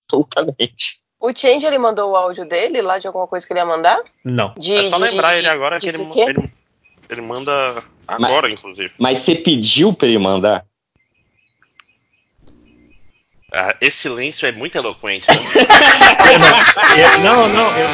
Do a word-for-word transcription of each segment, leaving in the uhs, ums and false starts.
absolutamente. O Change, ele mandou o áudio dele lá de alguma coisa que ele ia mandar? Não. De, é só de, lembrar de, ele agora que ele, ele, ele manda agora, mas, inclusive. Mas você pediu pra ele mandar? Ah, esse silêncio é muito eloquente, né? eu, não, não, eu...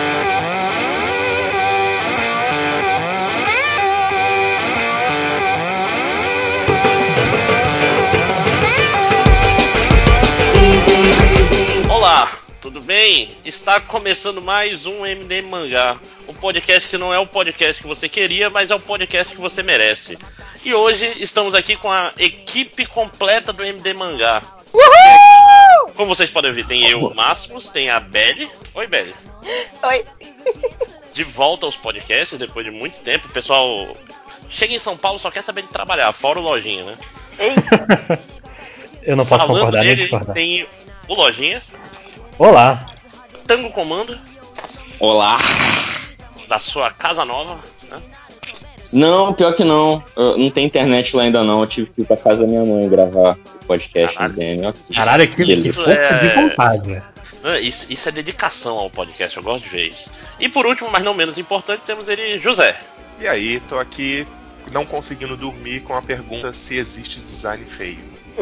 Olá, tudo bem? Está começando mais um M D Mangá, um podcast que não é o podcast que você queria, mas é o podcast que você merece. E hoje estamos aqui com a equipe completa do M D Mangá. Uhul! Como vocês podem ver, tem eu, Máximos, tem a Belly. Oi, Belly. Oi. De volta aos podcasts depois de muito tempo. O pessoal chega em São Paulo só quer saber de trabalhar, fora o Lojinha, né? Eita. Eu não posso Falando concordar nem dele, discordar. tem o Lojinha. Olá. Tango Comando. Olá. Da sua casa nova, né? Não, pior que não. Eu não tem internet lá ainda não. Eu tive que ir pra casa da minha mãe gravar o podcast Caralho. no D M. Caralho, que Isso força é- de vontade. Não, Isso, isso é dedicação ao podcast, eu gosto de ver isso. E por último, mas não menos importante, temos ele, José. E aí, tô aqui não conseguindo dormir com a pergunta se existe design feio.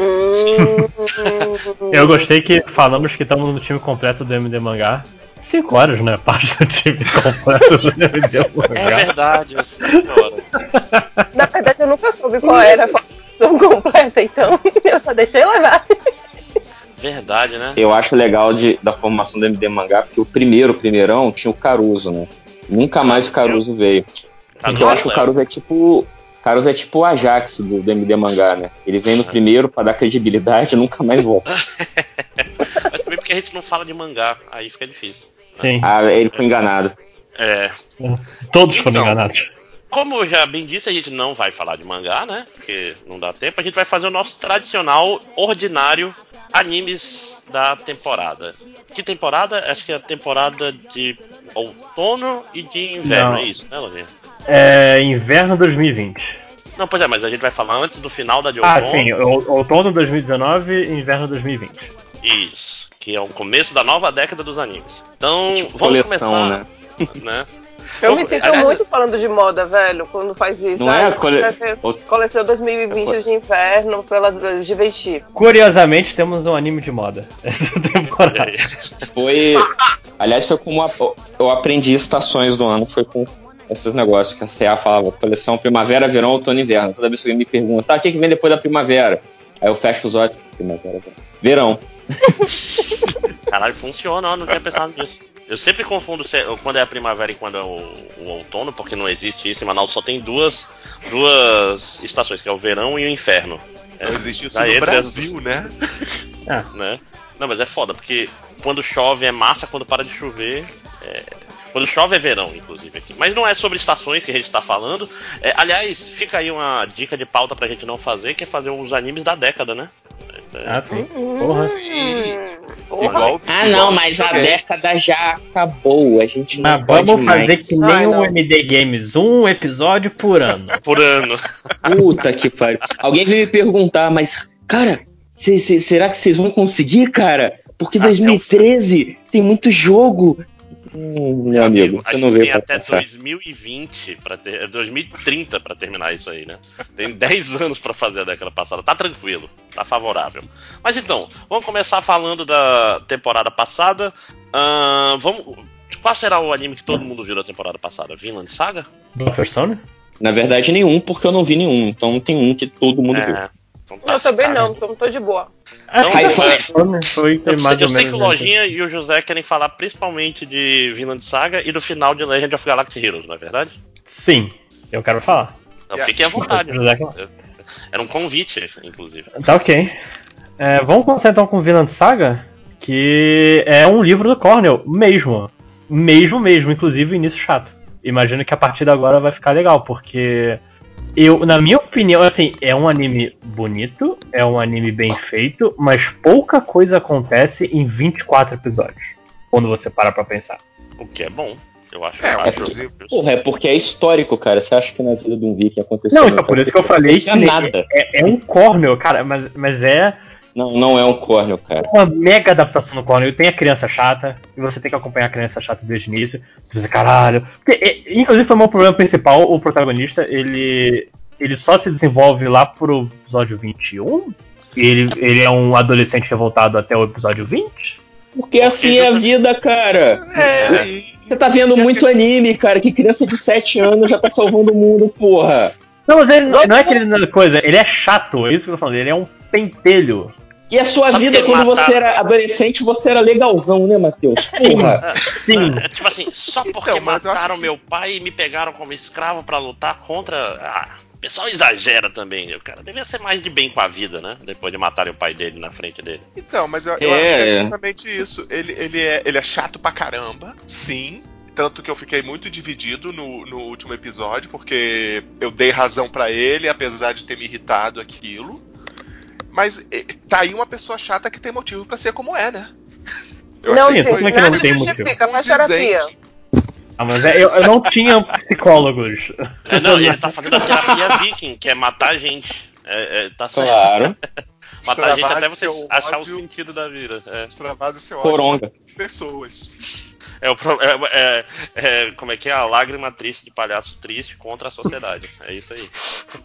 Hum. Eu gostei que falamos que estamos no time completo do M D Mangá. Cinco horas, né? Parte do time completo do M D É Mangá. verdade, eu sei agora. Na verdade, eu nunca soube qual era a formação completa, então eu só deixei levar. Verdade, né? Eu acho legal de, da formação do M D Mangá, porque o primeiro, o primeirão, tinha o Caruso, né? Nunca mais o Caruso veio. Tá Porque eu no acho que o Léo. Caruso é tipo... Caruso é tipo o Ajax do, do M D Mangá, né? Ele vem no primeiro pra dar credibilidade e nunca mais volta. Mas também porque a gente não fala de mangá, aí fica difícil. Sim, Ah, ele foi enganado. É. todos foram Então, enganados. Como eu já bem disse, a gente não vai falar de mangá, né? Porque não dá tempo. A gente vai fazer o nosso tradicional, ordinário animes da temporada. Que temporada? Acho que é a temporada de outono e de inverno, Não. é isso, né, Lovinha? É inverno dois mil e vinte. Não, pois é, mas a gente vai falar antes do final da de Ah, outono. sim, ou- outono dois mil e dezenove e inverno dois mil e vinte. Isso, que é o começo da nova década dos animes. Então, vamos Coleção, começar, né? né? Eu me sinto Aliás, muito falando de moda, velho, quando faz isso. Não é Ah, a cole- vai ter o- Coleção dois mil e vinte de inverno pela Givenchy. Curiosamente, temos um anime de moda essa temporada. Foi. Aliás, foi como a- eu aprendi estações do ano, foi com esses negócios que a C A falava, coleção primavera, verão, outono e inverno. Toda vez que alguém me pergunta, tá, o que, que vem depois da primavera? Aí eu fecho os olhos, primavera, verão. Caralho, funciona, ó, não tinha pensado nisso. Eu sempre confundo se- quando é a primavera e quando é o, o outono, porque não existe isso. Em Manaus só tem duas, duas estações, que é o verão e o inferno. É, Não existe isso já no entre Brasil, né? as- né? Não, mas é foda, porque quando chove é massa, quando para de chover é... Quando chove é verão, inclusive, aqui. Mas não é sobre estações que a gente tá falando. É, aliás, fica aí uma dica de pauta pra gente não fazer, que é fazer os animes da década, né? É, Ah, sim. Porra. Sim. Porra. Igual, Ah, igual não, mas a videogames. década já acabou. A gente não Mas pode vamos mais. fazer que nem Ai, o não. M D Games, um episódio por ano. Por ano. Puta que pariu. Alguém veio me perguntar, mas, cara, cê- cê- será que vocês vão conseguir, cara? Porque Até o dois mil e treze tem muito jogo. Hum, meu amigo, a você não gente veio tem pra até pensar. dois mil e vinte, pra ter, dois mil e trinta pra terminar isso aí, né? Tem dez anos pra fazer a década passada. Tá tranquilo, tá favorável. Mas então, vamos começar falando da temporada passada. Ahn, vamos. Qual será o anime que todo mundo viu da temporada passada? Vinland Saga? Bufferstone? Na verdade, nenhum, porque eu não vi nenhum. Então tem um que todo mundo viu. É. Então tá, Eu também tá. não, então tô de boa. Então, Ah, Aí foi- Bufferstone foi Eu, mais sei, eu ou sei menos. que o Lojinha e o José querem falar principalmente de Vinland Saga e do final de Legend of Galactic Heroes, não é verdade? Sim, eu quero falar. Então Yes. fiquem à vontade. José quer- Era um convite, inclusive. Tá ok. É, vamos começar então com Vinland Saga, que é um livro do Cornell, mesmo. Mesmo, mesmo, inclusive início chato. Imagino que a partir de agora vai ficar legal, porque eu, na minha opinião, assim, é um anime bonito, é um anime bem feito, mas pouca coisa acontece em vinte e quatro episódios, quando você para pra pensar. O que é bom, eu acho. É, eu é acho possível. Porra, é porque é histórico, cara. Você acha que na vida de um Viking aconteceu? Não, então por isso que eu falei que Não acontecia nada. é, é um Cornell, cara, mas, mas é Não, não é um Cornel, cara. Uma mega adaptação no Cornel. Tem a criança chata, e você tem que acompanhar a criança chata desde o início. Você pensa, caralho. Porque, é, inclusive, foi o meu problema principal. O protagonista, ele, ele só se desenvolve lá pro episódio vinte e um. E ele, ele é um adolescente revoltado até o episódio vinte. Porque assim é a vida, cara. É, e... Você tá vendo muito anime, cara. Que criança de sete anos já tá salvando o mundo, porra. Não, mas ele não é aquele coisa, ele é chato, é isso que eu tô falando, ele é um pentelho. E a sua Sabe vida, que quando matar... você era adolescente, você era legalzão, né, Matheus? Porra. Sim. É, tipo assim, só porque Então, mas eu mataram acho que- meu pai e me pegaram como escravo pra lutar contra... Ah, o pessoal exagera também. O cara devia ser mais de bem com a vida, né? Depois de matarem o pai dele na frente dele. Então, mas eu, eu É. acho que é justamente isso. Ele, ele, é, ele é chato pra caramba, sim. Tanto que eu fiquei muito dividido no, no último episódio, porque eu dei razão pra ele, apesar de ter me irritado aquilo. Mas eh, tá aí uma pessoa chata que tem motivo pra ser como é, né? Eu Não, achei sim, que como é foi que não nada tem justifica, um faz terapia. condizente. Ah, mas é, eu, eu não tinha psicólogos. É, não, ele tá fazendo a terapia viking, que é matar gente. É, é, tá certo. Claro. Matar gente até Extravase você seu achar ódio. o sentido da vida. É, Extravasa seu ódio Coronga. com pessoas. é, o pro- é, é- é- como é que é? A lágrima triste de palhaço triste contra a sociedade. É isso aí.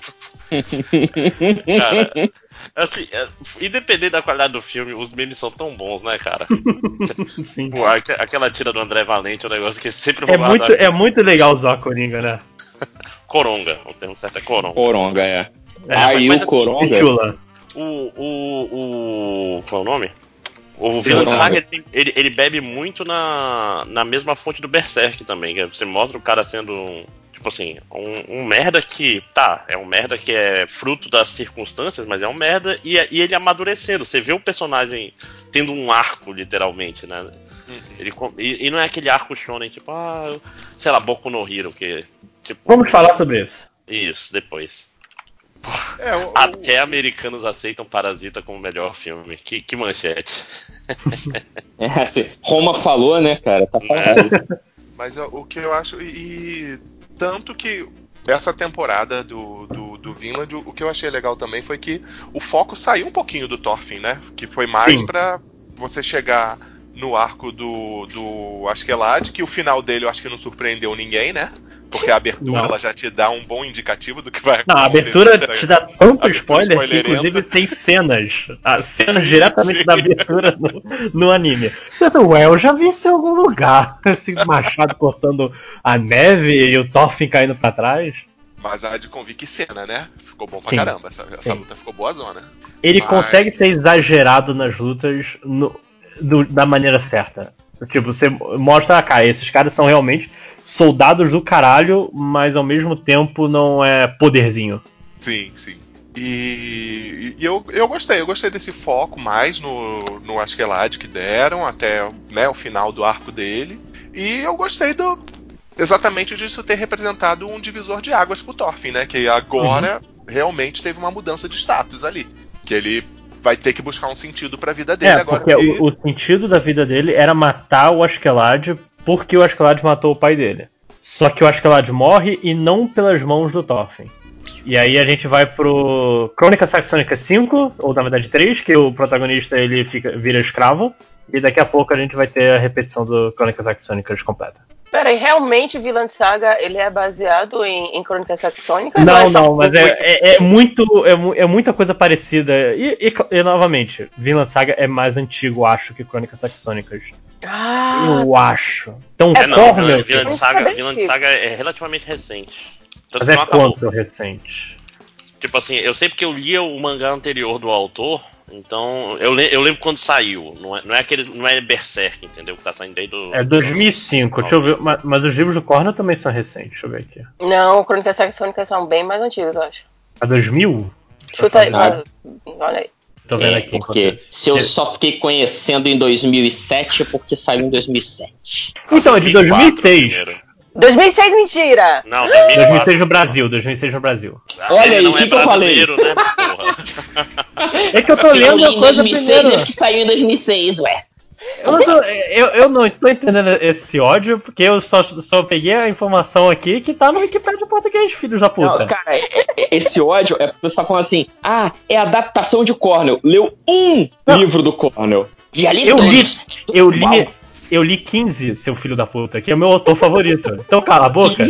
Cara, assim, é, independente da qualidade do filme, os memes são tão bons, né, cara? Sim. Pô, aque- aquela tira do André Valente é um negócio que sempre vou É muito, guardar. é muito legal usar a Coringa, né? Coronga, o termo certo é coronga. Coronga, é. É, Aí mas o assim, Coronga. Chula. O. O. o qual é o nome? O Vinland Coronga. Saga ele, tem- ele, ele bebe muito na, na mesma fonte do Berserk também. Que você mostra o cara sendo um. Tipo assim, um, um merda que. Tá, é um merda que é fruto das circunstâncias, mas é um merda e, e ele amadurecendo. Você vê o personagem tendo um arco, literalmente, né? Ele, com- e, e não é aquele arco shonen, tipo, ah, eu- sei lá, Boku no Hero, que. Tipo, Vamos falar sobre isso. Isso, depois. É, o, Até americanos aceitam Parasita como melhor filme. Que, que manchete. É, assim, Roma falou, né, cara? Tá falando. Mas ó, o que eu acho. E, e tanto que essa temporada do, do, do Vinland, o, o que eu achei legal também foi que o foco saiu um pouquinho do Thorfinn, né? Que foi mais Sim. pra você chegar no arco do, do Askeladd, que o final dele eu acho que não surpreendeu ninguém, né? Porque a abertura Não. ela já te dá um bom indicativo do que vai Não, a acontecer. abertura te dá tanto Abertura spoiler que spoilerenta. inclusive tem cenas. ah, cenas Sim, diretamente sim. da abertura no, no anime. Você pensa, ué, eu já vi isso em algum lugar. Esse machado cortando a neve e o Thorfinn caindo pra trás. Mas há de convir que cena, né? Ficou bom pra Sim. caramba. Essa, essa Sim. luta ficou boa zona. Ele Mas- consegue ser exagerado nas lutas no- do- da maneira certa. Tipo, você mostra, ah, cara, esses caras são realmente soldados do caralho, mas ao mesmo tempo não é poderzinho. Sim, sim. E, e eu, eu gostei, eu gostei desse foco mais no, no Askeladd que deram até, né, o final do arco dele. E eu gostei do exatamente disso ter representado um divisor de águas pro Thorfinn, né? Que agora realmente teve uma mudança de status ali. Que ele vai ter que buscar um sentido pra vida dele É, agora. porque que- o, o sentido da vida dele era matar o Askeladd porque o Askeladd matou o pai dele. Só que o Askeladd morre e não pelas mãos do Thorfinn. E aí a gente vai pro Crônica Saxônica cinco, ou na verdade três, que o protagonista ele fica, vira escravo. E daqui a pouco a gente vai ter a repetição do Crônicas Saxônicas completa. Peraí, realmente Vinland Saga ele é baseado em, em Crônicas Saxônicas? ou Não, é só não, mas um- é, é, é muito, é, mu- é muita coisa parecida. E, e, e, novamente, Vinland Saga é mais antigo, acho, que Crônicas Saxônicas. Ah, Eu acho. Então, É, não, Cornel, Vinland Não Saga, sabia Vinland disso. Saga é relativamente recente. Tanto mas que é não acabou. quanto recente? Tipo assim, eu sei porque eu lia o mangá anterior do autor, então eu, le- eu lembro quando saiu. Não é, não é aquele, não é Berserk, entendeu? Que tá saindo desde do. É dois mil e cinco, deixa eu ver. Mas, mas os livros do Cornel também são recentes, deixa eu ver aqui. não, Crônicas Saxônicas são bem mais antigas, eu acho. A dois mil? Chuta aí, Ah. olha aí. Tô vendo É, aqui. enquanto porque isso. se eu só fiquei conhecendo em dois mil e sete é porque saiu em dois mil e sete. Então, é de dois mil e seis. primeiro. dois mil e seis, mentira! Não, dois mil e seis dois mil e quatro. no Brasil, dois mil e seis no Brasil. Ah, Olha ele aí, não o é que que eu falei? brasileiro, né, porra? É que eu tô Se eu lendo li a em coisa dois mil e seis primeiro. é porque saiu em dois mil e seis, ué. Eu, tô- eu, eu não estou entendendo esse ódio, porque eu só, só peguei a informação aqui que tá no Wikipedia português, filhos da puta. Não, cara, é- é- esse ódio é porque você tá falando assim, ah, é adaptação de Cornell. Leu um Não. livro do Cornell. E ali Eu li, todos. eu li, eu li quinze, seu filho da puta, que é o meu autor favorito. Então cala a boca.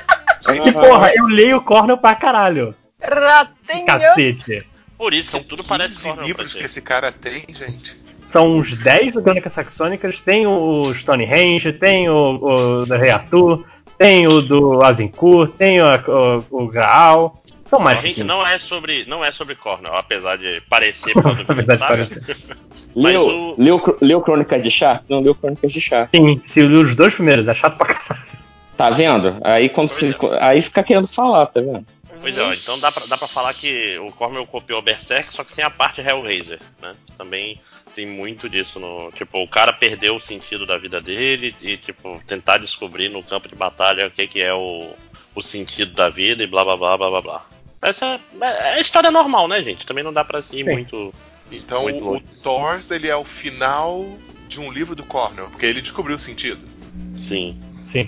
Que porra, eu leio Cornell pra caralho. Ratinho! Cacete. Por isso, São que tudo parece quinze Cornell pra livros você. que esse cara tem, gente. São uns dez do Crônicas Saxônicas, tem o Stonehenge, tem o, o do Rei Arthur, tem o do Azincourt, tem o, o, o Graal. São mais de Gente, cinco. não é sobre, não é sobre Cornell, apesar de parecer por causa do Na verdade, sabe? parece. Mas Leu, o- leu, leu Crônicas de Chá? Não leu Crônicas de Chá. Sim, se eu li os dois primeiros, é chato pra caralho. Tá vendo? Aí quando Pois você, aí fica querendo falar, tá vendo? Pois é, ó, então dá pra, dá pra falar que o Cornell copiou o Berserk, só que sem a parte Hellraiser, né? Também tem muito disso no. Tipo, o cara perdeu o sentido da vida dele e, tipo, tentar descobrir no campo de batalha o que, que é o, o sentido da vida e blá blá blá blá blá blá. Essa é, é história normal, né, gente? Também não dá pra ir Sim. muito. Então Muito o, o longe. Thors, ele é o final de um livro do Cornell, porque ele descobriu o sentido. Sim. Sim.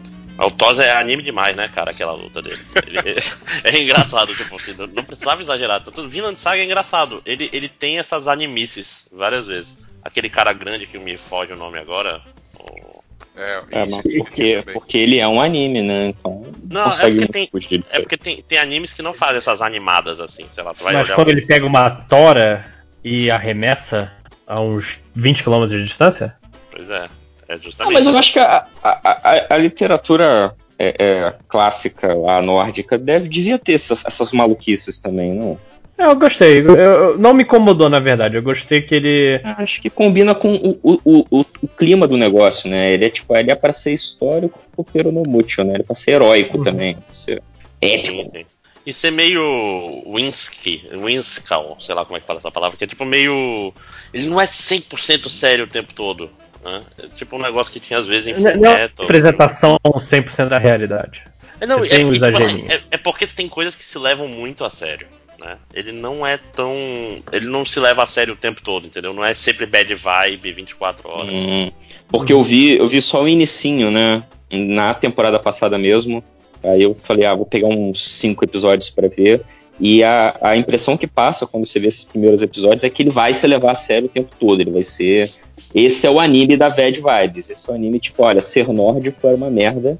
O Thor é anime demais, né, cara, aquela luta dele. Ele, é, é engraçado, tipo assim, não, não precisava exagerar. Tudo, Vinland Saga é engraçado. Ele, ele tem essas animices várias vezes. Aquele cara grande que me foge o nome agora. O... É, É, e- mas e- porque, também. porque ele é um anime, né? Então Não, é consegue porque muito tem- fugir disso É aí. porque tem, tem animes que não fazem essas animadas assim, sei lá, tu vai Mas olhar quando um- ele pega uma tora e arremessa a uns vinte quilômetros de distância? Pois é, é Ah, justamente. mas eu acho que a, a, a, a literatura é, é, clássica lá nórdica deve, devia ter essas, essas maluquices também, não? É, eu gostei. Eu, eu- não me incomodou, na verdade. Eu gostei que ele. Acho que combina com o, o, o, o, o clima do negócio, né? Ele é tipo, ele é pra ser histórico, pero no mútil, né? Ele é pra ser heróico Uhum. também, pra ser épico. Sim, sim. E ser meio Winsky, Winskal, sei lá como é que fala essa palavra, que é tipo meio. Ele não é cem por cento sério o tempo todo. Né? É tipo um negócio que tinha às vezes em Não Full é uma Metal. representação cem por cento da realidade. É, não, Você é, tem um porque, tipo assim, exagerinho. é, é porque tem coisas que se levam muito a sério. Né? Ele não é tão. Ele não se leva a sério o tempo todo, entendeu? Não é sempre bad vibe vinte e quatro horas. Hum, porque eu vi, eu vi só o inicinho, né? Na temporada passada mesmo. Aí eu falei, ah, vou pegar uns cinco episódios pra ver. E a, a impressão que passa quando você vê esses primeiros episódios é que ele vai se levar a sério o tempo todo. Ele vai ser. Esse é o anime da bad vibes. Esse é o anime, tipo, olha, ser nórdico era uma merda.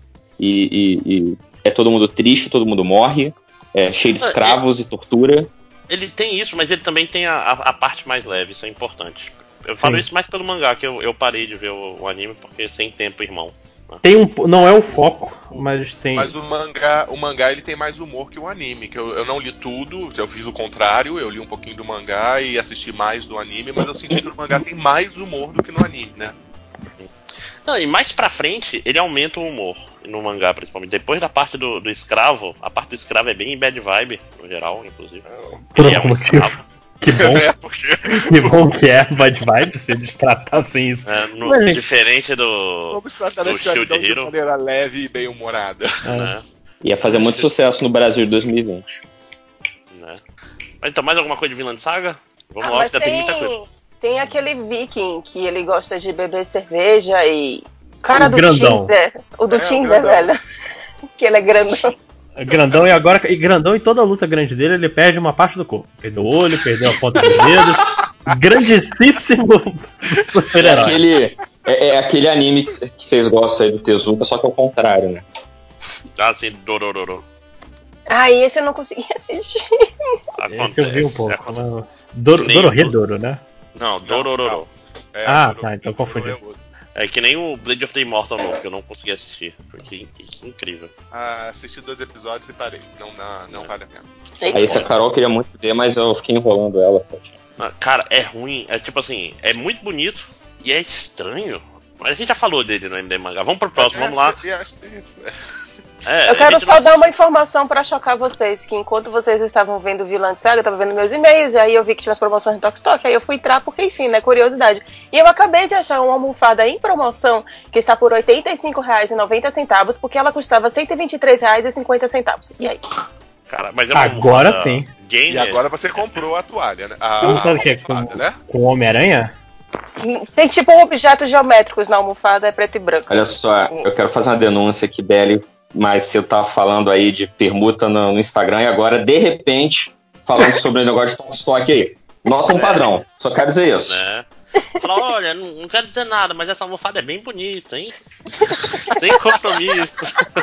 E, e- e é todo mundo triste, todo mundo morre. É cheio de Ah, escravos e tortura. Ele tem isso, mas ele também tem a, a, a parte mais leve, isso é importante. Eu falo Sim. isso mais pelo mangá, que eu, eu parei de ver o, o anime porque sem tempo, irmão. Tem um. Não é o foco, mas tem. Mas o mangá, o mangá ele tem mais humor que o anime, que eu, eu não li tudo, eu fiz o contrário, eu li um pouquinho do mangá e assisti mais do anime, mas eu senti que o mangá tem mais humor do que no anime, né? Não, e mais pra frente, ele aumenta o humor, no mangá principalmente. Depois da parte do, do escravo, a parte do escravo é bem bad vibe, no geral, inclusive. Por Ele é algum um motivo. escravo. Que bom, É, porque que bom que é Bad Vibes se eles tratassem isso. É, no- Mas- diferente do, vamos tratar do da escravidão Shield de Hero, maneira leve e bem humorada. né? Ia fazer muito sucesso no Brasil de dois mil e vinte. né? Mas então, mais alguma coisa de Vinland Saga? Vamos Ah, lá, mas que já tem tem, muita coisa. tem aquele viking que ele gosta de beber cerveja e... O cara O do grandão. Tinder. O do É, o Tinder, grandão. velho. Que ele é grandão. Grandão e agora. E grandão em toda luta grande dele, ele perde uma parte do corpo. Perdeu o olho, perdeu a ponta do dedo. Grandíssimo É super-herói. aquele, é, é aquele anime que c- que vocês gostam aí do Tezuka, só que é o contrário, né? Ah, sim, Dorororo. Ah, e esse eu não consegui assistir. Esse eu vi um Acontece, pouco. acontece. Mas... Doro, Que nem Dororedoro, né? Não, Dorororo. É, Ah, eu- tá, então eu- confundi. eu- eu- É que nem o Blade of the Immortal novo, que eu não consegui assistir. Porque que, que incrível. Ah, assisti dois episódios e parei. Não, não, não vale a pena. Aí esse a Carol queria muito ver, mas eu fiquei enrolando ela. Ah, Cara, é ruim. É tipo assim, é muito bonito e é estranho. Mas a gente já falou dele no M D Mangá. Vamos pro próximo, vamos lá. E acho que- É, Eu a quero gente só não- dar uma informação pra chocar vocês, que enquanto vocês estavam vendo Vinland Saga, eu tava vendo meus e-mails, e aí eu vi que tinha as promoções no Tokstok, aí eu fui entrar porque, enfim, né, curiosidade. E eu acabei de achar uma almofada em promoção, que está por oitenta e cinco reais e noventa centavos, porque ela custava cento e vinte e três reais e cinquenta centavos. E aí? Cara, mas é uma Agora almofada sim. Gamer. E agora você comprou a toalha, né? Você não A, sabe o que é almofada, com, né? com o Homem-Aranha? Tem tipo objetos geométricos na almofada, é preto e branco. Olha só, eu quero fazer uma denúncia aqui, Belly, mas você tá falando aí de permuta no, no Instagram e agora, de repente, falando sobre o negócio de Tokstok aí. Nota um padrão, só quero dizer isso. Né? Falar, olha, não, não quero dizer nada, mas essa almofada é bem bonita, hein? Sem compromisso.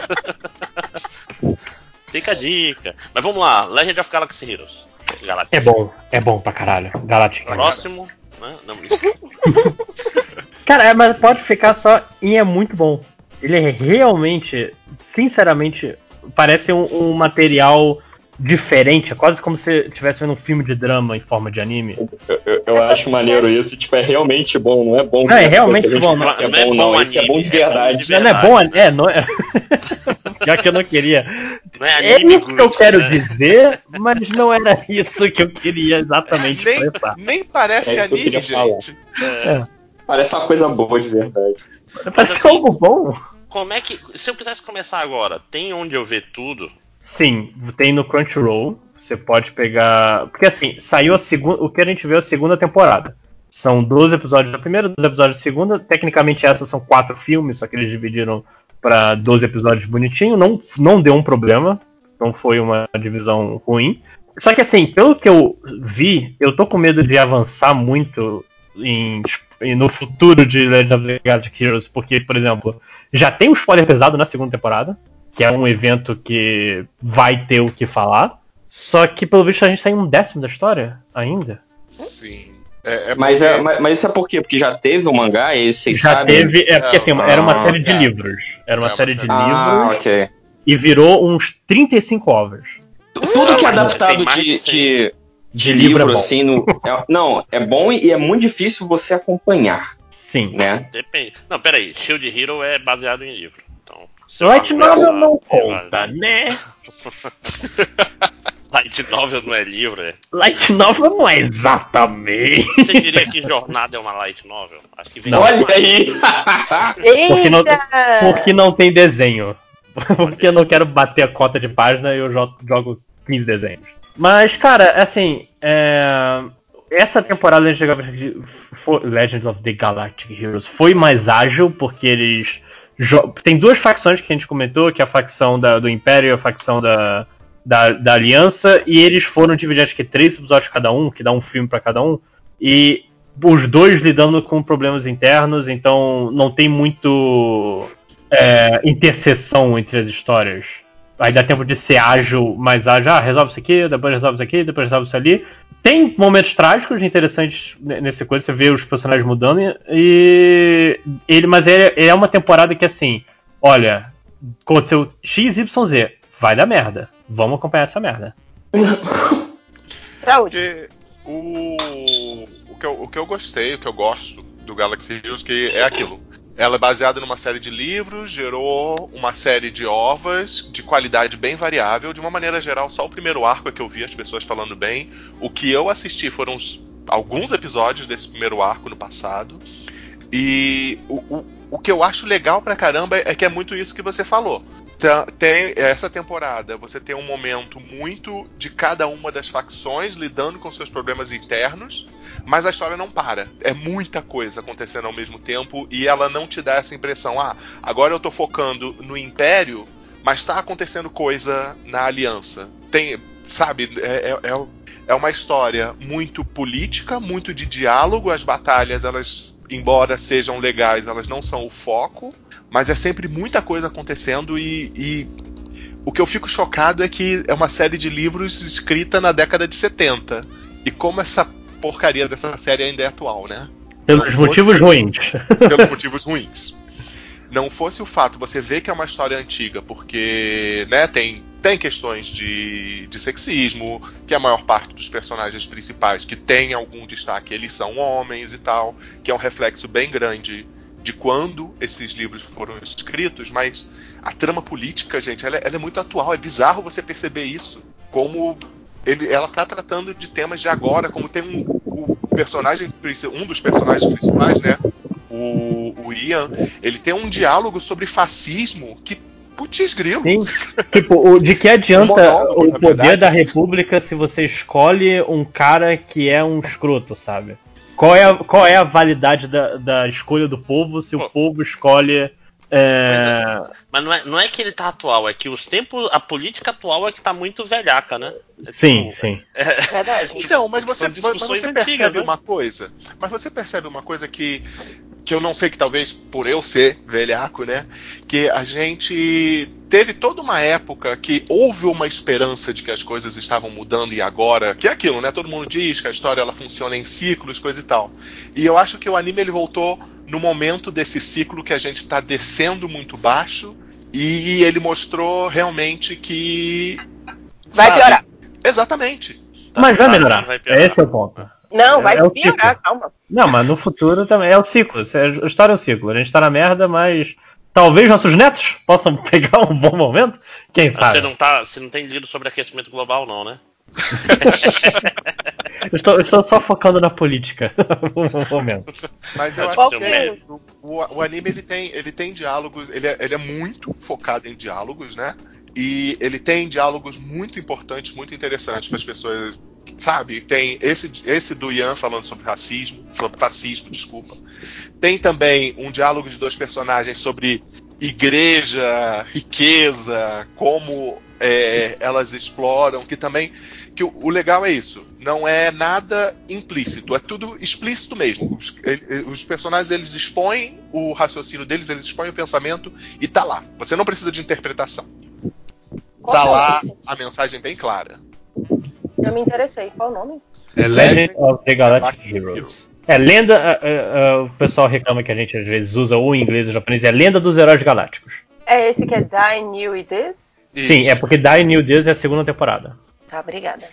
Fica a dica. Mas vamos lá, Legend of Galaxy Heroes. Galactic. É bom, é bom pra caralho. Galactic. Próximo, né? Não, isso. Cara, é, mas pode ficar só e é muito bom. Ele é realmente, sinceramente, parece um, um material diferente. É quase como se estivesse vendo um filme de drama em forma de anime. Eu, eu, eu acho maneiro isso. Tipo, é realmente bom, não é bom. Não, é realmente bom. Não é bom, não. Esse é bom de verdade. Não é bom, é, não é. Já que eu não queria. Não é É anime isso good, que eu quero né? dizer, mas não era isso que eu queria exatamente Nem, expressar. nem parece É isso que eu anime, queria falar. gente. É. Parece uma coisa boa de verdade. Parece assim, algo bom. Como é que. Se eu quisesse começar agora, tem onde eu ver tudo? Sim, tem no Crunchyroll. Você pode pegar. Porque assim, saiu a segunda. O que a gente vê é a segunda temporada. São doze episódios da primeira, doze episódios da segunda. Tecnicamente, essas são quatro filmes, só que eles dividiram para doze episódios bonitinho. Não, não deu um problema. Não foi uma divisão ruim. Só que assim, pelo que eu vi, eu tô com medo de avançar muito em, em- no futuro de Legend of the Galactic Heroes, porque, por exemplo, já tem um spoiler pesado na segunda temporada, que é um evento que vai ter o que falar. Só que, pelo visto, a gente tá em um décimo da história ainda. Sim. É, é Mas, porque- é, mas, mas isso é por quê? Porque já teve o mangá e vocês Já sabem? teve. É porque assim, Não, era uma não, série de é. livros. Era uma É uma série de série- Ah, livros ok. e virou uns trinta e cinco ovos. Tudo que é mas adaptado tem mais de, de cem. de, De de livro é livro, bom. assim, no, é- não, é bom e é muito difícil você acompanhar, Sim. né? Depende. Não, peraí. Shield Hero é baseado em livro. Então, se Light eu Novel começar, não é conta, válido. né? Light Novel não é livro, é. Light Novel não é exatamente. Você diria que Jornada é uma Light Novel? Acho que vem Não. Olha aí! Porque não, Eita! porque não tem desenho. Porque eu não quero bater a cota de página e eu jogo, jogo quinze desenhos. Mas, cara, assim, é, essa temporada Legend of, foi- Legend of the Galactic Heroes foi mais ágil, porque eles. jo- Tem duas facções que a gente comentou, que é a facção da- do Império e a facção da, da, da Aliança, e eles foram dividir acho que três episódios cada um, que dá um filme pra cada um, e os dois lidando com problemas internos, então não tem muito é, interseção entre as histórias. Aí dá tempo de ser ágil, mais ágil. Ah, resolve isso aqui, depois resolve isso aqui, depois resolve isso ali. Tem momentos trágicos interessantes nessa coisa, você vê os personagens mudando e ele, mas é, é uma temporada que assim, olha, aconteceu X Y Z, vai dar merda. Vamos acompanhar essa merda. Saúde. Porque o, o, que eu, o que eu gostei, o que eu gosto do Galaxy Heroes, que é aquilo. Ela é baseada numa série de livros, gerou uma série de ovas de qualidade bem variável. De uma maneira geral, só o primeiro arco é que eu vi as pessoas falando bem. O que eu assisti foram os, alguns episódios desse primeiro arco no passado. E o, o, o que eu acho legal pra caramba é que é muito isso que você falou. Tem essa temporada, você tem um momento muito de cada uma das facções lidando com seus problemas internos, mas a história não para. É muita coisa acontecendo ao mesmo tempo e ela não te dá essa impressão, ah, agora eu tô focando no Império, mas tá acontecendo coisa na Aliança. Tem, sabe, é, é, é uma história muito política, muito de diálogo, as batalhas, elas, embora sejam legais, elas não são o foco, mas é sempre muita coisa acontecendo e, e o que eu fico chocado é que é uma série de livros escrita na década de setenta. E como essa porcaria dessa série ainda é atual, né? Pelos Não fosse- motivos ruins. Pelos motivos ruins. Não fosse o fato, você vê que é uma história antiga, porque, né, tem, tem questões de, de sexismo, que a maior parte dos personagens principais que tem algum destaque, eles são homens e tal, que é um reflexo bem grande de quando esses livros foram escritos, mas a trama política, gente, ela, é- ela é muito atual. É bizarro você perceber isso. Como ele, ela tá tratando de temas de agora, como tem um, o personagem, princi- um dos personagens principais, né? O, o Ian, ele tem um diálogo sobre fascismo que, putz grilo. Sim. Tipo, o- de que adianta monólogo, o na poder verdade. da república se você escolhe um cara que é um escroto, sabe? Qual é a, qual é a validade da, da escolha do povo se Pô. o povo escolhe... É... Mas não é, não é que ele tá atual, é que os tempos, a política atual é que tá muito velhaca, né? É sim, tipo, sim. É, Verdade. Então, mas você, mas você antigas, percebe né? uma coisa. Mas você percebe uma coisa que, que eu não sei, que talvez por eu ser velhaco, né? Que a gente teve toda uma época que houve uma esperança de que as coisas estavam mudando e agora, que é aquilo, né? Todo mundo diz que a história ela funciona em ciclos, coisa e tal. E eu acho que o anime ele voltou no momento desse ciclo que a gente está descendo muito baixo e ele mostrou realmente que vai sabe? piorar. Exatamente. Tá, mas vai melhorar. Vai piorar. Esse é o ponto. Não, é, vai é piorar, calma. Não, mas no futuro também é o ciclo. A história é o ciclo. A gente tá na merda, mas talvez nossos netos possam pegar um bom momento. Quem sabe? Você não, tá, você não tem lido sobre aquecimento global, não, né? eu, estou, eu estou só focando na política no momento. Mas eu acho que é isso. O, o anime ele tem, ele tem diálogos, ele é, ele é muito focado em diálogos, né? E ele tem diálogos muito importantes, muito interessantes para as pessoas, sabe? Tem esse, esse do Ian falando sobre racismo, sobre fascismo, desculpa. Tem também um diálogo de dois personagens sobre igreja, riqueza, como é, elas exploram, que também que o, o legal é isso, não é nada implícito, é tudo explícito mesmo. Os, ele, os personagens eles expõem o raciocínio deles, eles expõem o pensamento e tá lá. Você não precisa de interpretação. Qual Tá é lá a mensagem bem clara. Eu me interessei. Qual o nome? É Legend of the Galactic Heroes. É lenda. Uh, uh, uh, o pessoal reclama que a gente às vezes usa ou em inglês ou em japonês. É lenda dos heróis galácticos. É esse que é Die New It Is? Sim, Isso. é porque Die New This é a segunda temporada. Tá, obrigada.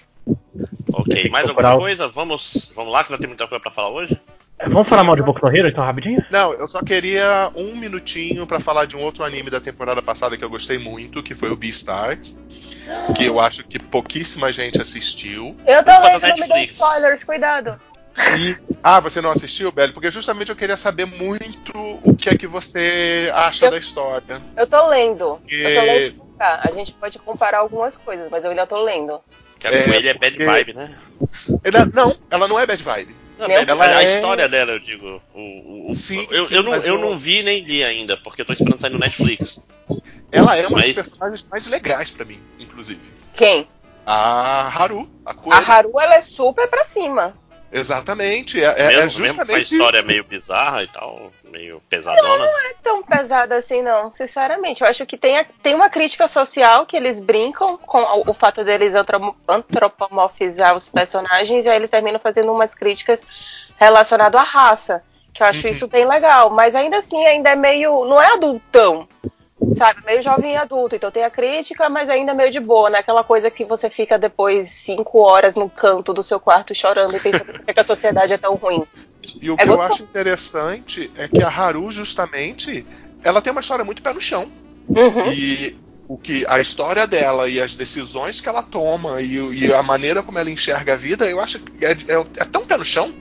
Ok, mais alguma coisa? Vamos, vamos lá, que não tem muita coisa pra falar hoje? Vamos falar mal de Boku no Hero, então, rapidinho? Não, eu só queria um minutinho pra falar de um outro anime da temporada passada que eu gostei muito, que foi o Beastars, que eu acho que pouquíssima gente assistiu. Eu tô Culpa lendo, da não me dê Netflix. spoilers, cuidado. E... Ah, você não assistiu, Beli? Porque justamente eu queria saber muito o que é que você acha Eu- da história. Eu tô lendo. E- Eu tô lendo. Tá, a gente pode comparar algumas coisas, mas eu ainda tô lendo. Que a É, coelha é bad porque- vibe, né? Ela- não, ela não é bad vibe. Não, Não, bad- ela a é- história dela, eu digo. O, o- o- Sim, eu, sim, eu, não, mas eu eu- não vi nem li ainda, porque eu tô esperando sair no Netflix. Ela é uma Mas- das personagens mais legais pra mim, inclusive. Quem? A Haru, a A coelha. Haru, ela é super pra cima. Exatamente. É, é- mesmo, é mesmo com a justamente. história meio bizarra e tal, meio pesadona. Não é tão pesada assim, não, sinceramente. Eu acho que tem, a- tem uma crítica social que eles brincam com o, o fato deles antro- antropomorfizar os personagens, e aí eles terminam fazendo umas críticas relacionadas à raça. Que eu acho Uhum. isso bem legal. Mas ainda assim, ainda é meio. Não é adultão. Sabe, meio jovem e adulto. Então tem a crítica, mas ainda meio de boa, né? Aquela coisa que você fica depois cinco horas no canto do seu quarto chorando e pensando por que que a sociedade é tão ruim. E o É que eu gostoso. acho interessante é que a Haru, justamente, ela tem uma história muito pé no chão. Uhum. E o que a história dela e as decisões que ela toma e, e a maneira como ela enxerga a vida, eu acho que é, é, é tão pé no chão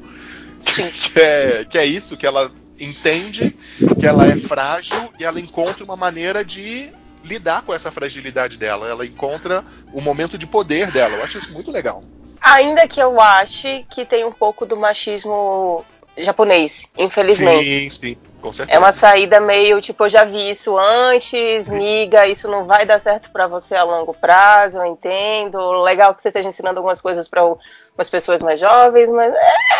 que é, que é isso, que ela entende que ela é frágil e ela encontra uma maneira de lidar com essa fragilidade dela. Ela encontra o momento de poder dela. Eu acho isso muito legal. Ainda que eu ache que tem um pouco do machismo japonês, infelizmente. Sim, sim, com certeza. É uma saída meio, tipo, eu já vi isso antes, miga, isso não vai dar certo pra você a longo prazo, eu entendo. Legal que você esteja ensinando algumas coisas pra umas pessoas mais jovens, mas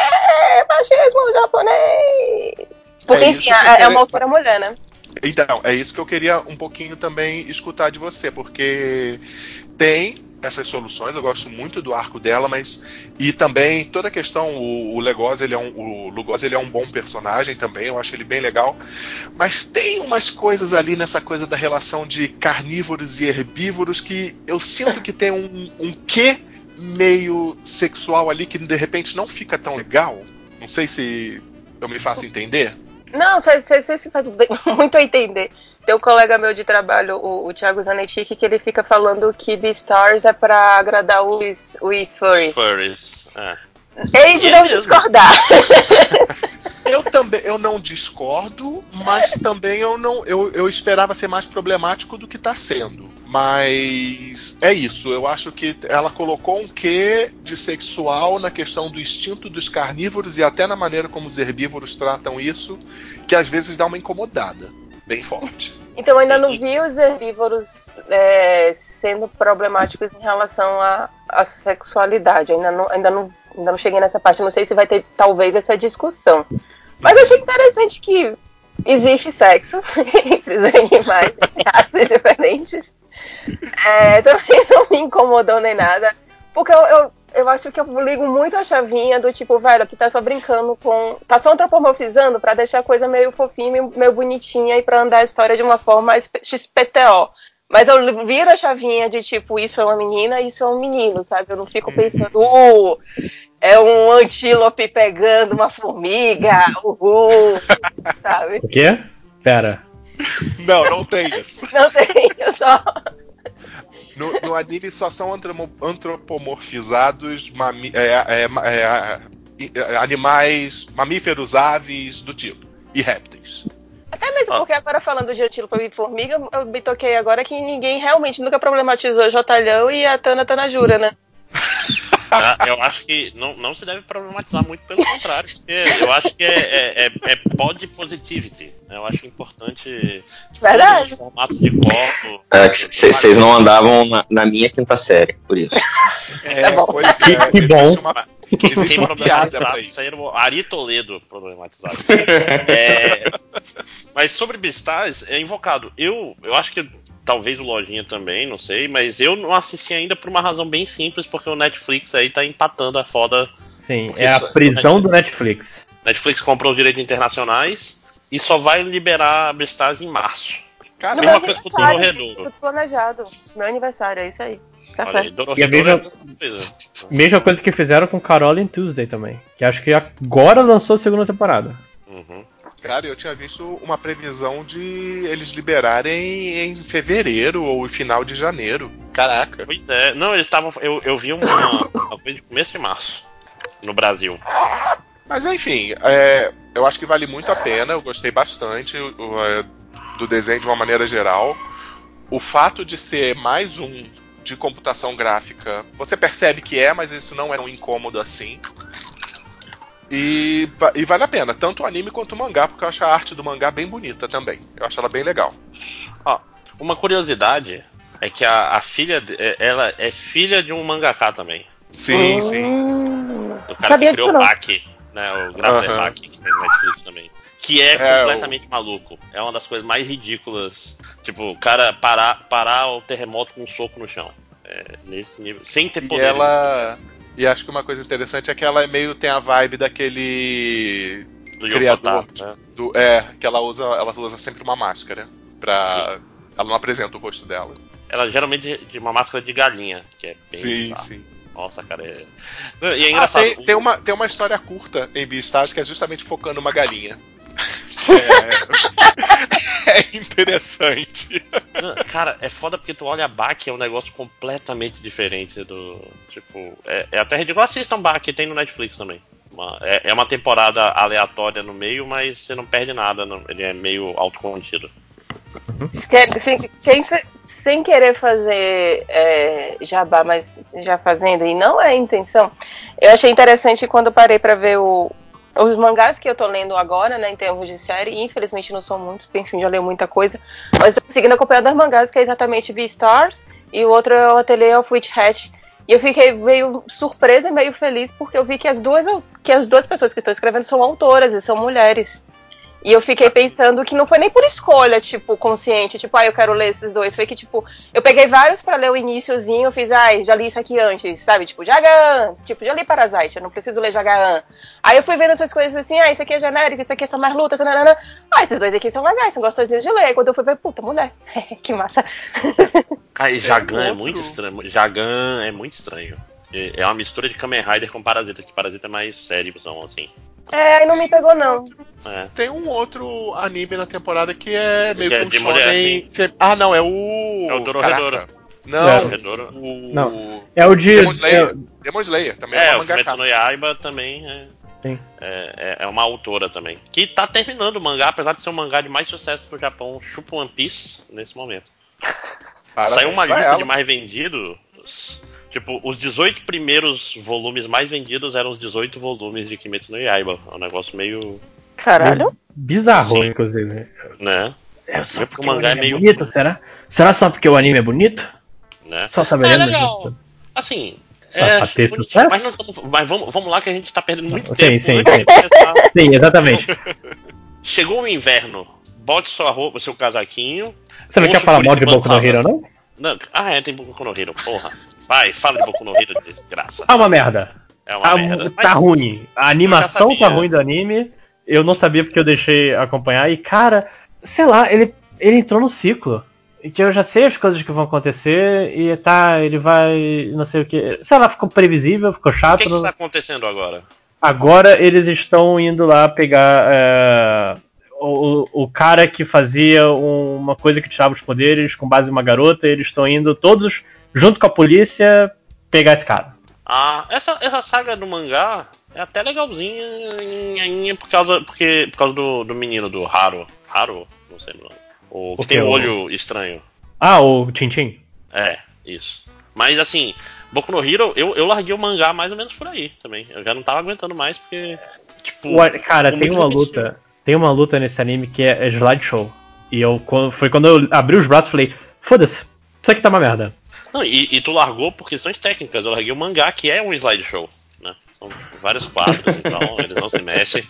é machismo japonês. Porque, É enfim, isso que eu é, é queria- uma autora mulher, né? Então, é isso que eu queria um pouquinho também escutar de você, porque tem essas soluções, eu gosto muito do arco dela, mas e também toda a questão, o, o Legoz, ele é um, o Lugoz, ele é um bom personagem também, eu acho ele bem legal, mas tem umas coisas ali nessa coisa da relação de carnívoros e herbívoros que eu sinto que tem um, um quê meio sexual ali que de repente não fica tão legal. Não sei se eu me faço entender. Não, você se faz bem, muito a entender. Tem um colega meu de trabalho, o, o Thiago Zanetti, que ele fica falando que Beastars é pra agradar os, os furries. Furries. É. Hei de E é não mesmo. discordar. Eu também, eu não discordo, mas também eu não, eu, eu esperava ser mais problemático do que tá sendo. Mas é isso, eu acho que ela colocou um quê de sexual na questão do instinto dos carnívoros e até na maneira como os herbívoros tratam isso, que às vezes dá uma incomodada, bem forte. Então eu ainda não vi os herbívoros é, sendo problemáticos em relação à, à sexualidade. Ainda não, ainda, não, ainda não cheguei nessa parte. Não sei se vai ter talvez essa discussão. Mas eu achei interessante que existe sexo entre os animais, entre raças diferentes. É, também não me incomodou nem nada. Porque eu, eu, eu acho que eu ligo muito a chavinha do tipo, velho, que tá só brincando com. Tá só antropomorfizando pra deixar a coisa meio fofinha, meio bonitinha e pra andar a história de uma forma X P T O. Mas eu viro a chavinha de tipo, isso é uma menina, isso é um menino, sabe? Eu não fico pensando, uh, é um antílope pegando uma formiga, uhul, sabe? O quê? Pera. Não, não tem isso. Não tem, eu só. No, no anime só são antropomorfizados mami, é, é, é, é, animais, mamíferos, aves do tipo, e répteis. Até mesmo porque agora falando de antílope e formiga, eu me toquei agora que ninguém realmente nunca problematizou o Jotalhão e a Tana Tanajura, né? Ah, eu acho que não, não se deve problematizar muito, pelo contrário, porque eu acho que é, é, é, é body positivity. Eu acho importante Verdade. os formatos de corpo. Vocês é, não andavam na, na minha quinta série, por isso. É, tá bom. pois Que, é, que bom. Uma, quem existe quem uma piada pra problematizava isso. isso aí era o Ari Toledo problematizado. É, mas sobre Beastars, é invocado. Eu, eu acho que talvez o Lojinha também, não sei, mas eu não assisti ainda por uma razão bem simples, porque o Netflix aí tá empatando a foda. Sim, é a prisão Netflix, do Netflix. Netflix comprou os direitos internacionais e só vai liberar Beastars em março. Cara, No mesma meu coisa que o aniversário, Dororedoro. tudo planejado. Meu aniversário, é isso aí. Tá Olha certo. aí, Doro, E a Doro mesma, é outra coisa. mesma coisa que fizeram com Carole em Tuesday também. Que acho que agora lançou a segunda temporada. Uhum. Cara, eu tinha visto uma previsão de eles liberarem em fevereiro ou final de janeiro. Caraca. Pois é, não, eles estavam. Eu, eu vi uma, uma coisa de começo de março no Brasil. Mas enfim, é, eu acho que vale muito a pena. Eu gostei bastante o, é, do desenho de uma maneira geral. O fato de ser mais um de computação gráfica, você percebe que é, mas isso não é um incômodo assim. E, e vale a pena, tanto o anime quanto o mangá, porque eu acho a arte do mangá bem bonita também. Eu acho ela bem legal. Ó, uma curiosidade é que a, a filha, ela é filha de um mangaka também. Sim, hum, sim. Do cara Sabia que criou o disso não. Baki, né? O Grappler Uhum. Baki, que tem no Netflix também. Que é, É, completamente o... maluco. É uma das coisas mais ridículas. Tipo, o cara parar, parar o terremoto com um soco no chão. É, nesse nível. Sem ter E poderes ela. especiais. E acho que uma coisa interessante é que ela é meio tem a vibe daquele Do criador Yokotaro, né? do é que ela usa ela usa sempre uma máscara pra sim. Ela não apresenta o rosto dela. Ela geralmente de, de uma máscara de galinha, que é bem sim bizarro. sim. Nossa, cara, é... E é engraçado. Ah, tem, tem uma tem uma história curta em Beastars que é justamente focando uma galinha. É, é interessante. Não, cara, é foda porque tu olha a Baki, é um negócio completamente diferente do. Tipo, é, é até ridículo. Assistam Baki, tem no Netflix também. Uma, é, é uma temporada aleatória no meio, mas você não perde nada, não, ele é meio autocontido. Quem, quem, sem querer fazer é, jabá, mas já fazendo, e não é a intenção, eu achei interessante quando parei pra ver o. Os mangás que eu tô lendo agora, né, em termos de série, infelizmente não são muitos, porque enfim, já leio muita coisa, mas tô conseguindo acompanhar dois mangás, que é exatamente Beastars, e o outro é o Atelier of Witch Hat. E eu fiquei meio surpresa e meio feliz, porque eu vi que as duas, que as duas pessoas que estão escrevendo são autoras, e são mulheres. E eu fiquei pensando que não foi nem por escolha, tipo, consciente, tipo, ah, eu quero ler esses dois. Foi que, tipo, eu peguei vários pra ler o iniciozinho, eu fiz, ai, já li isso aqui antes, sabe? Tipo, Jagan, tipo, já li Parasite, eu não preciso ler Jagan. Aí eu fui vendo essas coisas assim, ah, isso aqui é genérico, isso aqui é só mais luta, nanana. Ah, esses dois aqui são legais, são gostosinhos de ler. Quando eu fui ver, puta, mulher, que massa. Cara, e Jagan é, é muito estranho. Jagan é muito estranho. É uma mistura de Kamen Rider com Parasita, que Parasita é mais sériozão, assim. É, aí não me pegou, não. É. Tem um outro anime na temporada que é meio que que é um de mulher, shonen. Fem... Ah, não, é o. É o Dororedoro. Não, É. Dororedoro. o. Não. É o de. Demon Slayer. É, Demon Slayer, também É, é uma o Kimetsu mangaka. no Yaiba também é. Sim. É, é, é uma autora também. Que tá terminando o mangá, apesar de ser o mangá de mais sucesso no Japão, chupa One Piece nesse momento. Parabéns Saiu uma pra lista ela. de mais vendidos. Tipo, os dezoito primeiros volumes mais vendidos eram os dezoito volumes de Kimetsu no Yaiba. É um negócio meio. Caralho. Bizarro, Sim. inclusive. Né? É só Mesmo porque porque o mangá o é anime é meio. bonito, será? Será só porque o anime é bonito? Né? Só É saberemos. legal. Assim. Pra- É pra ter bonitinho, sucesso? mas, não tamo, mas vamos, vamos lá que a gente tá perdendo muito Sim, tempo sim, antes sim. de começar. Sim, exatamente. Chegou o inverno, bote sua roupa, seu casaquinho. Você não quer ouça o falar mal de Curitibano Boku no Hero, falando. não? Não, ah, é, tem Boku no Hero, porra. Vai, fala de Boku no Hero, desgraça. Ah, uma merda. É uma Tá, merda. tá Mas ruim. A animação sabia. tá ruim do anime. Eu não sabia porque eu deixei acompanhar. E, cara, sei lá, ele, ele entrou no ciclo. E que eu já sei as coisas que vão acontecer. E tá, ele vai. Não sei o que. Sei lá, ficou previsível, ficou o chato. que, que não- está acontecendo agora? Agora eles estão indo lá pegar. é, o, o cara que fazia uma coisa que tirava os poderes com base em uma garota. Eles estão indo todos, junto com a polícia, pegar esse cara. Ah, essa, essa saga do mangá é até legalzinha por causa, porque, por causa do, do menino do Haru. Haru? Não sei o nome. O que O tem que, o o- olho estranho. Ah, o Tintin. É, isso. Mas assim, Boku no Hero, eu, eu larguei o mangá mais ou menos por aí também. Eu já não tava aguentando mais porque. Tipo, O a- cara, ficou tem muito uma repetitivo. luta. Tem uma luta nesse anime que é, é slideshow. E eu quando- foi quando eu abri os braços e falei, foda-se, isso aqui tá uma merda. Não, e, e tu largou por questões técnicas. Eu larguei o mangá, que é um slideshow, né? São vários quadros, então eles não se mexem.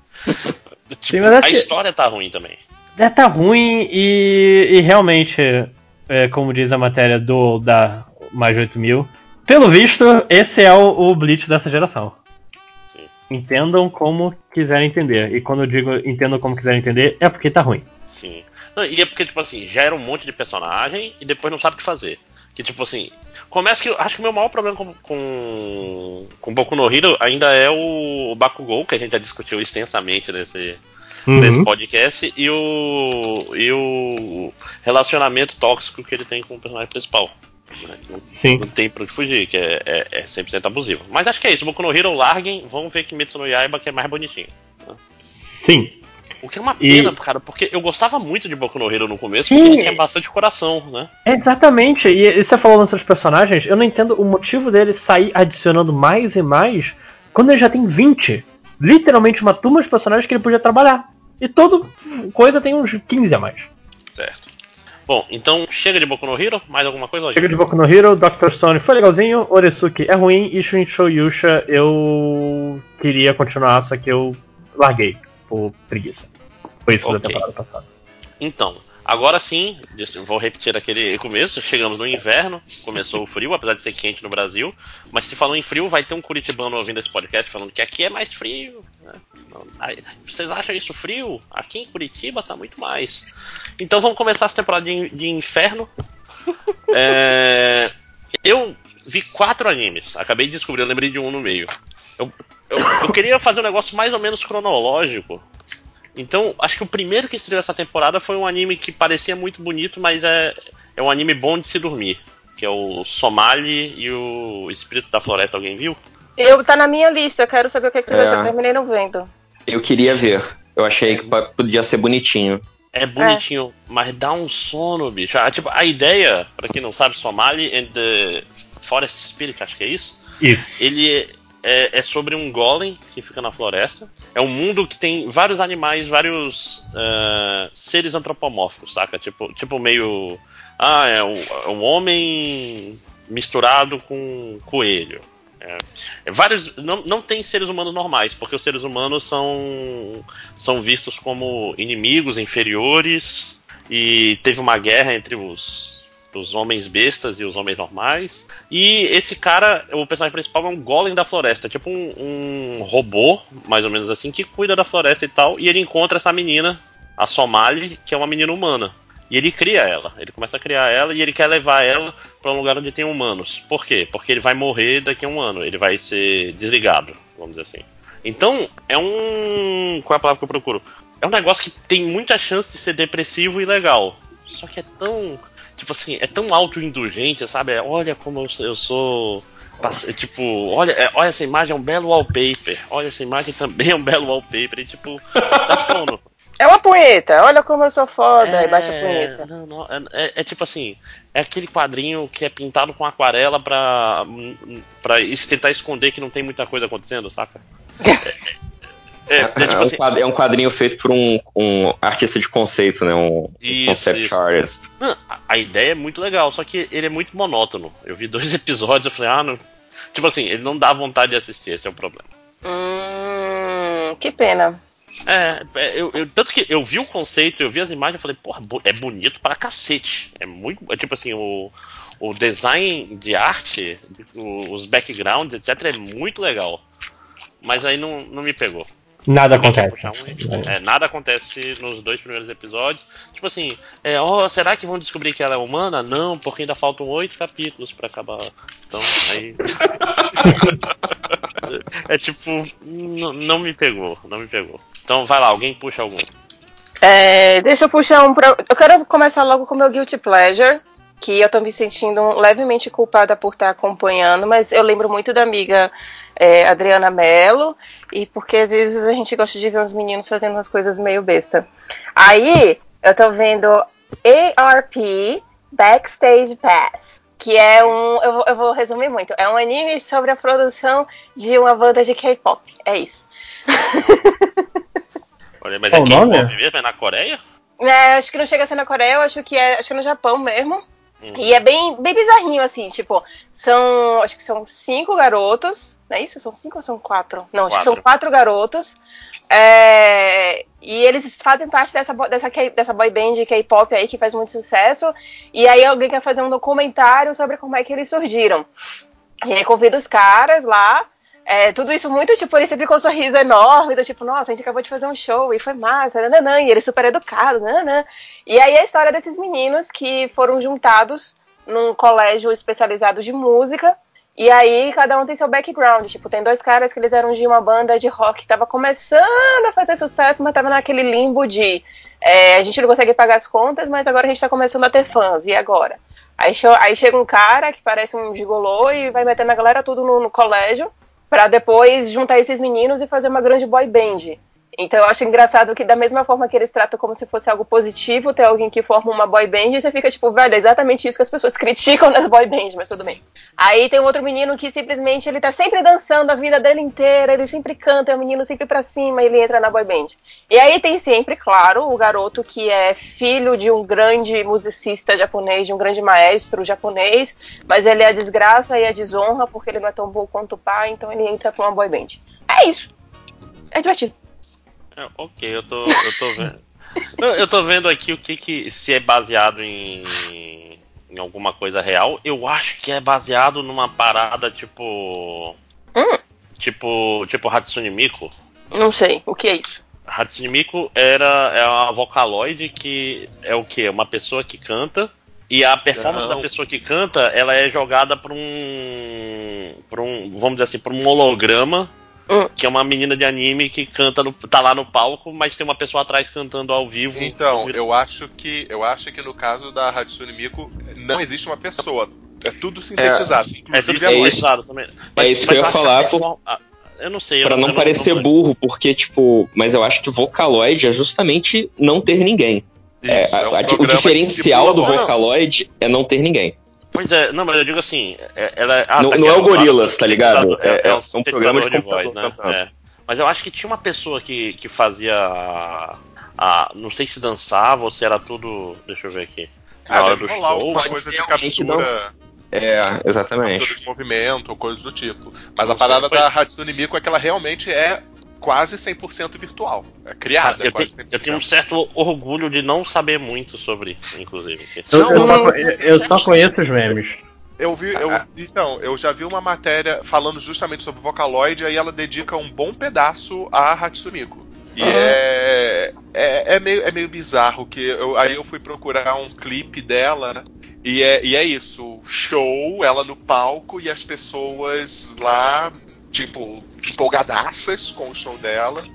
Tipo, Sim, mas acho a que- história tá ruim também. É, tá ruim e, e realmente, é, como diz a matéria do da Mais de oito mil, pelo visto, esse é o, o Bleach dessa geração. Sim. Entendam como quiserem entender. E quando eu digo entendam como quiserem entender, é porque tá ruim. Sim. Não, e é porque, tipo assim, já era um monte de personagem e depois não sabe o que fazer. Que, tipo assim, começa que. Acho que o meu maior problema com, com, com Boku no Hero ainda é o, o Bakugou, que a gente já discutiu extensamente nesse, Uhum. nesse podcast, e o, e o relacionamento tóxico que ele tem com o personagem principal. Né? Não, Sim. não tem pra onde fugir, que é, é, é cem por cento abusivo. Mas acho que é isso, Boku no Hero larguem, vão ver Kimetsu no Yaiba, que é mais bonitinho. Né? Sim. O que é uma E- pena, cara, porque eu gostava muito de Boku no Hero no começo, Sim. porque ele tinha bastante coração, né? Exatamente, e, e você falou nesses personagens, eu não entendo o motivo dele sair adicionando mais e mais quando ele já tem vinte. Literalmente uma turma de personagens que ele podia trabalhar. E toda coisa tem uns quinze a mais. Certo. Bom, então chega de Boku no Hero, mais alguma coisa? Chega de Boku no Hero, doutor Stone foi legalzinho, Oresuki é ruim e Shunsho Yusha eu queria continuar, só que eu larguei por preguiça. Foi isso da Ok. temporada passada. Então, agora sim, disse- vou repetir aquele começo. Chegamos no inverno, começou o frio, apesar de ser quente no Brasil. Mas se falou em frio, vai ter um curitibano ouvindo esse podcast falando que aqui é mais frio. Né? Não, aí, vocês acham isso frio? Aqui em Curitiba tá muito mais. Então vamos começar essa temporada de, de inferno. É, eu vi quatro animes. Acabei de descobrir, eu lembrei de um no meio. Eu, eu, eu queria fazer um negócio mais ou menos cronológico. Então, acho que o primeiro que estreou essa temporada foi um anime que parecia muito bonito, mas é, é um anime bom de se dormir. Que é o Somali e o Espírito da Floresta. Alguém viu? Eu tá na minha lista, quero saber o que, é que vocês É. acharam. Terminei não vendo. Eu queria ver. Eu achei que pa- podia ser bonitinho. É bonitinho, mas dá um sono, bicho. Ah, tipo, a ideia, pra quem não sabe, Somali and the Forest Spirit, acho que é isso. Isso. Ele é, é sobre um golem que fica na floresta. É um mundo que tem vários animais, vários uh, seres antropomórficos, saca? Tipo, tipo meio... Ah, é um, é um homem misturado com coelho. É, é vários, não, não tem seres humanos normais, porque os seres humanos são, são vistos como inimigos inferiores. E teve uma guerra entre os... os homens bestas e os homens normais. E esse cara, o personagem principal é um golem da floresta, tipo um, um robô, mais ou menos assim, que cuida da floresta e tal. E ele encontra essa menina, a Somali, que é uma menina humana. E ele cria ela, ele começa a criar ela e ele quer levar ela para um lugar onde tem humanos. Por quê? Porque ele vai morrer daqui a um ano, ele vai ser desligado, vamos dizer assim. Então, é um... qual é a palavra que eu procuro? É um negócio que tem muita chance de ser depressivo e legal. Só que é tão... tipo assim, é tão autoindulgente, sabe? Olha como eu, eu sou Tipo, olha, é, olha essa imagem, é um belo wallpaper. Olha, essa imagem também é um belo wallpaper. E tipo, tá falando. É uma punheta, olha como eu sou foda, É, e bate a punheta. Não, não, é, é, é tipo assim, é aquele quadrinho que é pintado com aquarela pra, pra tentar esconder que não tem muita coisa acontecendo, saca? É, é, é, tipo é, um assim, quadrinho, é um quadrinho feito por um, um artista de conceito, né? Um, isso, concept isso. artist. Não, a, a ideia é muito legal, só que ele é muito monótono. Eu vi dois episódios, eu falei, ah, não. Tipo assim, ele não dá vontade de assistir, esse é o problema. Hum, que pena. É, eu, eu, tanto que eu vi o conceito, eu vi as imagens, eu falei, porra, é bonito pra cacete. É muito, é tipo assim, o, o design de arte, os backgrounds, etcétera, é muito legal. Mas aí não, não me pegou. Nada Alguém quer acontece. puxar um? É, nada acontece nos dois primeiros episódios. Tipo assim, é, oh, será que vão descobrir que ela é humana? Não, porque ainda faltam oito capítulos pra acabar. Então, aí. É tipo, não, não me pegou, não me pegou. Então vai lá, alguém puxa algum. É, deixa eu puxar um pra... Eu quero começar logo com o meu Guilty Pleasure, que eu tô me sentindo levemente culpada por estar acompanhando, mas eu lembro muito da amiga é, Adriana Mello, e porque às vezes a gente gosta de ver uns meninos fazendo umas coisas meio besta. Aí, eu tô vendo A R P Backstage Pass, que é um... Eu vou, eu vou resumir muito. É um anime sobre a produção de uma banda de K-pop. É isso. Olha, mas Qual é o nome? K-pop mesmo? É na Coreia? É, acho que não chega a ser na Coreia, eu acho que é, acho que é no Japão mesmo. Uhum. E é bem, bem bizarrinho, assim, tipo, são, acho que são cinco garotos, não é isso? São cinco ou são quatro? Não, acho que são Quatro. quatro garotos, é, e eles fazem parte dessa, dessa, dessa boy band K-pop aí, que faz muito sucesso, e aí alguém quer fazer um documentário sobre como é que eles surgiram. E aí convida os caras lá, é, tudo isso muito, tipo, ele sempre com um sorriso enorme, do tipo, nossa, a gente acabou de fazer um show e foi massa, nananã, e ele super educado, nananã. E aí a história desses meninos que foram juntados num colégio especializado de música, e aí cada um tem seu background, tipo, tem dois caras que eles eram de uma banda de rock que tava começando a fazer sucesso, mas tava naquele limbo de, é, a gente não consegue pagar as contas, mas agora a gente tá começando a ter fãs, e agora? Aí, aí chega um cara que parece um gigolô e vai metendo a galera tudo no, no colégio pra depois juntar esses meninos e fazer uma grande boy band. Então eu acho engraçado que da mesma forma que eles tratam como se fosse algo positivo, ter alguém que forma uma boy band, e já fica tipo, velho, é exatamente isso que as pessoas criticam nas boy bands, mas tudo bem. Aí tem um outro menino que simplesmente ele tá sempre dançando a vida dele inteira, ele sempre canta, é um menino sempre pra cima, e ele entra na boy band. E aí tem sempre, claro, o garoto que é filho de um grande musicista japonês, de um grande maestro japonês, mas ele é a desgraça e a desonra porque ele não é tão bom quanto o pai, então ele entra pra uma boy band. É isso. É divertido. É, ok, eu tô, eu tô vendo. Não, eu tô vendo aqui o que que se é baseado em, em alguma coisa real. Eu acho que é baseado numa parada tipo, Hum, tipo, tipo Hatsune Miku. não sei. O que é isso? Hatsune Miku era é uma vocaloid que é o que? Uma pessoa que canta. E a performance Não. da pessoa que canta, ela é jogada para um, pra um, vamos dizer assim, para um holograma. Hum. Que é uma menina de anime que canta no, tá lá no palco, mas tem uma pessoa atrás cantando ao vivo. Então, eu acho que eu acho que no caso da Hatsune Miku não existe uma pessoa. É tudo sintetizado, É inclusive tudo a voz. sintetizado também. Mas, é isso mas que eu ia acho falar, a perform... Eu não sei. Eu Pra não, eu parecer não... burro, porque, tipo, mas eu acho que Vocaloid é justamente não ter ninguém. Isso, é, é um a- a- o programa diferencial que do simula Vocaloid é não ter ninguém. Pois é, não, mas eu digo assim, é- ela é. Ah, Não- tá não aqui, é o ó, Gorillaz, um tá ligado? sintetizador- É, É- é é um um programa sintetizador de de voz, computador né? cantando. É. Mas eu acho que tinha uma pessoa que, que fazia. A, a- não sei se dançava ou se era tudo. Deixa eu ver aqui. Na Ah, hora deve do rolar show. alguma Pode coisa ser de alguém que captura, dança. É, captura exatamente. de movimento ou coisa do tipo. Mas Não a parada sei, da foi- Hatsune Miku é que ela realmente é quase cem por cento virtual. É criada, Cara, eu, quase te- cem por cento. eu tenho um certo orgulho de não saber muito sobre, inclusive. Eu, Não, eu não, só, não, co- eu- eu só conheço os memes. Eu vi, eu, então, eu já vi uma matéria falando justamente sobre Vocaloid, aí ela dedica um bom pedaço a Hatsune Miku. E Uhum. é, é, é, meio, é meio bizarro, que eu, aí eu fui procurar um clipe dela, né? E é, e é isso, show, ela no palco e as pessoas lá, tipo, empolgadaças com o show dela.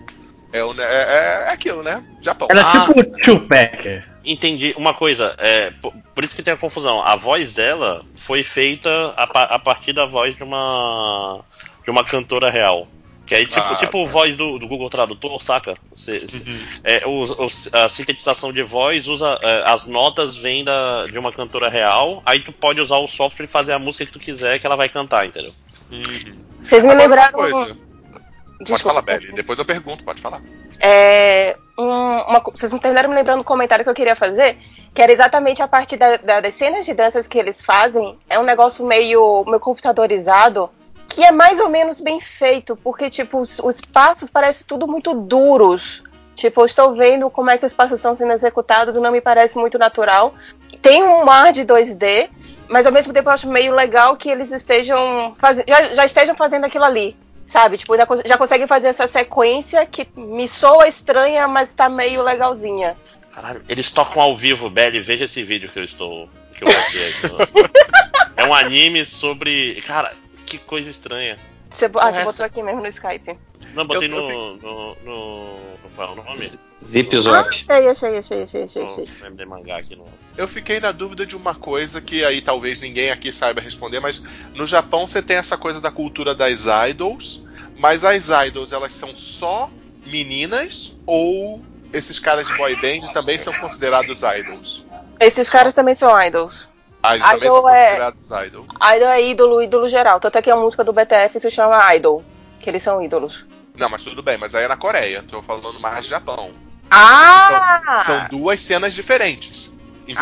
É, o- é, é aquilo, né? Japão. Ela é Ah. tipo o Chewbacca. Entendi. Uma coisa, é, por, por isso que tem a confusão. A voz dela foi feita a, pa- a partir da voz de uma de uma cantora real. Que aí, tipo, Ah, tipo tá. voz do, do Google Tradutor, saca? Você, Uhum. é, o, o- a sintetização de voz usa é, as notas vêm da, de uma cantora real. Aí tu pode usar o software e fazer a música que tu quiser que ela vai cantar, entendeu? Uhum. Vocês me Agora, lembraram. uma coisa. Pode Desculpa. falar, Belly. Depois eu pergunto, pode falar. É, um, uma, vocês me terminaram me lembrando um comentário que eu queria fazer, que era exatamente a parte da, da, das cenas de danças que eles fazem. É um negócio meio, meio computadorizado, que é mais ou menos bem feito, porque tipo, os, os passos parecem tudo muito duros. Tipo, eu estou vendo como é que os passos estão sendo executados e não me parece muito natural. Tem um ar de dois D, mas ao mesmo tempo eu acho meio legal que eles estejam faz... já, já estejam fazendo aquilo ali. Sabe, tipo, já, já consegue fazer essa sequência que me soa estranha, mas tá meio legalzinha. Caralho, eles tocam ao vivo, Belly, veja esse vídeo que eu estou. Que eu botei aqui. É um anime sobre. Cara, que coisa estranha. Você, ah, Porra, você essa- botou aqui mesmo no Skype. Não, botei Eu- eu no, no, no. no- Qual é o nome? Zip Ah, Zop. achei, achei, achei, achei, achei, achei. No M D Mangá aqui no. Eu fiquei na dúvida de uma coisa que aí talvez ninguém aqui saiba responder, mas no Japão você tem essa coisa da cultura das idols, mas as idols elas são só meninas ou esses caras de boy band também são considerados idols? Esses caras também são idols. Ah, eles também Idol são é- considerados idols. Idol é ídolo, ídolo geral. Tanto é que a música do B T S se chama Idol, que eles são ídolos. Não, mas tudo bem, mas aí é na Coreia. Tô falando mais de Japão. Ah! São duas cenas diferentes, inclusive.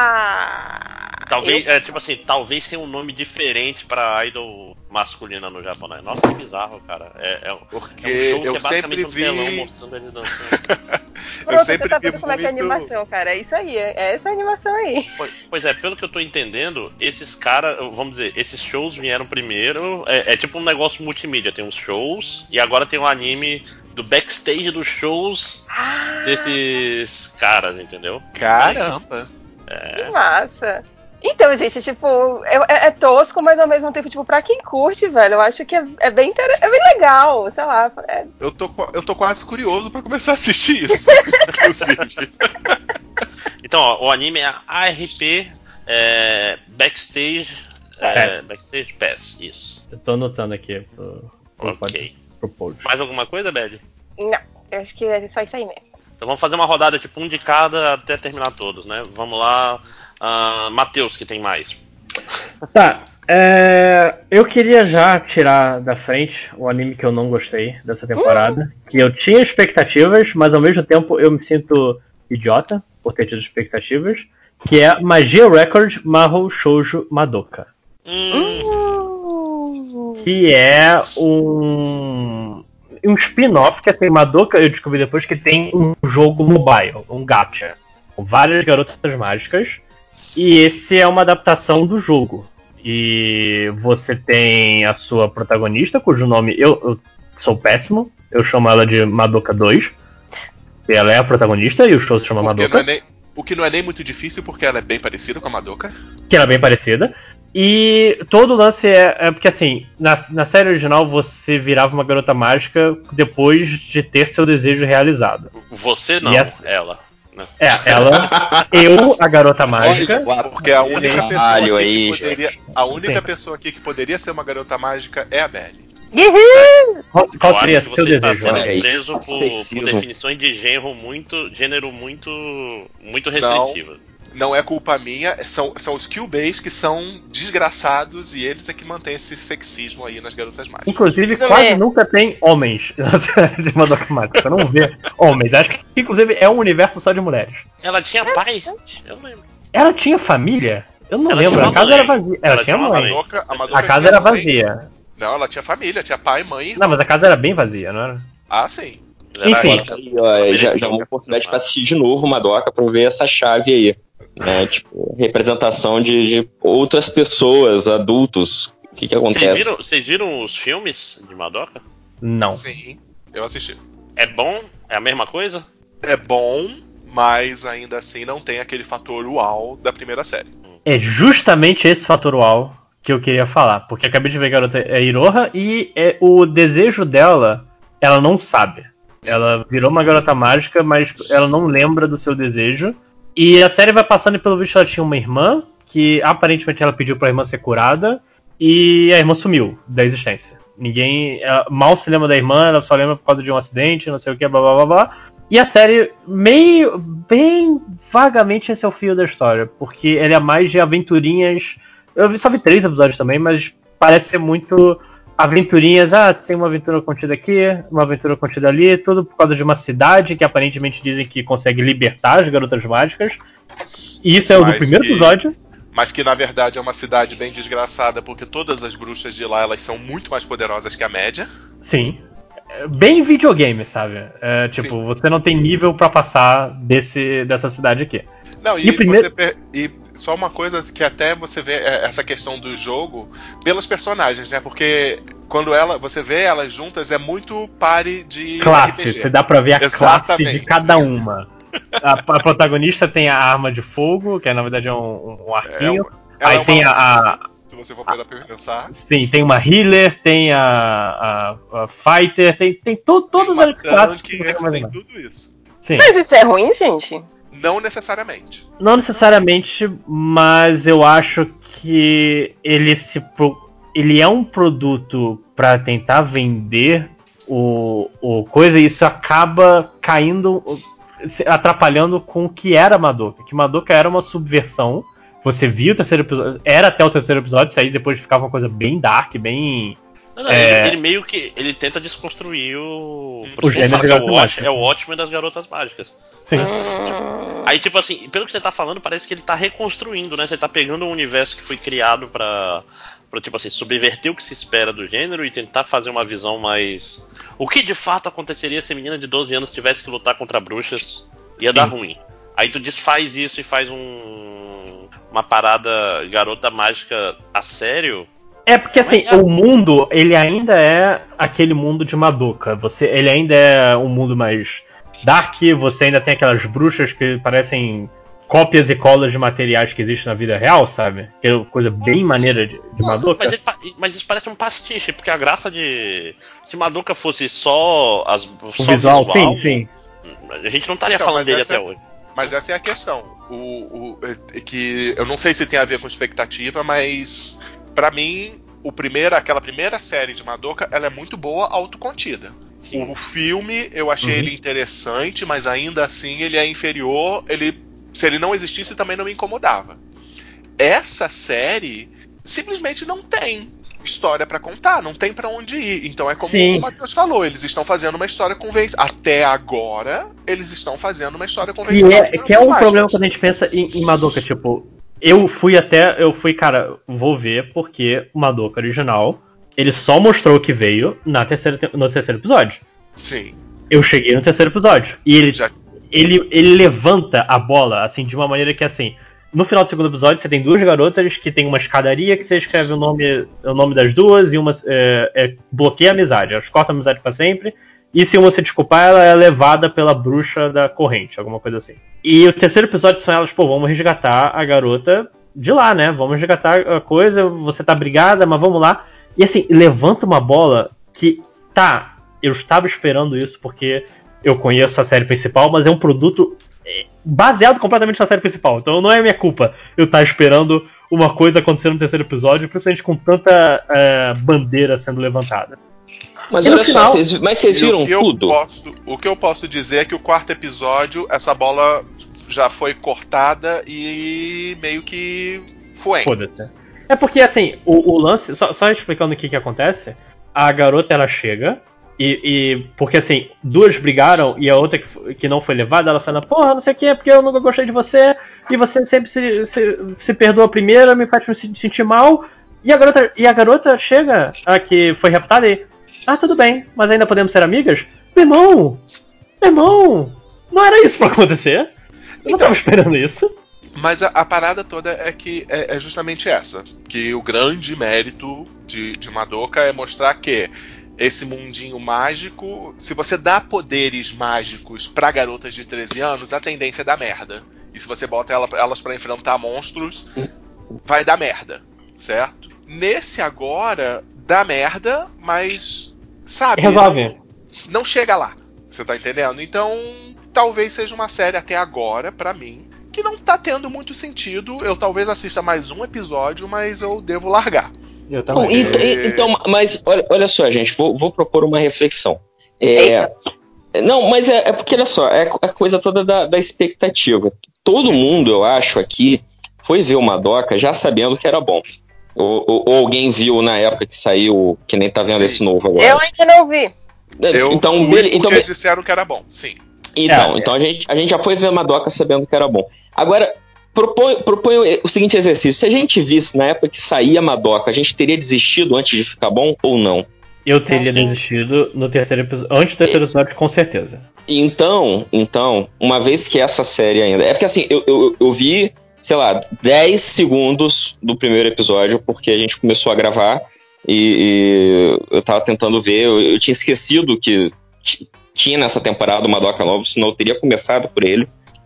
Ah! Talvez, Eu- é, tipo assim, talvez tenha um nome diferente pra idol masculina no Japão, né? Nossa, que bizarro, cara. É, é, um- Porque é um show eu que é basicamente sempre um telão vi. mostrando eles dançando. Eu Pronto, sempre você tá vi vendo como é que é a muito. animação, cara. É isso aí, é é essa animação aí. Pois, pois é, pelo que eu tô entendendo, esses caras, vamos dizer, esses shows vieram primeiro. É, é tipo um negócio multimídia. Tem uns shows e agora tem um anime do backstage dos shows Ah, desses caras, entendeu? Caramba! que massa. Então, gente, tipo, é, é- é tosco, mas ao mesmo tempo, tipo, pra quem curte, velho, eu acho que é, é bem, inter- é bem legal, sei lá. É... Eu tô, qua- eu tô quase curioso pra começar a assistir isso, inclusive. Então, ó, o anime é A R P é, Backstage. É, Pass. Backstage Pass, isso. Eu tô anotando aqui pro, pro, Ok. pro post. Mais alguma coisa, Bad? Não, eu acho que é só isso aí mesmo. Então vamos fazer uma rodada, tipo, um de cada até terminar todos, né? Vamos lá. Uh, Matheus, que tem mais. Tá, é, eu queria já tirar da frente o anime que eu não gostei dessa temporada. Que eu tinha expectativas, mas ao mesmo tempo eu me sinto idiota por ter tido expectativas. Que é Magia Record Mahou Shoujo Madoka. Hum, Que é um, um spin-off que tem Madoka, eu descobri depois que tem um jogo mobile, um gacha, com várias garotas mágicas. E esse é uma adaptação do jogo. E você tem a sua protagonista, cujo nome eu, eu sou péssimo, eu chamo ela de Madoka dois. E ela é a protagonista e o show se chama Porque Madoka. não é nem- o que não é nem muito difícil, porque ela é bem parecida com a Madoka. Que era bem parecida. E todo o lance é, é porque assim, na, na série original você virava uma garota mágica depois de ter seu desejo realizado. você não, Yes. ela. Né? É, ela, eu, a garota mágica. Porque a única pessoa Caralho, aqui aí, que poderia, a única Sim. pessoa aqui que poderia ser uma garota mágica é a Belly. Qual, qual Eu seria acho que seu você está desejo? sendo Olha aí. preso por, Sexismo. por definições de gênero muito, gênero muito, muito restritivas. Não é culpa minha, são, são os Q-Base que são desgraçados e eles é que mantêm esse sexismo aí nas garotas mágicas. Inclusive, Isso quase mesmo. nunca tem homens na série de Madoka Mágica. Você não vê homens. Acho que, inclusive, é um universo só de mulheres. Ela tinha pai? Eu lembro. Ela tinha família? Eu não Ela lembro. tinha A uma casa mãe. era vazia. Ela, Ela tinha tinha uma mãe. mãe. Madoka- a Madoka A casa tinha era mãe. vazia. Não, ela tinha família, tinha pai, mãe. Não, mas a casa era bem vazia, não era? Ah, sim. Ela Enfim. era- Aí, ó, já, já é uma oportunidade pra assistir de novo Madoka pra ver essa chave aí. Né? Tipo, representação de, de outras pessoas, adultos. O que que Vocês acontece? viram, vocês viram os filmes de Madoka? Não. Sim, eu assisti. É bom? É a mesma coisa? É bom, mas ainda assim não tem aquele fator uau da primeira série. É justamente esse fator uau que eu queria falar. Porque eu acabei de ver a garota é Iroha e é, o desejo dela, ela não sabe. Ela virou uma garota mágica, mas ela não lembra do seu desejo. E a série vai passando e pelo visto ela tinha uma irmã, que aparentemente ela pediu pra irmã ser curada, e a irmã sumiu da existência. Ninguém ela mal se lembra da irmã, ela só lembra por causa de um acidente, não sei o que, blá blá blá blá. E a série, meio, bem vagamente, esse é o fio da história, porque ele é mais de aventurinhas. Eu só vi três episódios também, mas parece ser muito aventurinhas. Ah, tem uma aventura contida aqui, uma aventura contida ali, tudo por causa de uma cidade que aparentemente dizem que consegue libertar as garotas mágicas. E isso é o do Mas primeiro que- episódio. Mas que na verdade é uma cidade bem desgraçada, porque todas as bruxas de lá elas são muito mais poderosas que a média. Sim. É bem videogame, sabe? É, tipo, Sim. você não tem nível pra passar desse, dessa cidade aqui. Não, e, E o primeiro- você per- e só uma coisa que até você vê é, essa questão do jogo pelos personagens, né? Porque quando ela, você vê elas juntas é muito pare de Classe, R P G. você dá pra ver a classe Exatamente. de cada uma. A, a protagonista tem a arma de fogo, que na verdade é um, um arquinho. É, ela Aí é uma tem a, a- se você for parar pra pensar. Sim, tem uma healer, tem a, a- a fighter, tem, tem to, todas Tem uma as classes que tanque, você tem imaginar. tudo isso. Sim. Mas isso é ruim, gente? Não necessariamente. Não necessariamente, mas eu acho que ele se pro- ele é um produto pra tentar vender o, o coisa e isso acaba caindo, se atrapalhando com o que era Madoka. Que Madoka era uma subversão. Você via o terceiro episódio, era até o terceiro episódio, isso aí depois ficava uma coisa bem dark, bem. Não, não, É. ele, ele meio que ele tenta desconstruir o. O Por isso que gênero fala que de é o, garotas Watch, mágicas. é o Watchmen das garotas mágicas. Sim. Hum, Aí, tipo assim, pelo que você tá falando, parece que ele tá reconstruindo, né? Você tá pegando um universo que foi criado pra, pra tipo assim, subverter o que se espera do gênero e tentar fazer uma visão mais. O que de fato aconteceria se a menina de doze anos tivesse que lutar contra bruxas? Ia Sim. dar ruim. Aí tu desfaz isso e faz um. Uma parada garota mágica a sério. É porque assim, Mas é- o mundo, ele ainda é aquele mundo de Madoka. Você, ele ainda é um mundo mais dark, você ainda tem aquelas bruxas que parecem cópias e colas de materiais que existem na vida real, sabe? Que é coisa bem maneira de, de Madoka. Mas, ele pa- mas isso parece um pastiche, porque a graça de. Se Madoka fosse só as O só visual, sim, sim. a gente não estaria Então, falando mas dele essa até é- hoje. Mas essa é a questão. O, o, é que eu não sei se tem a ver com expectativa, mas pra mim, o primeiro, aquela primeira série de Madoka, ela é muito boa, autocontida. Sim. O filme, eu achei Uhum. ele interessante, mas ainda assim ele é inferior. Ele, se ele não existisse, também não me incomodava. Essa série simplesmente não tem história pra contar, não tem pra onde ir. Então é como Sim. o Matheus falou, eles estão fazendo uma história convencional. Até agora, eles estão fazendo uma história Que convencional. é, que é um problema quando a gente pensa em, em Madoka, tipo, eu fui até, eu fui, cara, vou ver porque o Madoka original, ele só mostrou o que veio na terceira, te- no terceiro episódio. Sim. Eu cheguei no terceiro episódio e ele, Já- ele, ele levanta a bola, assim, de uma maneira que, assim, no final do segundo episódio você tem duas garotas que tem uma escadaria que você escreve o nome, o nome das duas e uma é, é, bloqueia a amizade, elas cortam a amizade pra sempre. E se uma se desculpar, ela é levada pela bruxa da corrente, alguma coisa assim. E o terceiro episódio são elas, pô, vamos resgatar a garota de lá, né? Vamos resgatar a coisa, você tá brigada, mas vamos lá. E assim, levanta uma bola que, tá, eu estava esperando isso porque eu conheço a série principal, mas é um produto é, baseado completamente na série principal. Então não é minha culpa eu estar esperando uma coisa acontecer no terceiro episódio, principalmente com tanta é, bandeira sendo levantada. Mas E no olha final- só, vocês, mas vocês E viram o que eu tudo? posso, o que eu posso dizer é que o quarto episódio, essa bola já foi cortada e meio que foi. Foda-se. É porque, assim, o, o lance, só, só explicando o que que acontece, a garota, ela chega, e, e porque, assim, duas brigaram, e a outra que, f- que não foi levada, ela fala, porra, não sei o que, porque eu nunca gostei de você, e você sempre se, se, se perdoa primeiro, me faz me se- sentir mal, e a garota, e a garota chega, a que foi raptada, e, ah, tudo bem, mas ainda podemos ser amigas? Meu irmão, meu irmão, não era isso pra acontecer, eu não tava esperando isso. Mas a, a parada toda é que é, é justamente essa. Que o grande mérito de, de Madoka é mostrar que esse mundinho mágico, se você dá poderes mágicos pra garotas de treze anos, a tendência é dar merda. E se você bota ela- elas pra enfrentar monstros, vai dar merda, certo? Nesse agora, dá merda, mas sabe, Resolve. Não, não chega lá. Você tá entendendo? Então, talvez seja uma série até agora, pra mim, que não tá tendo muito sentido. Eu talvez assista mais um episódio, mas eu devo largar. Eu Bom, também. então, então, mas olha, olha só, gente, vou, vou propor uma reflexão. É, não, mas é, é porque, olha só, é a coisa toda da, da expectativa. Todo mundo, eu acho, aqui foi ver o Madoka já sabendo que era bom. Ou, ou, ou alguém viu na época que saiu, que nem tá vendo Sim. esse novo agora. Eu ainda não vi. Eu então, fui bele- porque então, be- disseram que era bom, sim. então, É, então a, gente, a gente já foi ver Madoka sabendo que era bom. Agora, propõe, propõe o seguinte exercício. Se a gente visse na época que saía Madoka, a gente teria desistido antes de ficar bom ou não? Eu teria Sim. desistido no terceiro episódio, antes do terceiro episódio, com certeza. Então, então, uma vez que essa série ainda... É porque assim, eu, eu, eu vi, sei lá, dez segundos do primeiro episódio, porque a gente começou a gravar e, e eu tava tentando ver, eu, eu tinha esquecido que t- tinha nessa temporada o Madoka novo, senão eu teria começado por ele.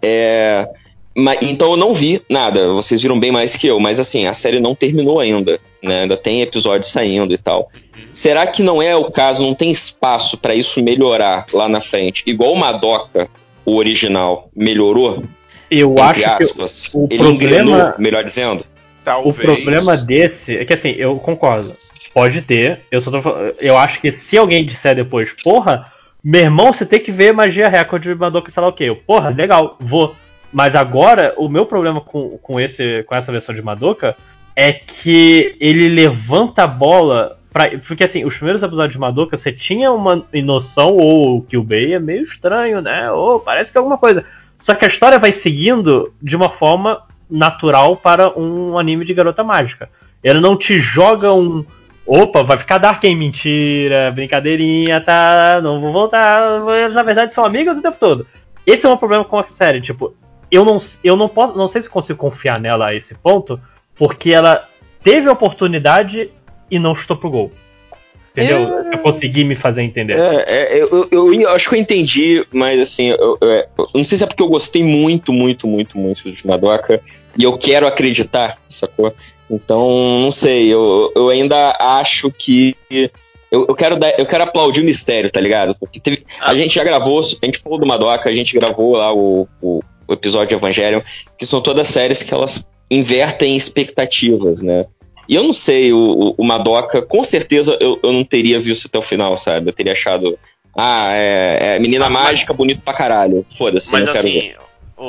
É, mas, então eu não vi nada, vocês viram bem mais que eu, mas assim, a série não terminou ainda, né? Ainda tem episódios saindo e tal. Será que não é o caso, não tem espaço pra isso melhorar lá na frente? Igual o Madoka, o original, melhorou, Eu entre acho que aspas. o Ele problema- engrenou, melhor dizendo. Talvez. o problema desse é que, assim, eu concordo. Pode ter, eu só tô falando, eu acho que se alguém disser depois, porra, meu irmão, você tem que ver Magia Record de Madoka, sei lá o quê. Eu, porra, legal, vou. Mas agora, o meu problema com, com, esse, com essa versão de Madoka é que ele levanta a bola pra, porque assim, os primeiros episódios de Madoka você tinha uma noção, ou que o Bei é meio estranho, né? Ou parece que é alguma coisa. Só que a história vai seguindo de uma forma natural para um anime de garota mágica. Ele não te joga um... Opa, vai ficar Dark, hein? Mentira, brincadeirinha, tá? Não vou voltar. Eles, na verdade, são amigas o tempo todo. Esse é um problema com a série. Tipo, eu não, eu não posso, não sei se consigo confiar nela a esse ponto, porque ela teve a oportunidade e não chutou pro gol. Entendeu? Eu- Eu consegui me fazer entender. É, é, eu, eu, eu acho que eu entendi, mas assim, eu, eu, eu não sei se é porque eu gostei muito, muito, muito, muito de Madoka e eu quero acreditar, sacou? Então, não sei, eu, eu ainda acho que. Eu, eu, quero dar, eu quero aplaudir o mistério, tá ligado? Porque teve, a gente já gravou, a gente falou do Madoka, a gente gravou lá o, o, o episódio de Evangelion, que são todas séries que elas invertem expectativas, né? E eu não sei, o, o Madoka, com certeza eu, eu não teria visto até o final, sabe? Eu teria achado, ah, é, é menina Ah, mas- mágica, bonito pra caralho. Foda-se, Mas não quero ver. assim,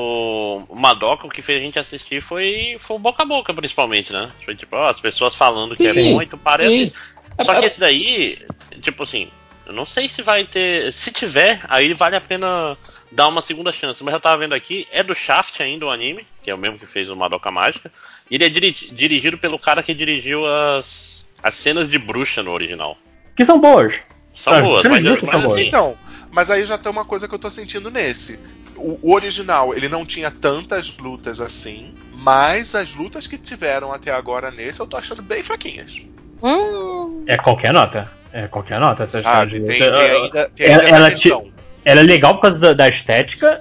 o, o Madoka, o que fez a gente assistir foi, foi o boca a boca, principalmente, né? Foi tipo, ó, as pessoas falando que é Sim, muito, parece. sim. Só que esse daí, tipo assim, eu não sei se vai ter. Se tiver, aí vale a pena dar uma segunda chance. Mas eu tava vendo aqui, é do Shaft ainda o anime, que é o mesmo que fez o Madoka Mágica. E ele é diri- dirigido pelo cara que dirigiu as, as cenas de bruxa no original. Que são boas. São Ah, boas, cenas mas, de bruxa mas são boas. assim, Então, mas aí já tem uma coisa que eu tô sentindo nesse. O, o original, ele não tinha tantas lutas assim, mas as lutas que tiveram até agora nesse eu tô achando bem fraquinhas. Hum, É qualquer nota. É qualquer nota. Essa Sabe? história de- Tem, tem Eu- ainda, tem ela- ainda essa ela te- questão. Ela é legal por causa da, da estética,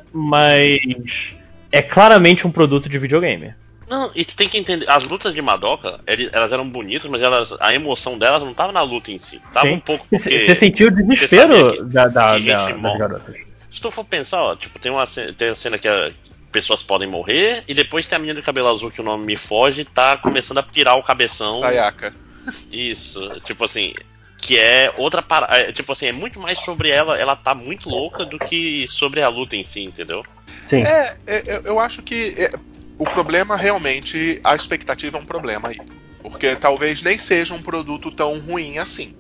mas é claramente um produto de videogame. não, e tu tem que entender, as lutas de Madoka, ele- elas eram bonitas, mas elas, a emoção delas não tava na luta em si. Tava Sim. um pouco Você porque. você sentiu o sabia desespero que- da, da, que da- gente das morre. garotas. Se tu for pensar, ó, tipo, tem uma ce- tem a cena que a- pessoas podem morrer, e depois tem a menina de cabelo azul, que o nome me foge, tá começando a pirar o cabeção. Sayaka. Isso, tipo assim, que é outra parada. Tipo assim, é muito mais sobre ela, ela tá muito louca do que sobre a luta em si, entendeu? Sim. É, é, eu- eu acho que é, o problema realmente, a expectativa é um problema aí. Porque talvez nem seja um produto tão ruim assim.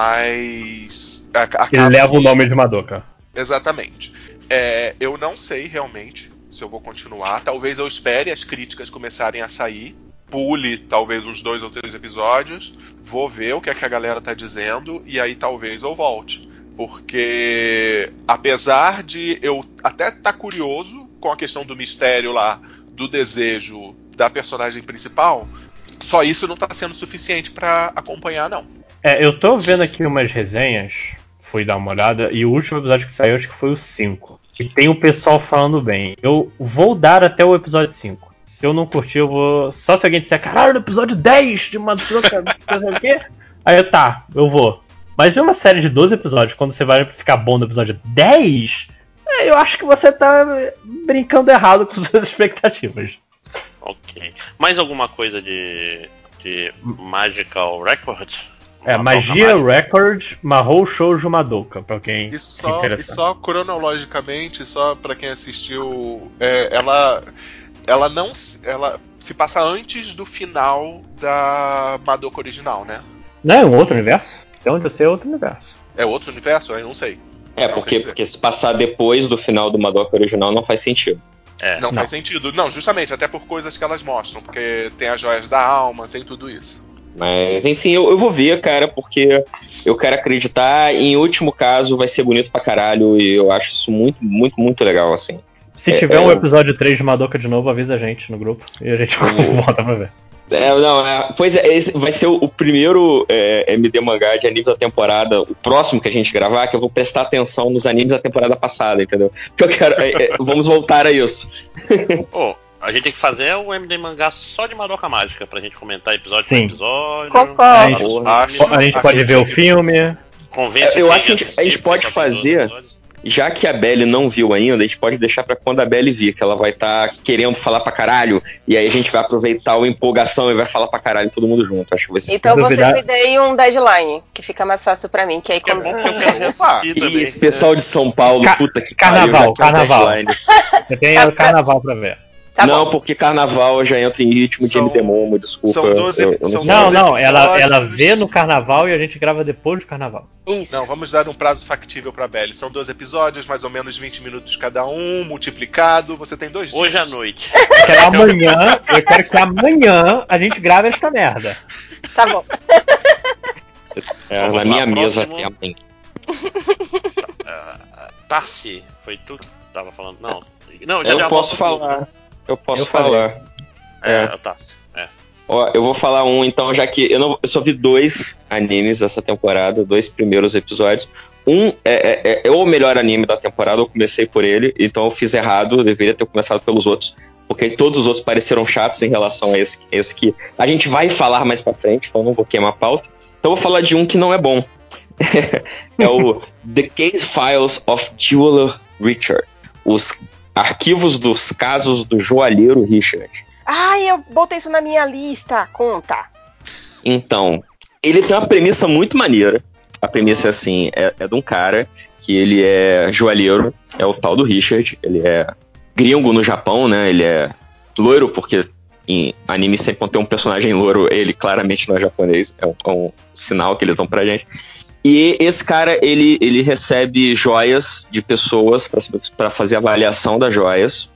Mas. a- Ele acaba leva que- o nome de Madoka. Exatamente. É, eu não sei realmente se eu vou continuar. Talvez eu espere as críticas começarem a sair. Pule talvez uns dois ou três episódios. Vou ver o que é que a galera tá dizendo. E aí talvez eu volte. Porque apesar de eu até estar tá curioso com a questão do mistério lá, do desejo da personagem principal, só isso não tá sendo suficiente pra acompanhar, não. É, eu tô vendo aqui umas resenhas, fui dar uma olhada, e o último episódio que saiu acho que foi o cinco. E tem o pessoal falando bem. Eu vou dar até o episódio cinco. Se eu não curtir, eu vou. Só se alguém disser, caralho, no episódio dez de Madoka, não sei o quê. Aí eu tá, eu vou. Mas em uma série de doze episódios, quando você vai ficar bom no episódio dez, é, eu acho que você tá brincando errado com suas expectativas. Ok. Mais alguma coisa de, de Magical Record? É, Magia Record Mahou Shoujo Madoka, pra quem E se só, e interessar. só cronologicamente, só pra quem assistiu, é, ela, ela não se- ela se passa antes do final da Madoka original, né? Não, é um outro universo? Até onde eu sei é outro universo. É outro universo? Eu não sei. É, Não porque, sei dizer. porque se passar depois do final do Madoka original não faz sentido. É. Não, Não. faz sentido. Não, justamente, até por coisas que elas mostram, porque tem as joias da alma, tem tudo isso. Mas, enfim, eu, eu vou ver, cara, porque eu quero acreditar. E, em último caso, vai ser bonito pra caralho. E eu acho isso muito, muito, muito legal, assim. Se É, tiver é, um eu- episódio três de Madoka de novo, avisa a gente no grupo e a gente volta pra ver. É, não, é, pois é, esse vai ser o, o primeiro é, M D mangá de anime da temporada, o próximo que a gente gravar, que eu vou prestar atenção nos animes da temporada passada, entendeu? Porque eu quero. É, é, vamos voltar a isso. Pô, a gente tem que fazer um M D mangá só de Madoka Mágica pra gente comentar episódio Sim. por episódio. Concordo. A Falar dos gente- filmes, A gente Assim, pode ver o que- filme. convence Eu o acho que a Ken gente- a gente assistir, pode porque só tem doze fazer- episódios. Já que a Belly não viu ainda, a gente pode deixar pra quando a Belly vir, que ela vai estar querendo falar pra caralho, e aí a gente vai aproveitar a empolgação e vai falar pra caralho todo mundo junto. Acho que vai ser. Então vocês duvidar- me deem um deadline, que fica mais fácil pra mim. Que aí Que é quando... bom porque eu quero Opa! reassistir E também. esse pessoal de São Paulo, Ca- puta que carnaval, pariu, já quer um carnaval. deadline. Você tem o carnaval pra ver. Tá não, bom. porque carnaval eu já entra em ritmo São- de M D Momo, desculpa. são doze eu- eu são não Não, doze não, ela, episódios. ela vê no carnaval e a gente grava depois do carnaval. Isso. Não, vamos dar um prazo factível pra Belly. São doze episódios, mais ou menos vinte minutos cada um, multiplicado. Você tem dois dias. Hoje à noite. Eu quero amanhã, eu quero que amanhã a gente grave esta merda. Tá bom. É, Vamos na lá, minha mesa próximo. tem a mãe. Uh, Tarsi, foi tu que tava falando? Não. Não, já Eu já posso volto pro- falar. Eu posso Eu falei. falar. É, É. é o Tarsi. É. Ó, eu vou falar um, então, já que eu, não, eu só vi dois animes essa temporada, dois primeiros episódios. Um é, é, é o melhor anime da temporada, eu comecei por ele, então eu fiz errado, eu deveria ter começado pelos outros, porque todos os outros pareceram chatos em relação a esse, esse que a gente vai falar mais pra frente, então eu não vou queimar a pauta. Então eu vou falar de um que não é bom. É o The Case Files of Jeweler Richard. Os arquivos dos casos do joalheiro Richard. Ai, eu botei isso na minha lista. Conta. Então, ele tem uma premissa muito maneira. A premissa é assim, é, é de um cara que ele é joalheiro, é o tal do Richard, ele é gringo no Japão, né? Ele é loiro, porque em anime sempre quando tem um personagem loiro, ele claramente não é japonês, é um, é um sinal que eles dão pra gente. E esse cara, ele, ele recebe joias de pessoas para fazer avaliação das joias.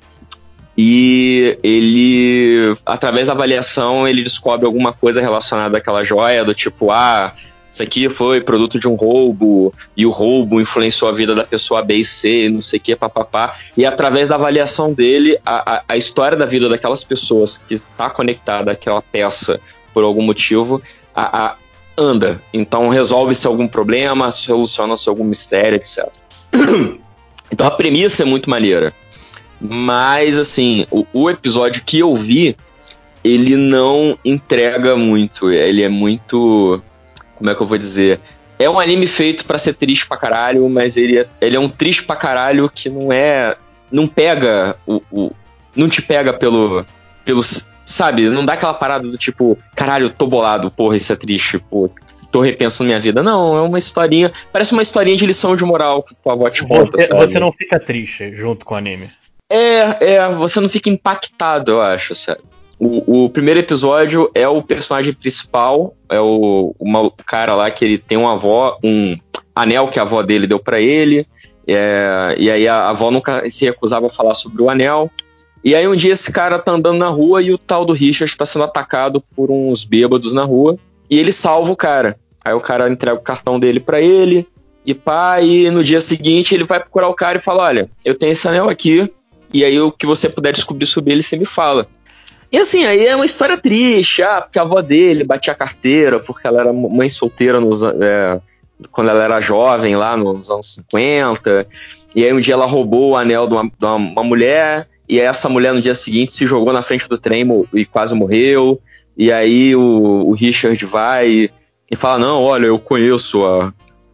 E ele, através da avaliação, ele descobre alguma coisa relacionada àquela joia, do tipo, ah, isso aqui foi produto de um roubo, e o roubo influenciou a vida da pessoa A, B e C, não sei o que, papapá. E através da avaliação dele, a, a, a história da vida daquelas pessoas que está conectada àquela peça por algum motivo, a, a, anda. Então resolve-se algum problema, soluciona-se algum mistério, etcétera. Então a premissa é muito maneira. Mas, assim, o, o episódio que eu vi, ele não entrega muito. Ele é muito... Como é que eu vou dizer? É um anime feito pra ser triste pra caralho, mas ele é, ele é um triste pra caralho que não é... Não pega o... o não te pega pelo... pelo sabe? Não dá aquela parada do tipo... Caralho, tô bolado, porra, isso é triste, pô... Tô repensando minha vida. Não, é uma historinha... Parece uma historinha de lição de moral que tua avó te conta, Você, sabe? você não fica triste junto com o anime. É, é, você não fica impactado, eu acho, sabe? O, o primeiro episódio é o personagem principal, é o, uma, o cara lá que ele tem uma avó, um anel que a avó dele deu pra ele, é, e aí a, a avó nunca se recusava a falar sobre o anel. E aí um dia esse cara tá andando na rua e o tal do Richard tá sendo atacado por uns bêbados na rua, e ele salva o cara. Aí o cara entrega o cartão dele pra ele, e pá, e no dia seguinte ele vai procurar o cara e fala, olha, eu tenho esse anel aqui, e aí o que você puder descobrir sobre ele, você me fala. E assim, aí é uma história triste, ah, porque a avó dele batia a carteira, porque ela era mãe solteira nos, é, quando ela era jovem, lá nos anos cinquenta, e aí um dia ela roubou o anel de uma, de uma mulher, e essa mulher no dia seguinte se jogou na frente do trem e quase morreu, e aí o, o Richard vai e, e fala, não, olha, eu conheço a,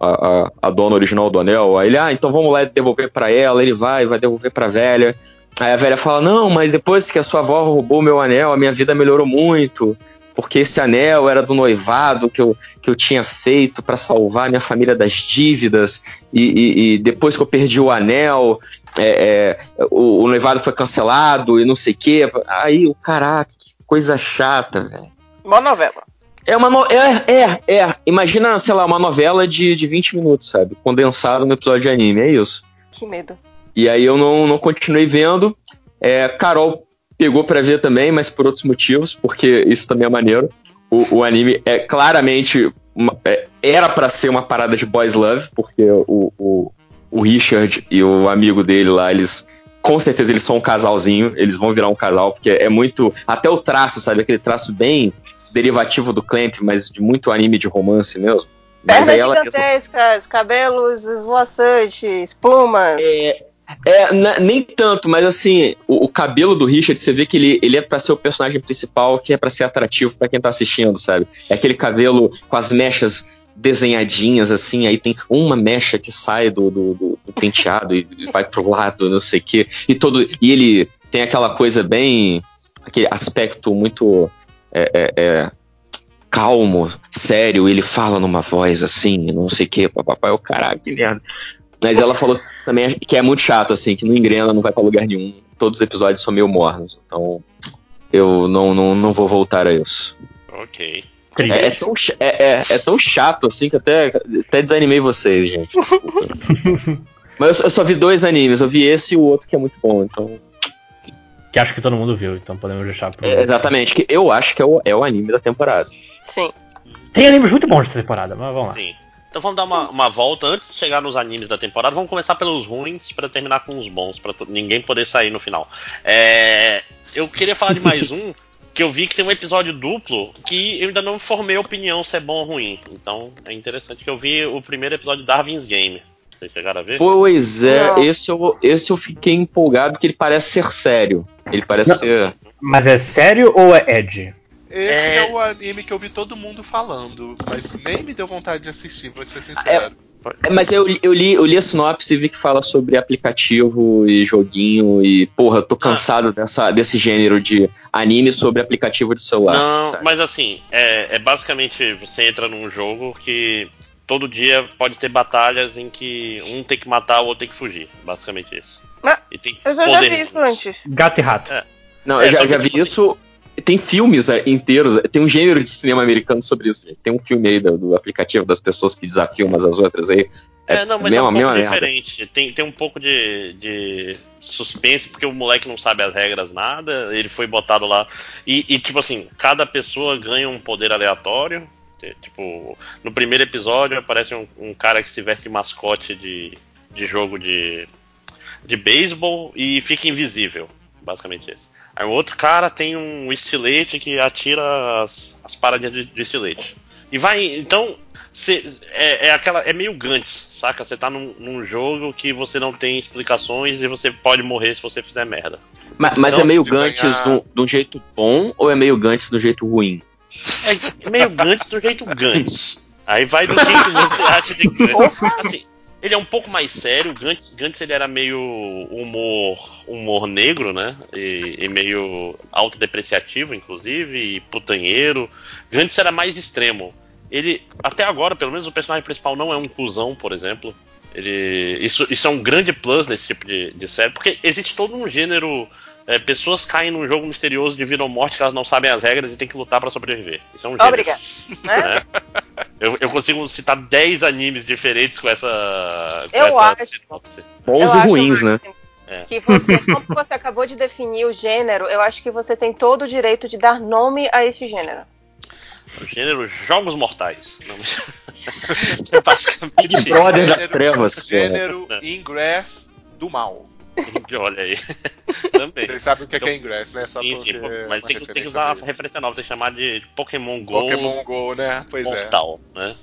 a, a, a dona original do anel. Aí ele, ah, então vamos lá devolver pra ela. Ele vai, vai devolver pra velha. Aí a velha fala, não, mas depois que a sua avó roubou meu anel, a minha vida melhorou muito. Porque esse anel era do noivado que eu, que eu tinha feito pra salvar minha família das dívidas. E, e, e depois que eu perdi o anel, é, é, o, o noivado foi cancelado e não sei o quê. Aí, o caraca, que coisa chata, velho. Uma novela. É uma no... é, é, é. Imagina, sei lá, uma novela de, de vinte minutos, sabe? Condensado no episódio de anime, é isso. Que medo. E aí eu não, não continuei vendo. É, Carol pegou pra ver também, mas por outros motivos, porque isso também é maneiro. O, o anime é claramente... Uma, é, era pra ser uma parada de boys love, porque o, o, o Richard e o amigo dele lá, eles... Com certeza eles são um casalzinho, eles vão virar um casal, porque é muito... Até o traço, sabe? Aquele traço bem derivativo do Clamp, mas de muito anime de romance mesmo. Mas Pernas aí ela gigantescas, cabelos esvoaçantes, plumas. É, é na, nem tanto, mas assim, o, o cabelo do Richard, você vê que ele, ele é pra ser o personagem principal, que é pra ser atrativo pra quem tá assistindo, sabe? É aquele cabelo com as mechas desenhadinhas, assim, aí tem uma mecha que sai do, do, do, do penteado e vai pro lado, não sei o quê. E, todo, e ele tem aquela coisa bem... aquele aspecto muito... É, é, é, calmo, sério, ele fala numa voz assim, não sei o que, papai, o caralho, que merda. Mas ela falou também que é muito chato, assim, que não engrena, não vai pra lugar nenhum. Todos os episódios são meio mornos, então eu não, não, não vou voltar a isso. Ok. É, é, tão, é, é, é tão chato, assim, que até, até desanimei vocês, gente. Mas eu, eu só vi dois animes, eu vi esse e o outro que é muito bom, então... Que acho que todo mundo viu, então podemos deixar pro... É, exatamente, que eu acho que é o, é o anime da temporada. Sim. Tem animes muito bons dessa temporada, mas vamos lá. Sim. Então vamos dar uma, uma volta. Antes de chegar nos animes da temporada, vamos começar pelos ruins pra terminar com os bons, pra ninguém poder sair no final. É, eu queria falar de mais um, que eu vi que tem um episódio duplo que eu ainda não formei opinião se é bom ou ruim. Então é interessante que eu vi o primeiro episódio de Darwin's Game. Vocês chegaram a ver? Pois é, Não. esse eu, esse eu fiquei empolgado porque ele parece ser sério. Ele parece Não. ser... Mas é sério ou é Ed? Esse é... É- é o anime que eu vi todo mundo falando, mas nem me deu vontade de assistir, vou ser sincero. É, mas eu, eu, li, eu li a sinopse e vi que fala sobre aplicativo e joguinho e, porra, eu tô cansado dessa, desse gênero de anime sobre aplicativo de celular. Não, sabe? mas assim, é, é basicamente você entra num jogo que todo dia pode ter batalhas em que um tem que matar, o outro tem que fugir. Basicamente isso. Ah, E tem Eu já, já vi isso poderzinhos. antes. Gato e rato. É. Não, É, eu já, só que, já vi tipo isso. Tem filmes é, inteiros, tem um gênero de cinema americano sobre isso, gente. Tem um filme aí do, do aplicativo das pessoas que desafiam umas às outras aí. É, não, mas mesma, é um pouco mesma diferente. Tem, tem um pouco de, de suspense, porque o moleque não sabe as regras, nada. Ele foi botado lá. E, e, tipo assim, cada pessoa ganha um poder aleatório. Tipo, no primeiro episódio aparece um, um cara que se veste de mascote de, de jogo de, de beisebol e fica invisível. Basicamente isso. Aí o outro cara tem um estilete que atira as, as paradinhas de, de estilete. E vai, então, cê, é, é, aquela, é meio Gantz, saca? Você tá num, num jogo que você não tem explicações e você pode morrer se você fizer merda. Mas, mas é Então, meio de Gantz ganhar- de um jeito bom ou é meio Gantz de um jeito ruim? É meio Gantz do jeito Gantz. Aí vai do que, que você acha de Gantz. Assim, ele é um pouco mais sério. O Gantz, Gantz ele era meio humor, humor negro, né? E, e meio autodepreciativo, inclusive, e putanheiro. Gantz era mais extremo. Ele, até agora, pelo menos o personagem principal não é um cuzão, por exemplo. Ele, isso, isso é um grande plus nesse tipo de, de série, porque existe todo um gênero. É, pessoas caem num jogo misterioso de vida ou morte que elas não sabem as regras e tem que lutar pra sobreviver. Isso é um gênero. Obrigado. Né? Né? Eu, eu consigo citar dez animes diferentes com essa, com Eu essa acho. sinopse. Bons Eu e acho ruins, né? É. Que você, como você acabou de definir o gênero, eu acho que você tem todo o direito de dar nome a esse gênero. O gênero Jogos Mortais. Não, mas... é basicamente Big Brother das trevas. porra. Gênero Ingress do mal. isso. Olha aí. Também. Vocês sabem o que é, Então, que é Ingress, né? Só sim, porque sim, pô, é mas uma tem que, tem que referência usar dele. a referência nova, tem que chamar de Pokémon Go Pokémon Go, né? Pois é. Mortal, né?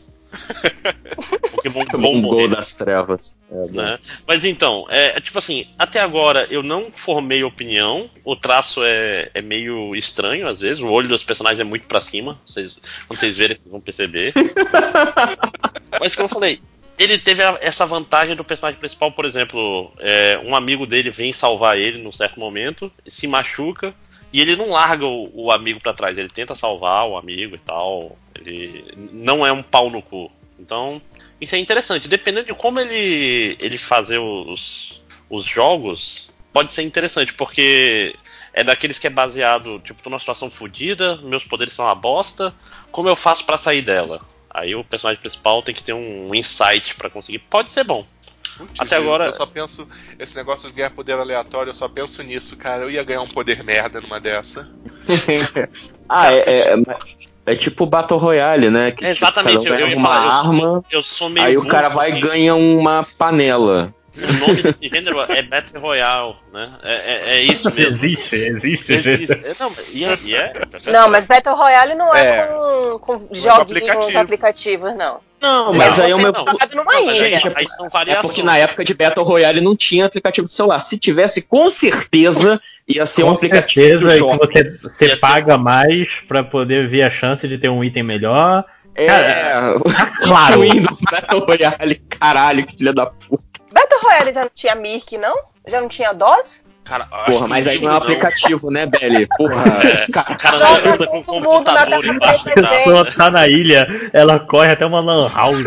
Pokémon Go Um gol morrer. das trevas. É, Né? Mas então, é, tipo assim, até agora eu não formei opinião. O traço é, é meio estranho às vezes. O olho dos personagens é muito pra cima. Vocês, quando vocês verem, vocês vão perceber. Mas como eu falei, ele teve a, essa vantagem do personagem principal, por exemplo, é, um amigo dele vem salvar ele num certo momento, se machuca, e ele não larga o, o amigo pra trás, ele tenta salvar o amigo e tal, ele não é um pau no cu. Então, isso é interessante. Dependendo de como ele, ele fazer os, os jogos, pode ser interessante, porque é daqueles que é baseado, tipo, tô numa situação fodida, meus poderes são uma bosta, como eu faço pra sair dela? Aí o personagem principal tem que ter um insight pra conseguir. Pode ser bom. Putz, Até agora. Eu só penso. Esse negócio de ganhar poder aleatório, eu só penso nisso, cara. Eu ia ganhar um poder merda numa dessa. ah, é, é, é tipo Battle Royale, né? Que, é, exatamente, tipo, eu, eu ia uma falar. arma, eu, sou, eu sou meio. Aí burro, o cara vai e ganha uma panela. O nome desse gênero é Battle Royale, né? É, é, é isso mesmo. Existe, existe. existe. É, não, e é, e é, Não, mas Battle Royale não é, É. com, com Não é joguinhos com aplicativo. aplicativos, não. Não, Não, mas aí é uma. não. Jogado numa Não, mas ilha. aí, aí são É variações. porque na época de Battle Royale não tinha aplicativo de celular. Se tivesse, com certeza ia ser um Com aplicativo certeza de que jogo. você, você Ia ter- paga mais pra poder ver a chance de ter um item melhor. É, Cara, claro. Windows Battle Royale, caralho, que filha da puta. Battle Royale já não tinha Mirk, não? Já não tinha DOS? Cara, acho Porra, que mas o aí não livro é um aplicativo, né, Belly? Porra, É, cara, o cara Não, anda, mas anda com um todo mundo na computador T V embaixo do também. a braço. pessoa tá na ilha, ela corre até uma lan house.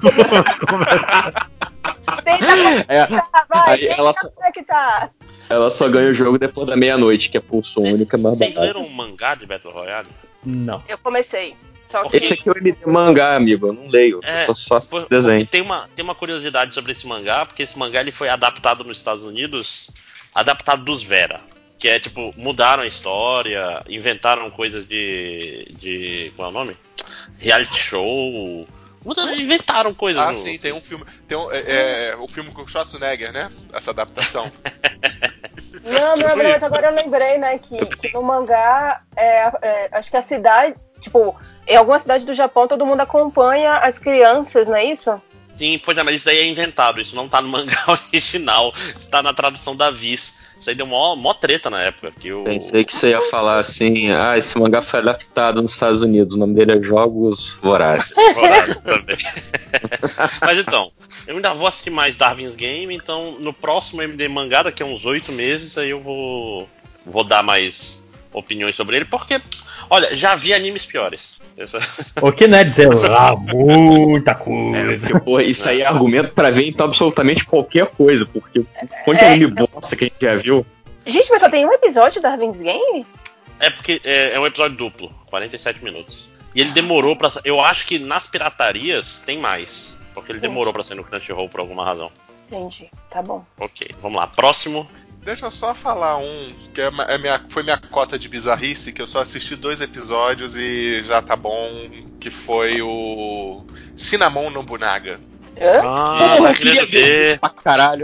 Tenta É, conectar, vai, aí tenta ela só- conectar. ela só ganha o jogo depois da meia-noite, que é pulso única, mais Vocês barato. leram um mangá de Battle Royale? Não. Eu comecei. Só que Esse aqui é o M D mangá, amigo, eu não leio, É, eu só, só por- desenho. porque tem uma, tem uma curiosidade sobre esse mangá, porque esse mangá ele foi adaptado nos Estados Unidos, adaptado dos Vera. Que é tipo, mudaram a história, inventaram coisas de. de. Qual é o nome? Reality show. Mudaram, inventaram coisas. Ah, no- sim, tem um filme. Tem um, é, é, o filme com o Schwarzenegger, né? Essa adaptação. Não, não, Tipo não, mas isso. agora eu lembrei, né, que, que no mangá, é, é, acho que a cidade, tipo, em alguma cidade do Japão, todo mundo acompanha as crianças, não é isso? Sim, pois é, mas isso daí é inventado, isso não tá no mangá original, isso tá na tradução da Viz. Isso aí deu mó, mó treta na época. Que o... Pensei que você ia falar assim, ah, esse mangá foi adaptado nos Estados Unidos, o nome dele é Jogos Vorazes. Vorazes também. Mas então, eu ainda vou assistir mais Darwin's Game, então no próximo M D Mangá, daqui a uns oito meses, aí eu vou, vou dar mais opiniões sobre ele, porque, olha, já vi animes piores. Essa... O que não é dizer lá muita coisa. Porque, porra, isso aí é argumento pra ver então absolutamente qualquer coisa, porque quanto anime bosta que a gente já viu. Gente, mas só tem um episódio da Darwin's Game? É porque é, é um episódio duplo, quarenta e sete minutos. E ele demorou pra. Eu acho que nas piratarias tem mais. Porque ele demorou pra sair no Crunchyroll por alguma razão. Entendi, tá bom. Ok, vamos lá. Próximo. Deixa eu só falar um, que é ma- é minha, foi minha cota de bizarrice, que eu só assisti dois episódios e já tá bom, que foi o Cinnamon Nobunaga. Hã? Ah, Porra, tá querendo ver. isso pra caralho.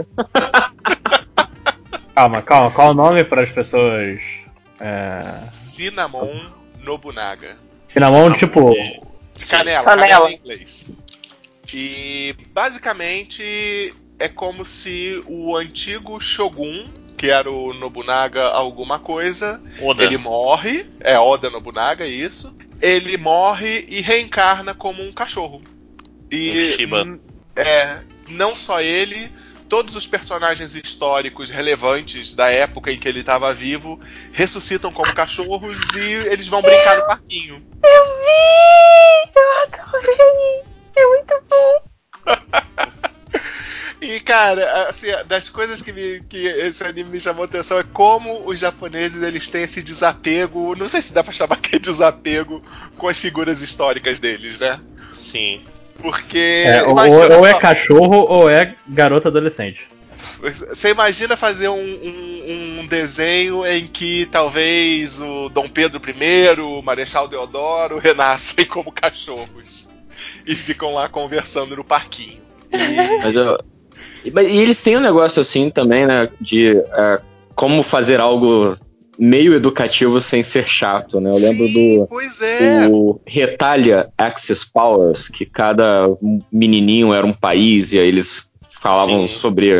Calma, calma, qual o nome para as pessoas? É... Cinnamon Nobunaga. Cinnamon, tipo. De canela, Canela. canela em inglês. E basicamente é como se o antigo Shogun, que era o Nobunaga alguma coisa, Oda. ele morre, é Oda Nobunaga, isso. Ele morre e reencarna como um cachorro. E Um Shiba. n- é, não só ele, todos os personagens históricos relevantes da época em que ele estava vivo ressuscitam como cachorros e eles vão brincar no parquinho. Eu vi! Eu adorei! É muito bom! E, cara, assim, das coisas que, me, que esse anime me chamou a atenção é como os japoneses eles têm esse desapego, não sei se dá pra chamar que é desapego, com as figuras históricas deles, né? Sim. Porque, É, ou, imagina ou é só, cachorro ou é garota adolescente. você imagina fazer um, um, um desenho em que talvez o Dom Pedro I, o Marechal Deodoro renascem como cachorros e ficam lá conversando no parquinho. E Mas eu, e, e eles têm um negócio assim também, né? De uh, como fazer algo meio educativo sem ser chato, né? Eu lembro sim, do pois é. o Retalha Access Powers, que cada menininho era um país e aí eles falavam Sim. sobre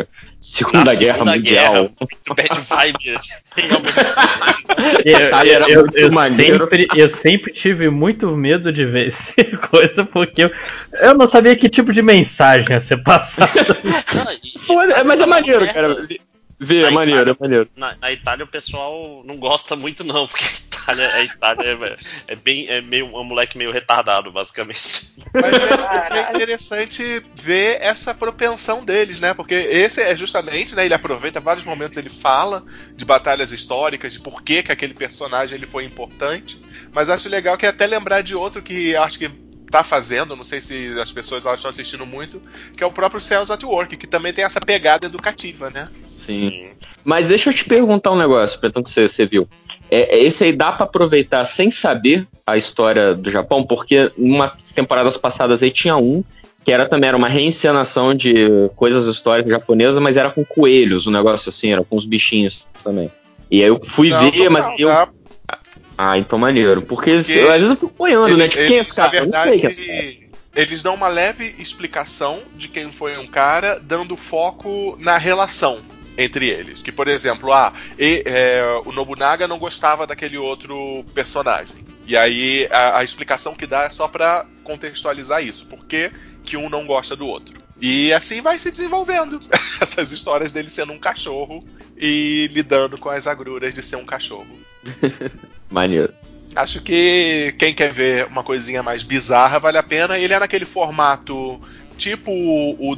Segunda Na Guerra Segunda Mundial. Guerra, muito bad vibe. Realmente. Eu, Detalhe, eu, era eu, muito eu maneiro. sempre, eu sempre tive muito medo de ver essa coisa, porque eu, eu não sabia que tipo de mensagem ia ser passada. Não, e- e- Pô, é- mas é tá uma maneiro, merda. cara. Vê, Na é maneiro, Itália- é maneiro. Na, na Itália o pessoal não gosta muito não, porque a Itália, a Itália é, é bem é meio um moleque meio retardado, basicamente. Mas é, mas é Caralho. interessante ver essa propensão deles, né? Porque esse é justamente, né? Ele aproveita vários momentos, ele fala de batalhas históricas, de por que, que aquele personagem ele foi importante. Mas acho legal que é até lembrar de outro que acho que tá fazendo, não sei se as pessoas lá estão assistindo muito, que é o próprio Cells at Work, que também tem essa pegada educativa, né? Sim. Mas deixa eu te perguntar um negócio, pretendo que você, você viu. É, é, esse aí dá pra aproveitar sem saber a história do Japão, porque em umas temporadas passadas aí tinha um que era também era uma reencenação de coisas históricas japonesas, mas era com coelhos, um negócio assim, era com os bichinhos também. E aí eu fui Não, ver, não, mas não, eu. dá- Ah, então maneiro. Porque, Porque às vezes eu fico apoiando, ele- né? Tipo, quem é eles, esse na cara? Eu não sei verdade, quem é esse cara. eles dão uma leve explicação de quem foi um cara, dando foco na relação entre eles. Que, por exemplo, ah, e, é, o Nobunaga não gostava daquele outro personagem. E aí a, a explicação que dá é só pra contextualizar isso. Por que, que um não gosta do outro? E assim vai se desenvolvendo. Essas histórias dele sendo um cachorro e lidando com as agruras de ser um cachorro. Maneiro. Acho que quem quer ver uma coisinha mais bizarra vale a pena. Ele é naquele formato tipo o, o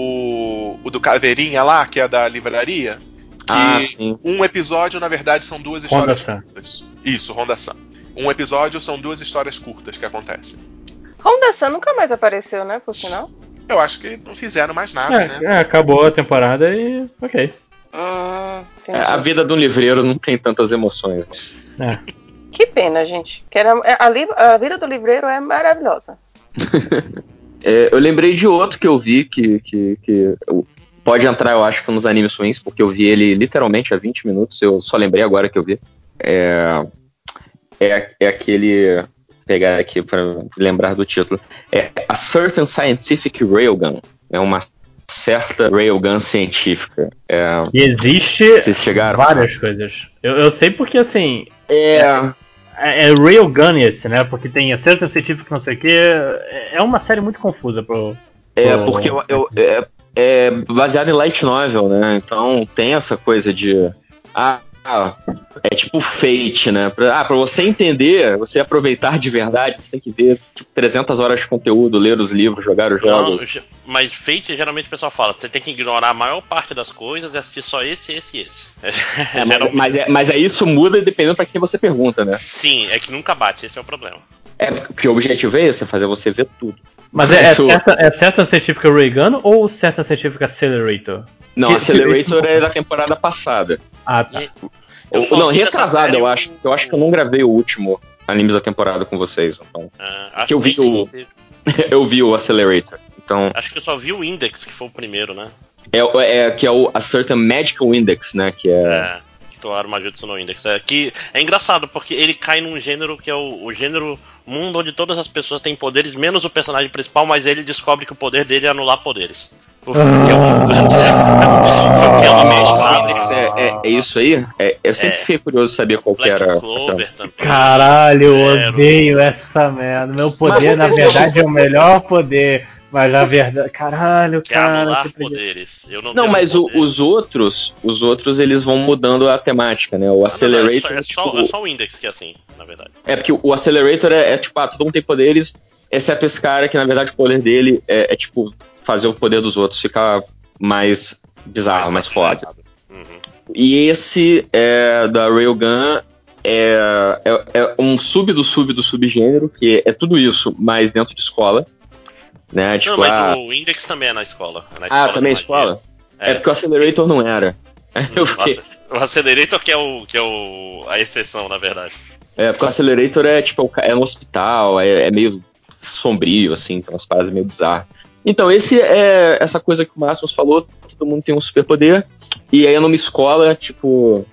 do o do Caveirinha lá, que é da livraria. Que Ah, sim. um episódio, na verdade, são duas histórias Honda-san. curtas. Isso, Honda-san. Um episódio são duas histórias curtas que acontecem. Honda-san nunca mais apareceu, né? Por sinal. Eu acho que não fizeram mais nada, né? É, é, acabou a temporada e. Ok. Hum, entendi. É, a vida de um livreiro não tem tantas emoções, né? É. Que pena, gente. Que era, a, li- a vida do livreiro é maravilhosa. É, eu lembrei de outro que eu vi que, que, que eu- pode entrar, eu acho, nos animes ruins, porque eu vi ele literalmente há vinte minutos, eu só lembrei agora que eu vi. É, é, é aquele. Vou pegar aqui para lembrar do título. É A Certain Scientific Railgun. É uma certa railgun científica. É, E existe vocês chegaram? várias coisas. Eu, eu sei porque assim. É. É, é Railgun esse, né? Porque tem Certain Scientific não sei o que. É uma série muito confusa pro. É, pro- porque eu, eu- é, é baseado em light novel, né? Então tem essa coisa de. Ah, ah, é tipo Fate, né? Pra, ah, pra você entender, você aproveitar de verdade, você tem que ver tipo, trezentas horas de conteúdo, ler os livros, jogar os jogos. Não, ge- mas Fate, geralmente o pessoal fala, você tem que ignorar a maior parte das coisas e assistir só esse, esse e esse. É, mas, Geralmente- mas, é, mas é isso muda dependendo pra quem você pergunta, né? Sim, é que nunca bate, esse é o problema. É, porque o objetivo é esse, é fazer você ver tudo. Mas é, é, Isso- certa, é Certain Scientific Railgun ou Certain Scientific Accelerator? Não, Que- Accelerator é da temporada passada. Ah, tá. E- Eu Ou- só não, vi essa retrasado, série eu o- acho. Eu acho que eu não gravei o último anime da temporada com vocês, então. Ah, acho que eu vi nem sei o- se teve. Eu vi o Accelerator. Então, Acho que eu só vi o Index, que foi o primeiro, né? é, é que é o a Certain Magical Index, né? Que é. É. Toaru Majutsu no Index. É, que é engraçado, porque ele cai num gênero que é o, o gênero mundo onde todas as pessoas têm poderes, menos o personagem principal, mas ele descobre que o poder dele é anular poderes. O que é um- que é O uma Magical mesclada. Index é, é, é isso aí? É, eu sempre É. fiquei curioso de saber qual que Black era. Clover também. Caralho, eu Zero. odeio essa merda. Meu poder, na Mas- verdade, é o melhor poder. Mas na verdade. Caralho, Que é cara. anular que preguiça. poderes. Eu não, Não, tenho mas o- poder. os outros, os outros eles vão mudando a temática, né? O Ah, não, não, Accelerator. é, só, é, tipo, só, é só o Index que é assim, na verdade. É porque o Accelerator é, é tipo, ah, todo mundo tem poderes, exceto esse cara que na verdade o poder dele é, é tipo fazer o poder dos outros ficar mais bizarro, mais foda. Uhum. E esse é, da Railgun é, é, é um sub do sub do subgênero, que é tudo isso, mas dentro de escola. Né? Tipo, não, mas ah, o Index também é na escola. É na ah, escola também é de escola? magia. É. porque o Accelerator não era. Eu fiquei- O Accelerator que é, o, que é o, a exceção, na verdade. É, porque o Accelerator é tipo, é no hospital, é, é meio sombrio, assim, tem umas paradas meio bizarras. Então, esse é essa coisa que o Máximos falou, todo mundo tem um superpoder, e aí numa escola, tipo,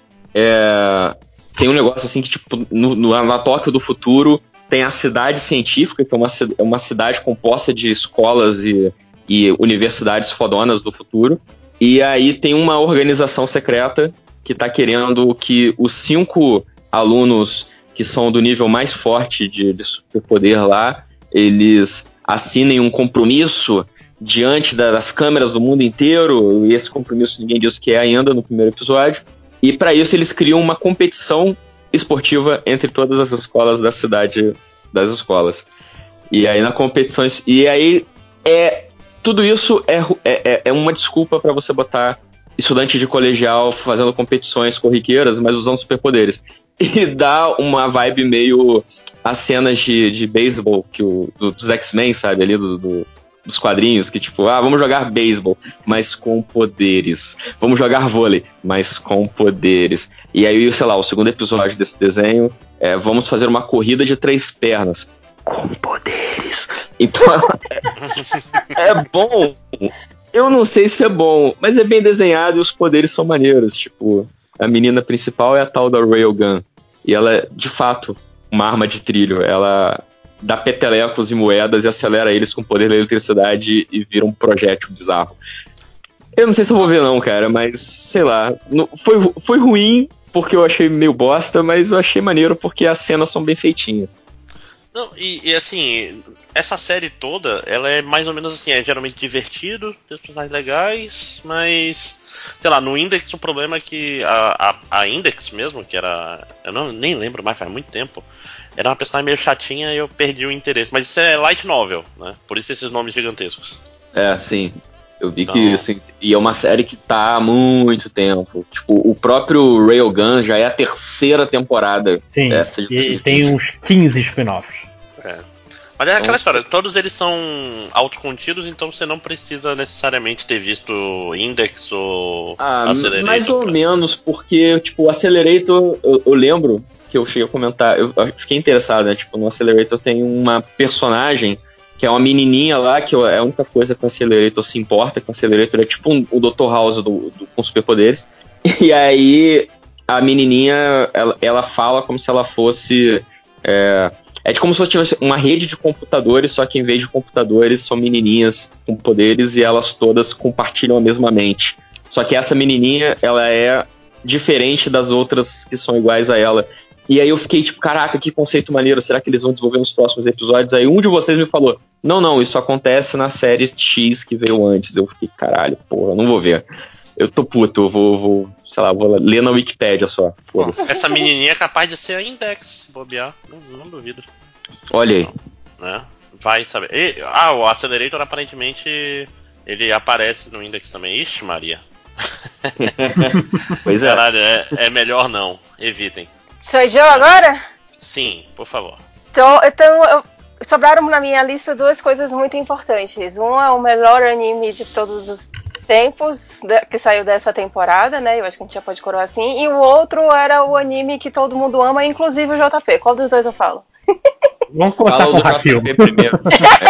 é, tem um negócio assim que, tipo, no, no, na Tóquio do futuro, tem a cidade científica, que é uma, ci- é uma cidade composta de escolas e, e universidades fodonas do futuro, E aí tem uma organização secreta que tá querendo que os cinco alunos que são do nível mais forte de, de superpoder lá, eles assinem um compromisso diante das câmeras do mundo inteiro, e esse compromisso ninguém diz o que é ainda no primeiro episódio, e para isso eles criam uma competição esportiva entre todas as escolas da cidade das escolas. E aí na competição, e aí é tudo isso é, é, é uma desculpa para você botar estudante de colegial fazendo competições corriqueiras, mas usando superpoderes. E dá uma vibe meio as cenas de, de beisebol que o, do, dos X-Men, sabe, ali do, do, dos quadrinhos, que tipo, ah, vamos jogar beisebol, mas com poderes. Vamos jogar vôlei, mas com poderes. E aí, sei lá, o segundo episódio desse desenho é vamos fazer uma corrida de três pernas com poderes. Então, é bom. Eu não sei se é bom, mas é bem desenhado e os poderes são maneiros. Tipo, a menina principal é a tal da Railgun. E ela é, de fato, uma arma de trilho. Ela dá petelecos e moedas e acelera eles com o poder da eletricidade e vira um projétil bizarro. Eu não sei se eu vou ver não, cara, mas sei lá. Foi, foi ruim porque eu achei meio bosta, mas eu achei maneiro porque as cenas são bem feitinhas. Não, e, e assim, essa série toda, ela é mais ou menos assim, é geralmente divertido, tem os personagens legais, mas, sei lá, no Index o problema é que a, a, a Index mesmo, que era, eu não, nem lembro mais, faz muito tempo, era uma personagem meio chatinha e eu perdi o interesse, mas isso é light novel, né, por isso esses nomes gigantescos. É, sim, eu vi então... que, assim, e é uma série que tá há muito tempo, tipo, o próprio Railgun já é a terceira temporada. Sim, dessa de e tem uns quinze spin-offs. É. Mas é aquela história, todos eles são autocontidos, então você não precisa necessariamente ter visto Index ou ah, Accelerator. Mais ou pra... menos, porque, tipo, o Accelerator, eu, eu lembro que eu cheguei a comentar, eu, eu fiquei interessado, né? Tipo, no Accelerator tem uma personagem que é uma menininha lá, que é a única coisa que o Accelerator se importa, que o Accelerator é tipo um, o doutor House do, do, com superpoderes. E aí a menininha, ela, ela fala como se ela fosse... É, é como se tivesse uma rede de computadores, só que em vez de computadores são menininhas com poderes e elas todas compartilham a mesma mente. Só que essa menininha, ela é diferente das outras que são iguais a ela. E aí eu fiquei tipo, caraca, que conceito maneiro, será que eles vão desenvolver nos próximos episódios? Aí um de vocês me falou, não, não, isso acontece na série X que veio antes. Eu fiquei, caralho, porra, não vou ver. Eu tô puto, eu vou, vou sei lá, vou ler na Wikipédia só. Foda-se. Essa menininha é capaz de ser a Index, bobear, não, não duvido. Olha aí. Não, né? Vai saber. E, ah, o Accelerator aparentemente ele aparece no Index também. Ixi, Maria. Pois é. Caralho, é, é melhor não, evitem. Sou eu agora? Sim, por favor. Então, então eu, sobraram na minha lista duas coisas muito importantes. Um é o melhor anime de todos os tempos de, que saiu dessa temporada, né? Eu acho que a gente já pode coroar assim. E o outro era o anime que todo mundo ama, inclusive o J P. Qual dos dois eu falo? Vamos começar Fala com o do Haikyuu primeiro.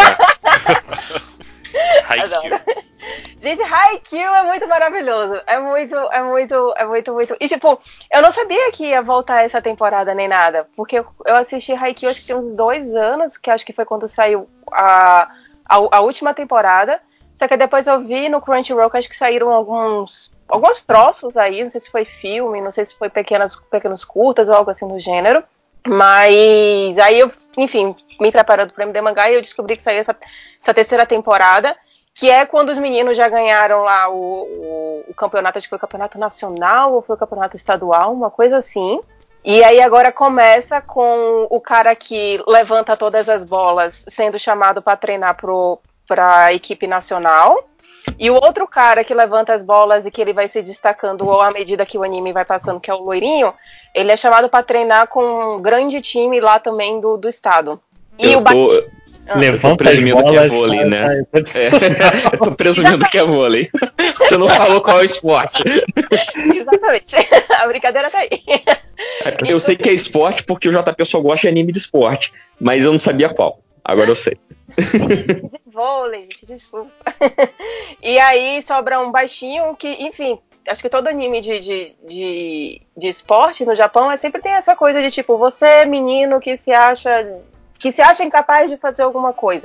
É. Haikyuu. Gente, Haikyuu é muito maravilhoso. É muito, é muito, é muito, muito... E tipo, eu não sabia que ia voltar essa temporada nem nada. Porque eu, eu assisti Haikyuu acho que tem uns dois anos, que acho que foi quando saiu a, a, a última temporada. Só que depois eu vi no Crunchyroll que acho que saíram alguns, alguns troços aí. Não sei se foi filme, não sei se foi pequenas, pequenos curtas ou algo assim do gênero. Mas aí eu, enfim, me preparando para o M D Mangá e eu descobri que saiu essa, essa terceira temporada, que é quando os meninos já ganharam lá o, o, o campeonato, acho que foi o campeonato nacional ou foi o campeonato estadual, uma coisa assim. E aí agora começa com o cara que levanta todas as bolas sendo chamado para treinar para a equipe nacional. E o outro cara que levanta as bolas e que ele vai se destacando à medida que o anime vai passando, que é o loirinho, ele é chamado para treinar com um grande time lá também do, do estado. E eu o tô, ba... ah. eu tô presumindo que é vôlei, né? É, eu tô presumindo que é vôlei. Você não falou qual é o esporte. Exatamente. A brincadeira tá aí. Eu sei que é esporte porque o J P só gosta de anime de esporte, mas eu não sabia qual. Agora eu sei. De vôlei, desculpa. E aí sobra um baixinho que, enfim, acho que todo anime de, de, de, de esporte no Japão é, sempre tem essa coisa de tipo, você menino que se acha que se acha incapaz de fazer alguma coisa.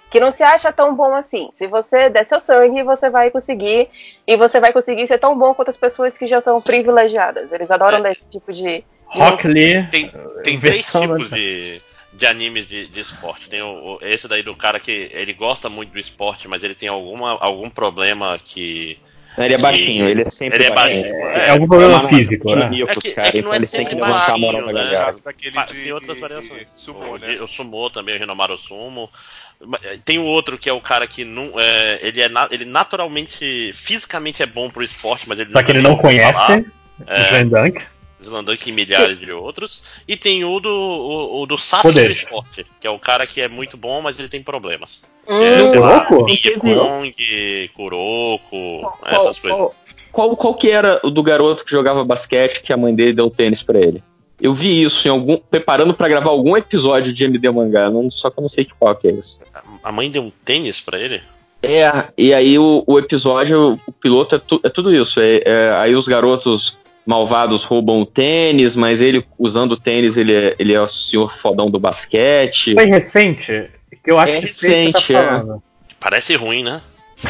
que não se acha tão bom assim. Se você der seu sangue, você vai conseguir, e você vai conseguir ser tão bom quanto as pessoas que já são privilegiadas. Eles adoram é. dar esse tipo de... de Rock Lee. Tem, tem três tipos de, de animes de, de esporte. Tem o, o, esse daí do cara que ele gosta muito do esporte, mas ele tem alguma, algum problema que... Ele é baixinho, ele é sempre ele é baixinho. baixinho. É, é algum problema é físico, né? É que, cara, é que não é sempre que levantar a moral né? da galera. Tem outras variações. Sumo, o, né? o Sumo também, o Hinomaru Sumo. Tem o outro que é o cara que não, é, ele, é, ele naturalmente, fisicamente é bom pro esporte, mas ele Só que ele não conhece Slandunk. Slandunk e milhares de outros. E tem o do, o, o do Sasuke do esporte, que é o cara que é muito bom, mas ele tem problemas. Hum, é, Kuroko? Kong, Kuroko, qual, essas qual, coisas. Qual, qual que era o do garoto que jogava basquete que a mãe dele deu tênis pra ele? Eu vi isso em algum, preparando pra gravar algum episódio de M D Mangá, não, só que eu não sei qual que é isso. A mãe deu um tênis pra ele? É, e aí o, o episódio, o piloto é, tu, é tudo isso. É, é, aí os garotos malvados roubam o tênis, mas ele, usando o tênis, ele é, ele é o senhor fodão do basquete. Foi recente? Que eu acho é que recente, tá é. Parece ruim, né?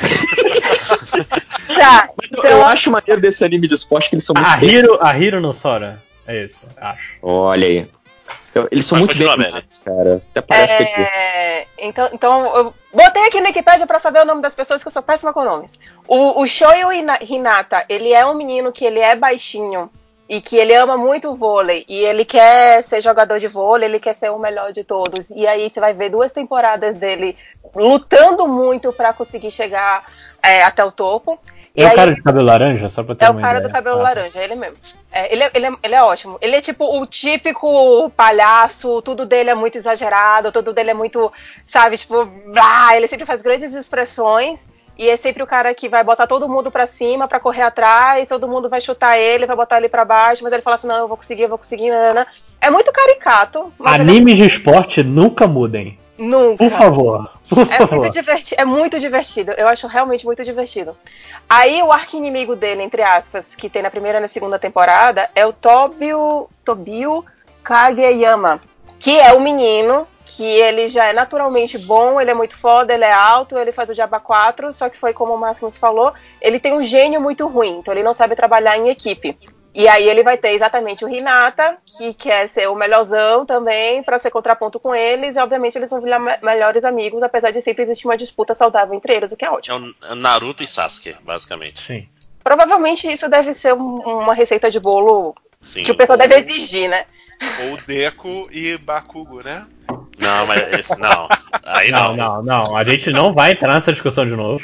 Tá, então, eu acho maneiro desse anime de esporte que eles são muito a Hiro, a Hiro no Sora. É isso, acho. Olha aí. Eles são Vai, muito bem animados, cara. Até parece é, que aqui. Então, então, eu botei aqui no Wikipedia pra saber o nome das pessoas, que eu sou péssima com nomes. O, o Shoyo Hinata, ele é um menino que ele é baixinho e que ele ama muito o vôlei. E ele quer ser jogador de vôlei, ele quer ser o melhor de todos. E aí você vai ver duas temporadas dele lutando muito pra conseguir chegar é, até o topo. É e o aí, cara de cabelo laranja, só pra ter É uma o cara ideia. do cabelo ah, laranja, ele mesmo. É, ele, é, ele, é, ele é ótimo. Ele é tipo o típico palhaço, tudo dele é muito exagerado, tudo dele é muito, sabe, tipo, ah, ele sempre faz grandes expressões e é sempre o cara que vai botar todo mundo pra cima, pra correr atrás, todo mundo vai chutar ele, vai botar ele pra baixo, mas ele fala assim, não, eu vou conseguir, eu vou conseguir, nanana. É muito caricato. Mas Animes ele é... de esporte nunca mudem. Nunca. Por favor. Por é, favor. muito divertido, é muito divertido. Eu acho realmente muito divertido. Aí o arqui-inimigo dele, entre aspas, que tem na primeira e na segunda temporada, é o Tobio, Tobio Kageyama, que é o menino que ele já é naturalmente bom, ele é muito foda, ele é alto, ele faz o Diaba quatro, só que foi como o Máximos falou, ele tem um gênio muito ruim, então ele não sabe trabalhar em equipe. E aí ele vai ter exatamente o Hinata, que quer ser o melhorzão também, pra ser contraponto com eles, e obviamente eles vão virar me- melhores amigos, apesar de sempre existir uma disputa saudável entre eles, o que é É ótimo. o Naruto e Sasuke, basicamente. Sim. Provavelmente isso deve ser um- uma receita de bolo Sim. que o pessoal deve exigir, né? Ou Deku e Bakugo, né? Não, mas esse, não. Aí Não, não. não, não. A gente não vai entrar nessa discussão de novo.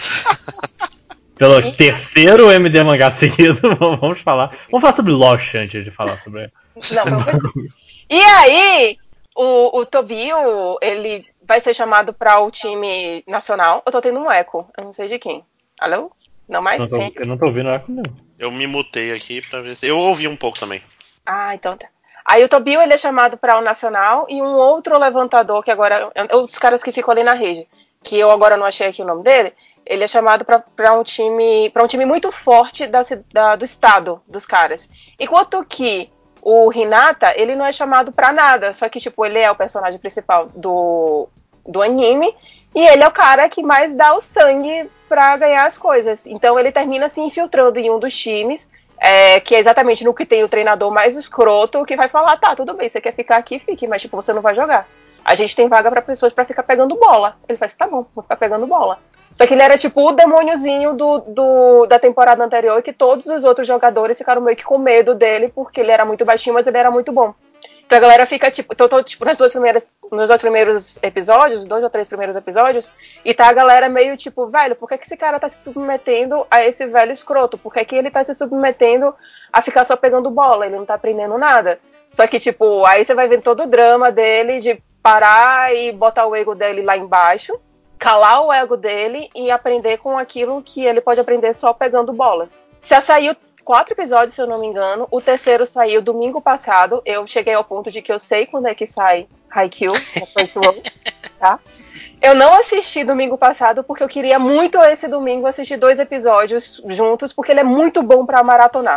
Pelo terceiro M D mangá seguido, vamos falar. Vamos falar sobre Lost antes de falar sobre. Não, não. E aí, o, o Tobio, ele vai ser chamado para o time nacional. Eu tô tendo um eco, eu não sei de quem. Alô? Não mais? Não tô, Sim. eu não tô ouvindo eco, não. Eu me mutei aqui pra ver se. Eu ouvi um pouco também. Ah, então tá. Aí o Tobio, ele é chamado para o nacional e um outro levantador, que agora é um dos caras que ficam ali na rede, que eu agora não achei aqui o nome dele, ele é chamado para um time para um time muito forte da, da, do estado dos caras. Enquanto que o Hinata, ele não é chamado pra nada, só que, tipo, ele é o personagem principal do, do anime, e ele é o cara que mais dá o sangue pra ganhar as coisas. Então ele termina se infiltrando em um dos times, é, que é exatamente no que tem o treinador mais escroto, que vai falar, tá, tudo bem, você quer ficar aqui, fique, mas, tipo, você não vai jogar. A gente tem vaga pra pessoas pra ficar pegando bola. Ele faz, tá bom, vou ficar pegando bola. Só que ele era tipo o demôniozinho do, do, da temporada anterior, e que todos os outros jogadores ficaram meio que com medo dele, porque ele era muito baixinho, mas ele era muito bom. Então a galera fica, tipo, tô, tô, tipo nas duas primeiras, nos dois primeiros episódios, dois ou três primeiros episódios, e tá a galera meio tipo, velho, por que, que esse cara tá se submetendo a esse velho escroto? Por que, que ele tá se submetendo a ficar só pegando bola? Ele não tá aprendendo nada. Só que, tipo, aí você vai ver todo o drama dele de parar e botar o ego dele lá embaixo, calar o ego dele e aprender com aquilo que ele pode aprender só pegando bolas. Já saiu quatro episódios, se eu não me engano. O terceiro saiu domingo passado. Eu cheguei ao ponto de que eu sei quando é que sai Haikyuu, tá? Eu não assisti domingo passado porque eu queria muito esse domingo assistir dois episódios juntos, porque ele é muito bom pra maratonar.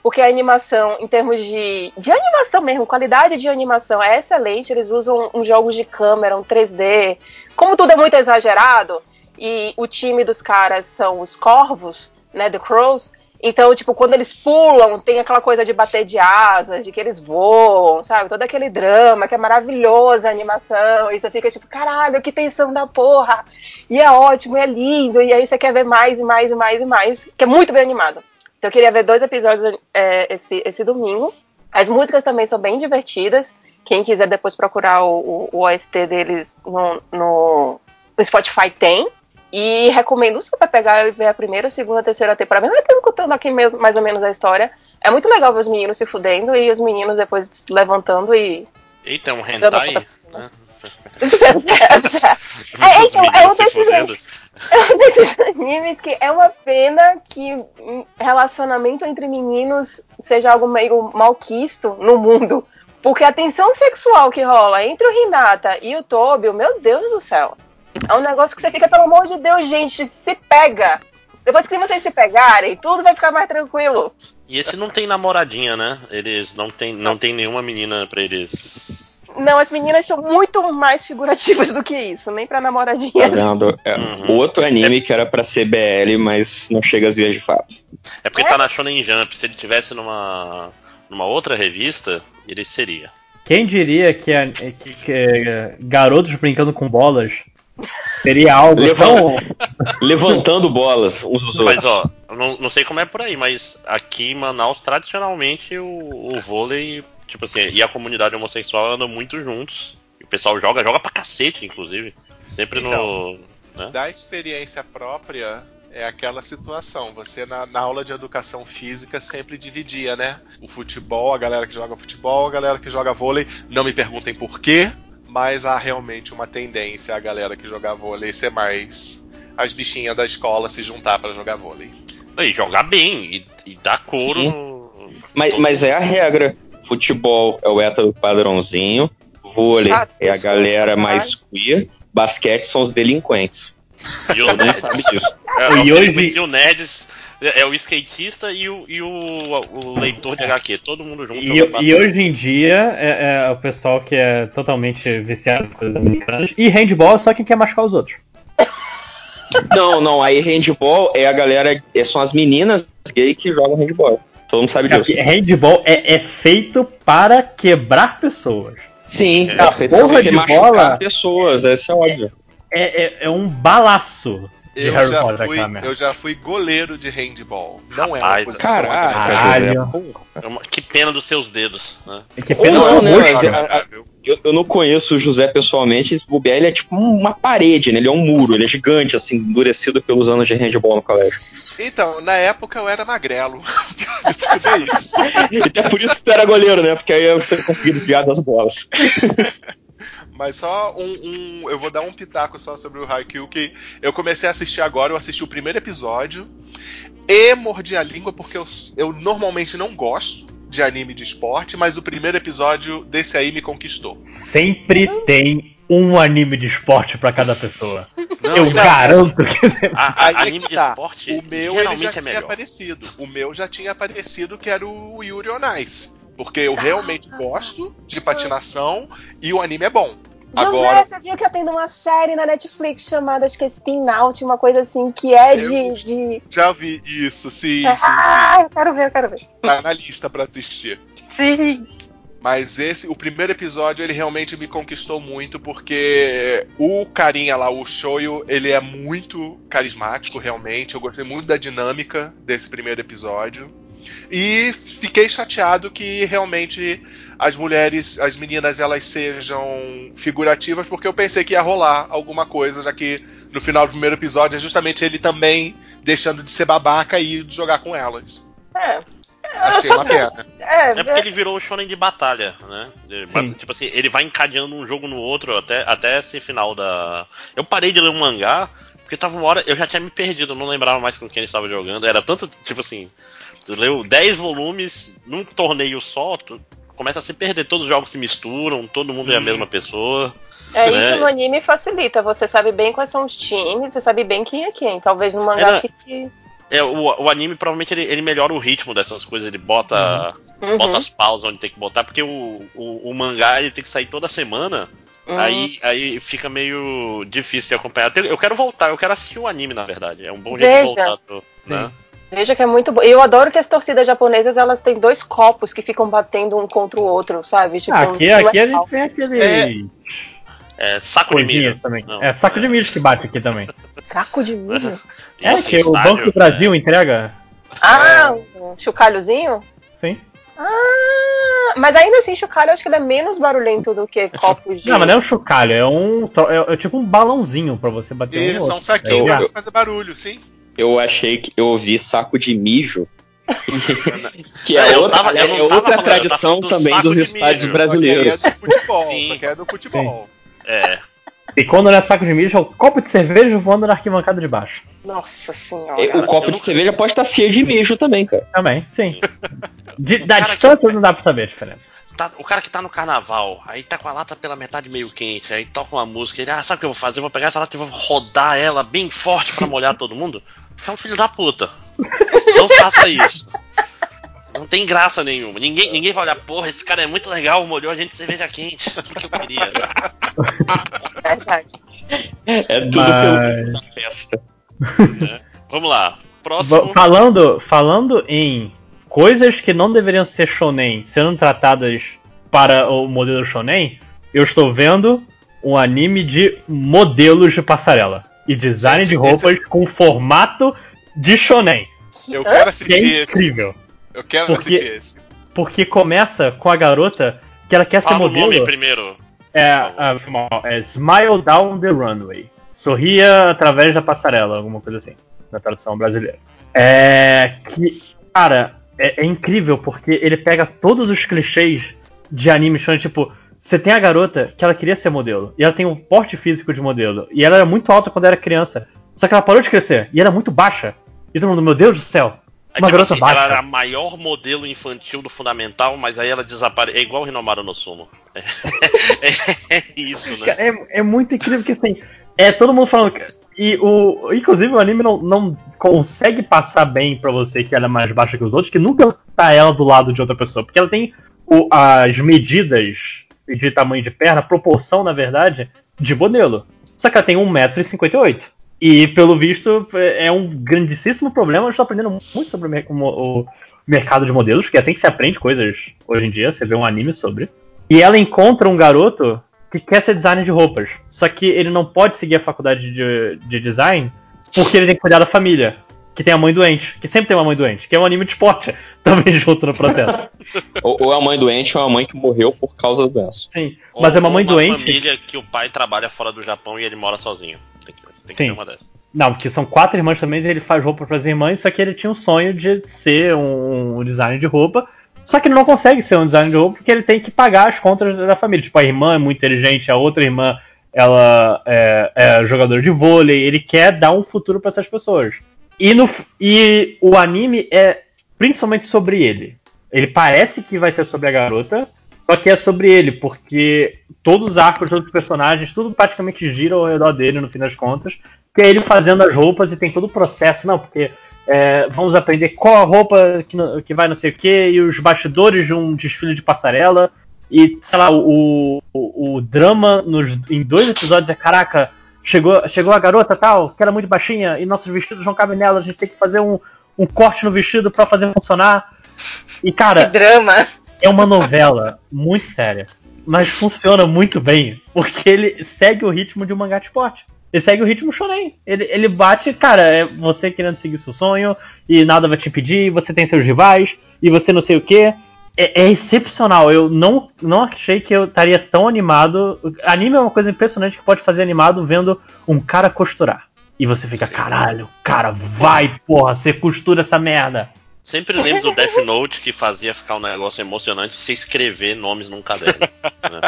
porque a animação, em termos de, de animação mesmo, qualidade de animação é excelente. Eles usam uns jogos de câmera, um três D. Como tudo é muito exagerado, e o time dos caras são os corvos, né, The Crows. Então, tipo, quando eles pulam, tem aquela coisa de bater de asas, de que eles voam, sabe? Todo aquele drama, que é maravilhoso a animação. E você fica tipo, caralho, que tensão da porra. E é ótimo, e é lindo. E aí você quer ver mais e mais e mais e mais. Que é muito bem animado. Então eu queria ver dois episódios é, esse, esse domingo. As músicas também são bem divertidas. Quem quiser depois procurar o, o, o O S T deles no, no, no Spotify tem. E recomendo super pegar e ver a primeira, segunda, terceira temporada. Mas eu tô contando aqui mesmo, mais ou menos a história. É muito legal ver os meninos se fudendo e os meninos depois se levantando e... Eita, é um hentai, né? é, então, é um desses, é um desses animes que é uma pena que relacionamento entre meninos seja algo meio malquisto no mundo. Porque a tensão sexual que rola entre o Hinata e o Tobio, meu Deus do céu. É um negócio que você fica, pelo amor de Deus, gente, se pega. Depois que vocês se pegarem, tudo vai ficar mais tranquilo. E esse não tem namoradinha, né? Eles não tem, não tem nenhuma menina pra eles... Não, as meninas são muito mais figurativas do que isso, nem pra namoradinha. Tá vendo? É Uhum. outro anime É... que era pra ser B L, mas não chega às vias de fato. É porque é? tá na Shonen Jump. Se ele tivesse numa, numa outra revista, ele seria. Quem diria que, é, que, que é, garotos brincando com bolas seria algo Levant... tão... Levantando bolas uns dos outros. Mas ó, eu não, não sei como é por aí, mas aqui em Manaus, tradicionalmente, o, o vôlei, tipo assim, e a comunidade homossexual andam muito juntos. E o pessoal joga, joga pra cacete, inclusive. Sempre Então, no... Né? Da experiência própria, é aquela situação. Você, na, na aula de educação física, sempre dividia, né? O futebol, a galera que joga futebol, a galera que joga vôlei. Não me perguntem por quê, mas há realmente uma tendência a galera que joga vôlei ser mais as bichinhas da escola se juntar pra jogar vôlei. E jogar bem, e, e dar couro Sim. no... Mas, mas é a regra. Futebol é o hétero padrãozinho, vôlei Chato, é a galera caralho. mais queer, basquete são os delinquentes. E o Todo mundo nerds, sabe disso. é, é E o hoje- Felipe, o nerds, é o skatista e o, e o, o leitor de H Q, todo mundo junto. E, jogando e hoje em dia é, é o pessoal que é totalmente viciado em coisas americanas. E handball é só quem quer machucar os outros. Não, não, aí handball é a galera, é- são as meninas gay que jogam handball. Todo mundo sabe disso. Porque handball é, é feito para quebrar pessoas. Sim, É, é feito pra porra você de machucar bola. pessoas, isso é óbvio. É, é, é um balaço de Eu Harry já, Potter, fui, aquela merda. eu já fui goleiro de handball. Não é uma Rapaz, posição Caraca, Caralho. José, porra. É uma- que pena dos seus dedos, né? Que Ou pena não, não, né, roxo, mas cara. a- a- eu, eu não conheço o José pessoalmente, esse bobear, ele é tipo uma parede, né? Ele é um muro, ele é gigante, assim, endurecido pelos anos de handball no colégio. Então, na época eu era magrelo. O pior de tudo é isso. E até por isso que tu era goleiro, né? Porque aí você conseguia desviar das bolas. Mas só um, um- Eu vou dar um pitaco só sobre o Haikyuu, que eu comecei a assistir agora, eu assisti o primeiro episódio e mordi a língua porque eu, eu normalmente não gosto de anime de esporte, mas o primeiro episódio desse aí me conquistou. Sempre tem um anime de esporte pra cada pessoa. Não, Eu não. garanto que... A, a, Aí é anime que de tá. esporte O meu ele já geralmente é tinha melhor. aparecido. O meu já tinha aparecido, que era o Yuri on Ice. Porque eu realmente gosto de patinação e o anime é bom. José, Agora, você viu que tá tendo uma série na Netflix chamada, acho que é Spin Out, uma coisa assim, que é de... Eu- de... já vi isso, sim, sim, Ah, sim. eu quero ver, eu quero ver. Tá na lista pra assistir. Sim. Mas esse, o primeiro episódio, ele realmente me conquistou muito, porque o carinha lá, o Shoyo, ele é muito carismático, realmente. Eu gostei muito da dinâmica desse primeiro episódio. E fiquei chateado que realmente as mulheres, as meninas, elas sejam figurativas, porque eu pensei que ia rolar alguma coisa, já que no final do primeiro episódio é justamente ele também deixando de ser babaca e ir jogar com elas. É. Achei uma pena. É, É porque ele virou o shonen de batalha, né? Ele- Sim. Tipo assim, ele vai encadeando um jogo no outro até, até esse final da... Eu parei de ler um mangá, porque tava uma hora... Eu já tinha me perdido, eu não lembrava mais com quem ele estava jogando. Era tanto, tipo assim... Tu leu dez volumes num torneio só, tu começa a se perder. Todos os jogos se misturam, todo mundo é a Hum. mesma pessoa. É, né? isso no anime facilita. Você sabe bem quais são os times, você sabe bem quem é quem. Talvez no mangá Era- fique... É, o, o anime provavelmente ele, ele melhora o ritmo dessas coisas, ele bota, Uhum. bota as pausas onde tem que botar, porque o, o, o mangá ele tem que sair toda semana, Uhum. aí, aí fica meio difícil de acompanhar. Eu, eu quero voltar, eu quero assistir o anime, na verdade. É um bom jeito Veja. de voltar. Pro, né? Veja que é muito bom. Eu adoro que as torcidas japonesas elas têm dois copos que ficam batendo um contra o outro, sabe? Tipo, Ah, aqui, um aqui a legal. gente tem aquele. É. É saco de Coisinha milho. também. Não, É saco de milho que bate aqui também. Saco de milho. É, Isso, que o estádio, Banco do Brasil é. entrega. Ah, um chocalhozinho? Sim. Ah, mas ainda assim, chocalho eu acho que ele é menos barulhento do que copos de... Não, mas não é um chocalho, é um. tro- É, é tipo um balãozinho pra você bater um no Isso, é outro. um saquinho É, pra fazer barulho, sim. Eu achei que eu ouvi saco de mijo. Que É, é eu outra, tava- eu não é tava outra falando, eu tava tradição falando do também saco dos de estádios milho. brasileiros. Só que é do futebol, Sim. só que é do futebol. É. E quando não é saco de milho, é um copo de cerveja voando na arquibancada de baixo. Nossa senhora. E o copo eu de nunca- cerveja pode estar cheio de mijo também, cara. Também, sim. De, da Cara, distância não dá pra saber a diferença. Tá- o cara que tá no carnaval, aí tá com a lata pela metade meio quente, aí toca uma música, ele, ah, sabe o que eu vou fazer? Eu vou pegar essa lata e vou rodar ela bem forte pra molhar todo mundo. Você é um filho da puta. Não faça isso. Não tem graça nenhuma. Ninguém, ninguém vai olhar, porra, esse cara é muito legal, molhou a gente de cerveja quente. O que, que eu queria? Verdade. É tudo Mas- pelo da festa. Né? Vamos lá. Próximo. Va- Falando, falando em coisas que não deveriam ser shonen sendo tratadas para o modelo shonen, eu estou vendo um anime de modelos de passarela e design Gente, de roupas com formato de shonen. Eu quero Que é assistir esse. incrível. Eu quero Porque- assistir esse. Porque começa com a garota que ela quer ser Fala o nome modelo. primeiro. É, a- é Smile Down the Runway. Sorria através da passarela, alguma coisa assim, na tradução brasileira. É. Que, cara, é, é incrível porque ele pega todos os clichês de anime shonen, tipo, você tem a garota que ela queria ser modelo, e ela tem um porte físico de modelo, e ela era muito alta quando era criança, só que ela parou de crescer, e era muito baixa. E todo mundo, meu Deus do céu, Aí, uma tipo garota assim, baixa. ela era a maior modelo infantil do Fundamental, mas aí ela desapareceu. É igual o Hinomaru no Sumo. É, é- é isso, né? É, é muito incrível que assim, é todo mundo falando. que- E o. Inclusive o anime não, não consegue passar bem pra você que ela é mais baixa que os outros, que nunca tá ela do lado de outra pessoa. Porque ela tem o- as medidas de tamanho de perna, proporção, na verdade, de modelo. Só que ela tem um metro e cinquenta e oito. E pelo visto é um grandíssimo problema. Eu estou aprendendo muito sobre o, mer- o- o mercado de modelos, que é assim que se aprende coisas hoje em dia. Você vê um anime sobre. E ela encontra um garoto que quer ser designer de roupas. Só que ele não pode seguir a faculdade de, de design porque ele tem que cuidar da família. Que tem a mãe doente. Que sempre tem uma mãe doente. Que é um anime de esporte também junto no processo. Ou, ou é a mãe doente ou é a mãe que morreu por causa da doença. Sim. Mas é uma Ou mãe uma doente. família que o pai trabalha fora do Japão e ele mora sozinho. Tem que, tem que Sim. ser uma dessas. Não, porque são quatro irmãs também, e ele faz roupa para as irmãs, só que ele tinha um sonho de ser um, um designer de roupa. Só que ele não consegue ser um designer de roupa porque ele tem que pagar as contas da família. Tipo, a irmã é muito inteligente, a outra irmã ela é, é jogadora de vôlei. Ele quer dar um futuro para essas pessoas. E, no, e o anime é principalmente sobre ele. Ele parece que vai ser sobre a garota, só que é sobre ele, porque todos os arcos, todos os personagens, tudo praticamente gira ao redor dele no fim das contas. Que é ele fazendo as roupas e tem todo o processo, não, porque é, vamos aprender qual a roupa que, que vai não sei o que, e os bastidores de um desfile de passarela, e sei lá, o, o, o drama nos, em dois episódios é, caraca, chegou, chegou a garota tal, que era muito baixinha, e nossos vestidos não cabem nela, a gente tem que fazer um, um corte no vestido pra fazer funcionar. E Que cara, drama. é uma novela muito séria, mas funciona muito bem, porque ele segue o ritmo de um mangá de esporte. Ele segue o ritmo shonen. Ele, ele bate, cara, é você querendo seguir seu sonho, e nada vai te impedir, você tem seus rivais, e você não sei o que. É, é excepcional. Eu não, não achei que eu estaria tão animado. Anime é uma coisa impressionante que pode fazer animado vendo um cara costurar. E você fica, caralho, cara, vai, porra, você costura essa merda. Sempre lembro do Death Note que fazia ficar um negócio emocionante você escrever nomes num caderno. Né?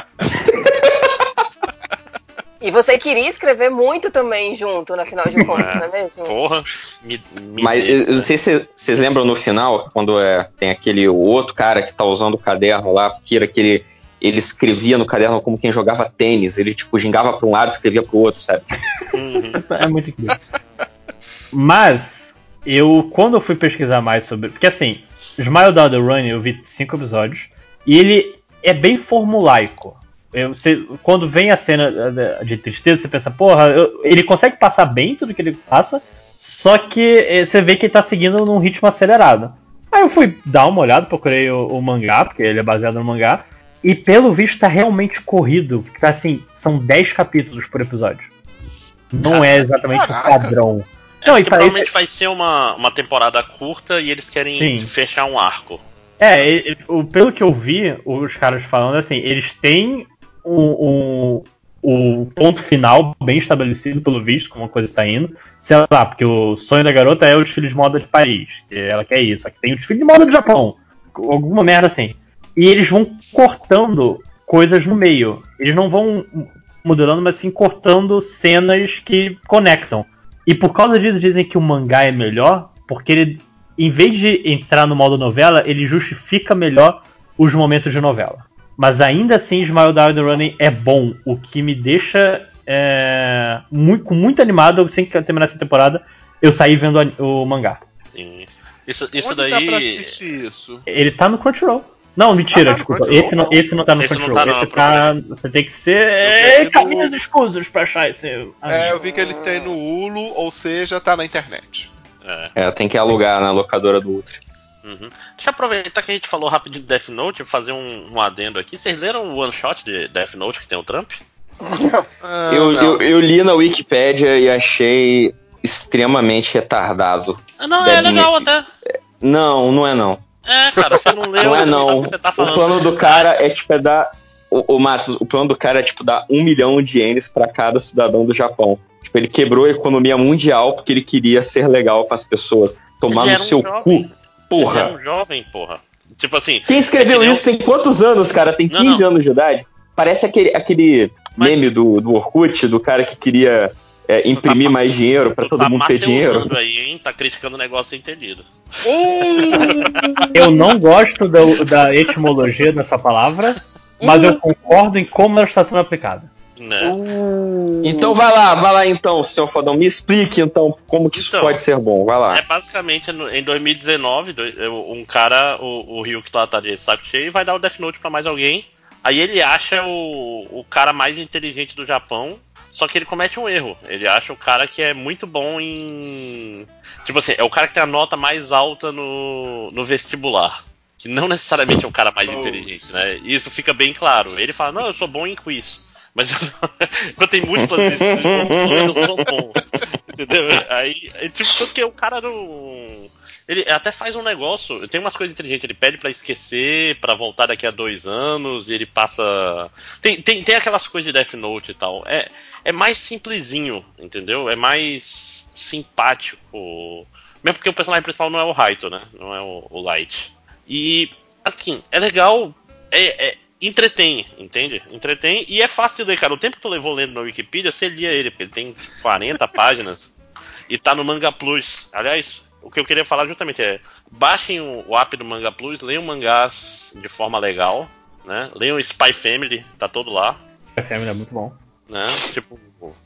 E você queria escrever muito também junto, na final de contas, não é mesmo? Porra, me, me Mas dê, eu não né? sei se vocês lembram no final, quando é, tem aquele o outro cara que tá usando o caderno lá, porque era aquele. Ele escrevia no caderno como quem jogava tênis. Ele, tipo, gingava pra um lado e escrevia pro outro, sabe? Uhum. É muito incrível. Mas, eu, quando eu fui pesquisar mais sobre... Porque assim, Smile Down the Run eu vi cinco episódios, e ele é bem formulaico. Eu, você, quando vem a cena de tristeza, você pensa, porra, eu, ele consegue passar bem tudo que ele passa, só que você vê que ele tá seguindo num ritmo acelerado. Aí eu fui dar uma olhada, procurei o, o mangá, porque ele é baseado no mangá, e pelo visto tá realmente corrido, porque tá assim, são dez capítulos por episódio. Não Caraca, é exatamente o padrão. É, não, e provavelmente isso... vai ser uma, uma temporada curta e eles querem Sim. fechar um arco. É, ele, o, pelo que eu vi, os caras falando assim, eles têm o, o, o ponto final bem estabelecido pelo visto, como a coisa está indo. Sei lá, porque o sonho da garota é o desfile de moda de Paris, que ela quer isso, só que tem o desfile de moda do Japão, alguma merda assim. E eles vão cortando coisas no meio. Eles não vão modelando, mas sim cortando cenas que conectam. E por causa disso dizem que o mangá é melhor, porque ele, em vez de entrar no modo novela, ele justifica melhor os momentos de novela. Mas ainda assim, Smile Down the Running é bom, o que me deixa é, muito, muito animado. Sem terminar essa temporada, eu saí vendo a, o mangá. Sim. Isso, isso Onde daí. dá pra assistir isso? Ele tá no Crunchyroll. Não, mentira, ah, tá desculpa. Esse não, esse não tá no Crunchyroll. Tá esse tá. Você tem que ser. É, caminhos do... escusos pra achar esse. É, eu vi que ele tem no Hulu, ou seja, tá na internet. É, é tem que alugar na locadora do Ultra. Uhum. Deixa eu aproveitar que a gente falou rapidinho de Death Note, fazer um, um adendo aqui. Vocês leram o one shot de Death Note que tem o Trump? Ah, eu, eu, eu li na Wikipédia e achei extremamente retardado. Ah, não, Deve é legal me... até. Não, não é não. É, cara, você não leu, não é você não. não sabe o que você tá falando. O plano do cara é tipo é dar. O, o máximo, o plano do cara é tipo dar um milhão de ienes pra cada cidadão do Japão. Tipo, ele quebrou a economia mundial porque ele queria ser legal pras pessoas. Tomar no seu jovem. cu. Porra. Ele é um jovem, porra. Tipo assim. Quem escreveu é isso tem quantos anos, cara? Tem quinze não, não. anos de idade? Parece aquele, aquele Mas... meme do, do Orkut, do cara que queria é, imprimir tá, mais dinheiro pra todo tá mundo ter dinheiro. Aí, hein? Tá criticando o negócio entendido. Eu não gosto da, da etimologia dessa palavra, mas eu concordo em como ela está sendo aplicada. Né? Uh. Então vai lá, vai lá então, senhor Fodão. Me explique então como que isso então, pode ser bom. Vai lá. É basicamente em dois mil e dezenove, um cara, o, o Ryuki lá tá de saco cheio e vai dar o Death Note pra mais alguém. Aí ele acha o, o cara mais inteligente do Japão. Só que ele comete um erro. Ele acha o cara que é muito bom em... Tipo assim, é o cara que tem a nota mais alta no, no vestibular. Que não necessariamente é o cara mais oh. inteligente, né? E isso fica bem claro. Ele fala, não, eu sou bom em quiz. Mas eu tenho múltiplas opções, eu sou bom. Entendeu? Aí, é tipo, porque o cara não... Ele até faz um negócio, tem umas coisas inteligentes, ele pede pra esquecer, pra voltar daqui a dois anos, e ele passa... Tem, tem, tem aquelas coisas de Death Note e tal. É, é mais simplesinho, entendeu? É mais simpático. Mesmo porque o personagem principal não é o Raito, né? Não é o, o Light. E, assim, é legal, é, é, entretém, entende? Entretém, e é fácil de ler, cara. O tempo que tu levou lendo na Wikipedia, você lia ele, porque ele tem quarenta páginas, e tá no Manga Plus. Aliás... O que eu queria falar justamente é, baixem o app do Manga Plus, leiam mangás de forma legal, né? Leiam Spy Family, tá todo lá. Spy Family é muito bom. Né? Tipo,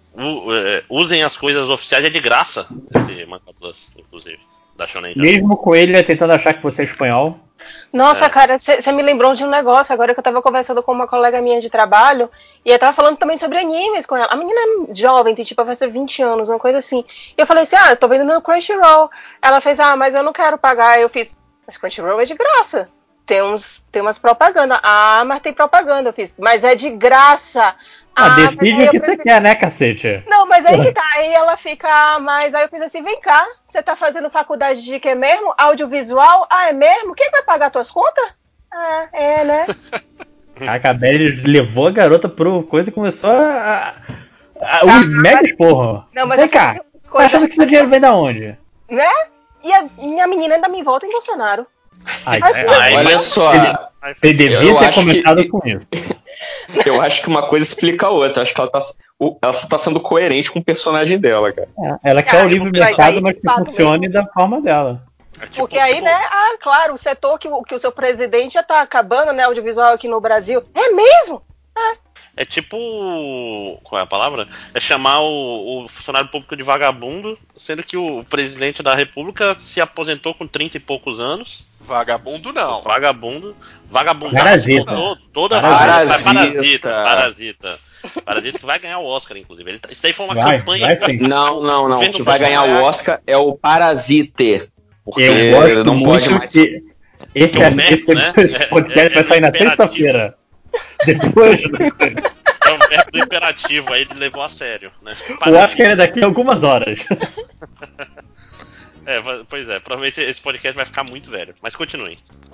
u, é, usem as coisas oficiais, é de graça esse Manga Plus, inclusive, da Shonen Jump. Mesmo com ele tentando achar que você é espanhol. Nossa, É. cara, você me lembrou de um negócio agora que eu tava conversando com uma colega minha de trabalho e eu tava falando também sobre animes com ela. A menina é jovem, tem tipo, vai ser vinte anos, uma coisa assim. E eu falei assim, ah, eu tô vendo no Crunchyroll. Ela fez, ah, mas eu não quero pagar. Eu fiz, mas Crunchyroll é de graça. Tem, uns, tem umas propaganda. Ah, mas tem propaganda. Eu fiz, mas é de graça. Ah, ah decide o que você quer, né, cacete? Não, mas aí que tá, aí ela fica, ah, mas aí eu fiz assim, vem cá, você tá fazendo faculdade de quê mesmo? Audiovisual? Ah, é mesmo? Quem vai pagar tuas contas? Ah, é, né? A Belly levou a garota pro coisa e começou a... a, a o mega esporro. Não, mas vem cá, tá achando que seu dinheiro vem da onde? Né? E a minha menina ainda me volta em Bolsonaro. Ai, Mas, ai, ai, olha só, ele, ele devia ter começado que... com isso. Eu acho que uma coisa explica a outra. Acho que ela tá, ela só tá sendo coerente com o personagem dela, cara. É, ela quer o livre mercado, mas que funcione mesmo. Da forma dela. É tipo, Porque aí, tipo... né, ah, claro, o setor que o, que o seu presidente já tá acabando, né, audiovisual aqui no Brasil. É mesmo? É. É tipo. Qual é a palavra? É chamar o, o funcionário público de vagabundo, sendo que o presidente da república se aposentou com trinta e poucos anos. Vagabundo não. Vagabundo. Vagabundo. Parasita. To, toda Parasita. Parasita. Parasita. Parasita que vai ganhar o Oscar, inclusive. Ele, isso daí foi uma Vai, campanha. vai sim. Não, não, não. O Governo que vai ganhar o Bolsonaro. Oscar é o Parasite. Porque Eu gosto não muito pode mais. que esse, Que é um verbo, esse né? podcast É- é- vai sair é na imperativo. sexta-feira. Depois do... É o verbo do imperativo, aí ele levou a sério, né? O Oscar é daqui a algumas horas. É, va- pois é, provavelmente esse podcast vai ficar muito velho. Mas continue.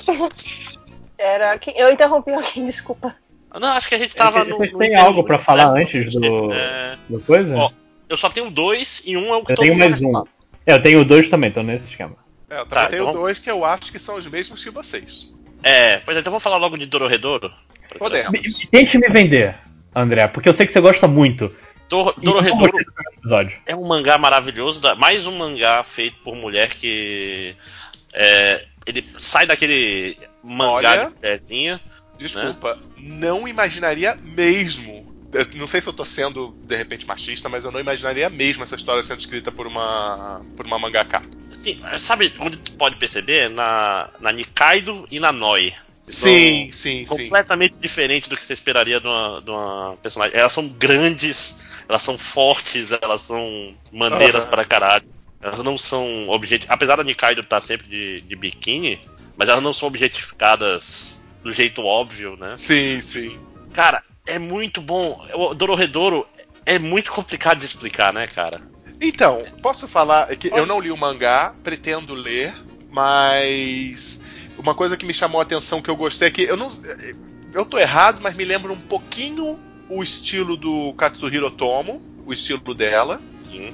Era. que- Eu interrompi alguém, desculpa. Não, acho que a gente tava no. Vocês no têm inter- algo pra falar né? antes do, É, do coisa? Ó, eu só tenho dois e um é o que Eu todo tenho mundo mais vai um. falar. É, eu tenho dois também, tô nesse esquema. É, eu também Tá, tenho então- dois que eu acho que são os mesmos que vocês. É, pois é, então vamos falar logo de Dororedoro? Podemos. Me- me- Tente me vender, André, porque eu sei que você gosta muito. Dor- E eu não Dororedoro gostei do primeiro episódio. é um mangá maravilhoso, da- mais um mangá feito por mulher que. É, ele sai daquele mangá Olha, de mulherzinha. Desculpa, não imaginaria mesmo. Eu não sei se eu tô sendo, de repente, machista, mas eu não imaginaria mesmo essa história sendo escrita por uma por uma mangaka. Sim, sabe onde tu pode perceber? Na, na Nikaido e na Noi. Sim, sim, sim. Completamente diferente do que você esperaria de uma, de uma personagem. Elas são grandes, elas são fortes, elas são maneiras Aham. para caralho. Elas não são objetificadas. Apesar da Nikaido estar sempre de, de biquíni, mas elas não são objetificadas do jeito óbvio, né? Sim, sim. Cara, é muito bom. O Dororedoro é muito complicado de explicar, né, cara? Então, posso falar que eu não li o mangá, pretendo ler, mas uma coisa que me chamou a atenção que eu gostei é que eu não eu tô errado, mas me lembra um pouquinho o estilo do Katsuhiro Otomo, o estilo dela. Sim.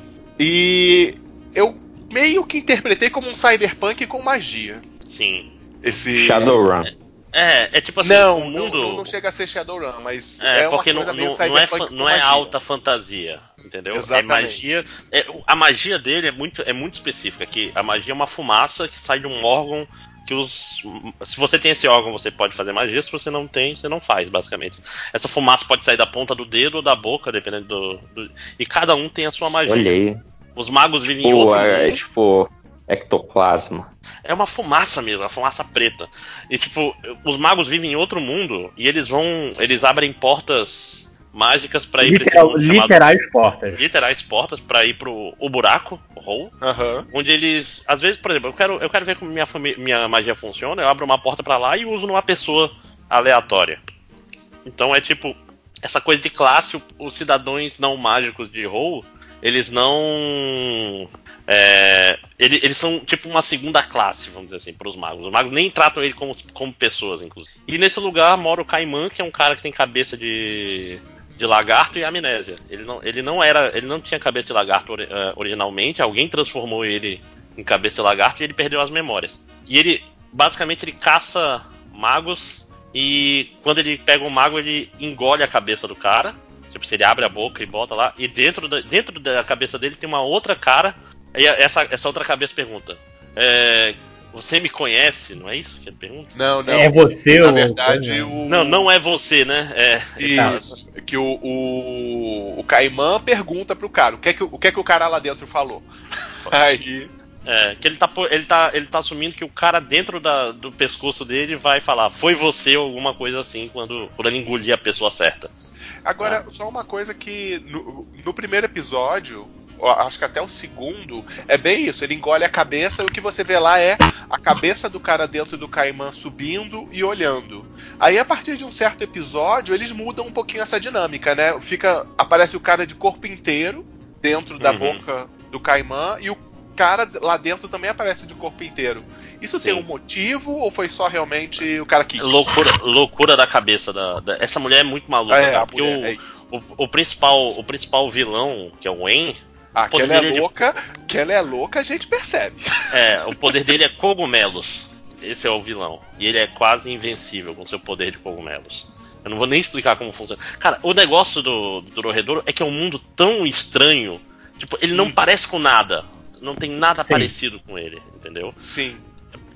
E eu meio que interpretei como um cyberpunk com magia. Sim. Esse Shadowrun. É, é tipo assim, não, o mundo. não, não chega a ser Shadowrun, mas É, é, uma porque coisa não, meio não, não é, cyberpunk fa- com não é magia. alta fantasia, entendeu? Exatamente. É magia. É, a magia dele é muito, é muito específica. Que a magia é uma fumaça que sai de um órgão que os. Se você tem esse órgão, você pode fazer magia. Se você não tem, você não faz, basicamente. Essa fumaça pode sair da ponta do dedo ou da boca, dependendo do. do- e cada um tem a sua magia. Olhei. Os magos vivem em Pô, outro é, é mundo. tipo ectoplasma. É uma fumaça mesmo, uma fumaça preta. E tipo, os magos vivem em outro mundo e eles vão. Eles abrem portas mágicas pra ir pra esse Literal, mundo chamado. literais portas. Literais portas pra ir pro o buraco, o hole, Aham. onde eles. Às vezes, por exemplo, eu quero, eu quero ver como minha, fami- minha magia funciona, eu abro uma porta pra lá e uso numa pessoa aleatória. Então é tipo, essa coisa de classe, o- os cidadãos não mágicos de hole, eles não. É, ele- eles são tipo uma segunda classe, vamos dizer assim, para os magos. Os magos nem tratam ele como, como pessoas, inclusive. E nesse lugar mora o Caimã, que é um cara que tem cabeça de, de lagarto e amnésia. Ele não, ele não era, ele não tinha cabeça de lagarto ori- eh, originalmente. Alguém transformou ele em cabeça de lagarto e ele perdeu as memórias. E ele, basicamente, ele caça magos e quando ele pega um mago ele engole a cabeça do cara. Tipo, se ele abre a boca e bota lá, e dentro da, dentro da cabeça dele tem uma outra cara. E essa, essa outra cabeça pergunta: é, você me conhece? Não é isso que ele pergunta? Não, não. É você Na o- verdade, o. Não, não é você, né? É, Isso. Que o, o, o Caimã pergunta pro cara o que, é que, o que é que o cara lá dentro falou. Aí. é, que ele tá, po- ele, tá, ele tá assumindo que o cara dentro da- do pescoço dele vai falar: foi você ou alguma coisa assim, quando, quando ele engolir a pessoa certa. Agora, só uma coisa que no, no primeiro episódio, ó, acho que até o segundo, é bem isso. Ele engole a cabeça e o que você vê lá é a cabeça do cara dentro do Caimã subindo e olhando. Aí, a partir de um certo episódio, eles mudam um pouquinho essa dinâmica, né? Fica, aparece o cara de corpo inteiro dentro da Uhum. boca do Caimã e o cara lá dentro também aparece de corpo inteiro. Isso Sim. tem um motivo ou foi só realmente o cara que Loucura, loucura da cabeça da, da- essa mulher é muito maluca, É, cara, a porque mulher, o, o, o principal o principal vilão, que é o Wen, Ah, que poder ela é dele é de- louca, que ela é louca, a gente percebe. é, o poder dele é cogumelos. Esse é o vilão. E ele é quase invencível com seu poder de cogumelos. Eu não vou nem explicar como funciona. Cara, o negócio do, do Dororedoro é que é um mundo tão estranho. Tipo, ele não Sim. parece com nada. Não tem nada Sim. parecido com ele, entendeu? Sim.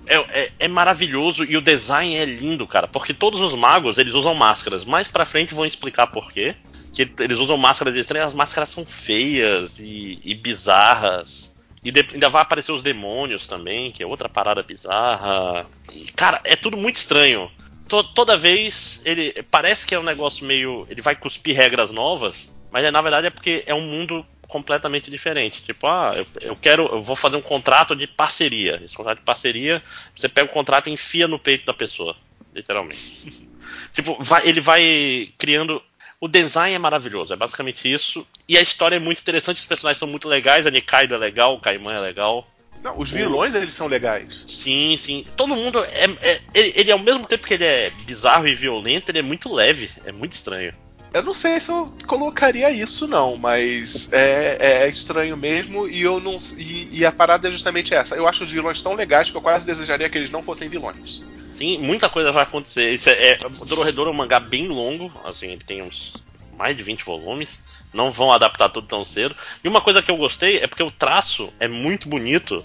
É, é, é maravilhoso e o design é lindo, cara. Porque todos os magos, eles usam máscaras. Mais pra frente vão explicar por quê. Que eles usam máscaras estranhas, as máscaras são feias e, e bizarras. E de, ainda vai aparecer os demônios também, que é outra parada bizarra. E, cara, é tudo muito estranho. To, toda vez, ele parece que é um negócio meio... Ele vai cuspir regras novas, mas é, na verdade é porque é um mundo completamente diferente. Tipo, ah, eu, eu quero... Eu vou fazer um contrato de parceria. Esse contrato de parceria, você pega o contrato e enfia no peito da pessoa. Literalmente. Tipo, vai, ele vai criando... O design é maravilhoso, é basicamente isso. E a história é muito interessante, os personagens são muito legais, a Nikaido é legal, o Kaiman é legal. Não, os vilões, o... eles são legais. Sim, sim. Todo mundo é, é ele, ele ao mesmo tempo que ele é bizarro e violento, ele é muito leve, é muito estranho. Eu não sei se eu colocaria isso não, mas é, é estranho mesmo e eu não e, e a parada é justamente essa. Eu acho os vilões tão legais que eu quase desejaria que eles não fossem vilões. Sim, muita coisa vai acontecer. Isso é, é, Dorohedoro é um mangá bem longo, assim, ele tem uns mais de vinte volumes. Não vão adaptar tudo tão cedo. E uma coisa que eu gostei é porque o traço é muito bonito.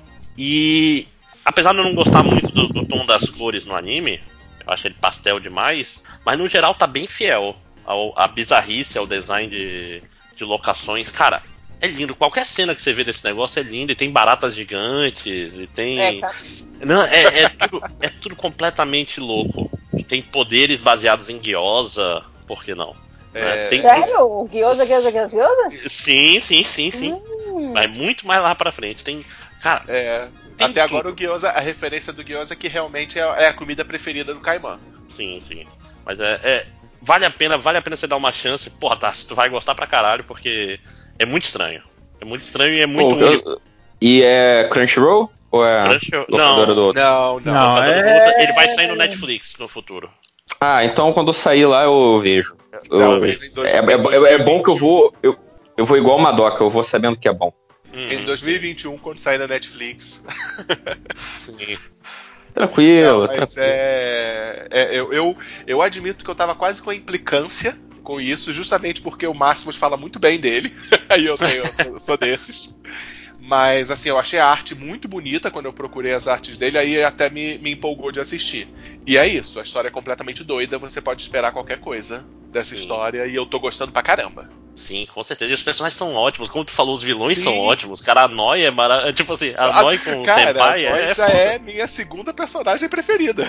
E apesar de eu não gostar muito do, do tom das cores no anime, eu acho ele pastel demais, mas no geral tá bem fiel ao, à bizarrice, ao design de, de locações. Cara, é lindo. Qualquer cena que você vê desse negócio é lindo. E tem baratas gigantes. E tem. É, cara. Não, é, é, tudo, é tudo completamente louco. E tem poderes baseados em gyoza. Por que não? É... Tem... Sério? O Gyoza, Gyoza, Gyoza, Gyoza? Sim, sim, sim, sim. Hum. Mas muito mais lá pra frente. Tem. Cara. É... Tem Até tudo. agora o gyoza, a referência do gyoza é que realmente é, é a comida preferida do Kaiman. Sim, sim. Mas é, é. Vale a pena, vale a pena você dar uma chance. Porra, tá, tu vai gostar pra caralho, porque é muito estranho. É muito estranho e é muito Pô, único. eu- E é Crunchyroll? Ou é Crunchyroll- locadora não. do outro? Não, não. Não, Locadora é- do outro, ele vai sair no Netflix no futuro. Ah, então quando sair lá eu vejo. Eu- Talvez em dois- é, é- é bom que eu vou. Eu, eu vou igual uma doca, eu vou sabendo que é bom. Uhum, Em dois mil e vinte e um, quando sair na Netflix. sim. Tranquilo, Não, mas tranquilo. é, é eu, eu, eu admito que eu tava quase com a implicância com isso, justamente porque o Máximos fala muito bem dele. Aí eu, tenho, eu sou, sou desses. Mas assim, eu achei a arte muito bonita quando eu procurei as artes dele, aí até me, me empolgou de assistir. E é isso, a história é completamente doida, você pode esperar qualquer coisa dessa Sim. história, e eu tô gostando pra caramba. Sim, com certeza. E os personagens são ótimos. Como tu falou, os vilões Sim. são ótimos. Cara, a Noi é maravilhosa. Tipo assim, a Noi com o Cara, Senpai a Noi é, é já foda. é minha segunda personagem preferida.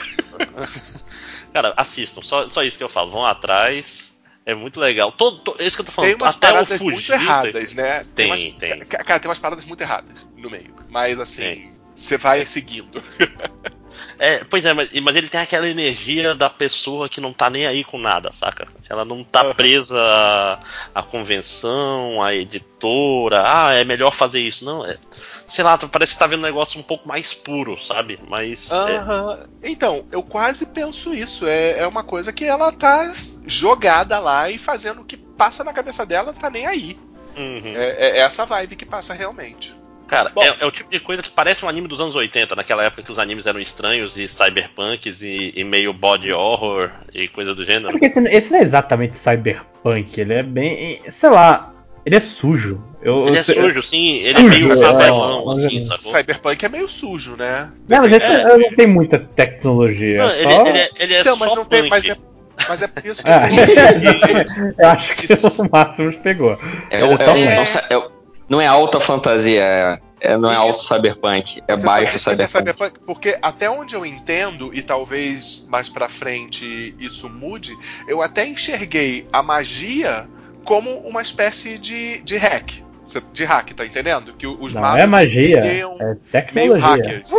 Cara, assistam. Só, só isso que eu falo. Vão atrás. É muito legal. Todo, todo, isso que eu tô Tem falando. umas Até o paradas Fugita. muito erradas, né? Tem, umas, tem. ca- Cara, tem umas paradas muito erradas no meio. Mas assim, Tem. você vai seguindo. É, pois é, mas, mas ele tem aquela energia da pessoa que não tá nem aí com nada, saca? Ela não tá Uhum. presa à, à convenção, à editora. Ah, é melhor fazer isso. Não, é. Sei lá, parece que tá vendo um negócio um pouco mais puro, sabe? Mas. é, Aham. Então, eu quase penso isso. É, é uma coisa que ela tá jogada lá e fazendo o que passa na cabeça dela, não tá nem aí. uhum. É, é essa vibe que passa realmente. Cara, Bom. é, é o tipo de coisa que parece um anime dos anos oitenta, naquela época que os animes eram estranhos e cyberpunks e, e meio body horror e coisa do É gênero. porque esse, esse não é exatamente cyberpunk, ele é bem. Sei lá, ele é sujo. Eu, Ele eu é sei- sujo, sim, ele Sujo, é meio é, favelão, mas assim, é- sacou? Cyberpunk é meio sujo, né? Não, mas esse É. não tem muita tecnologia. Não, é ele, só... ele é, ele é Então, mas só não tem. punk. Mas é, mas é por isso que Ah, eu coloquei. eu acho que o Máximos pegou. É, Ele é- só é- punk. é- é- não é alta fantasia, é, é- não é Isso. alto cyberpunk, é Você baixo sabe que é cyberpunk. cyberpunk, porque até onde eu entendo, e talvez mais pra frente isso mude, eu até enxerguei a magia como uma espécie de, de hack. Cê- De hack, tá entendendo? Que os Não magos é magia, seriam é meio tecnologia. hackers.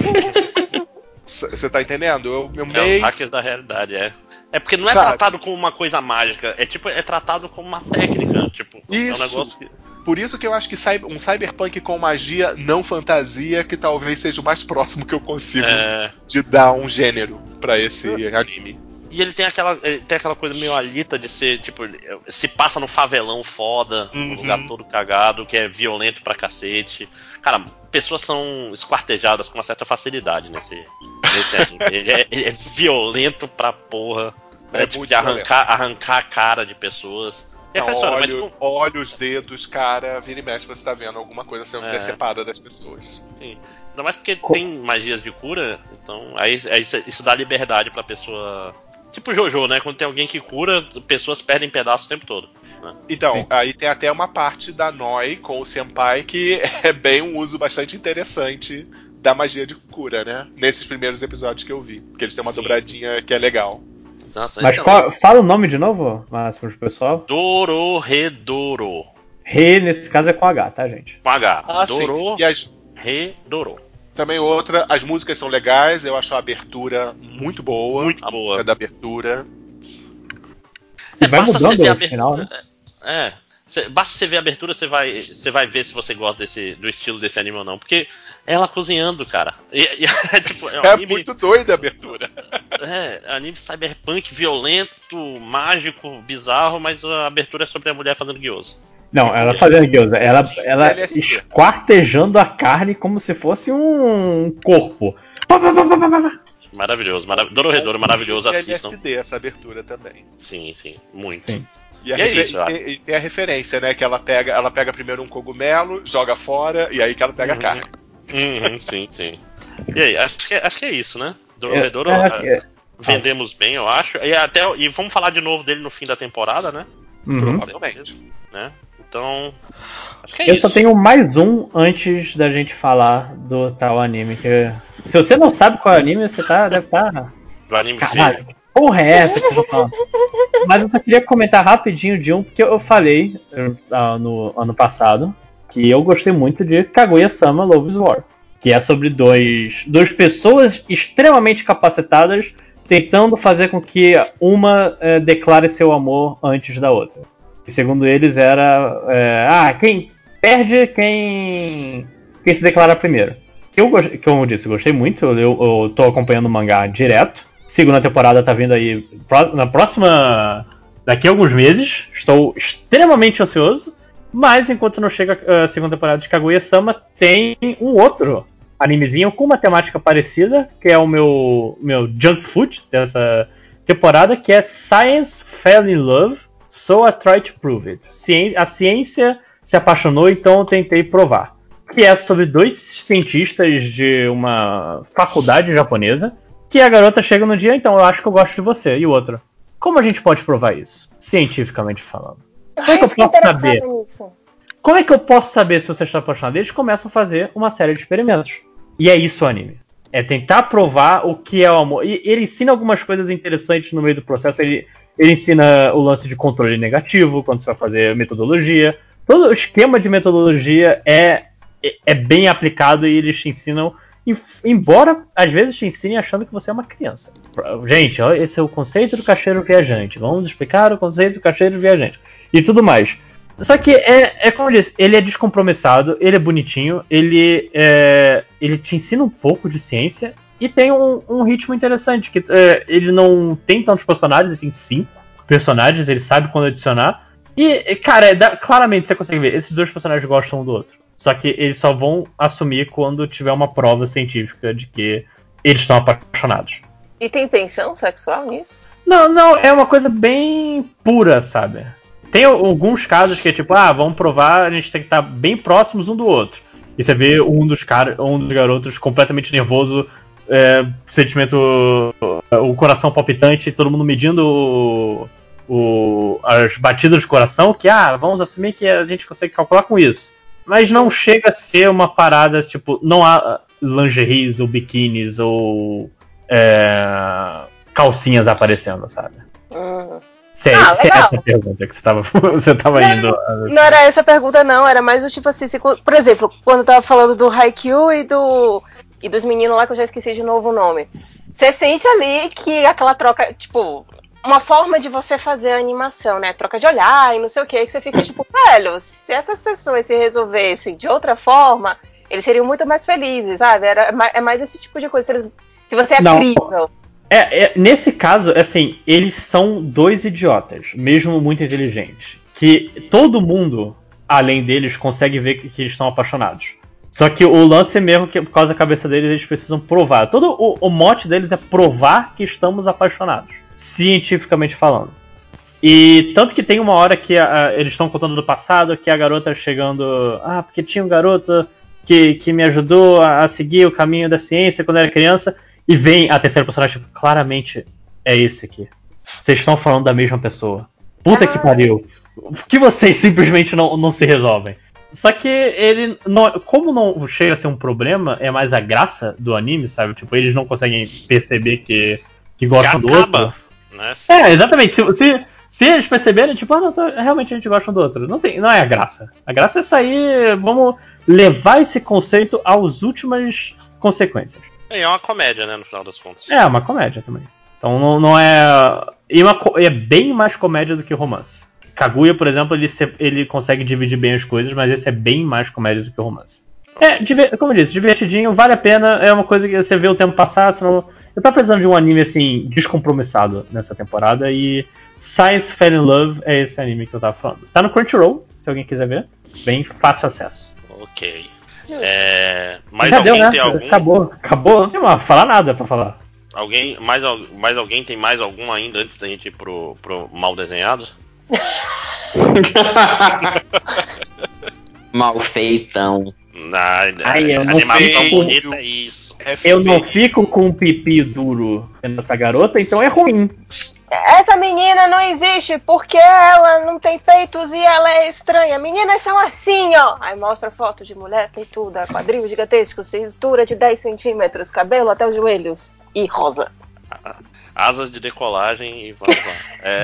Você tá entendendo? Eu, eu É os meio. hackers da realidade, é. É porque não é Sabe? tratado como uma coisa mágica, é tipo, é tratado como uma técnica, tipo, é um Isso. negócio que. Por isso que eu acho que cyber- um cyberpunk com magia não fantasia, que talvez seja o mais próximo que eu consigo É, de dar um gênero pra esse anime. e ele tem aquela, ele tem aquela coisa meio alita de ser, tipo, se passa no favelão foda, Uhum. num lugar todo cagado, que é violento pra cacete. Cara, pessoas são esquartejadas com uma certa facilidade nesse, nesse anime. Ele é, ele é violento pra porra. É É, tipo, muito de arrancar, arrancar a cara de pessoas. Então, Professora, mas olho, com- olhos, dedos, cara, vira e mexe, você tá vendo alguma coisa sendo É. decepada das pessoas. Sim. Ainda mais porque tem magias de cura, então aí, aí isso- isso dá liberdade pra pessoa. Tipo Jojo, né? Quando tem alguém que cura, pessoas perdem pedaços o tempo todo. Né? Então, Sim. aí tem até uma parte da Noi com o Senpai que é bem um uso bastante interessante da magia de cura, né? Nesses primeiros episódios que eu vi. Que eles têm uma Sim, dobradinha que é legal. Nossa, Mas excelente. qual- fala o nome de novo, Márcio, pro pessoal. Dororedoro. Re, nesse caso, é com H, tá, gente? Com H. Ah, sim. E as, Dororedoro. também outra, as músicas são legais, eu acho a abertura muito boa. Muito a boa. música da abertura. E É, vai basta mudando você ver a no final, né? abertura. É. Cê- basta você ver a abertura, você vai, você vai ver se você gosta desse, do estilo desse anime ou não. Porque ela cozinhando, cara. E, e, é, tipo, é um É anime. muito doida a abertura. É, anime cyberpunk violento, mágico, bizarro, mas a abertura é sobre a mulher fazendo guioso. Não, ela fazendo gyoza, ela, ela L S D. esquartejando a carne como se fosse um corpo. Pá, pá, pá, pá, pá, pá. Maravilhoso, marav Dororedoro, maravilhoso, E assistam. L S D essa abertura também. Sim, sim, muito. Sim. E, a E é refer- isso, ó. e tem, e tem a referência, né? Que ela pega, ela pega primeiro um cogumelo, joga fora, e aí que ela pega Uhum. a carne. Uhum, sim, sim. E aí, acho que, é- acho que é isso, né? Dororedoro, É, é, é, vendemos bem, eu acho. E, até, e vamos falar de novo dele no fim da temporada, né? uhum. Provavelmente. né? Então, acho que é Eu isso. só tenho mais um antes da gente falar do tal anime. Que se você não sabe qual é o anime, você tá, deve estar. Do anime Caralho, feio. que porra é essa que você tá falando? Mas eu só queria comentar rapidinho de um, porque eu falei uh, no ano passado que eu gostei muito de Kaguya-sama Love is War. Que é sobre dois, duas pessoas extremamente capacitadas tentando fazer com que uma eh, declare seu amor antes da outra. Que segundo eles era. eh, ah, quem perde quem. quem se declara primeiro. Que eu, gos- que eu disse, gostei muito, eu, eu tô acompanhando o mangá direto. Segunda temporada tá vindo aí pró- na próxima. Daqui a alguns meses. Estou extremamente ansioso. Mas enquanto não chega a segunda temporada de Kaguya-sama, tem um outro animezinho com uma temática parecida, que é o meu, meu junk food dessa temporada, que é Science Fell in Love, So I Try to Prove It. Ciência, a ciência se apaixonou, então eu tentei provar. Que é sobre dois cientistas de uma faculdade japonesa, que a garota chega no dia, então eu acho que eu gosto de você. E o outro, como a gente pode provar isso? Cientificamente falando. Como é que eu fiquei posso saber? interessada nisso. Como é que eu posso saber se você está apaixonado? Eles começam a fazer uma série de experimentos. E é isso o anime. É tentar provar o que é o amor. E ele ensina algumas coisas interessantes no meio do processo. Ele, ele ensina o lance de controle negativo, quando você vai fazer metodologia. Todo o esquema de metodologia é, é, é bem aplicado e eles te ensinam. em- Embora às vezes te ensinem achando que você é uma criança. Gente, ó, esse é o conceito do caixeiro viajante. Vamos explicar o conceito do caixeiro viajante. E tudo mais. Só que é, é como eu disse, ele é descompromissado, ele é bonitinho, ele, é, ele te ensina um pouco de ciência e tem um, um ritmo interessante, que é, ele não tem tantos personagens, ele tem cinco personagens, ele sabe quando adicionar. E, cara, é, dá- claramente você consegue ver, esses dois personagens gostam um do outro. Só que eles só vão assumir quando tiver uma prova científica de que eles estão apaixonados. E tem tensão sexual nisso? Não, não, é uma coisa bem pura, sabe? Tem alguns casos que é tipo, ah, vamos provar, a gente tem que estar bem próximos um do outro. E você vê um dos caras, um dos garotos completamente nervoso, é, sentimento, o coração palpitante, todo mundo medindo o, o- as batidas do coração, que ah, vamos assumir que a gente consegue calcular com isso. Mas não chega a ser uma parada, tipo, não há lingeries ou biquínis ou é, calcinhas aparecendo, sabe? Hum. Se é, Ah, se é legal. essa a pergunta que você tava, você tava Não, indo. Não era essa a pergunta, não. Era mais o tipo assim, se, por exemplo, quando eu tava falando do Haikyuu e do e dos meninos lá, que eu já esqueci de novo o nome. Você sente ali que aquela troca, tipo, uma forma de você fazer a animação, né? Troca de olhar e não sei o que, que você fica tipo, velho, se essas pessoas se resolvessem de outra forma, eles seriam muito mais felizes, sabe? Era, é mais- é mais esse tipo de coisa. Se, eles- se você é Não. crível. É, é, nesse caso, assim, eles são dois idiotas, mesmo muito inteligentes. Que todo mundo, além deles, consegue ver que, que eles estão apaixonados. Só que o lance é mesmo que, por causa da cabeça deles, eles precisam provar. Todo o, o mote deles é provar que estamos apaixonados. Cientificamente falando. E tanto que tem uma hora que a, a, eles estão contando do passado, que a garota chegando... Ah, porque tinha um garoto que, que me ajudou a, a seguir o caminho da ciência quando eu era criança. E vem a terceira personagem, tipo, claramente é esse aqui. Vocês estão falando da mesma pessoa. Puta ah. que pariu. Por que vocês simplesmente não, não se resolvem? Só que ele, não, como não chega a ser um problema, é mais a graça do anime, sabe? Tipo, eles não conseguem perceber que, que gostam do outro. Né? É, exatamente. Se, se, se eles perceberem, tipo, ah, não, tô, realmente a gente gosta um do outro. Não, tem, não é a graça. A graça é sair, vamos levar esse conceito às últimas consequências. É uma comédia, né, no final das contas. É, uma comédia também. Então não, não é... E uma, é bem mais comédia do que romance. Kaguya, por exemplo, ele, se, ele consegue dividir bem as coisas, mas esse é bem mais comédia do que romance. É, diver, como eu disse, divertidinho, vale a pena, é uma coisa que você vê o tempo passar, senão... Eu tava precisando de um anime, assim, descompromissado nessa temporada, e Science Fell in Love é esse anime que eu tava falando. Tá no Crunchyroll, se alguém quiser ver. Bem fácil acesso. Ok. É... Mais Já alguém deu, né? tem algum? Acabou, acabou, não tem mais falar nada pra falar. Alguém, mais, mais alguém tem mais algum ainda antes da gente ir pro, pro mal desenhado? Mal feitão. Ai, Ai, eu animação fico, bonita é isso. É eu não fico com um pipi duro nessa garota, então é ruim. Essa menina não existe porque ela não tem peitos e ela é estranha. Meninas são assim, ó. Aí mostra foto de mulher peituda, quadril gigantesco, cintura de dez centímetros, cabelo até os joelhos e rosa. Asas de decolagem e vamos lá. É,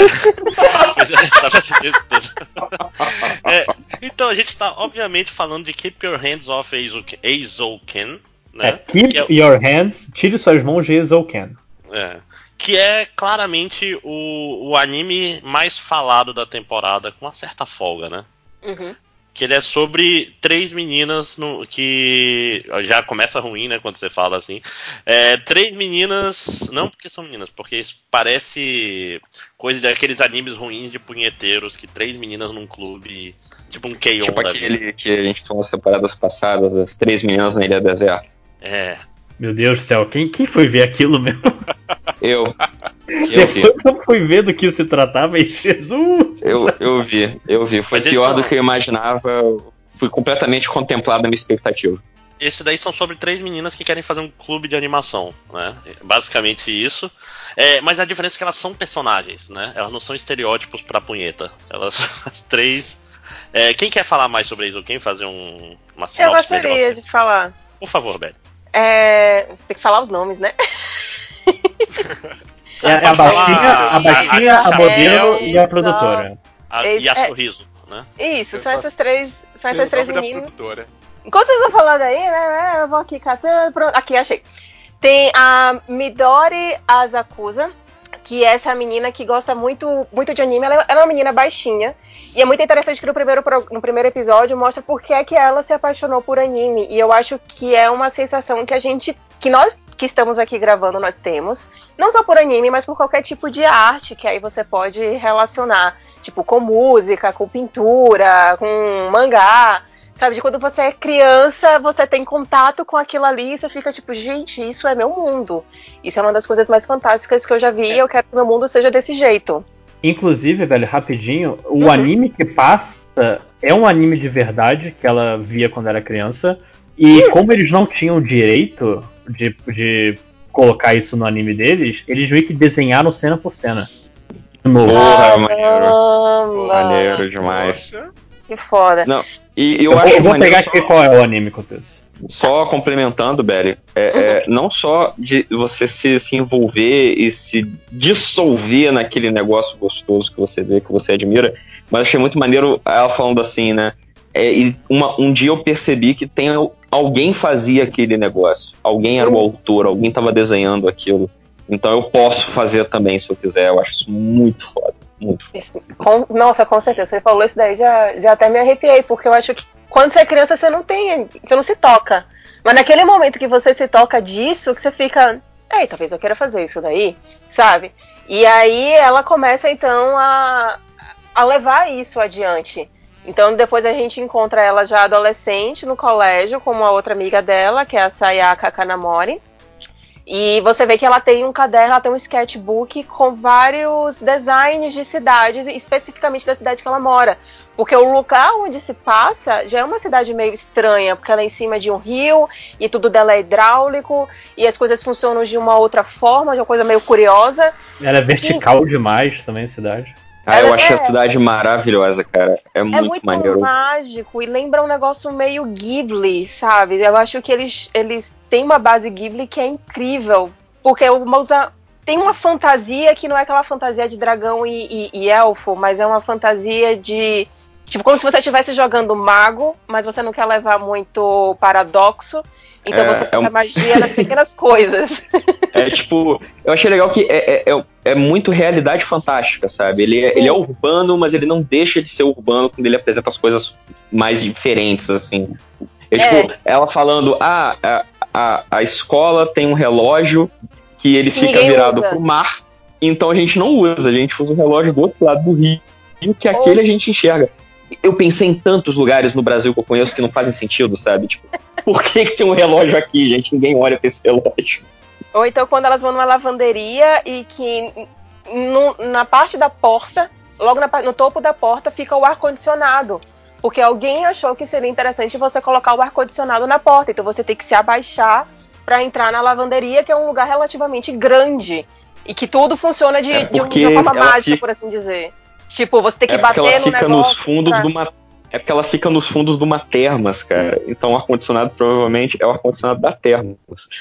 é, então a gente tá obviamente falando de Keep Your Hands Off Eizouken, né? É, keep que é, your hands, tire suas mãos de Eizouken. É, que é claramente o, o anime mais falado da temporada, com uma certa folga, né? Uhum. Que ele é sobre três meninas no, que já começa ruim, né, quando você fala assim. É, três meninas, não porque são meninas, porque isso parece coisa de aqueles animes ruins de punheteiros, que três meninas num clube, tipo um K-On! Tipo aquele vida. Que a gente falou nas temporadas passadas, as três meninas na Ilha Deserta. É. Meu Deus do céu, quem, quem foi ver aquilo mesmo? Eu. Eu vi. Eu fui ver do que se tratava e Jesus! Eu, eu vi, eu vi. Foi Mas pior são... do que eu imaginava. Fui completamente contemplado na minha expectativa. Esse daí são sobre três meninas que querem fazer um clube de animação, né? Basicamente isso. É, mas a diferença é que elas são personagens, né? Elas não são estereótipos pra punheta. Elas, as três... É, quem quer falar mais sobre isso? Quem fazer um, uma sinopse? Eu gostaria melhor? de falar. Por favor, Beli. É... Tem que falar os nomes, né? É, a baixinha, a, baixinha, a, a modelo e a produtora. A, e a é, Sorriso, né? Isso, são essas três, são essas três meninas. Enquanto vocês estão falando aí, né, eu vou aqui catando, pronto, aqui, achei. Tem a Midori Asakusa, que é essa menina que gosta muito, muito de anime. Ela, ela é uma menina baixinha, e é muito interessante que no primeiro, no primeiro episódio mostra por que é que ela se apaixonou por anime. E eu acho que é uma sensação que a gente, que nós que estamos aqui gravando, nós temos, não só por anime, mas por qualquer tipo de arte, que aí você pode relacionar, tipo, com música, com pintura, com mangá, sabe? De quando você é criança, você tem contato com aquilo ali e você fica tipo, gente, isso é meu mundo. Isso é uma das coisas mais fantásticas que eu já vi e eu quero que meu mundo seja desse jeito. Inclusive, velho, rapidinho, o uhum. anime que passa é um anime de verdade que ela via quando era criança. E uhum. como eles não tinham direito de, de colocar isso no anime deles, eles meio que desenharam cena por cena. Novo. Porra, maneiro. Maneiro demais. Que foda. Não, e eu, eu acho vou, eu vou pegar só... aqui qual é o anime que eu penso. Só complementando, Belly, é, uhum. é, não só de você se, se envolver e se dissolver naquele negócio gostoso que você vê, que você admira, mas achei muito maneiro ela falando assim, né? É, e uma, um dia eu percebi que tem, alguém fazia aquele negócio, alguém era o autor, alguém estava desenhando aquilo, então eu posso fazer também se eu quiser. Eu acho isso muito foda, muito foda. Com, nossa, com certeza, você falou isso daí, já, já até me arrepiei, porque eu acho que quando você é criança você não tem, você não se toca, mas naquele momento que você se toca disso, que você fica, ei, talvez eu queira fazer isso daí, sabe? E aí ela começa então a, a levar isso adiante. Então depois a gente encontra ela já adolescente no colégio com uma outra amiga dela, que é a Sayaka Kanamori. E você vê que ela tem um caderno, ela tem um sketchbook com vários designs de cidades, especificamente da cidade que ela mora. Porque o lugar onde se passa já é uma cidade meio estranha, porque ela é em cima de um rio e tudo dela é hidráulico e as coisas funcionam de uma outra forma, de uma coisa meio curiosa. Ela é vertical e... demais também, a cidade. Ah, eu ela acho é... a cidade maravilhosa, cara. É muito, é muito maneiro. mágico e lembra um negócio meio Ghibli, sabe? Eu acho que eles, eles têm uma base Ghibli que é incrível. Porque o Mousa tem uma fantasia que não é aquela fantasia de dragão e, e, e elfo, mas é uma fantasia de... Tipo, como se você estivesse jogando mago, mas você não quer levar muito paradoxo. Então É, você é tem um- a magia das pequenas coisas. É tipo, eu achei legal que é, é, é, é muito realidade fantástica, sabe? Ele é, ele é urbano, mas ele não deixa de ser urbano quando ele apresenta as coisas mais diferentes, assim. É, É. tipo, ela falando, ah, a, a, a escola tem um relógio que ele Que fica ninguém virado usa. pro mar, então a gente não usa, a gente usa o relógio do outro lado do rio, que Ou- aquele a gente enxerga. Eu pensei em tantos lugares no Brasil que eu conheço que não fazem sentido, sabe? Tipo, por que, que tem um relógio aqui, gente? Ninguém olha pra esse relógio. Ou então quando elas vão numa lavanderia e que no, na parte da porta, logo na, no topo da porta, fica o ar-condicionado. Porque alguém achou que seria interessante você colocar o ar-condicionado na porta. Então você tem que se abaixar para entrar na lavanderia, que é um lugar relativamente grande. E que tudo funciona de, É de, um- porque de uma forma ela mágica, fica- por assim dizer. Tipo, você tem que É porque bater ela no fica nos negócio. fundos pra- de uma. É porque ela fica nos fundos de uma termas, cara. Então o ar-condicionado provavelmente é o ar-condicionado da termas.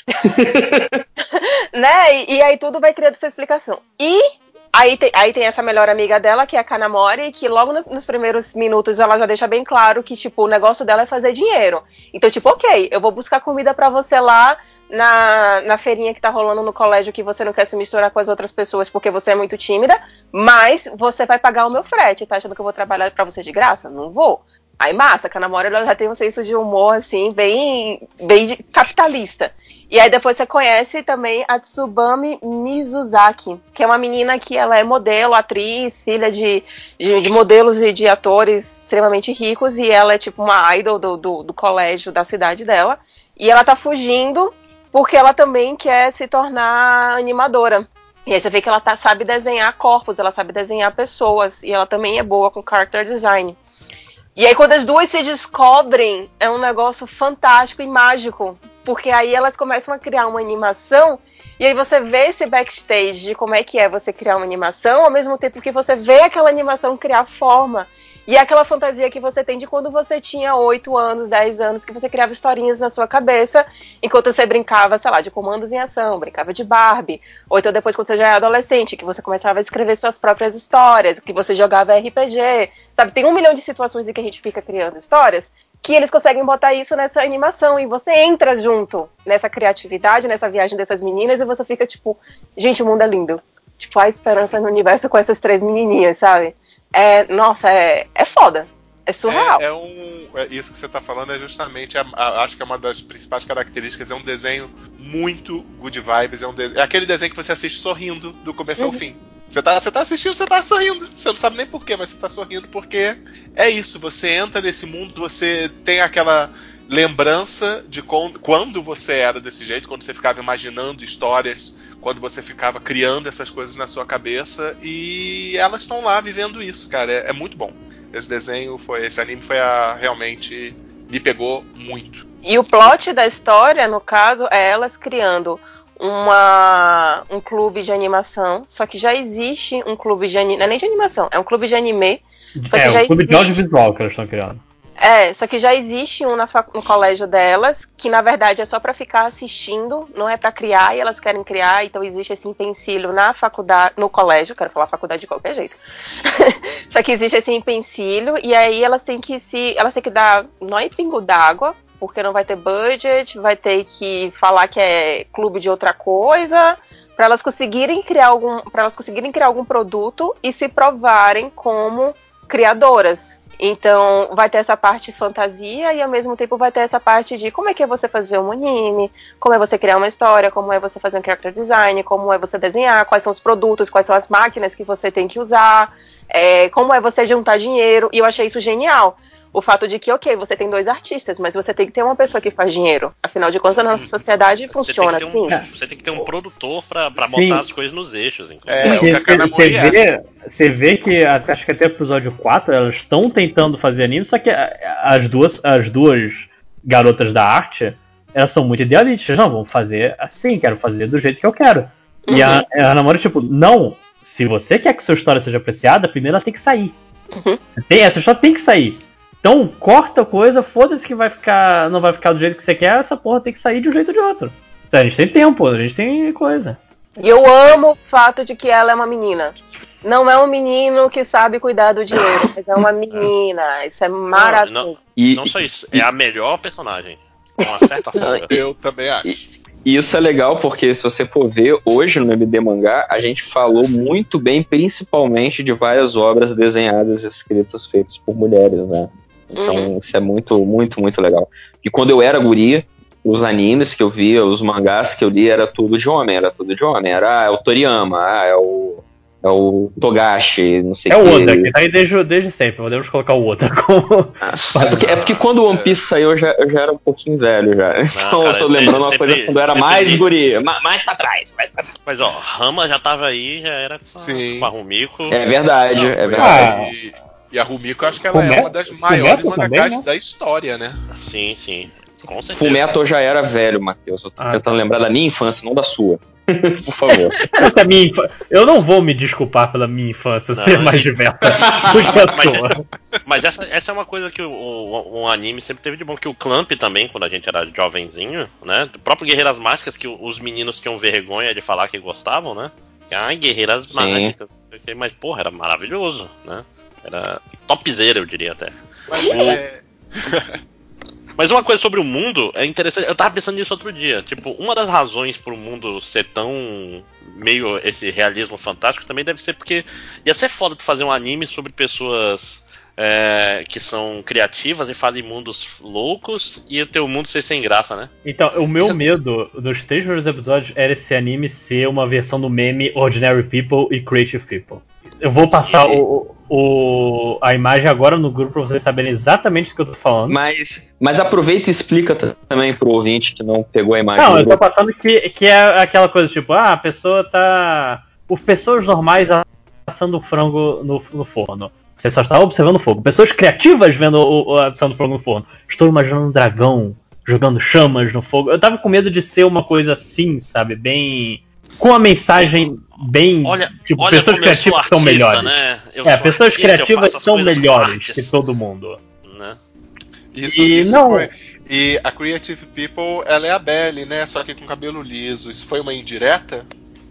Né? E, e aí tudo vai criando essa explicação. E aí tem, aí tem essa melhor amiga dela, que é a Kanamori, que logo no, nos primeiros minutos ela já deixa bem claro que, tipo, o negócio dela é fazer dinheiro. Então, tipo, ok, eu vou buscar comida pra você lá na, na feirinha que tá rolando no colégio, que você não quer se misturar com as outras pessoas porque você é muito tímida, mas você vai pagar o meu frete. Tá achando que eu vou trabalhar pra você de graça? Não vou. Aí, massa, a Kanamori ela já tem um senso de humor, assim, bem, bem de- capitalista. E aí depois você conhece também a Tsubame Mizuzaki, que é uma menina que ela é modelo, atriz, filha de, de, de modelos e de atores extremamente ricos, e ela é tipo uma idol do, do, do colégio da cidade dela. E ela tá fugindo porque ela também quer se tornar animadora. E aí você vê que ela tá, sabe desenhar corpos, ela sabe desenhar pessoas, e ela também é boa com character design. E aí quando as duas se descobrem, é um negócio fantástico e mágico. Porque aí elas começam a criar uma animação, e aí você vê esse backstage de como é que é você criar uma animação, ao mesmo tempo que você vê aquela animação criar forma. E é aquela fantasia que você tem de quando você tinha oito anos, dez anos, que você criava historinhas na sua cabeça, enquanto você brincava, sei lá, de comandos em ação, brincava de Barbie. Ou então depois, quando você já é adolescente, que você começava a escrever suas próprias histórias, que você jogava R P G. Sabe, tem um milhão de situações em que a gente fica criando histórias, que eles conseguem botar isso nessa animação, e você entra junto nessa criatividade, nessa viagem dessas meninas, e você fica tipo, gente, o mundo é lindo. Tipo, há esperança no universo com essas três menininhas, sabe? É, nossa, é, é foda. É surreal. É, é um, é isso que você está falando é justamente, a, a, acho que é uma das principais características. É um desenho muito good vibes. É, um de, é aquele desenho que você assiste sorrindo do começo Uhum. ao fim. Você tá, você tá assistindo, você tá sorrindo. Você não sabe nem porquê, mas você tá sorrindo porque é isso. Você entra nesse mundo, você tem aquela lembrança de quando, quando você era desse jeito, quando você ficava imaginando histórias, quando você ficava criando essas coisas na sua cabeça, e elas estão lá vivendo isso, cara. É, é muito bom. Esse desenho, foi, esse anime foi a, realmente me pegou muito. E o plot da história, no caso, é elas criando uma, um clube de animação, só que já existe um clube de anime, não é nem de animação, é um clube de anime, só que É, já o clube existe, de audiovisual que elas estão criando. é, só que já existe um na fac, no colégio delas, que na verdade é só pra ficar assistindo, não é pra criar, e elas querem criar, então existe esse empecilho na faculdade, no colégio, quero falar faculdade de qualquer jeito. Só que existe esse empecilho, e aí elas têm que se, elas têm que dar nó e pingo d'água, porque não vai ter budget, vai ter que falar que é clube de outra coisa, para elas conseguirem criar algum, para elas conseguirem criar algum produto e se provarem como criadoras. Então vai ter essa parte de fantasia e ao mesmo tempo vai ter essa parte de como é que é você fazer um anime, como é você criar uma história, como é você fazer um character design, como é você desenhar, quais são os produtos, quais são as máquinas que você tem que usar, é, como é você juntar dinheiro. E eu achei isso genial, o fato de que, ok, você tem dois artistas, mas você tem que ter uma pessoa que faz dinheiro. Afinal de contas, a nossa sociedade Você funciona tem que ter um, assim. Você tem que ter um produtor pra, pra Sim. botar as coisas nos eixos, inclusive. É, o que a Kanamori Você vê, você vê que até- acho que até o episódio quatro elas estão tentando fazer anime, só que a- as duas, as duas garotas da arte, elas são muito idealistas. Não, vamos fazer assim, quero fazer do jeito que eu quero. E a, a Hanamori, tipo, não, se você quer que sua história seja apreciada, primeiro ela tem que sair. Uhum. Você tem, essa história tem que sair. Então, corta coisa, foda-se que vai ficar, não vai ficar do jeito que você quer, essa porra tem que sair de um jeito ou de outro. A gente tem tempo, a gente tem coisa. E eu amo o fato de que ela é uma menina. Não é um menino que sabe cuidar do dinheiro, mas é uma menina. Isso é maravilhoso. Não, não, E, não só isso, e- é a melhor personagem. Com uma certa folga. Eu também acho. E isso é legal porque, se você for ver, hoje no M D Mangá, a gente falou muito bem, principalmente de várias obras desenhadas e escritas feitas por mulheres, né? Então, Uhum. isso é muito, muito, muito legal. E quando eu era guria, os animes que eu via, os mangás que eu li, era tudo de homem, era tudo de homem. Era, ah, é o Toriyama, ah, é o, é o Togashi, não sei É o quê. Oda, que tá aí desde, desde sempre, podemos colocar o Oda como. É porque, é porque quando o One Piece saiu, eu já, eu já era um pouquinho velho já. Então cara, eu tô eu lembrando uma sempre- coisa quando eu era sempre mais li. guria, ma- mais pra trás, mais pra trás. Mas ó, Rama já tava aí, já era com a, Sim. com a Rumiko. É verdade, Não, é verdade. E, e a Rumiko, eu acho que ela Fullme- é uma das maiores Fullmetal mangakás também, né? da história, né? Sim, sim. Com certeza. Fullmetal já era velho, Matheus. Eu tô Ah, tentando tá. lembrar da minha infância, não da sua. Por favor. Essa minha infa- Eu não vou me desculpar pela minha infância Não, ser mais e- diversa do que a sua. Mas essa, essa é uma coisa que o, o, o anime sempre teve de bom, que o Clamp também, quando a gente era jovenzinho, né? O próprio Guerreiras Mágicas, que os meninos tinham vergonha de falar que gostavam, né? Que, ai, Guerreiras Sim. Mágicas, não sei o quê, mas porra, era maravilhoso, né? Era topzera, eu diria até. Mas é, Mas uma coisa sobre o mundo é interessante. Eu tava pensando nisso outro dia. Tipo, uma das razões pro mundo ser tão meio esse realismo fantástico também deve ser porque ia ser foda tu fazer um anime sobre pessoas é, que são criativas e fazem mundos loucos e o teu mundo ser sem graça, né? Então, o meu medo dos três primeiros episódios era esse anime ser uma versão do meme Ordinary People e Creative People. Eu vou passar o, o, a imagem agora no grupo pra vocês saberem exatamente do que eu tô falando. Mas, mas aproveita e explica t- também pro ouvinte que não pegou a imagem. Não, do eu tô grupo. passando que, que é aquela coisa tipo, ah, a pessoa tá. Por pessoas normais assando frango no, no forno. Você só está observando o fogo. Pessoas criativas vendo o, o assando frango no forno. Estou imaginando um dragão jogando chamas no fogo. Eu tava com medo de ser uma coisa assim, sabe? Bem. Com a mensagem bem. Olha, tipo, olha pessoas como eu sou criativas são artista, melhores. né? Eu É, sou pessoas artista, eu criativas faço as são coisas com melhores artes, que todo mundo. né? isso, E isso não- foi. E a Creative People, ela é a Belly, né? Só que com cabelo liso. Isso foi uma indireta?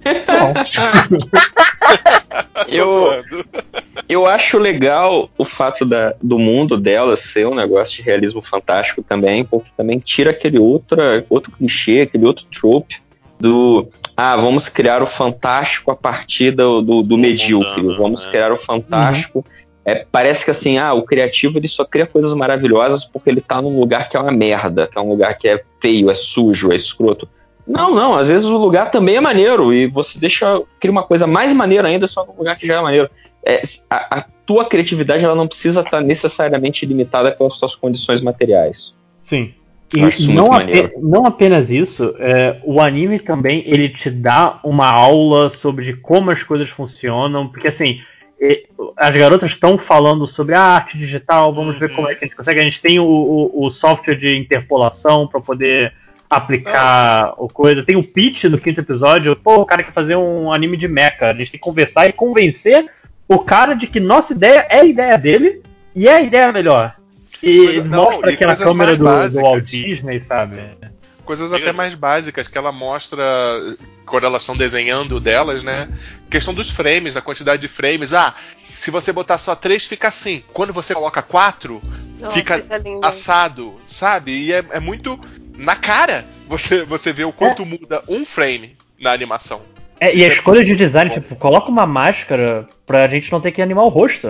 Tô Eu, zoando. eu acho legal o fato da, do mundo dela ser um negócio de realismo fantástico também, porque também tira aquele outra, outro clichê, aquele outro trope do ah, vamos criar o fantástico a partir do, do, do medíocre, mundano, vamos né? criar o fantástico. É, parece que assim, ah, o criativo ele só cria coisas maravilhosas porque ele tá num lugar que é uma merda, que é um lugar que é feio, é sujo, é escroto. Não, não, às vezes o lugar também é maneiro e você deixa, cria uma coisa mais maneira ainda só num lugar que já é maneiro. É, a, a tua criatividade ela não precisa estar necessariamente limitada pelas suas condições materiais. Sim. Eu acho E isso não, muito ape- maneiro. não apenas isso, é, o anime também ele te dá uma aula sobre de como as coisas funcionam, porque assim, e- as garotas estão falando sobre a arte digital, vamos ver como é que a gente consegue. A gente tem o, o- o software de interpolação para poder aplicar o coisa. Tem o pitch no quinto episódio, pô, o cara quer fazer um anime de mecha. A gente tem que conversar e convencer o cara de que nossa ideia é a ideia dele e é a ideia melhor. E Coisa- não, mostra e aquela coisas câmera mais do, do básicas. Walt Disney, sabe? Coisas até mais básicas que ela mostra quando elas estão desenhando delas, né? Questão dos frames, a quantidade de frames. Ah, se você botar só três, fica assim. Quando você coloca quatro, Nossa, fica isso é lindo. assado, sabe? E é, é muito na cara você, você vê o quanto muda um frame na animação. É, e a Isso é escolha de design, bom. tipo, coloca uma máscara pra gente não ter que animar o rosto.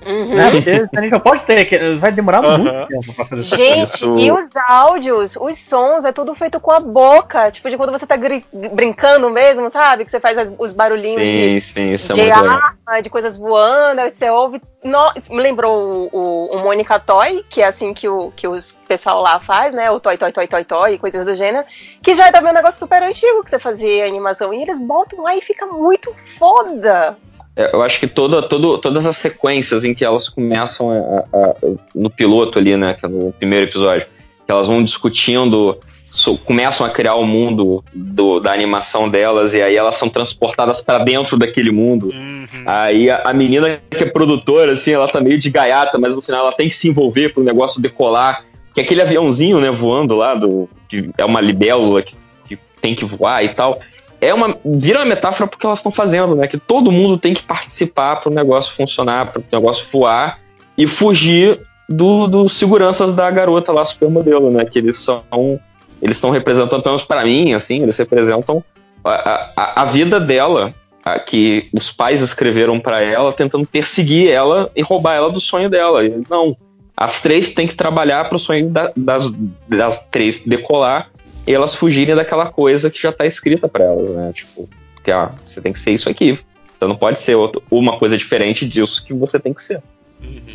Uhum. Né? Porque a gente já pode ter, que vai demorar Uhum. muito tempo pra fazer Gente, Isso- e os áudios, os sons, é tudo feito com a boca. Tipo, de quando você tá gri- brincando mesmo, sabe? Que você faz as- os barulhinhos Sim, de, sim, isso é de muito legal. arma, de coisas voando, aí você ouve. No- me lembrou o, o, o Mônica Toy, que é assim que o que os pessoal lá faz, né? O Toy, Toy, Toy, Toy, Toy, coisas do gênero. Que já é também um negócio super antigo que você fazia animação. E eles botam lá e fica muito foda. É, eu acho que toda, todo, todas as sequências em que elas começam a, a- no piloto ali, né, que é no primeiro episódio, que elas vão discutindo, so- começam a criar o mundo do- da animação delas, e aí elas são transportadas para dentro daquele mundo. Uhum. Aí a, a menina que é produtora, assim, ela tá meio de gaiata, mas no final ela tem que se envolver pro negócio decolar, que é aquele aviãozinho, né, voando lá, do, que é uma libélula que, que tem que voar e tal. É uma, vira uma metáfora porque elas estão fazendo, né? Que todo mundo tem que participar para o negócio funcionar, para o negócio voar e fugir do, dos seguranças da garota lá, supermodelo, né? Que eles são, eles estão representando, pelo menos para mim, assim, eles representam a, a, a vida dela, a, que os pais escreveram para ela, tentando perseguir ela e roubar ela do sonho dela. E, não, as três têm que trabalhar para o sonho da, das, das três decolar. E elas fugirem daquela coisa que já tá escrita pra elas, né? Tipo, que ó, você tem que ser isso aqui. Então não pode ser outro, uma coisa diferente disso que você tem que ser. Uhum.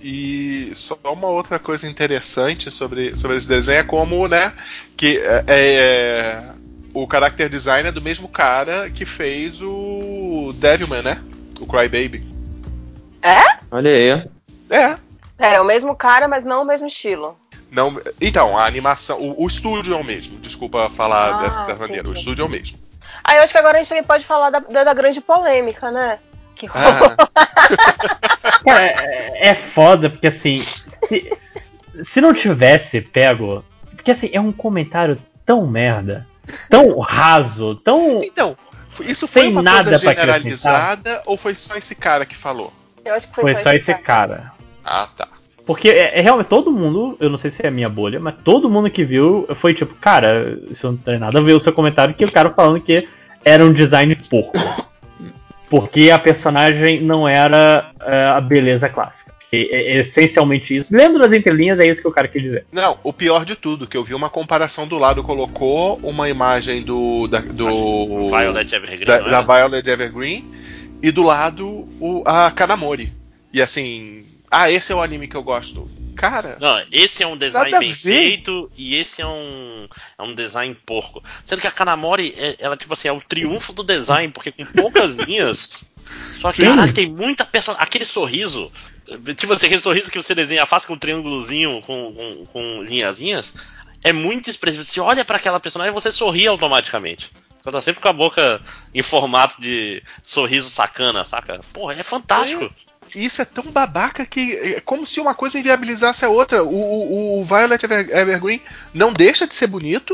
E só uma outra coisa interessante sobre, sobre esse desenho é como, né, que é, é, o character design é do mesmo cara que fez o Devilman, né? O Crybaby. É? Olha aí. É. Pera, é o mesmo cara, mas não o mesmo estilo. Não, então, a animação, o, o estúdio é o mesmo. Desculpa falar Ah, dessa, dessa maneira. O entendi. estúdio é o mesmo. Ah, eu acho que agora a gente também pode falar da, da, da grande polêmica, né? Que rolou. Ah, Cara, é, é foda, porque assim, se, se não tivesse pego. Porque assim, é um comentário tão merda, tão raso, tão. então, isso foi Sem uma nada coisa pra generalizada ou foi só esse cara que falou? Eu acho que foi, Foi só só esse cara. Ah, tá. Porque é, é realmente todo mundo, eu não sei se é a minha bolha, mas todo mundo que viu foi tipo, cara, isso não tem nada a ver o seu comentário, que o cara falando que era um design porco. Porque a personagem não era é, a beleza clássica. É, é essencialmente isso. Lendo das entrelinhas, é isso que o cara quer dizer. Não, o pior de tudo, que eu vi uma comparação do lado, colocou uma imagem do. Da, do Violet Evergreen, da, não é? da Violet Evergreen e do lado o, a Kanamori. E assim, ah, esse é o anime que eu gosto. Cara, Não, esse é um design Nada a bem ver. feito e esse é um, é um design porco. Sendo que a Kanamori, é- ela tipo assim, é o triunfo do design, porque com poucas linhas. Só que, Sim. caralho, tem muita personagem. Aquele sorriso, tipo assim, aquele sorriso que você desenha faz com um triângulozinho, com, com, com linhazinhas, é muito expressivo. Você olha pra aquela personagem e você sorri automaticamente. Você tá sempre com a boca em formato de sorriso sacana, saca? Porra, é fantástico. isso é tão babaca que é como se uma coisa inviabilizasse a outra. O, o, o Violet Ever- Evergreen não deixa de ser bonito,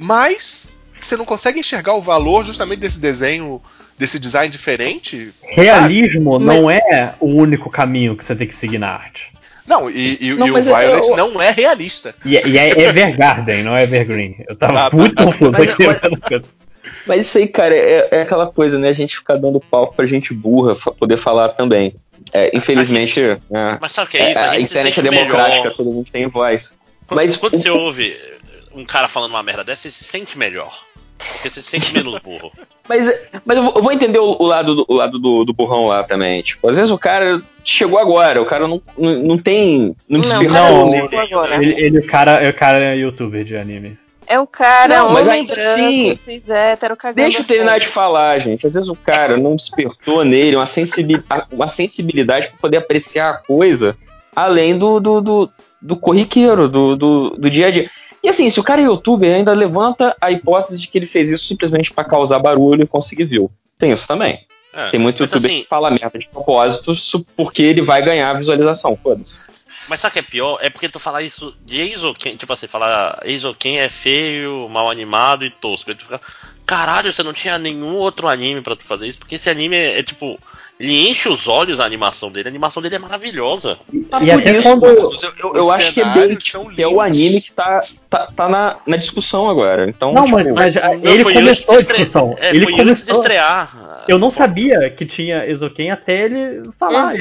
mas você não consegue enxergar o valor justamente desse desenho, desse design diferente. Realismo não é o único caminho que você tem que seguir na arte. Não, e, e, Não, e o mas Violet eu- não é realista. E, é- e é Evergarden, não é Evergreen. Eu tava Ah, tá. muito confuso Mas- aqui. mas- Mas isso aí, cara, é, é aquela coisa, né? A gente ficar dando palco pra gente burra fa- poder falar também. É, infelizmente, né, Mas sabe o que é isso? é, A a gente se internet é sente democrática, melhor. todo mundo tem voz. Quando, Mas quando o- você ouve um cara falando uma merda dessa, você se sente melhor. Porque você se sente menos burro. Mas, mas eu vou- eu vou entender o, o lado, do, o lado do, do burrão lá também. Tipo, às vezes o cara chegou agora, o cara não, não, não tem. Não Não, despertou o cara não, nele. chegou agora. Ele, ele, o cara, o cara é youtuber de anime. É um cara, Não, mas homem ainda branco, assim, cis hétero, cagando Deixa eu terminar de fogo. falar, gente. Às vezes o cara não despertou nele uma, sensibil- uma sensibilidade para poder apreciar a coisa além do, do, do, do corriqueiro, do, do, do dia a dia. E assim, se o cara é youtuber, ainda levanta a hipótese de que ele fez isso simplesmente para causar barulho e conseguir view. Tem isso também. É, Tem muito mas youtuber assim, que fala merda de propósito su- porque ele vai ganhar visualização. Foda-se. Mas sabe o que é pior? É porque tu falar isso de Eizouken, tipo assim, falar Eizouken é feio, mal animado e tosco. Aí tu fica, caralho, você não tinha nenhum outro anime pra tu fazer isso? Porque esse anime é, é tipo, ele enche os olhos a animação dele, a animação dele é maravilhosa. E Por até isso, quando. Marcos, eu, eu- eu os acho que é cenários bait, são que é o lindos. anime que tá, tá, tá na, na discussão agora. Então, Não, tipo, mas, mas já- Não, ele foi começou a antes de estre- discussão. É, ele foi antes de começou. estrear. Eu não sabia que tinha Eizouken até ele falar. Uhum. Eu,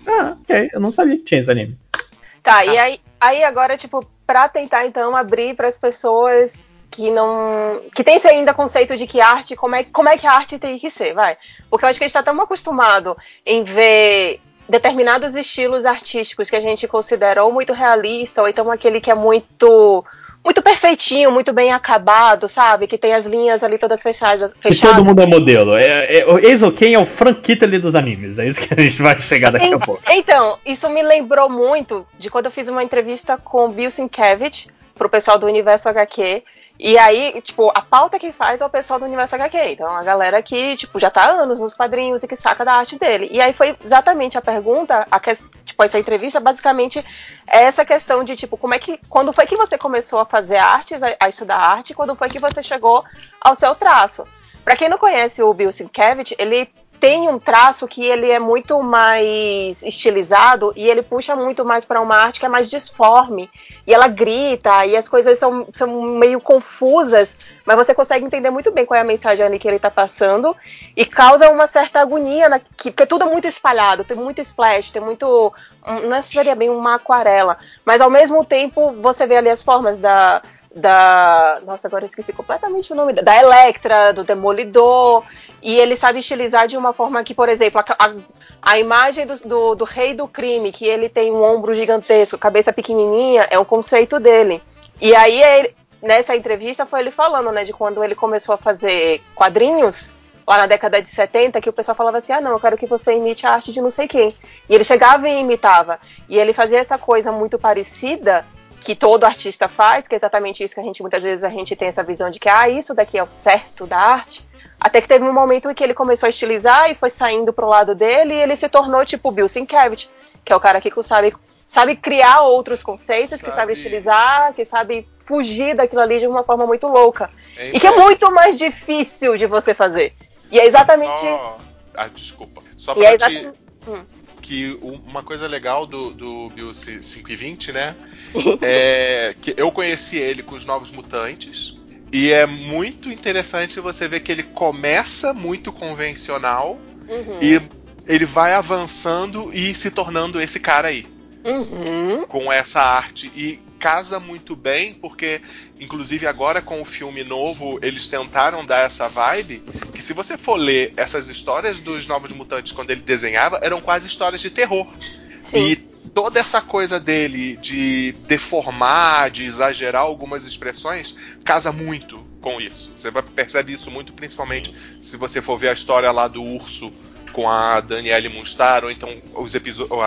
Ah, ok. Eu não sabia que tinha esse anime. Tá, ah. e aí, aí agora, tipo, pra tentar, então, abrir pras pessoas que não... que tem esse ainda conceito de que arte, como é, como é que a arte tem que ser, vai? Porque eu acho que a gente tá tão acostumado em ver determinados estilos artísticos que a gente considera ou muito realista, ou então aquele que é muito... muito perfeitinho, muito bem acabado, sabe? Que tem as linhas ali todas fechadas. fechadas. E todo mundo é modelo. É, é, o Eizouken é o Frank Kittley dos animes. É isso que a gente vai chegar daqui em, a pouco. Então, isso me lembrou muito de quando eu fiz uma entrevista com o Bill Sienkiewicz pro pessoal do Universo agá quê. E aí, tipo, a pauta que faz é o pessoal do Universo agá quê. Então, a galera que, tipo, já tá há anos nos quadrinhos e que saca da arte dele. E aí foi exatamente a pergunta, a que, tipo, essa entrevista, basicamente, é essa questão de, tipo, como é que, quando foi que você começou a fazer artes, a, a estudar arte, quando foi que você chegou ao seu traço? Pra quem não conhece o Bill Sienkiewicz, ele tem um traço que ele é muito mais estilizado e ele puxa muito mais para uma arte que é mais disforme. E ela grita, e as coisas são, são meio confusas, mas você consegue entender muito bem qual é a mensagem ali que ele está passando, e causa uma certa agonia, na, que, porque tudo é muito espalhado, tem muito splash, tem muito... não seria bem uma aquarela, mas ao mesmo tempo você vê ali as formas da... da nossa, agora eu esqueci completamente o nome, da Electra, do Demolidor, e ele sabe estilizar de uma forma que, por exemplo, a, a, a imagem do, do, do rei do crime, que ele tem um ombro gigantesco, cabeça pequenininha, é um conceito dele. E aí, ele, nessa entrevista, foi ele falando, né, de quando ele começou a fazer quadrinhos, lá na década de setenta, que o pessoal falava assim, ah, não, eu quero que você imite a arte de não sei quem. E ele chegava e imitava. E ele fazia essa coisa muito parecida que todo artista faz, que é exatamente isso que a gente, muitas vezes, a gente tem essa visão de que, ah, isso daqui é o certo da arte. Até que teve um momento em que ele começou a estilizar e foi saindo pro lado dele e ele se tornou tipo Bill Sienkiewicz, que é o cara que sabe, sabe criar outros conceitos, sabe... que sabe estilizar, que sabe fugir daquilo ali de uma forma muito louca. É, e que é muito mais difícil de você fazer. E é exatamente... Só... Ah, desculpa. Só pra é exatamente... te... Hum. Que uma coisa legal do, do Bill cinco e vinte, né? É que eu conheci ele com os Novos Mutantes. E é muito interessante você ver que ele começa muito convencional, uhum. e ele vai avançando e se tornando esse cara aí. Uhum. Com essa arte. E casa muito bem, porque, inclusive agora com o filme novo, eles tentaram dar essa vibe, que se você for ler essas histórias dos Novos Mutantes quando ele desenhava, eram quase histórias de terror. Sim. E toda essa coisa dele de deformar, de exagerar algumas expressões, casa muito com isso. Você vai perceber isso muito, principalmente se você for ver a história lá do urso com a Danielle Moonstar, ou então os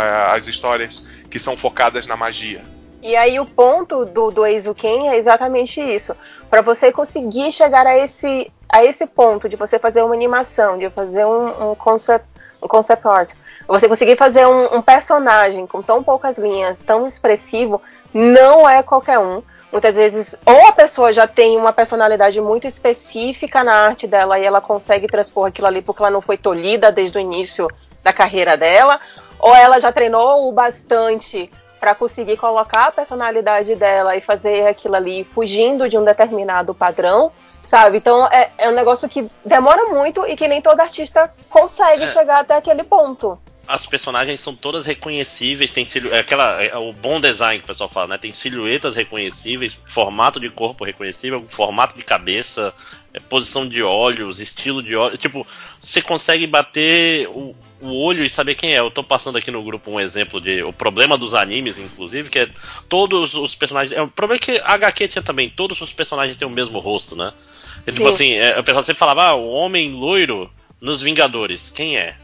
as histórias que são focadas na magia. E aí o ponto do, do Eizouken é exatamente isso. Para você conseguir chegar a esse, a esse ponto de você fazer uma animação, de fazer um, um, concept, um concept art, você conseguir fazer um, um personagem com tão poucas linhas, tão expressivo, não é qualquer um. Muitas vezes, ou a pessoa já tem uma personalidade muito específica na arte dela e ela consegue transpor aquilo ali porque ela não foi tolhida desde o início da carreira dela, ou ela já treinou o bastante para conseguir colocar a personalidade dela e fazer aquilo ali fugindo de um determinado padrão, sabe? Então é, é um negócio que demora muito e que nem todo artista consegue é. chegar até aquele ponto. As personagens são todas reconhecíveis, tem silu... é aquela, é o bom design que o pessoal fala, né? Tem silhuetas reconhecíveis, formato de corpo reconhecível, formato de cabeça, é, posição de olhos, estilo de olhos. Tipo, você consegue bater o, o olho e saber quem é. Eu tô passando aqui no grupo um exemplo de o problema dos animes, inclusive, que é todos os personagens. É, o problema é que a agá quê tinha também, todos os personagens têm o mesmo rosto, né? É, tipo assim, é, o pessoal sempre falava, ah, o homem loiro nos Vingadores, quem é?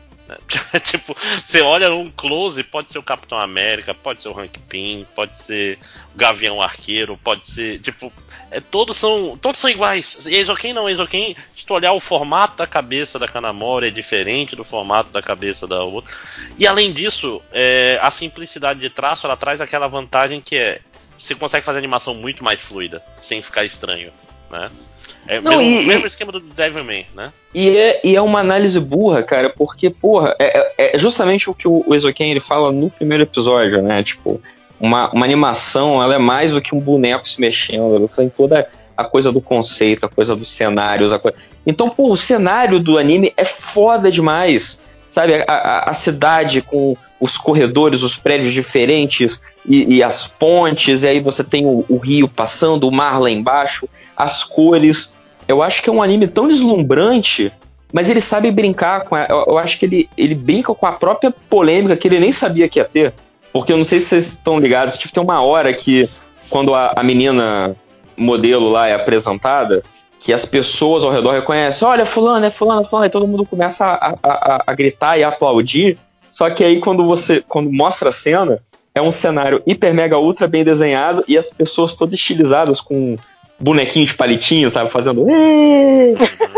Tipo, você olha num close, pode ser o Capitão América, pode ser o Hank Pym, pode ser o Gavião Arqueiro, pode ser, tipo, é, todos são todos são iguais. E Eizouken não, Eizouken, se tu olhar o formato da cabeça da Kanamori é diferente do formato da cabeça da outra. E além disso, é, a simplicidade de traço, ela traz aquela vantagem que é, você consegue fazer animação muito mais fluida, sem ficar estranho, né? É o mesmo, e, mesmo esquema do Devilman, né? E é, e é uma análise burra, cara, porque, porra, é, é justamente o que o Eizouken ele fala no primeiro episódio, né? Tipo, uma, uma animação, ela é mais do que um boneco se mexendo, ela tem toda a coisa do conceito, a coisa dos cenários, a coisa... Então, pô, o cenário do anime é foda demais, sabe? A, a, a cidade com os corredores, os prédios diferentes e, e as pontes, e aí você tem o, o rio passando, o mar lá embaixo, as cores. Eu acho que é um anime tão deslumbrante, mas ele sabe brincar com a, eu, eu acho que ele, ele brinca com a própria polêmica que ele nem sabia que ia ter. Porque eu não sei se vocês estão ligados, tipo, tem uma hora que quando a, a menina modelo lá é apresentada, que as pessoas ao redor reconhecem, olha, fulano, é fulano, fulano, e todo mundo começa a, a, a gritar e a aplaudir, só que aí quando você, quando mostra a cena, é um cenário hiper, mega, ultra bem desenhado e as pessoas todas estilizadas com bonequinhos de palitinho, sabe, fazendo... E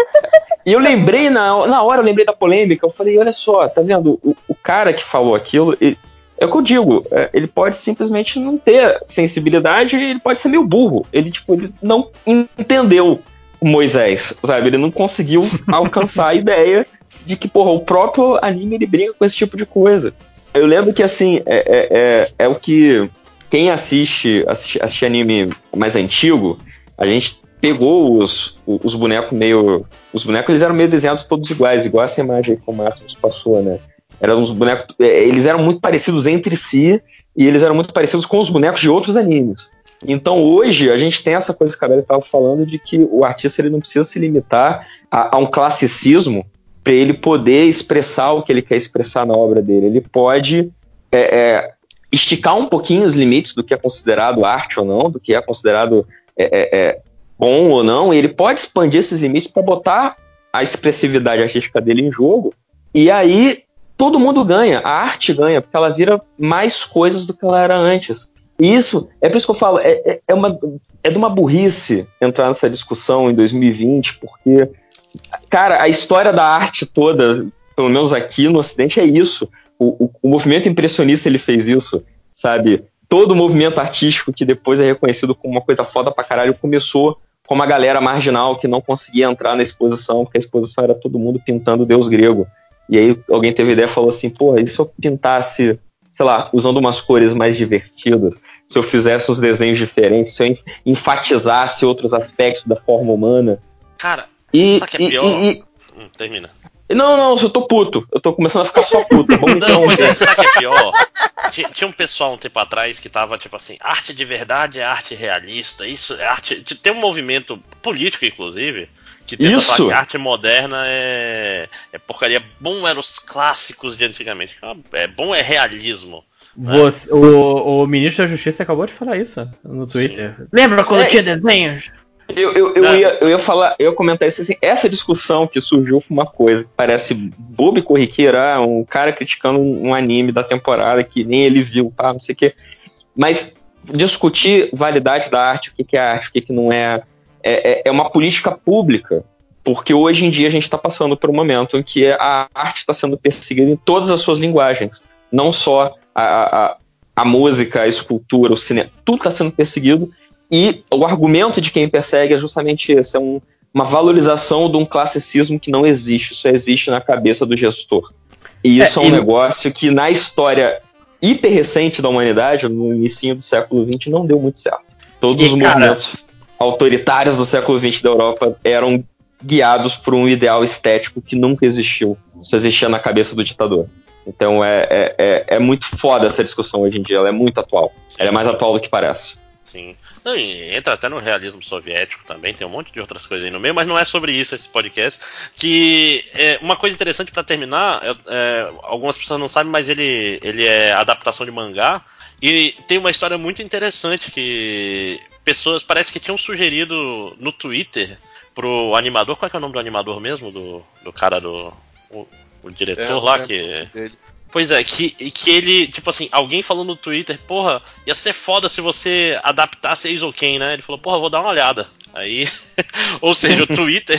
eu lembrei, na, na hora eu lembrei da polêmica, eu falei, olha só, tá vendo, o, o cara que falou aquilo... Ele, é o que eu digo, ele pode simplesmente não ter sensibilidade, ele pode ser meio burro. Ele, tipo, ele não entendeu o Moisés, sabe? Ele não conseguiu alcançar a ideia de que, porra, o próprio anime ele brinca com esse tipo de coisa. Eu lembro que, assim, é, é, é, é o que quem assiste, assiste, assiste anime mais antigo, a gente pegou os, os bonecos meio... Os bonecos, eles eram meio desenhados todos iguais, igual essa imagem aí que o Máximo passou, né? Eram uns bonecos, eles eram muito parecidos entre si e eles eram muito parecidos com os bonecos de outros animes. Então hoje a gente tem essa coisa que a Bela estava falando de que o artista ele não precisa se limitar a, a um classicismo para ele poder expressar o que ele quer expressar na obra dele. Ele pode é, é, esticar um pouquinho os limites do que é considerado arte ou não, do que é considerado é, é, é, bom ou não, e ele pode expandir esses limites para botar a expressividade artística dele em jogo, e aí todo mundo ganha, a arte ganha, porque ela vira mais coisas do que ela era antes. E isso, é por isso que eu falo, é, é, é, uma, é de uma burrice entrar nessa discussão em dois mil e vinte, porque, cara, a história da arte toda, pelo menos aqui no Ocidente, é isso. O, o, o movimento impressionista, ele fez isso, sabe? Todo o movimento artístico que depois é reconhecido como uma coisa foda pra caralho, começou com uma galera marginal que não conseguia entrar na exposição, porque a exposição era todo mundo pintando o deus grego. E aí alguém teve a ideia e falou assim, porra, e se eu pintasse, sei lá, usando umas cores mais divertidas, se eu fizesse uns desenhos diferentes, se eu enfatizasse outros aspectos da forma humana. Cara, e, sabe que é e, pior? E, e, hum, termina. Não, não, eu tô puto. Eu tô começando a ficar só puto. Vamos Não, pois é, sabe que é pior? Tinha, tinha um pessoal um tempo atrás que tava tipo assim, arte de verdade é arte realista, isso é arte... Tem um movimento político, inclusive, que tenta Isso. falar que arte moderna é, é porcaria. Bom eram os clássicos de antigamente. É bom é realismo. Você, né? o, o ministro da Justiça acabou de falar isso no Twitter. Sim. Lembra quando é, tinha desenhos? Eu, eu, eu, ia, eu ia falar, eu ia comentar isso assim, essa discussão que surgiu com uma coisa que parece boba e corriqueira, um cara criticando um anime da temporada que nem ele viu, pá, não sei o quê. Mas discutir validade da arte, o que, que é arte, o que, que não é, é, é uma política pública, porque hoje em dia a gente está passando por um momento em que a arte está sendo perseguida em todas as suas linguagens, não só a, a, a música, a escultura, o cinema, tudo está sendo perseguido. E o argumento de quem persegue é justamente esse, é um, uma valorização de um classicismo que não existe, isso existe na cabeça do gestor. E isso é, é um e... negócio que na história hiper recente da humanidade, no início do século vinte, não deu muito certo. Todos e, os cara... movimentos autoritários do século vinte da Europa eram guiados por um ideal estético que nunca existiu, só existia na cabeça do ditador. Então é, é, é, é muito foda essa discussão hoje em dia, ela é muito atual. Ela é mais atual do que parece. Sim. Não, entra até no realismo soviético também, tem um monte de outras coisas aí no meio, mas não é sobre isso esse podcast. Que é uma coisa interessante para terminar, é, é, algumas pessoas não sabem, mas ele, ele é adaptação de mangá, e tem uma história muito interessante que pessoas parece que tinham sugerido no Twitter pro animador, qual é, que é o nome do animador mesmo? Do, do cara do. O, o diretor é, lá que. Dele. Pois é, que, que ele, tipo assim, alguém falou no Twitter, porra, ia ser foda se você adaptasse a Eizouken, né? Ele falou, porra, vou dar uma olhada. Aí, ou seja, o Twitter...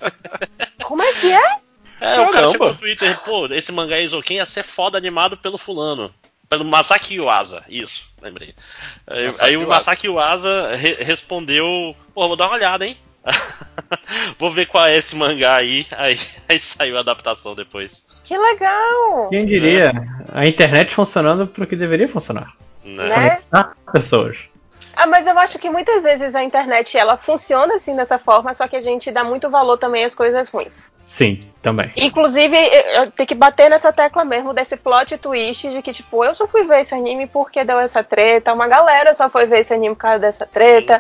Como é que é? É, Caramba. O cara chegou no Twitter, pô, esse mangá Eizouken ia ser foda animado pelo fulano. Pelo Masaki Yuasa, isso, lembrei. Aí, aí o Masaki Yuasa re- respondeu, porra, vou dar uma olhada, hein? Vou ver qual é esse mangá aí. Aí, aí saiu a adaptação depois. Que legal! Quem diria? É. A internet funcionando pro que deveria funcionar. Né? Conectar pessoas. Ah, Ah, mas eu acho que muitas vezes a internet, ela funciona assim dessa forma, só que a gente dá muito valor também às coisas ruins. Sim, também. Inclusive, eu tenho que bater nessa tecla mesmo, desse plot twist de que, tipo, eu só fui ver esse anime porque deu essa treta, uma galera só foi ver esse anime por causa dessa treta,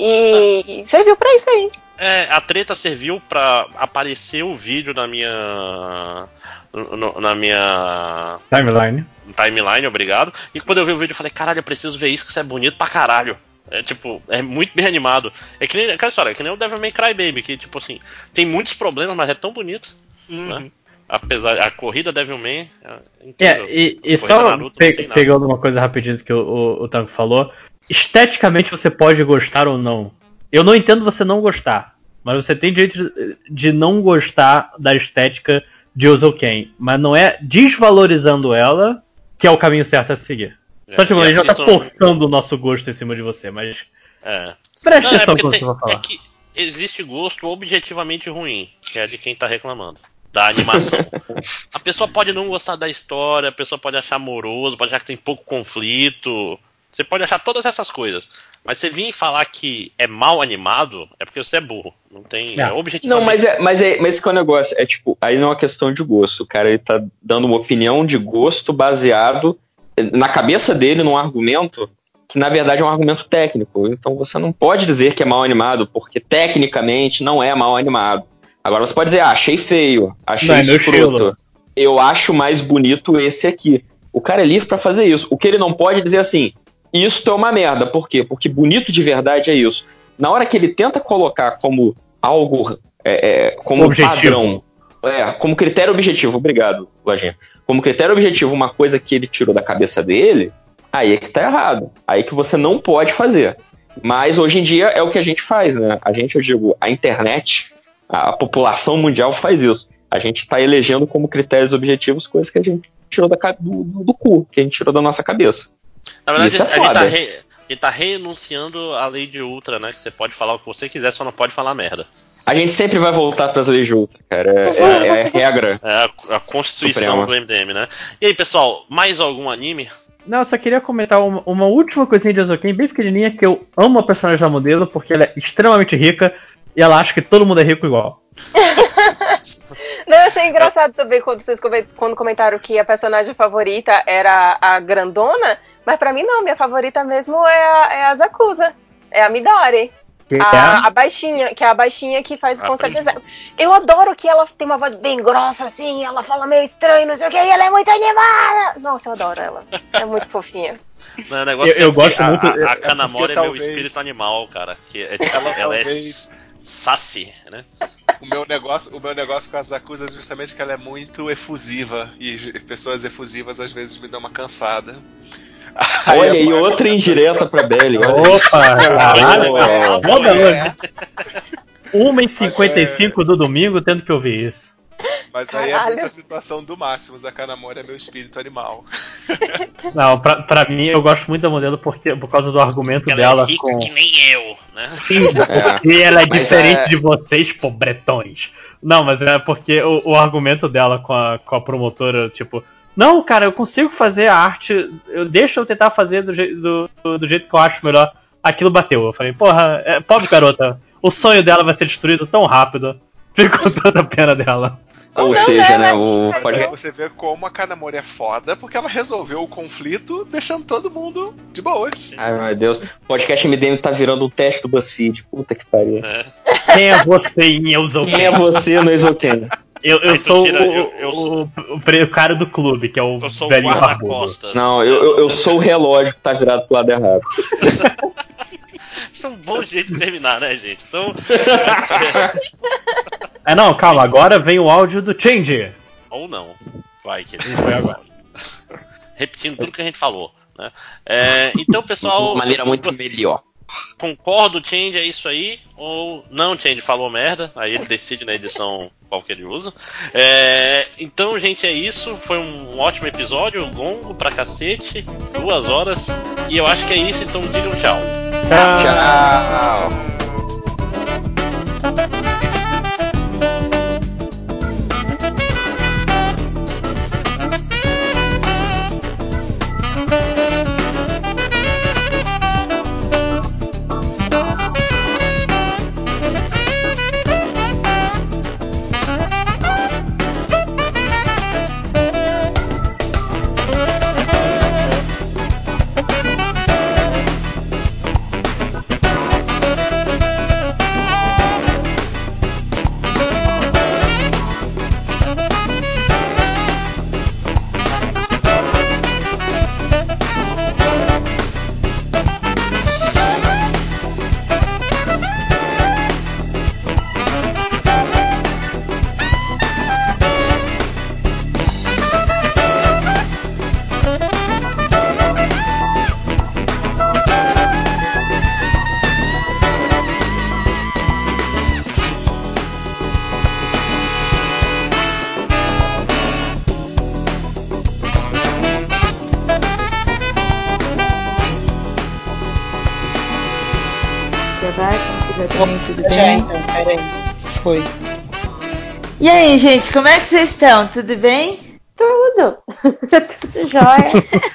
e serviu pra isso aí. É, a treta serviu pra aparecer o vídeo na minha... No, na minha... Timeline. Timeline, obrigado. E quando eu vi o vídeo, eu falei, caralho, eu preciso ver isso, que isso é bonito pra caralho. É tipo, é muito bem animado. É que nem aquela história, é que nem o Devil May Cry Baby, que tipo assim, tem muitos problemas, mas é tão bonito. Uhum. Né? Apesar, a corrida Devil May é incrível. É, e, e só pe- pegando uma coisa rapidinho que o, o, o Tango falou, esteticamente você pode gostar ou não. Eu não entendo você não gostar, mas você tem direito de, de não gostar da estética de Ouzoken, mas não é desvalorizando ela que é o caminho certo a seguir. É, só tipo, a gente já tá forçando o nosso gosto em cima de você, mas. É. Preste não, atenção é quando tem, você vai falar. É que existe gosto objetivamente ruim, que é de quem tá reclamando. Da animação. A pessoa pode não gostar da história, a pessoa pode achar moroso, pode achar que tem pouco conflito. Você pode achar todas essas coisas. Mas você vir falar que é mal animado, é porque você é burro. Não tem. É, é objetivamente. Não, mas é, mas é. Mas esse que é o negócio. É tipo, aí não é uma questão de gosto. O cara ele tá dando uma opinião de gosto baseado na cabeça dele, num argumento que na verdade é um argumento técnico. Então você não pode dizer que é mal animado, porque tecnicamente não é mal animado. Agora você pode dizer, ah, achei feio, achei não, escroto. Eu acho mais bonito esse aqui. O cara é livre pra fazer isso. O que ele não pode dizer assim, isso é uma merda. Por quê? Porque bonito de verdade é isso. Na hora que ele tenta colocar como algo, é, é, como objetivo. Padrão, é, como critério objetivo, obrigado, Lojinha. Como critério objetivo, uma coisa que ele tirou da cabeça dele, aí é que tá errado. Aí que você não pode fazer. Mas hoje em dia é o que a gente faz, né? A gente, eu digo, a internet, a população mundial faz isso. A gente está elegendo como critérios objetivos coisas que a gente tirou da, do, do, do cu, que a gente tirou da nossa cabeça. Na verdade, isso é a, gente tá re, a gente tá renunciando à lei de Ultra, né? Que você pode falar o que você quiser, só não pode falar merda. A gente sempre vai voltar para as leis de Ultra, cara. É, é, é a regra. É a, a Constituição Suprema. Do M D M, né? E aí, pessoal, mais algum anime? Não, eu só queria comentar uma, uma última coisinha de Ouzoken, bem pequenininha, que eu amo a personagem da modelo, porque ela é extremamente rica e ela acha que todo mundo é rico igual. Não, eu achei engraçado também quando vocês quando comentaram que a personagem favorita era a grandona, mas pra mim não, minha favorita mesmo é a, é a Zakuza, é a Midori. A, a baixinha, que é a baixinha que faz concepção. Eu adoro que ela tem uma voz bem grossa, assim, ela fala meio estranho, não sei o que, e ela é muito animada. Nossa, eu adoro ela. É muito fofinha. Não, o negócio eu, eu gosto a, muito. A, a Kanamori é, é meu espírito animal, cara. Que é, tipo, ela, ela é sassy, né? O meu, negócio, o meu negócio com a Zakuza é justamente que ela é muito efusiva. E pessoas efusivas às vezes me dão uma cansada. Aí olha, e outra indireta pra Belly. Opa! Caralho! uma e cinquenta e cinco do domingo, tendo que ouvir isso. Mas aí Caralho. É muita situação do Máximos. A Kanamori é meu espírito animal. Não, pra, pra mim eu gosto muito da modelo porque, por causa do argumento porque dela. Ela é rica com... que nem eu, né? Sim, porque é. ela é mas diferente é... de vocês, pobretões. Não, mas é porque o, o argumento dela com a, com a promotora, tipo. Não, cara, eu consigo fazer a arte. Eu, deixa eu tentar fazer do, je, do, do, do jeito que eu acho melhor. Aquilo bateu. Eu falei, porra, é, pobre garota. O sonho dela vai ser destruído tão rápido. Fico com tanta pena dela. Ou não, seja, né, o... Mas você vê como a Kanamori é foda, porque ela resolveu o conflito deixando todo mundo de boas. Ai, meu Deus. O podcast M D M tá virando um teste do BuzzFeed. Puta que pariu. É. Quem é você em Ouzoken? Quem é você no Ouzoken? Eu, eu sou tira, o, eu, eu o, o, o cara do clube, que é o eu sou velhinho o barbudo. Não, eu, eu, eu sou o relógio que tá virado pro lado errado. Isso é um bom jeito de terminar, né, gente? Então... É, não, calma, agora vem o áudio do Change. Ou não. Vai, que ele foi agora. Repetindo tudo que a gente falou. Né? É, então, pessoal... De uma maneira muito você... melhor. Concordo, Change, é isso aí. Ou não, Change falou merda. Aí ele decide na edição qual que ele usa. É, então, gente, é isso. Foi um ótimo episódio, longo pra cacete. Duas horas. E eu acho que é isso, então digam tchau. Tchau. Tchau. tá? Se não quiser também, tudo Já bem. então, peraí. Foi. E aí, gente, como é que vocês estão? Tudo bem? Tudo. Tudo jóia.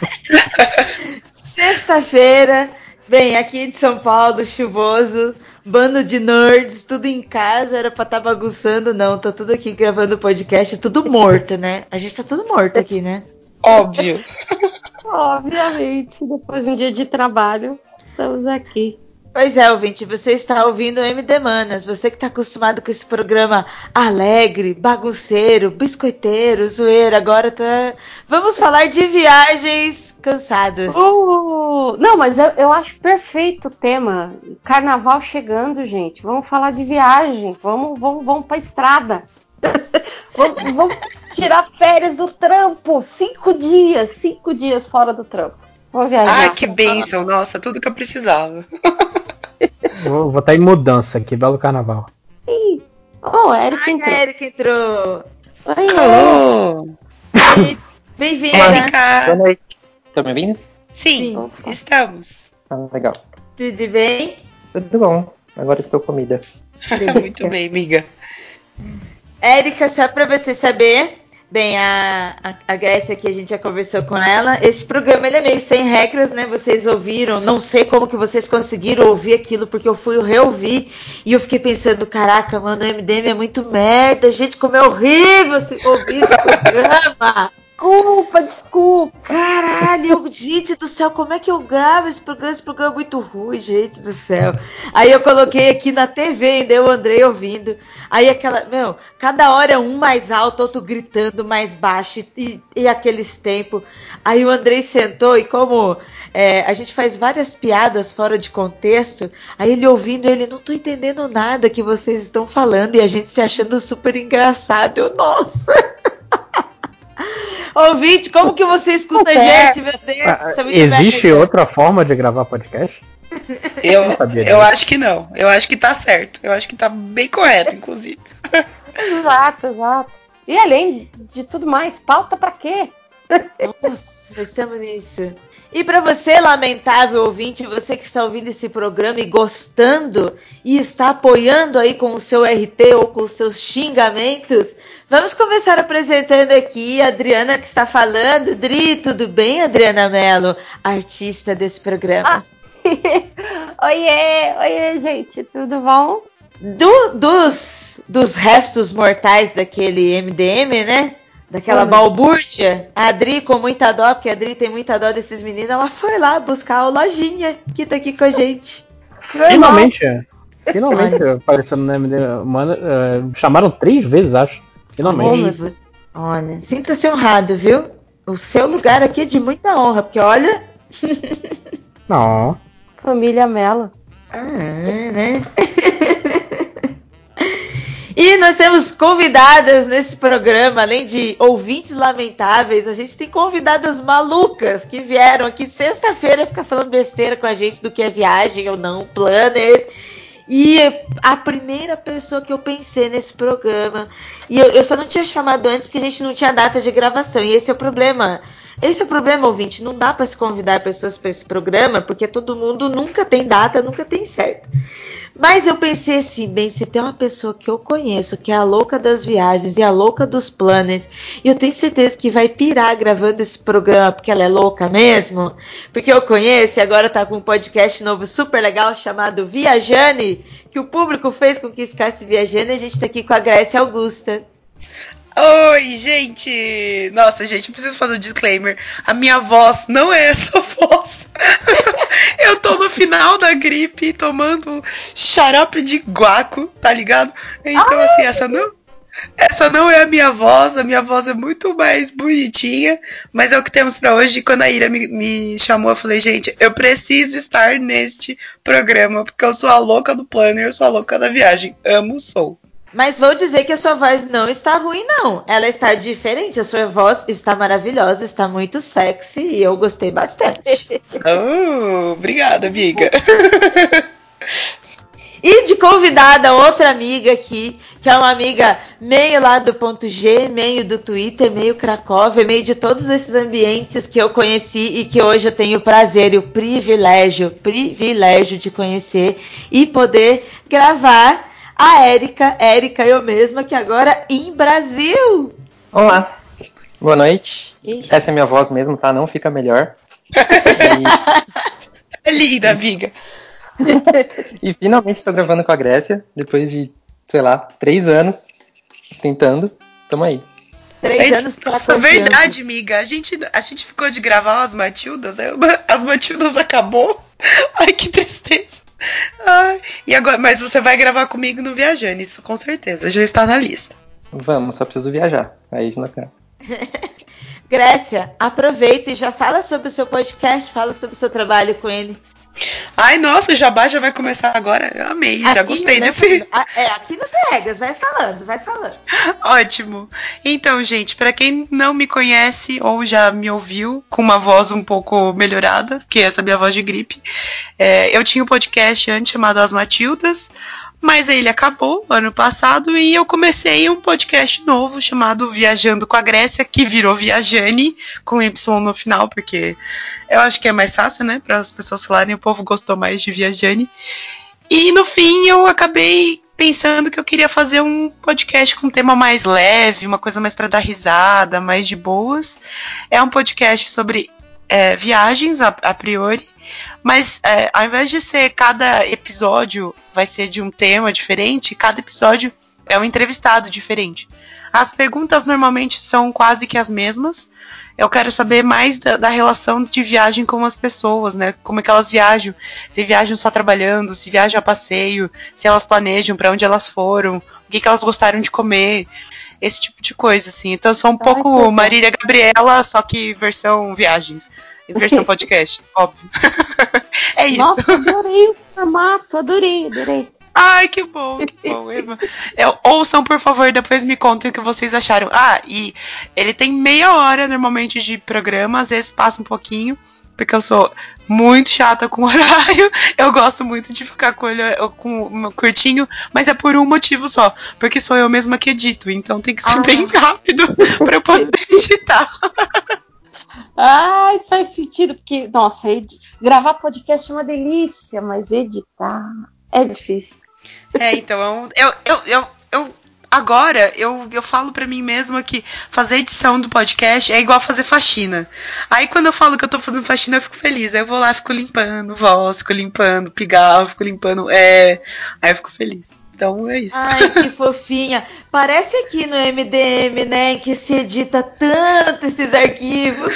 Sexta-feira, bem, aqui de São Paulo, chuvoso, bando de nerds, tudo em casa, era pra estar tá bagunçando, não, tá tudo aqui gravando podcast, tudo morto, né? A gente tá tudo morto aqui, né? Óbvio. Obviamente, depois de um dia de trabalho, estamos aqui. Pois é, ouvinte, você está ouvindo o M D Manas, você que está acostumado com esse programa alegre, bagunceiro, biscoiteiro, zoeiro, agora tá... Vamos falar de viagens cansadas. Uh, não, mas eu, eu acho perfeito o tema. Carnaval chegando, gente. Vamos falar de viagem. Vamos, vamos, vamos pra estrada. vamos, vamos tirar férias do trampo. Cinco dias, cinco dias fora do trampo. Vamos viajar. Ai, que bênção. Nossa, tudo que eu precisava. Vou estar tá em mudança, que belo carnaval. Ih, oh, Eric Ai, entrou. a Erika entrou. Oi, Alô? Bem-vinda. Érica. Boa noite. Tá me ouvindo? Sim, Sim. estamos. Ah, legal. Tudo bem? Tudo bom. Agora estou comida. Muito bem, amiga. Érica, só para você saber, bem, a, a, a Grécia aqui, a gente já conversou com ela, esse programa ele é meio sem regras, né, vocês ouviram, não sei como que vocês conseguiram ouvir aquilo, porque eu fui reouvir, e eu fiquei pensando, caraca, mano, o M D M é muito merda, gente, como é horrível se ouvir esse programa. Desculpa, desculpa. Caralho, eu, gente do céu, como é que eu gravo esse programa? Esse programa é muito ruim, gente do céu. Aí eu coloquei aqui na T V, ainda eu Andrei ouvindo. Aí aquela, meu, cada hora é um mais alto, outro gritando mais baixo e, e aqueles tempos. Aí o Andrei sentou e como é, a gente faz várias piadas fora de contexto, aí ele ouvindo, ele, não tô entendendo nada que vocês estão falando e a gente se achando super engraçado. Eu, nossa... Ouvinte, como que você escuta a gente, meu Deus? Ah, Isso é muito existe merda. outra forma de gravar podcast? Eu, Não sabia eu disso. acho que não. Eu acho que tá certo. Eu acho que tá bem correto, inclusive. Exato, exato. E além de tudo mais, pauta pra quê? Nossa, estamos nisso. E para você, lamentável ouvinte, você que está ouvindo esse programa e gostando e está apoiando aí com o seu R T ou com os seus xingamentos, vamos começar apresentando aqui a Adriana que está falando. Dri, tudo bem, Adriana Mello, artista desse programa? Ah. Oiê, oiê, gente, tudo bom? Do, dos, dos restos mortais daquele M D M, né? Daquela Uhum. balbúrdia, a Adri, com muita dó, porque a Adri tem muita dó desses meninos, ela foi lá buscar a Lojinha, que tá aqui com a gente. Finalmente, finalmente aparecendo no M D M. Mano, uh, chamaram três vezes, acho. Finalmente. Olha, você- olha, sinta-se honrado, viu? O seu lugar aqui é de muita honra, porque olha... Não. Família Mello. Ah, né? E nós temos convidadas nesse programa, além de ouvintes lamentáveis, a gente tem convidadas malucas que vieram aqui sexta-feira ficar falando besteira com a gente do que é viagem ou não, planners. E a primeira pessoa que eu pensei nesse programa, e eu, eu só não tinha chamado antes porque a gente não tinha data de gravação, e esse é o problema. Esse é o problema, ouvinte, não dá para se convidar pessoas para esse programa, porque todo mundo nunca tem data, nunca tem certo. Mas eu pensei assim, bem, se tem uma pessoa que eu conheço, que é a louca das viagens e a louca dos planners, e eu tenho certeza que vai pirar gravando esse programa, porque ela é louca mesmo, porque eu conheço e agora tá com um podcast novo super legal chamado Viajane, que o público fez com que ficasse viajando, e a gente tá aqui com a Grécia Augusta. Oi, gente! Nossa, gente, eu preciso fazer um disclaimer. A minha voz não é essa voz. Eu tô no final da gripe tomando xarope de guaco, tá ligado? Então, assim, essa não, essa não é a minha voz. A minha voz é muito mais bonitinha. Mas é o que temos pra hoje. Quando a Ira me, me chamou, eu falei, gente, eu preciso estar neste programa, porque eu sou a louca do planner, eu sou a louca da viagem. Amo, sou. Mas vou dizer que a sua voz não está ruim, não. Ela está diferente. A sua voz está maravilhosa, está muito sexy e eu gostei bastante. Oh, obrigada, amiga. E de convidada, outra amiga aqui, que é uma amiga meio lá do ponto G, meio do Twitter, meio Cracóvia, meio de todos esses ambientes que eu conheci e que hoje eu tenho o prazer e o privilégio, privilégio de conhecer e poder gravar a Érica, Érica eu mesma, que agora em Brasil. Olá, boa noite. Essa é minha voz mesmo, tá? Não fica melhor. É linda, amiga. E finalmente estou gravando com a Grécia, depois de, sei lá, três anos tentando. Tamo aí. Três é, anos pra Nossa, verdade, amiga. A gente, a gente ficou de gravar as Matildas, né? As Matildas acabou. Ai, que tristeza. Ai, e agora, mas você vai gravar comigo no Viajando, isso com certeza, já está na lista. Vamos, só preciso viajar. Aí nós queremos. Grécia, aproveita e já fala sobre o seu podcast, fala sobre o seu trabalho com ele. Ai, nossa, o Jabá já vai começar agora. Eu amei, aqui, já gostei né, desse. É, aqui não tem regras, vai falando, vai falando. Ótimo. Então, gente, pra quem não me conhece ou já me ouviu com uma voz um pouco melhorada, que essa é a minha voz de gripe, é, eu tinha um podcast antes chamado As Matildas, mas ele acabou ano passado e eu comecei um podcast novo chamado Viajando com a Grécia, que virou Viajane, com Y no final, porque eu acho que é mais fácil, né, para as pessoas falarem, o povo gostou mais de Viajane. E no fim eu acabei pensando que eu queria fazer um podcast com um tema mais leve, uma coisa mais para dar risada, mais de boas. É um podcast sobre é, viagens, a, a priori, mas é, ao invés de ser cada episódio vai ser de um tema diferente, cada episódio é um entrevistado diferente. As perguntas normalmente são quase que as mesmas. Eu quero saber mais da, da relação de viagem com as pessoas, né? Como é que elas viajam, se viajam só trabalhando, se viajam a passeio, se elas planejam para onde elas foram, o que, que elas gostaram de comer, esse tipo de coisa, assim. Então eu sou um Ai, pouco Marília Gabriela, só que versão viagens. Versão podcast, óbvio. É isso. Nossa, adorei o formato, adorei, adorei. Ai, que bom, que bom, Eva. É, ouçam, por favor, depois me contem o que vocês acharam. Ah, e ele tem meia hora, normalmente, de programa, às vezes passa um pouquinho, porque eu sou muito chata com horário, eu gosto muito de ficar com ele com curtinho, mas é por um motivo só, porque sou eu mesma que edito, então tem que ser ah. bem rápido pra eu poder editar. Ai, faz sentido, porque, nossa, ed... gravar podcast é uma delícia, mas editar é difícil. É, então, eu, eu, eu, eu agora eu, eu falo pra mim mesma que fazer edição do podcast é igual fazer faxina. Aí quando eu falo que eu tô fazendo faxina, eu fico feliz. Aí eu vou lá, fico limpando voz, fico limpando pigarro, fico limpando. É. Aí eu fico feliz. Então é isso. Ai, que fofinha. Parece aqui no M D M, né? Que se edita tanto esses arquivos.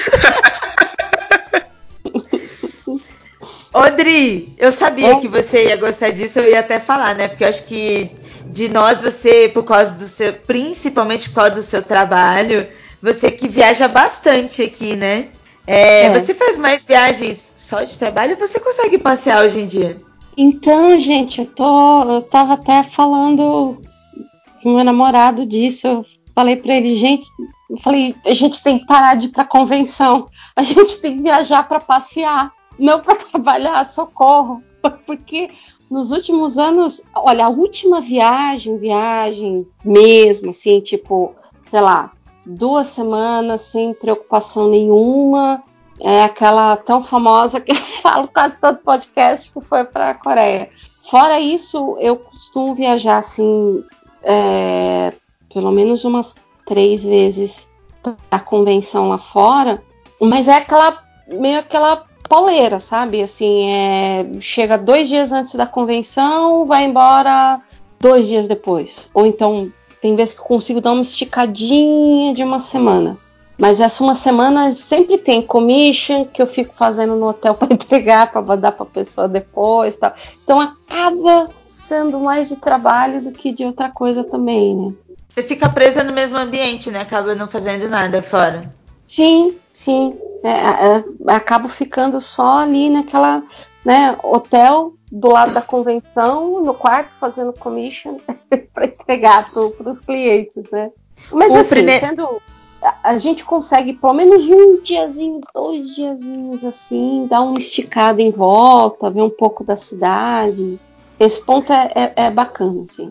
Odri, eu sabia é. que você ia gostar disso, eu ia até falar, né? Porque eu acho que de nós, você, por causa do seu, principalmente por causa do seu trabalho, você que viaja bastante aqui, né? É, é. Você faz mais viagens só de trabalho ou você consegue passear hoje em dia? Então, gente, eu tô, eu tava até falando com meu namorado disso, eu falei pra ele, gente, eu falei, a gente tem que parar de ir pra convenção, a gente tem que viajar pra passear, não pra trabalhar, socorro, porque nos últimos anos, olha, a última viagem, viagem mesmo, assim, tipo, sei lá, duas semanas sem preocupação nenhuma, é aquela tão famosa que eu falo quase todo podcast que foi para a Coreia. Fora isso, eu costumo viajar assim, é, pelo menos umas três vezes para a convenção lá fora, mas é aquela meio aquela pauleira, sabe? Assim, é, chega dois dias antes da convenção, vai embora dois dias depois. Ou então, tem vezes que eu consigo dar uma esticadinha de uma semana. Mas essa uma semana sempre tem commission que eu fico fazendo no hotel para entregar, para mandar para a pessoa depois, tal. Então acaba sendo mais de trabalho do que de outra coisa também, né? Você fica presa no mesmo ambiente, né? Acaba não fazendo nada fora. Sim, sim. É, é, acabo ficando só ali naquela, né, hotel do lado da convenção, no quarto fazendo commission para entregar para os clientes, né? Mas o assim, prime... sendo... a gente consegue pelo menos um diazinho, dois diazinhos assim, dar uma esticada em volta, ver um pouco da cidade. Esse ponto é, é, é bacana, assim.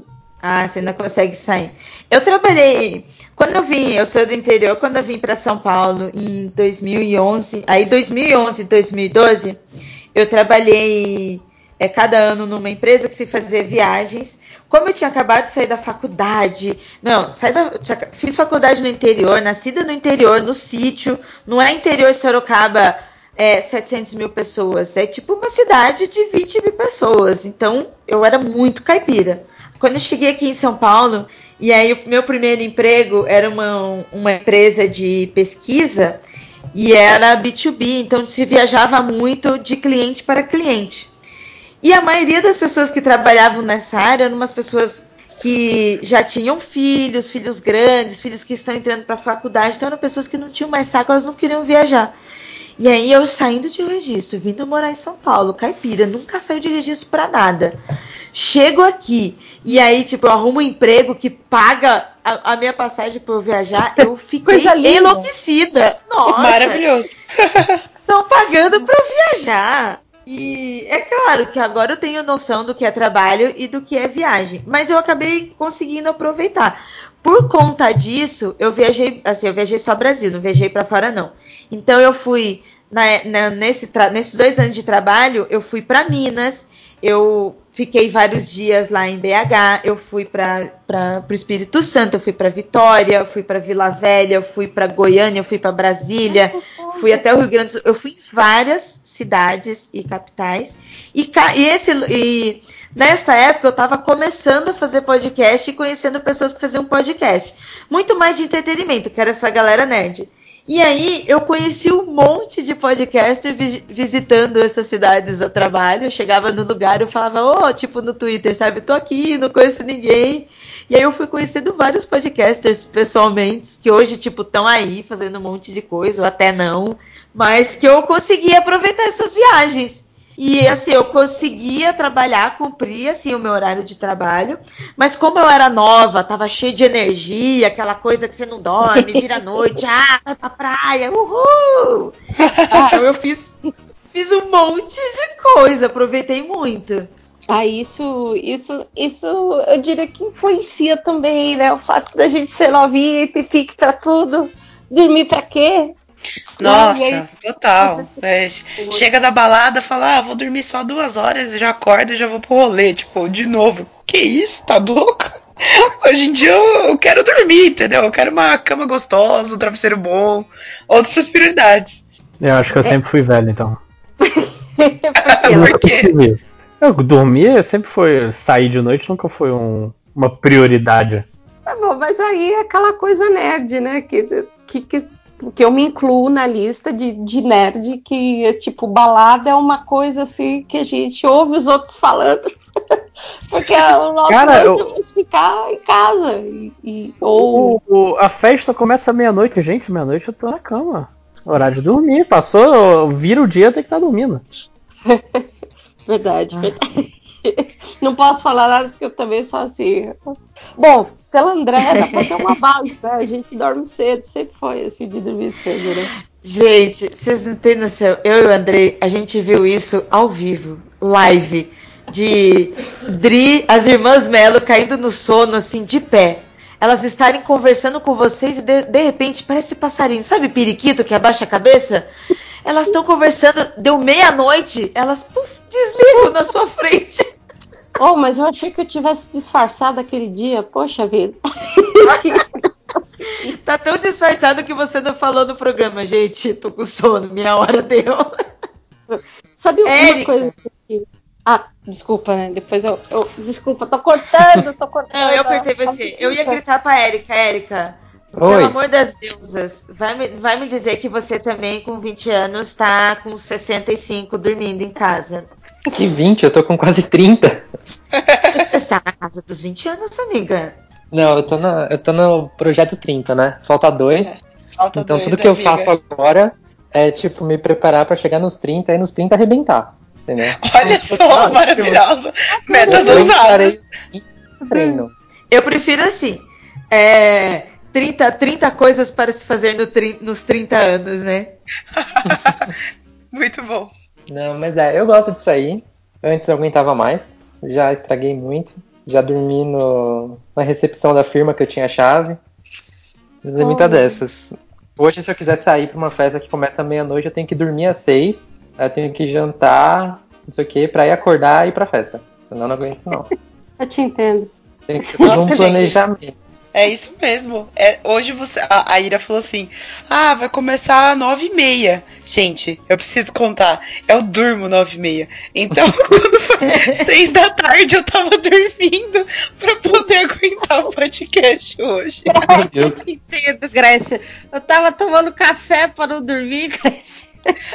Ah, você ainda consegue sair. Eu trabalhei... Quando eu vim, eu sou do interior, quando eu vim para São Paulo em dois mil e onze, aí dois mil e onze, dois mil e doze, eu trabalhei é, cada ano numa empresa que se fazia viagens. Como eu tinha acabado de sair da faculdade, não, saí da, tinha, fiz faculdade no interior, nascida no interior, no sítio, não é interior de Sorocaba, é, setecentas mil pessoas, é tipo uma cidade de vinte mil pessoas, então eu era muito caipira. Quando eu cheguei aqui em São Paulo, e aí o meu primeiro emprego era uma, uma empresa de pesquisa, e era B dois B, então se viajava muito de cliente para cliente. E a maioria das pessoas que trabalhavam nessa área eram umas pessoas que já tinham filhos, filhos grandes, filhos que estão entrando para a faculdade, então eram pessoas que não tinham mais saco, elas não queriam viajar. E aí eu saindo de registro, vindo morar em São Paulo, caipira, nunca saio de registro para nada. Chego aqui, e aí tipo, eu arrumo um emprego que paga a, a minha passagem para eu viajar, eu fiquei enlouquecida. Nossa! Maravilhoso! Estão pagando para eu viajar. E é claro que agora eu tenho noção do que é trabalho e do que é viagem, mas eu acabei conseguindo aproveitar. Por conta disso, eu viajei, assim, eu viajei só Brasil, não viajei para fora não. Então eu fui na, na, nesse tra- nesses dois anos de trabalho, eu fui para Minas, eu fiquei vários dias lá em B H, eu fui para o Espírito Santo, eu fui para Vitória, eu fui para Vila Velha, eu fui para Goiânia, eu fui para Brasília, fui até o Rio Grande do Sul, eu fui em várias cidades e capitais, e, e, esse, e nesta época eu estava começando a fazer podcast e conhecendo pessoas que faziam podcast, muito mais de entretenimento, que era essa galera nerd. E aí eu conheci um monte de podcaster vi- visitando essas cidades a trabalho. Eu chegava no lugar, eu falava, ô, oh, tipo no Twitter, sabe? Tô aqui, não conheço ninguém. E aí eu fui conhecendo vários podcasters pessoalmente, que hoje, tipo, estão aí fazendo um monte de coisa, ou até não. Mas que eu consegui aproveitar essas viagens. E assim, eu conseguia trabalhar, cumprir assim, o meu horário de trabalho, mas como eu era nova, tava cheia de energia, aquela coisa que você não dorme, vira noite, ah, vai pra praia, uhul! Então eu fiz, fiz um monte de coisa, aproveitei muito. Ah, isso, isso, isso eu diria que influencia também, né? O fato da gente ser novinha e ter pique pra tudo, dormir pra quê? Nossa, aí, total. É, chega da balada, fala, ah, vou dormir só duas horas, já acordo e já vou pro rolê. Tipo, de novo, que isso? Tá louco? Hoje em dia eu, eu quero dormir, entendeu? Eu quero uma cama gostosa, um travesseiro bom, outras prioridades. Eu acho que eu sempre fui velho, então. Por quê? Eu dormir sempre foi. Sair de noite nunca foi um, uma prioridade. Tá bom, mas aí é aquela coisa nerd, né? Que, que, que, que eu me incluo na lista de, de nerd, que é tipo, balada é uma coisa assim que a gente ouve os outros falando. Porque o nosso Cara, lance eu- é ficar em casa. E, e- ou. O, o- a festa começa meia-noite, gente. Meia-noite eu tô na cama. Horário de dormir. Passou, vira o dia, tem que estar dormindo. Verdade, verdade. Não posso falar nada porque eu também sou assim. Bom, pela Andréia dá pra ter uma base, né? A gente dorme cedo, sempre foi assim de dormir cedo, né? Gente, vocês não têm noção, eu e o Andrei, a gente viu isso ao vivo, live, de Dri, as irmãs Mello caindo no sono, assim, de pé. Elas estarem conversando com vocês e de, de repente parece passarinho, sabe periquito que abaixa a cabeça? Elas estão conversando, deu meia-noite, elas puf, desligam na sua frente. Oh, mas eu achei que eu tivesse disfarçado aquele dia, poxa vida. Tá tão disfarçado que você não falou no programa, gente, tô com sono, minha hora deu. Sabe uma Érica. coisa que... Ah, desculpa, né? Depois eu, eu... Desculpa, tô cortando, tô cortando. Não, eu apertei você. Eu ia gritar pra Érica, Érica, Oi. pelo amor das deusas, vai me, vai me dizer que você também, com vinte anos, tá com sessenta e cinco dormindo em casa. Que vinte? Eu tô com quase trinta. Você está na casa dos vinte anos, amiga? Não, eu tô, na, eu tô no projeto trinta, né? Falta dois. Falta Então dois, tudo que eu amiga. faço agora é, tipo, me preparar pra chegar nos trinta e nos trinta arrebentar. Entendeu? Olha só, maravilhosa. Metas Eu ousadas. encarei o treino. Eu prefiro assim, é, trinta, trinta coisas para se fazer no, tri- nos trinta anos, né? Muito bom. Não, mas é, eu gosto de sair. Antes eu aguentava mais. Já estraguei muito. Já dormi no, na recepção da firma que eu tinha a chave. Mas é muita Olha. dessas. Hoje, se eu quiser sair pra uma festa que começa à meia-noite, eu tenho que dormir às seis. Aí eu tenho que jantar, não sei o que, pra ir acordar e ir pra festa. Senão eu não aguento, não. Eu te entendo. Tem que ser todo Nossa, um gente. planejamento. É isso mesmo. É, hoje você. A, a Ira falou assim: ah, vai começar às nove e meia. Gente, eu preciso contar. Eu durmo nove e meia. Então, quando foi seis da tarde, eu tava dormindo pra poder aguentar o podcast hoje. Meu Deus. Eu te entendo, Grécia. Eu tava tomando café para não dormir, Grécia.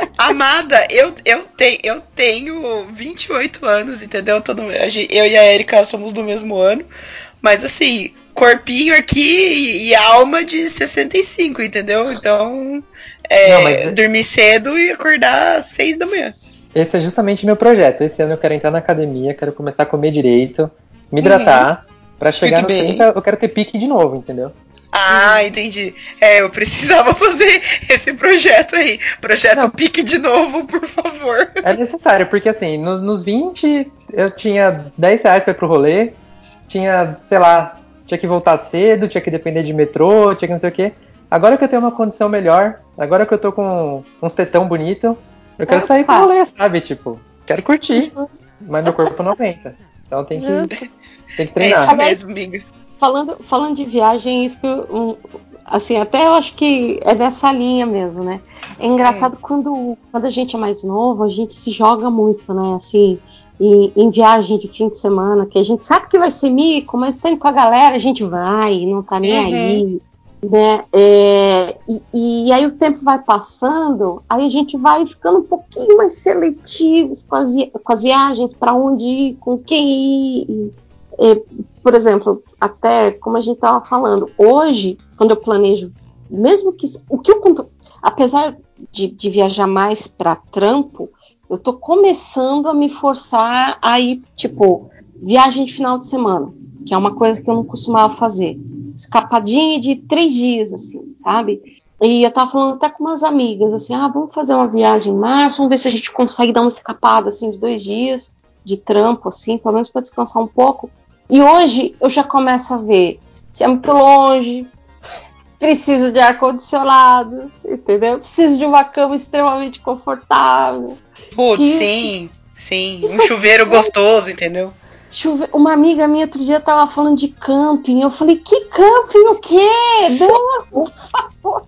Amada, eu, eu, te, eu tenho vinte e oito anos, entendeu? Eu, tô no- a gen- eu e a Erika somos do mesmo ano. Mas assim, corpinho aqui e, e alma de sessenta e cinco, entendeu? Então, é, Não, mas- dormir cedo e acordar às seis da manhã. Esse é justamente meu projeto. Esse ano eu quero entrar na academia, quero começar a comer direito, me hidratar. Pra chegar Muito nos bem. trinta, eu quero ter pique de novo, entendeu? Ah, entendi. É, eu precisava fazer esse projeto aí. Projeto Não. Pique de novo, por favor. É necessário, porque assim, nos, nos vinte eu tinha dez reais pra ir pro rolê, tinha, sei lá, tinha que voltar cedo, tinha que depender de metrô, tinha que não sei o quê. Agora que eu tenho uma condição melhor, agora que eu tô com uns tetão bonito, eu quero É, sair pro pá. rolê, sabe? Tipo, quero curtir, mas meu corpo não aguenta. Então tem que, tem que É isso treinar. mesmo, amiga. Falando, falando de viagem, isso que eu, um, assim, até eu acho que é nessa linha mesmo, né? É engraçado quando, quando a gente é mais novo, a gente se joga muito, né? Assim, em, em viagem de fim de semana, que a gente sabe que vai ser mico, mas tem com a galera, a gente vai, não tá nem Uhum. aí, né? É, e, e aí o tempo vai passando, aí a gente vai ficando um pouquinho mais seletivos com, a vi- com as viagens, para onde ir, com quem ir. E, é, por exemplo, até como a gente estava falando, hoje, quando eu planejo, mesmo que o que eu conto, apesar de, de viajar mais para trampo, eu tô começando a me forçar a ir, tipo, viagem de final de semana, que é uma coisa que eu não costumava fazer. Escapadinha de três dias, assim, sabe? E eu tava falando até com umas amigas, assim, ah, vamos fazer uma viagem em março, vamos ver se a gente consegue dar uma escapada, assim, de dois dias de trampo, assim, pelo menos para descansar um pouco. E hoje eu já começo a ver se é muito longe, preciso de ar-condicionado, entendeu? Preciso de uma cama extremamente confortável. Putz, Que- sim, sim. Isso Um chuveiro é- gostoso, entendeu? Chuve... Uma amiga minha outro dia tava falando de camping. Eu falei, que camping o quê? Deu uma... Por favor.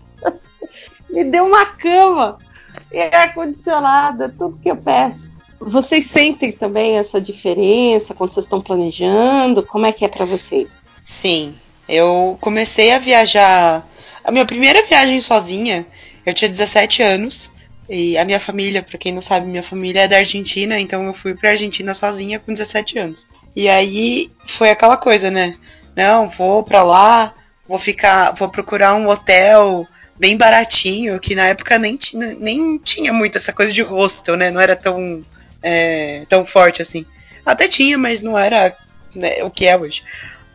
Me deu uma cama e ar-condicionado, é tudo que eu peço. Vocês sentem também essa diferença quando vocês estão planejando? Como é que é pra vocês? Sim, eu comecei a viajar. A minha primeira viagem sozinha, eu tinha dezessete anos. E a minha família, pra quem não sabe, minha família é da Argentina, então eu fui pra Argentina sozinha com dezessete anos. E aí foi aquela coisa, né? Não, vou pra lá, vou ficar, vou procurar um hotel bem baratinho, que na época nem, tinha- nem tinha muito essa coisa de hostel, né? Não era tão, é, tão forte assim. Até tinha, mas não era, né, o que é hoje.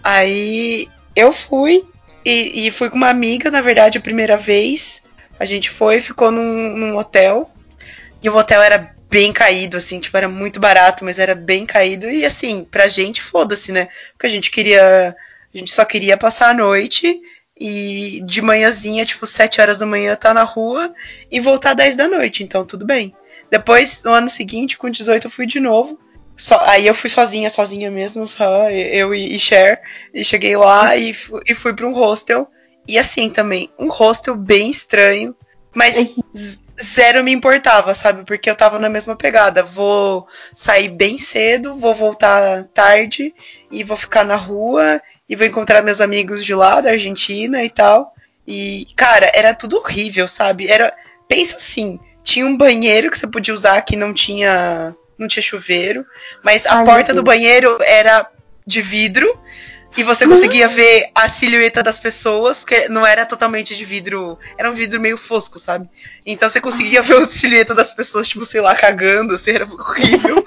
Aí eu fui e, e fui com uma amiga, na verdade, a primeira vez. A gente foi, ficou num, num hotel. E o hotel era bem caído, assim, tipo, era muito barato, mas era bem caído. E assim, pra gente, foda-se, né? Porque a gente queria. A gente só queria passar a noite e de manhãzinha, tipo, sete horas da manhã, tá na rua e voltar dez da noite. Então, tudo bem. Depois, no ano seguinte, com dezoito, eu fui de novo. Só, aí eu fui sozinha, sozinha mesmo, só eu e, e Cher. E cheguei lá e, fu- e fui pra um hostel. E assim também, um hostel bem estranho, mas z- zero me importava, sabe? Porque eu tava na mesma pegada. Vou sair bem cedo, vou voltar tarde e vou ficar na rua e vou encontrar meus amigos de lá, da Argentina e tal. E, cara, era tudo horrível, sabe? Era, pensa assim, tinha um banheiro que você podia usar que não tinha, não tinha chuveiro, mas a Ai, porta meu do Deus. banheiro era de vidro e você conseguia ver a silhueta das pessoas, porque não era totalmente de vidro, era um vidro meio fosco, sabe? Então você conseguia ver a silhueta das pessoas, tipo, sei lá, cagando, assim, era horrível.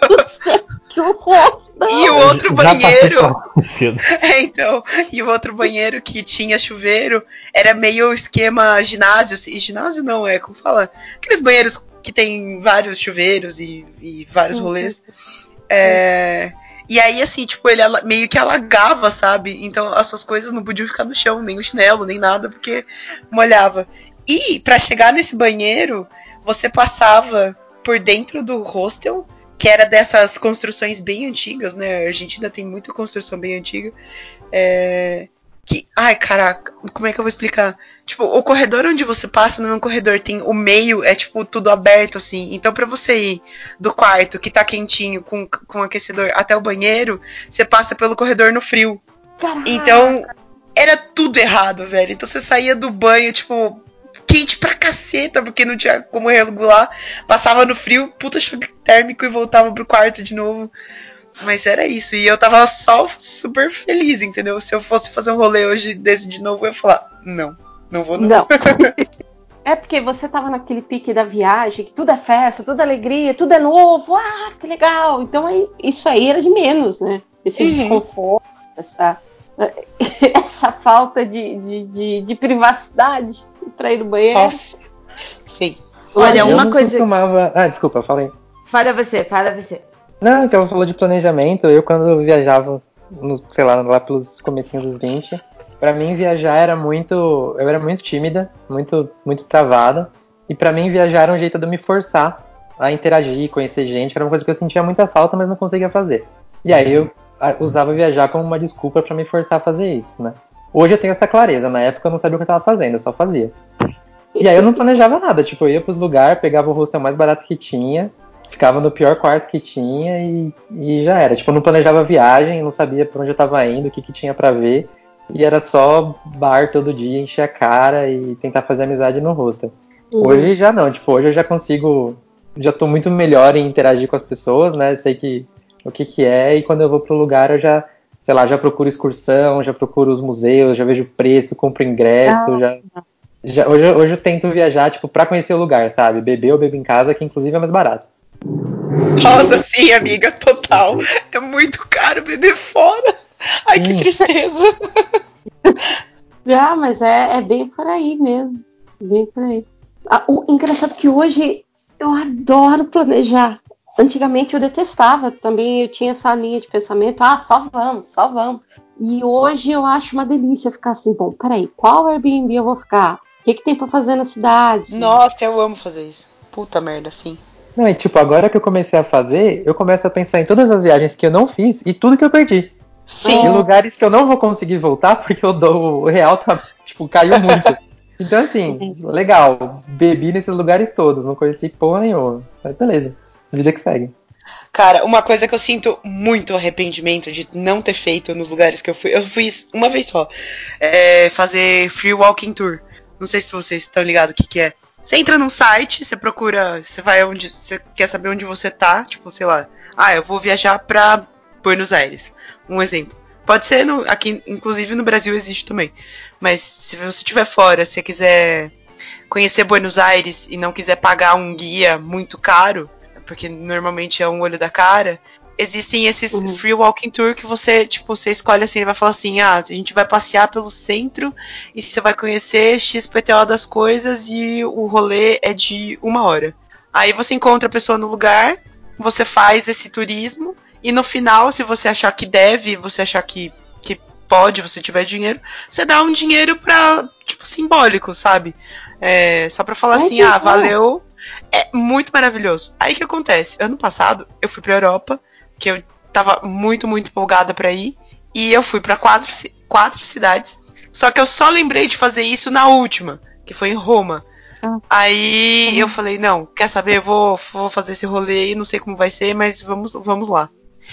Que horror! Não. E o outro Já passei banheiro. por algo parecido. É, então, e o outro banheiro que tinha chuveiro era meio esquema ginásio, assim, ginásio não, é como fala, aqueles banheiros que tem vários chuveiros e, e vários Sim, rolês. É, E aí, assim, tipo, ele ala- meio que alagava, sabe? Então as suas coisas não podiam ficar no chão, nem o chinelo, nem nada, porque molhava. E pra chegar nesse banheiro, você passava por dentro do hostel, que era dessas construções bem antigas, né? A Argentina tem muita construção bem antiga. É... Que, ai, caraca, como é que eu vou explicar? Tipo, o corredor onde você passa não é um corredor, tem o meio, é tipo tudo aberto, assim. Então, pra você ir do quarto, que tá quentinho, com, com aquecedor, até o banheiro, você passa pelo corredor no frio. Caraca. Então, era tudo errado, velho. Então, você saía do banho, tipo, quente pra caceta, porque não tinha como regular. Passava no frio, puta choque térmico e voltava pro quarto de novo. Mas era isso, e eu tava só super feliz, entendeu? Se eu fosse fazer um rolê hoje desse de novo, eu ia falar, não, não vou não. Não. É porque você tava naquele pique da viagem, que tudo é festa, tudo é alegria, tudo é novo, ah, que legal. Então aí, isso aí era de menos, né? Esse Uhum. desconforto, essa, essa falta de, de, de, de privacidade pra ir no banheiro. Nossa, sim. Olha, eu uma não coisa. costumava... Ah, desculpa, falei. Fala você, fala você. Não, então falou de planejamento. Eu, quando eu viajava, nos, sei lá, lá pelos comecinhos dos vinte, pra mim viajar era muito... Eu era muito tímida, muito, muito travada. E pra mim viajar era um jeito de eu me forçar a interagir, conhecer gente. Era uma coisa que eu sentia muita falta, mas não conseguia fazer. E aí eu ah, usava viajar como uma desculpa pra me forçar a fazer isso, né? Hoje eu tenho essa clareza. Na época eu não sabia o que eu tava fazendo, eu só fazia. E aí eu não planejava nada. Tipo, eu ia pros lugares, pegava o hostel mais barato que tinha... Ficava no pior quarto que tinha e, e já era. Tipo, eu não planejava viagem, não sabia pra onde eu tava indo, o que, que tinha pra ver. E era só bar todo dia, encher a cara e tentar fazer amizade no hostel. Uhum. Hoje já não, tipo, hoje eu já consigo... Já tô muito melhor em interagir com as pessoas, né? Sei que, o que que é e quando eu vou pro lugar eu já... Sei lá, já procuro excursão, já procuro os museus, já vejo o preço, compro ingresso, ah. já... já hoje, hoje eu tento viajar, tipo, pra conhecer o lugar, sabe? Beber eu bebo em casa, que inclusive é mais barato. Nossa, sim, amiga, total. É muito caro beber fora. Ai, que tristeza. Ah, mas é, é bem por aí mesmo. Bem por aí. Ah, o engraçado é que hoje eu adoro planejar. Antigamente eu detestava também, eu tinha essa linha de pensamento, ah, só vamos, só vamos. E hoje eu acho uma delícia ficar assim, bom, peraí, qual Airbnb eu vou ficar? O que, que tem pra fazer na cidade? Nossa, eu amo fazer isso. Puta merda, sim. Não, e tipo, agora que eu comecei a fazer, eu começo a pensar em todas as viagens que eu não fiz e tudo que eu perdi. Sim. E lugares que eu não vou conseguir voltar porque eu dou, o real tá, tipo, caiu muito. Então, assim, legal, bebi nesses lugares todos, não conheci porra nenhuma. Mas beleza, vida que segue. Cara, uma coisa que eu sinto muito arrependimento de não ter feito nos lugares que eu fui, eu fiz uma vez só, é fazer free walking tour. Não sei se vocês estão ligados o que que é. Você entra num site, você procura, você vai onde, você quer saber onde você tá, tipo, sei lá, ah, eu vou viajar pra Buenos Aires, um exemplo. Pode ser, no, aqui, inclusive no Brasil existe também, mas se você estiver fora, se você quiser conhecer Buenos Aires e não quiser pagar um guia muito caro, porque normalmente é um olho da cara, existem esses uhum. free walking tour que você, tipo, você escolhe assim, ele vai falar assim, ah, a gente vai passear pelo centro e você vai conhecer X P T O das coisas e o rolê é de uma hora. Aí você encontra a pessoa no lugar, você faz esse turismo e no final, se você achar que deve, você achar que, que pode, você tiver dinheiro, você dá um dinheiro pra, tipo, simbólico, sabe? É, só pra falar Ai, assim, ah, valeu. É muito maravilhoso. Aí o que acontece? Ano passado, eu fui pra Europa, que eu tava muito, muito empolgada pra ir. E eu fui pra quatro, quatro cidades. Só que eu só lembrei de fazer isso na última, que foi em Roma. Ah. Aí ah. eu falei, não, quer saber? Eu vou, vou fazer esse rolê aí, não sei como vai ser, mas vamos, vamos lá.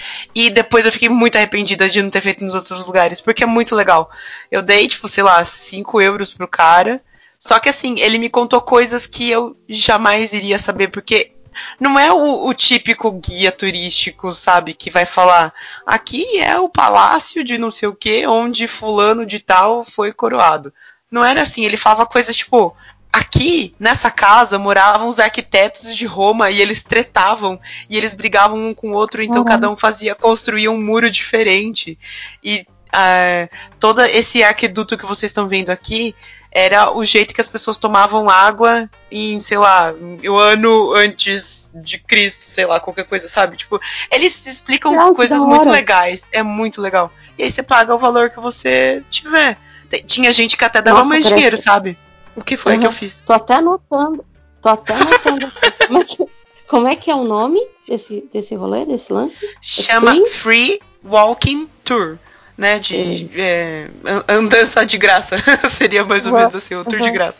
E depois eu fiquei muito arrependida de não ter feito nos outros lugares, porque é muito legal. Eu dei, tipo, sei lá, cinco euros pro cara. Só que assim, ele me contou coisas que eu jamais iria saber, porque não é o, o típico guia turístico, sabe, que vai falar, aqui é o palácio de não sei o que, onde fulano de tal foi coroado. Não era assim, ele falava coisas tipo, aqui, nessa casa, moravam os arquitetos de Roma e eles tretavam, e eles brigavam um com o outro, então uhum. cada um fazia, construía um muro diferente. E é, todo esse aqueduto que vocês estão vendo aqui era o jeito que as pessoas tomavam água em, sei lá, o ano antes de Cristo, sei lá, qualquer coisa, sabe? Tipo, eles explicam Nossa, coisas muito legais, é muito legal. E aí você paga o valor que você tiver. Tinha gente que até dava Nossa, mais parece- dinheiro, sabe? O que foi Uhum. que eu fiz? Tô até anotando. Tô até anotando aqui. Como é que, como é que é o nome desse, desse rolê, desse lance? Chama Free? Free Walking Tour, né? De é, an- andança de graça. Seria mais ou Uhum. menos assim, o tour de graça.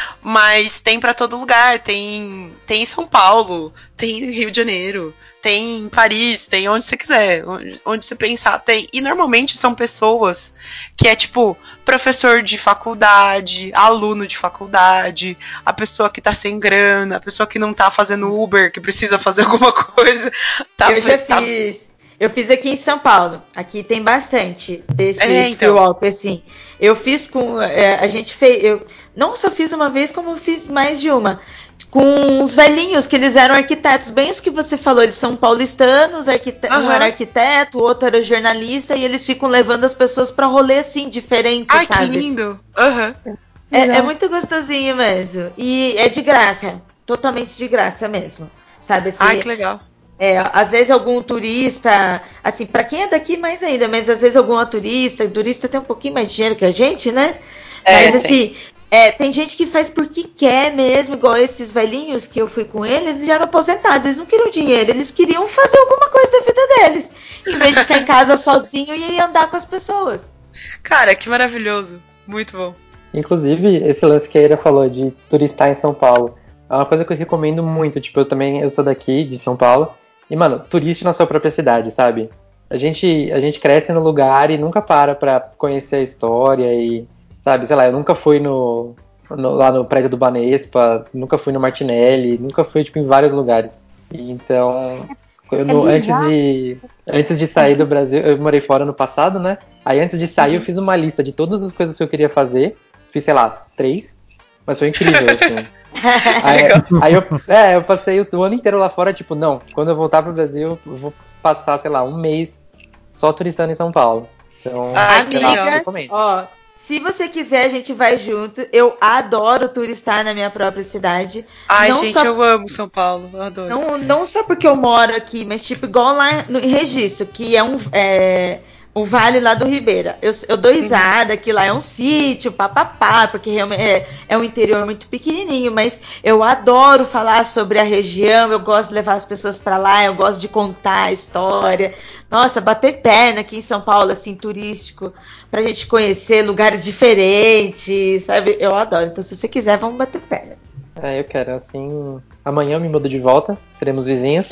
Mas tem pra todo lugar. Tem, tem em São Paulo, tem em Rio de Janeiro, tem em Paris, tem onde você quiser. Onde, onde você pensar, tem. E normalmente são pessoas que é tipo professor de faculdade, aluno de faculdade, a pessoa que tá sem grana, a pessoa que não tá fazendo Uber, que precisa fazer alguma coisa. Tá, eu já tá- fiz. Eu fiz aqui em São Paulo. Aqui tem bastante desses É, então. free walk, assim. Eu fiz com. é, a gente fez. Eu não só fiz uma vez, como fiz mais de uma. Com os velhinhos, que eles eram arquitetos, bem isso que você falou, eles são paulistanos, arquite... um Aham. era arquiteto, o outro era jornalista, e eles ficam levando as pessoas pra rolê assim, diferentes, Ai, que sabe? lindo! Aham. É, Legal. é muito gostosinho mesmo. E é de graça. Totalmente de graça mesmo. Sabe assim? Ai, que legal. É, às vezes algum turista, assim, pra quem é daqui mais ainda, mas às vezes algum turista, turista tem um pouquinho mais de dinheiro que a gente, né? É, mas tem. assim, é, tem gente que faz porque quer mesmo, igual esses velhinhos que eu fui com eles, eles já eram aposentados, eles não queriam dinheiro, eles queriam fazer alguma coisa da vida deles. Em vez de ficar em casa sozinho e ir andar com as pessoas. Cara, que maravilhoso. Muito bom. Inclusive, esse lance que a Ira falou de turistar em São Paulo é uma coisa que eu recomendo muito. Tipo, eu também eu sou daqui, de São Paulo. E, mano, turiste na sua própria cidade, sabe? A gente, a gente cresce no lugar e nunca para pra conhecer a história e, sabe, sei lá, eu nunca fui no, no- lá no prédio do Banespa, nunca fui no Martinelli, nunca fui, tipo, em vários lugares. E, então, eu no- antes bizarro. de, antes de sair do Brasil, eu morei fora no passado, né? Aí antes de sair eu fiz uma lista de todas as coisas que eu queria fazer. Fiz, sei lá, três. Mas foi incrível, assim. Aí, aí eu, é, eu passei o, o ano inteiro lá fora, tipo, não, quando eu voltar pro Brasil, eu vou passar, sei lá, um mês só turistando em São Paulo. Então, Ai, que sei lá, legal. Amigas, recomendo. ó, se você quiser, a gente vai junto. Eu adoro turistar na minha própria cidade. Ai, Não gente, só- eu amo São Paulo. Eu adoro. Não, não só porque eu moro aqui, mas tipo, igual lá no em Registro, que é um, é, um vale lá do Ribeira. Eu, eu dou risada que lá é um sítio, papapá, porque realmente é, é um interior muito pequenininho, mas eu adoro falar sobre a região, eu gosto de levar as pessoas pra lá, eu gosto de contar a história. Nossa, bater perna aqui em São Paulo, assim, turístico, pra gente conhecer lugares diferentes, sabe? Eu adoro. Então, se você quiser, vamos bater perna. É, eu quero, assim. Amanhã eu me mudo de volta, seremos vizinhos.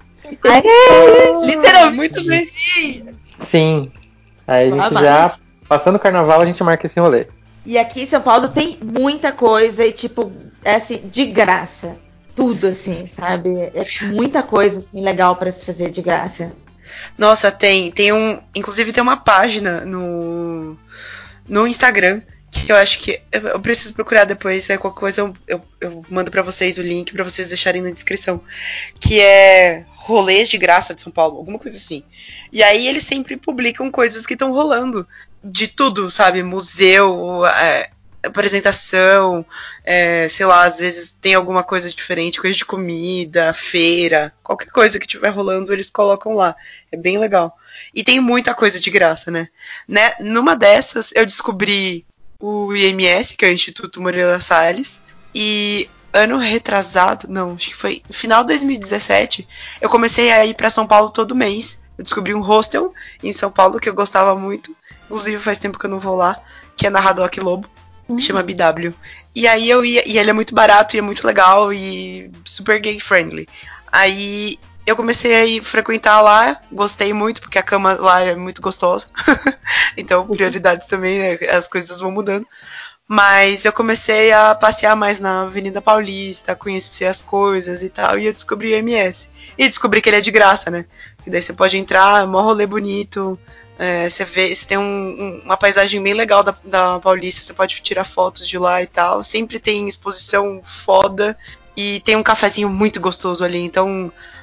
Literalmente. Muito bem. Sim. Aí a gente Vamos. já, passando o carnaval, a gente marca esse rolê. E aqui em São Paulo tem muita coisa e, tipo, é assim, de graça. Tudo, assim, sabe? É muita coisa, assim, legal pra se fazer de graça. Nossa, tem. Tem um. Inclusive tem uma página no. No Instagram. Que eu acho que. Eu, eu preciso procurar depois. Aí qualquer coisa eu, eu, eu mando pra vocês o link pra vocês deixarem na descrição. Que é Rolês de Graça de São Paulo. Alguma coisa assim. E aí eles sempre publicam coisas que estão rolando. De tudo, sabe? Museu, é, apresentação, é, sei lá, às vezes tem alguma coisa diferente, coisa de comida, feira, qualquer coisa que tiver rolando, eles colocam lá. É bem legal. E tem muita coisa de graça, né? né? Numa dessas, eu descobri o I M S, que é o Instituto Moreira Salles, e ano retrasado, não, acho que foi no final de dois mil e dezessete, eu comecei a ir pra São Paulo todo mês. Eu descobri um hostel em São Paulo que eu gostava muito. Inclusive faz tempo que eu não vou lá, que é na Radoc Lobo, que chama B W. E aí eu ia, e ele é muito barato e é muito legal e super gay friendly. Aí eu comecei a ir frequentar lá, gostei muito, porque a cama lá é muito gostosa. Então, prioridades também, né, as coisas vão mudando. Mas eu comecei a passear mais na Avenida Paulista, conhecer as coisas e tal, e eu descobri o I M S. E descobri que ele é de graça, né? Que daí você pode entrar, é um rolê bonito, é, você vê, você tem um, um, uma paisagem bem legal da, da Paulista, você pode tirar fotos de lá e tal. Sempre tem exposição foda e tem um cafezinho muito gostoso ali, então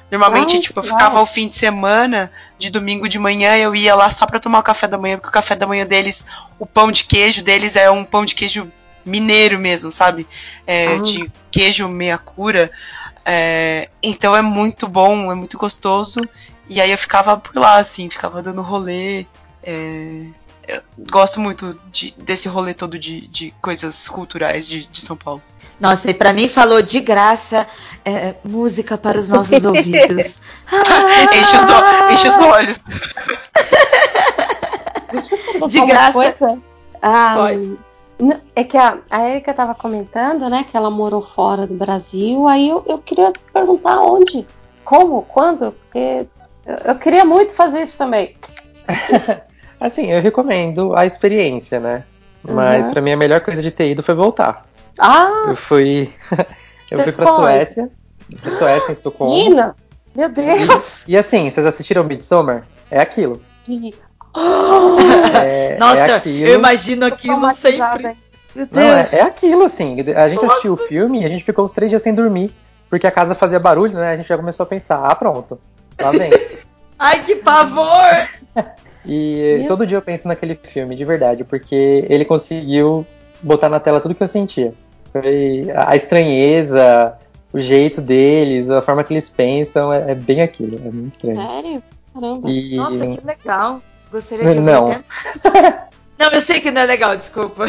Normalmente, Ai, tipo, eu que ficava legal. ao fim de semana, de domingo de manhã, eu ia lá só pra tomar o café da manhã, porque o café da manhã deles, o pão de queijo deles é um pão de queijo mineiro mesmo, sabe? É, Ah. de queijo meia cura. É, então é muito bom, é muito gostoso. E aí eu ficava por lá, assim, ficava dando rolê. É, eu gosto muito de, desse rolê todo de, de coisas culturais de, de São Paulo. Nossa, e pra mim falou de graça, é, música para os nossos ouvidos. Enche os, do- enche os olhos. Deixa eu perguntar De uma graça. coisa. Ah, Pode. n- é que a, a Erika estava comentando, né, que ela morou fora do Brasil. Aí eu, eu queria perguntar onde, como, quando, porque eu, eu queria muito fazer isso também. Assim, eu recomendo a experiência, né? Mas Uhum. pra mim a melhor coisa de ter ido foi voltar. Ah, Eu fui. Eu Você fui pra ficou onde? Suécia. Pra Suécia, em Estocolmo. China? Meu Deus! E assim, vocês assistiram Midsommar? É aquilo. É, Nossa, é aquilo. eu imagino aquilo Traumatizada, sempre. hein? Meu Não, é, Deus! é aquilo, assim. A gente assistiu o filme e a gente ficou uns três dias sem dormir. Porque a casa fazia barulho, né? A gente já começou a pensar, ah, pronto. Lá vem. Ai, que pavor! E Meu- todo dia eu penso naquele filme, de verdade, porque ele conseguiu botar na tela tudo que eu sentia. Foi a estranheza, o jeito deles, a forma que eles pensam, é, é bem aquilo, é muito estranho. Sério? Caramba. E Nossa, que legal. Gostaria de ouvir não, até. Não, eu sei que não é legal, desculpa.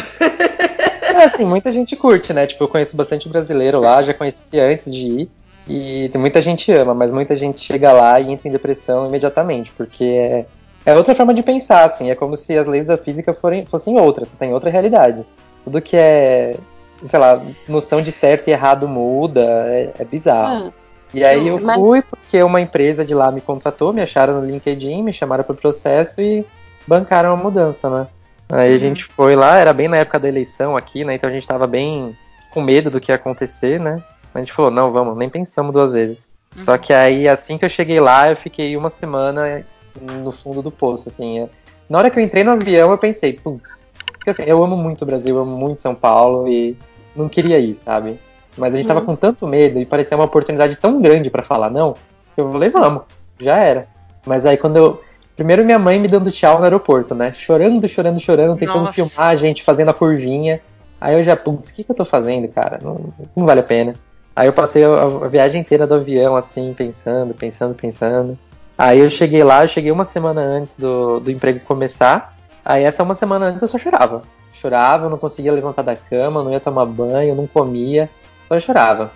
é assim, muita gente curte, né? Tipo, eu conheço bastante brasileiro lá, já conheci antes de ir. E tem muita gente ama, mas muita gente chega lá e entra em depressão imediatamente, porque é, é outra forma de pensar, assim, é como se as leis da física forem, fossem outras, você tem outra realidade. Tudo que é, sei lá, noção de certo e errado muda, é, é bizarro. Ah, E aí eu mas- fui porque uma empresa de lá me contratou, me acharam no LinkedIn, me chamaram para o processo e bancaram a mudança, né? Aí a gente foi lá, era bem na época da eleição aqui, né? Então a gente tava bem com medo do que ia acontecer, né? A gente falou, não, vamos, nem pensamos duas vezes. Só que aí, assim que eu cheguei lá, eu fiquei uma semana no fundo do poço, assim. é. Na hora que eu entrei no avião, eu pensei, putz, porque assim, eu amo muito o Brasil, eu amo muito São Paulo e não queria ir, sabe? Mas a gente tava com tanto medo e parecia uma oportunidade tão grande pra falar não, que eu falei, vamos, já era. Mas aí quando eu. Primeiro minha mãe me dando tchau no aeroporto, né? Chorando, chorando, chorando, tentando Nossa. filmar a gente fazendo a curvinha. Aí eu já, putz, o que, que eu tô fazendo, cara? Não, não vale a pena. Aí eu passei a, a viagem inteira do avião, assim, pensando, pensando, pensando. Aí eu cheguei lá, eu cheguei uma semana antes do, do emprego começar. Aí essa uma semana antes eu só chorava. Chorava, eu não conseguia levantar da cama, não ia tomar banho, não comia, só chorava.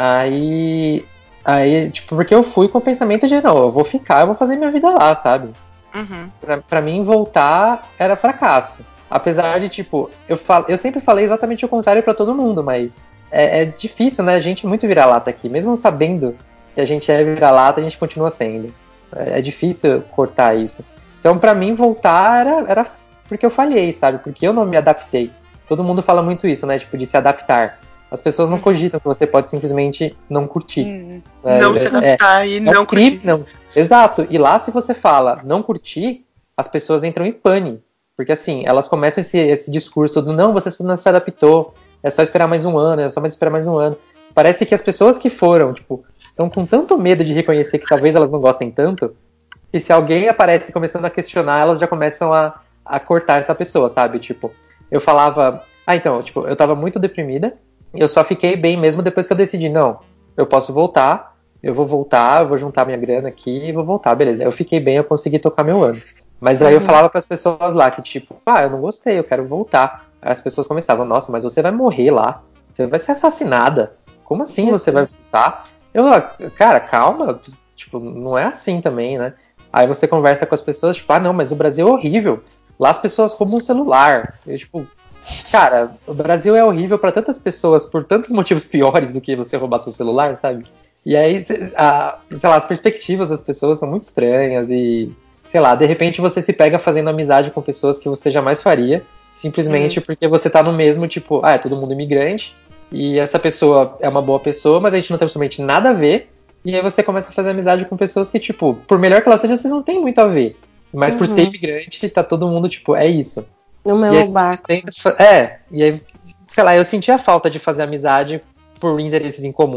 Aí, aí, tipo, porque eu fui com o pensamento de, não, eu vou ficar, eu vou fazer minha vida lá, sabe? Uhum. Pra, pra mim, voltar era fracasso. Apesar de, tipo, eu, fal, eu sempre falei exatamente o contrário pra todo mundo, mas é, é difícil, né? A gente muito vira-lata aqui. Mesmo sabendo que a gente é vira-lata, a gente continua sendo. É, é difícil cortar isso. Então, pra mim, voltar era, era porque eu falhei, sabe? Porque eu não me adaptei. Todo mundo fala muito isso, né? Tipo, de se adaptar. As pessoas não cogitam que você pode simplesmente não curtir. Hum, É, não se é- adaptar e é um não crime, curtir. não. Exato. E lá, se você fala não curtir, as pessoas entram em pane. Porque assim, elas começam esse, esse discurso do não, você não se adaptou, é só esperar mais um ano, é só mais esperar mais um ano. Parece que as pessoas que foram, tipo, estão com tanto medo de reconhecer que talvez elas não gostem tanto, que se alguém aparece começando a questionar, elas já começam a, a cortar essa pessoa, sabe? Tipo, eu falava, ah, então, tipo, eu tava muito deprimida, e eu só fiquei bem mesmo depois que eu decidi, não, eu posso voltar, eu vou voltar, eu vou juntar minha grana aqui e vou voltar, beleza. Eu fiquei bem, eu consegui tocar meu ano. Mas aí eu falava para as pessoas lá que, tipo, ah, eu não gostei, eu quero voltar. Aí as pessoas começavam, nossa, mas você vai morrer lá, você vai ser assassinada. Como assim você vai voltar? Eu, cara, calma, tipo, não é assim também, né? Aí você conversa com as pessoas, tipo, ah, não, mas o Brasil é horrível. Lá as pessoas roubam o celular. Eu, tipo, cara, o Brasil é horrível para tantas pessoas por tantos motivos piores do que você roubar seu celular, sabe? E aí, a, sei lá, as perspectivas das pessoas são muito estranhas e, sei lá, de repente você se pega fazendo amizade com pessoas que você jamais faria, simplesmente Uhum. porque você tá no mesmo, tipo, ah, é todo mundo imigrante e essa pessoa é uma boa pessoa, mas a gente não tem absolutamente nada a ver. E aí você começa a fazer amizade com pessoas que, tipo, por melhor que ela seja, vocês não têm muito a ver. Mas por ser imigrante, tá todo mundo, tipo, é isso. No E aí meu você barco. tenta fa- É, e aí, sei lá, eu sentia falta de fazer amizade por interesses em comum.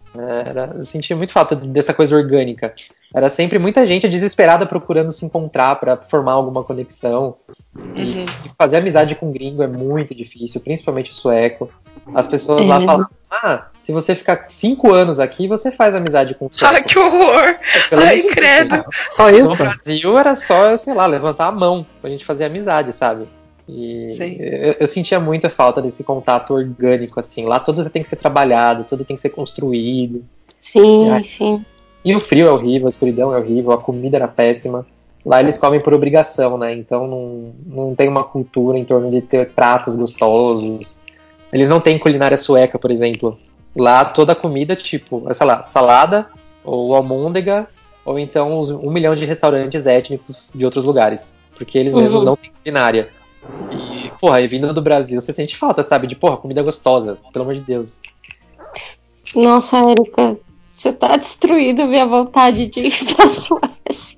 Era, eu sentia muito falta dessa coisa orgânica. Era sempre muita gente desesperada procurando se encontrar para formar alguma conexão. E, Uhum. e fazer amizade com gringo é muito difícil, principalmente o sueco. As pessoas lá É. falam, ah, se você ficar cinco anos aqui, você faz amizade com o sueco. Ai, que horror! Pelo Ai, menos credo! Só No isso? Brasil era só, sei lá, levantar a mão pra gente fazer amizade, sabe? E Sim. eu, eu sentia muita falta desse contato orgânico, assim. Lá tudo tem que ser trabalhado, tudo tem que ser construído. Sim, Ai. sim. E o frio é horrível, a escuridão é horrível, a comida era péssima. Lá eles comem por obrigação, né? Então não, não tem uma cultura em torno de ter pratos gostosos. Eles não têm culinária sueca, por exemplo. Lá toda a comida, tipo, sei lá, salada, ou almôndega, ou então os um milhão de restaurantes étnicos de outros lugares. Porque eles Uhum. mesmos não têm culinária. E, porra, e vindo do Brasil, você sente falta, sabe? De, porra, comida gostosa, pelo amor de Deus. Nossa, Érica, você tá destruindo a minha vontade de ir pra Suécia.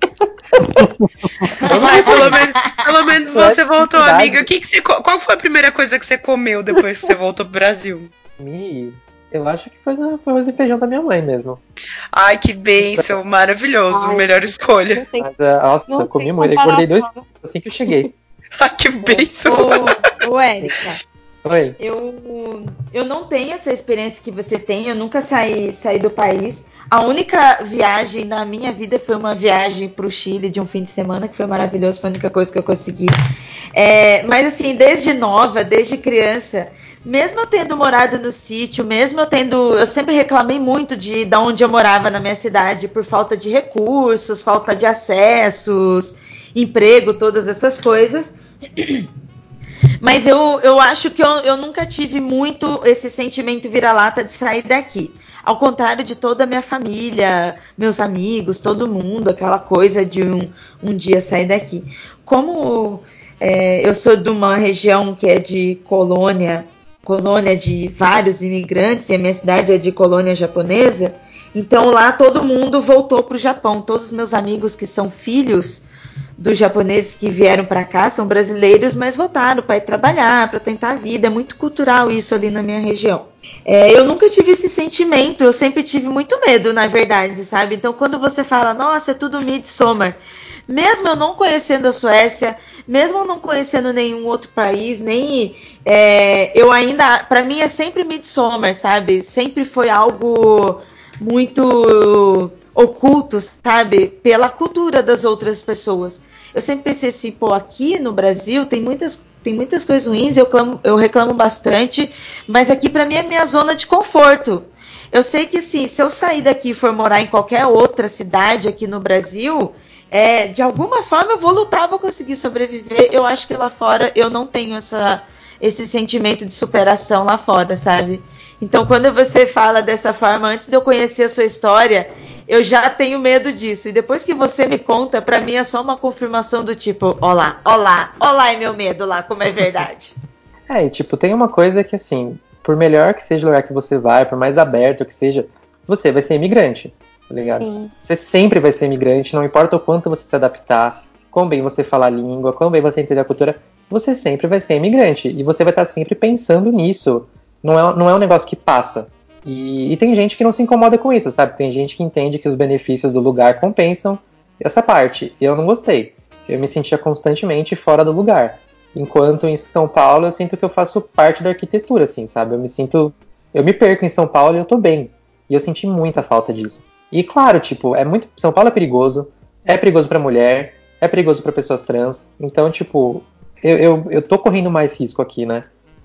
Ai, pelo menos, pelo menos Suécia você é voltou, verdade. amiga. O que que você, co- qual foi a primeira coisa que você comeu depois que você voltou pro Brasil? E eu acho que foi, foi arroz e feijão da minha mãe mesmo. Ai, que bênção, maravilhoso, Ai, melhor escolha. Não tem, Mas, ah, nossa, não eu comi tem muito. Eu engordei dois comparação. quilos assim que eu cheguei. Ai, que bênção. Ô, ô Érica, Oi. eu, eu não tenho essa experiência que você tem, eu nunca saí, saí do país. A única viagem na minha vida foi uma viagem para o Chile de um fim de semana, que foi maravilhoso, foi a única coisa que eu consegui. É, mas assim, desde nova, desde criança, mesmo eu tendo morado no sítio, mesmo eu tendo. Eu sempre reclamei muito de, de onde eu morava na minha cidade, por falta de recursos, falta de acessos, emprego, todas essas coisas. Mas eu, eu acho que eu, eu nunca tive muito esse sentimento vira-lata de sair daqui. Ao contrário de toda a minha família, meus amigos, todo mundo, aquela coisa de um, um dia sair daqui. Como é, eu sou de uma região que é de colônia, colônia de vários imigrantes, e a minha cidade é de colônia japonesa, então lá todo mundo voltou para o Japão. Todos os meus amigos que são filhos dos japoneses que vieram para cá são brasileiros, mas voltaram para ir trabalhar, para tentar a vida. É muito cultural isso ali na minha região. É, eu nunca tive esse sentimento, eu sempre tive muito medo, na verdade, sabe? Então, quando você fala, nossa, é tudo Midsommar, mesmo eu não conhecendo a Suécia, mesmo eu não conhecendo nenhum outro país, nem é, eu ainda, para mim é sempre Midsommar, sabe? Sempre foi algo muito oculto, sabe? Pela cultura das outras pessoas. Eu sempre pensei assim, pô, aqui no Brasil tem muitas, tem muitas coisas ruins, eu, clamo, eu reclamo bastante, mas aqui pra mim é minha zona de conforto. Eu sei que assim, se eu sair daqui e for morar em qualquer outra cidade aqui no Brasil, é, de alguma forma eu vou lutar, vou conseguir sobreviver. Eu acho que lá fora eu não tenho essa, esse sentimento de superação lá fora, sabe? Então, quando você fala dessa forma, antes de eu conhecer a sua história, eu já tenho medo disso. E depois que você me conta, pra mim é só uma confirmação do tipo, olá, olá, olá é meu medo lá, como é verdade. É, e tipo, tem uma coisa que assim, por melhor que seja o lugar que você vai, por mais aberto que seja, você vai ser imigrante, tá ligado? Sim. Você sempre vai ser imigrante, não importa o quanto você se adaptar, quão bem você falar a língua, quão bem você entender a cultura, você sempre vai ser imigrante. E você vai estar sempre pensando nisso. Não é, não é um negócio que passa. E, e tem gente que não se incomoda com isso, sabe? Tem gente que entende que os benefícios do lugar compensam essa parte. Eu não gostei. Eu me sentia constantemente fora do lugar. Enquanto em São Paulo eu sinto que eu faço parte da arquitetura, assim, sabe? Eu me sinto... Eu me perco em São Paulo e eu tô bem. E eu senti muita falta disso. E claro, tipo, é muito... São Paulo é perigoso. É perigoso pra mulher. É perigoso pra pessoas trans. Então, tipo, eu, eu, eu tô correndo mais risco aqui, né?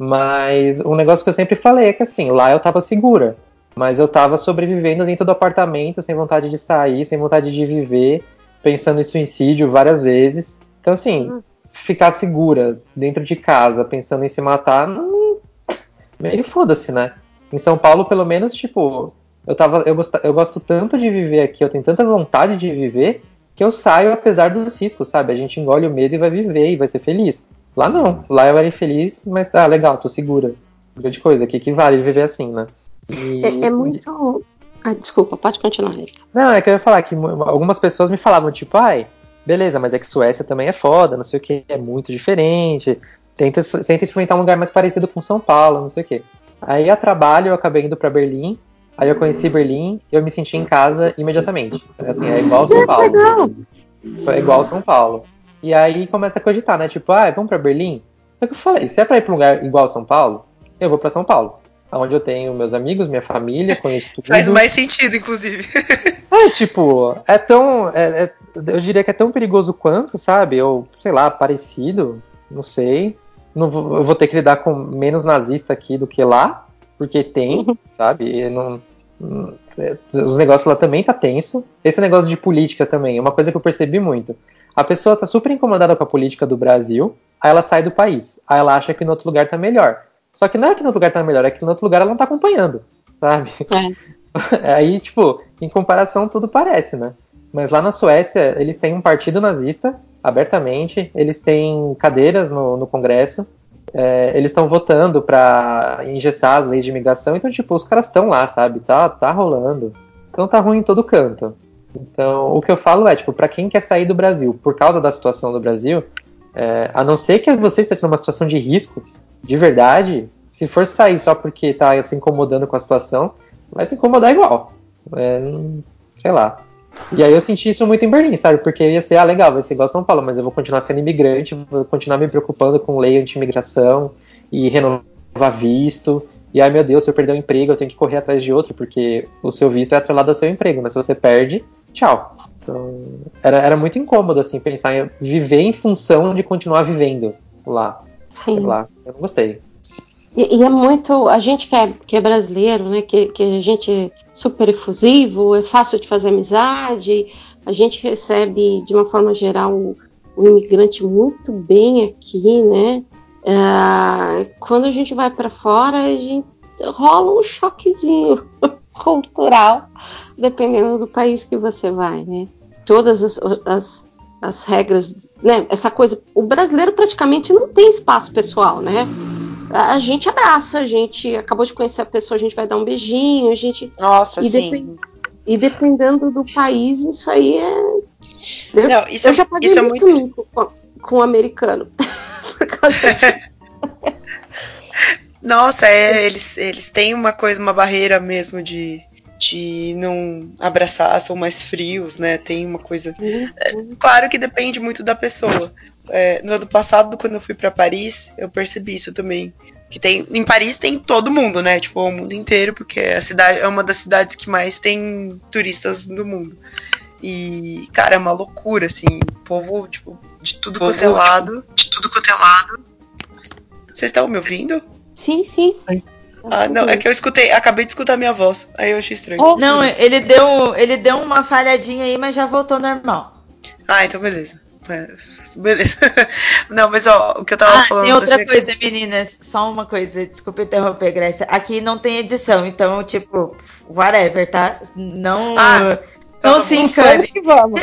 Mas um negócio que eu sempre falei é que assim, lá eu tava segura, mas eu tava sobrevivendo dentro do apartamento, sem vontade de sair, sem vontade de viver, pensando em suicídio várias vezes. Então assim, uhum. Ficar segura dentro de casa, pensando em se matar, não... meio foda-se, né? Em São Paulo, pelo menos, tipo, eu, tava, eu, gost, eu gosto tanto de viver aqui, eu tenho tanta vontade de viver, que eu saio apesar dos riscos, sabe? A gente engole o medo e vai viver e vai ser feliz. Lá não, lá eu era infeliz, mas ah, legal, tô segura. Grande coisa, o que, que vale viver assim, né? E... É, é muito. Ah, desculpa, pode continuar, Érica. Não, é que eu ia falar que algumas pessoas me falavam, tipo, ai, beleza, mas é que Suécia também é foda, não sei o que, é muito diferente. Tenta, tenta experimentar um lugar mais parecido com São Paulo, não sei o que. Aí a trabalho eu acabei indo pra Berlim, Aí eu conheci Berlim e eu me senti em casa imediatamente. Assim, é igual São Paulo. É igual São Paulo. E aí começa a cogitar, né? Tipo, ah, vamos pra Berlim? É o que eu falei, se é pra ir pra um lugar igual São Paulo, eu vou pra São Paulo. Onde eu tenho meus amigos, minha família, conheço tudo. Faz mais sentido, inclusive. É, tipo, é tão. É, é, eu diria que é tão perigoso quanto, sabe? Ou, sei lá, parecido, não sei. Não vou, eu vou ter que lidar com menos nazista aqui do que lá, porque tem, sabe? E não, não, é, os negócios lá também tá tenso. Esse negócio de política também é uma coisa que eu percebi muito. A pessoa tá super incomodada com a política do Brasil, aí ela sai do país. Aí ela acha que no outro lugar tá melhor. Só que não é que no outro lugar tá melhor, é que no outro lugar ela não tá acompanhando, sabe? É. Aí, tipo, em comparação tudo parece, né? Mas lá na Suécia, eles têm um partido nazista, abertamente, eles têm cadeiras no, no Congresso, é, eles estão votando pra engessar as leis de imigração, então, tipo, os caras estão lá, sabe? Tá, tá rolando. Então tá ruim em todo canto. Então, o que eu falo é, tipo, pra quem quer sair do Brasil, por causa da situação do Brasil, é, a não ser que você esteja numa situação de risco, de verdade, se for sair só porque tá se incomodando com a situação, vai se incomodar igual. É, sei lá. E aí eu senti isso muito em Berlim, sabe? Porque ia ser, ah, legal, vai ser igual São Paulo, mas eu vou continuar sendo imigrante, vou continuar me preocupando com lei anti-imigração e renovar visto. E ai meu Deus, se eu perder um emprego, eu tenho que correr atrás de outro, porque o seu visto é atrelado ao seu emprego, mas se você perde, tchau. Então, era, era muito incômodo, assim, pensar em viver em função de continuar vivendo lá. Sim. Sei lá, eu não gostei. E, e é muito. A gente que é, que é brasileiro, né? Que, que a gente é super efusivo, é fácil de fazer amizade, a gente recebe, de uma forma geral, o, o imigrante muito bem aqui, né? É, quando a gente vai para fora, a gente rola um choquezinho cultural, dependendo do país que você vai, né? Todas as, as, as regras, né? Essa coisa. O brasileiro praticamente não tem espaço pessoal, né? A gente abraça, a gente acabou de conhecer a pessoa, a gente vai dar um beijinho, a gente. Nossa, e sim. Depend... E dependendo do país, isso aí é. Eu, Não, isso eu é, já paguei isso muito é muito mico com, com o americano. Por causa disso. Nossa, é, eles, eles têm uma coisa, uma barreira mesmo de, de não abraçar, são mais frios, né? Tem uma coisa. É, claro que depende muito da pessoa. É, no ano passado, quando eu fui pra Paris, eu percebi isso também. Que tem, em Paris tem todo mundo, né? Tipo, o mundo inteiro, porque a cidade é uma das cidades que mais tem turistas do mundo. E, cara, é uma loucura, assim. O povo, tipo, de tudo quanto é lado. De tudo quanto é lado. Vocês estão me ouvindo? Sim, sim. Ah, não, é que eu escutei, acabei de escutar minha voz, aí eu achei estranho. Oh, não, ele deu, ele deu uma falhadinha aí, mas já voltou normal. Ah, então beleza. É, beleza. Não, mas ó, o que eu tava ah, falando... Tem outra assim, coisa, é que... meninas, só uma coisa, desculpa interromper, Grécia. Aqui não tem edição, então, tipo, whatever, tá? Não, ah, não tá se encane. Vamos.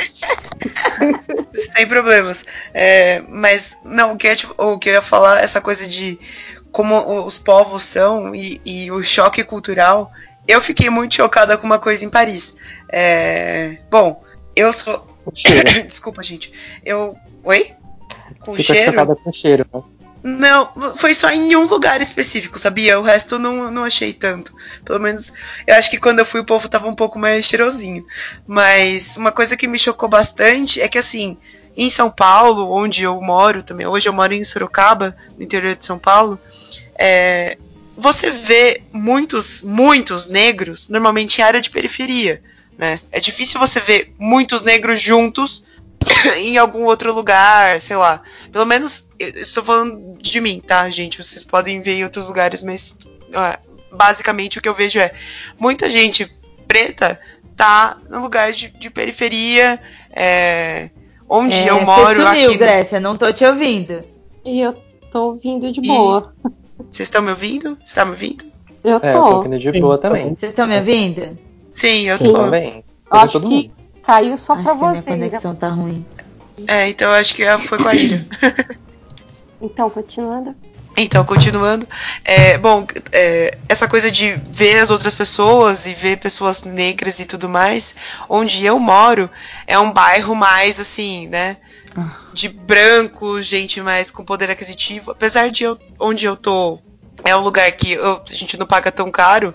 Sem problemas. É, mas, não, o que, eu, o que eu ia falar, essa coisa de como os povos são e, e o choque cultural. Eu fiquei muito chocada com uma coisa em Paris. É, bom, eu sou... Desculpa, gente. Eu... Oi? Com Fica cheiro? chocada com cheiro, né? Não, foi só em um lugar específico, sabia? O resto eu não, não achei tanto. Pelo menos, eu acho que quando eu fui o povo tava um pouco mais cheirosinho. Mas uma coisa que me chocou bastante é que, assim, em São Paulo, onde eu moro também, hoje eu moro em Sorocaba, no interior de São Paulo, é, você vê muitos, muitos negros, normalmente em área de periferia, né? É difícil você ver muitos negros juntos em algum outro lugar, sei lá. Pelo menos, eu estou falando de mim, tá, gente? Vocês podem ver em outros lugares, mas ó, basicamente o que eu vejo é muita gente preta tá no lugar de, de periferia, é, onde é, eu moro. Você sumiu, aqui Grécia, não tô te ouvindo. E eu tô ouvindo de boa. Vocês estão me ouvindo? Você tá me ouvindo? Eu tô. É, eu tô ouvindo de boa também. Vocês estão me ouvindo? Sim, eu Sim. tô. Também. Acho que mundo. caiu só Acho pra que você. a minha conexão tá ruim. É, então eu acho que foi com a Ira. Então, continuando. Então, continuando. É, bom, é, essa coisa de ver as outras pessoas e ver pessoas negras e tudo mais, onde eu moro, é um bairro mais assim, né? De branco, gente mais com poder aquisitivo. Apesar de eu, onde eu tô, é um lugar que eu, a gente não paga tão caro,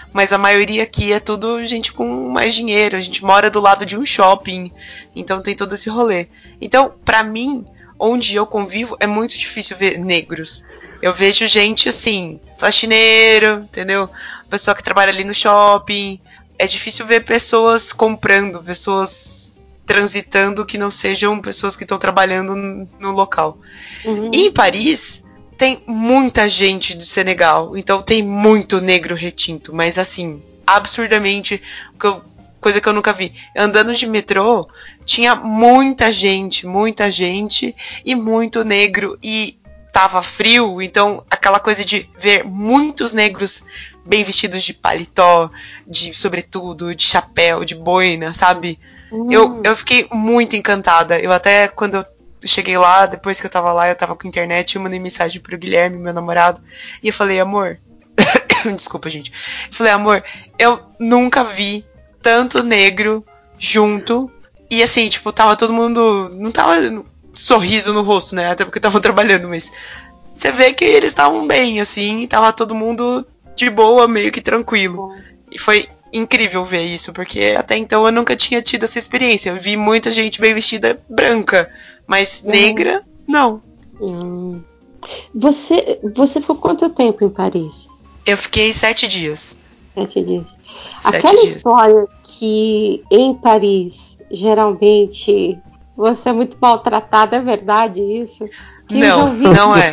mas a maioria aqui é tudo gente com mais dinheiro. A gente mora do lado de um shopping, então tem todo esse rolê. Então, pra mim, onde eu convivo, é muito difícil ver negros. Eu vejo gente assim, faxineiro, entendeu? Pessoa que trabalha ali no shopping. É difícil ver pessoas comprando, pessoas transitando que não sejam pessoas que estão trabalhando no local. Uhum. E em Paris tem muita gente do Senegal, então tem muito negro retinto, mas assim, absurdamente, coisa que eu nunca vi. Andando de metrô, tinha muita gente, muita gente e muito negro, e tava frio, então aquela coisa de ver muitos negros bem vestidos de paletó, de sobretudo, de chapéu, de boina, sabe? Hum. Eu, eu fiquei muito encantada. Eu até, quando eu cheguei lá, depois que eu tava lá, eu tava com internet, eu mandei mensagem pro Guilherme, meu namorado, e eu falei, amor, desculpa, gente. Eu falei, amor, eu nunca vi tanto negro junto, e assim, tipo, tava todo mundo, não tava sorriso no rosto, né, até porque estavam trabalhando, mas você vê que eles estavam bem, assim, tava todo mundo de boa, meio que tranquilo. E foi incrível ver isso, porque até então eu nunca tinha tido essa experiência. Eu vi muita gente bem vestida branca, mas uhum. negra, não. Hum. Você, você ficou quanto tempo em Paris? Eu fiquei sete dias. Sete dias. Sete Aquela dias. história que em Paris, geralmente, você é muito maltratada, é verdade isso? Que não, não é.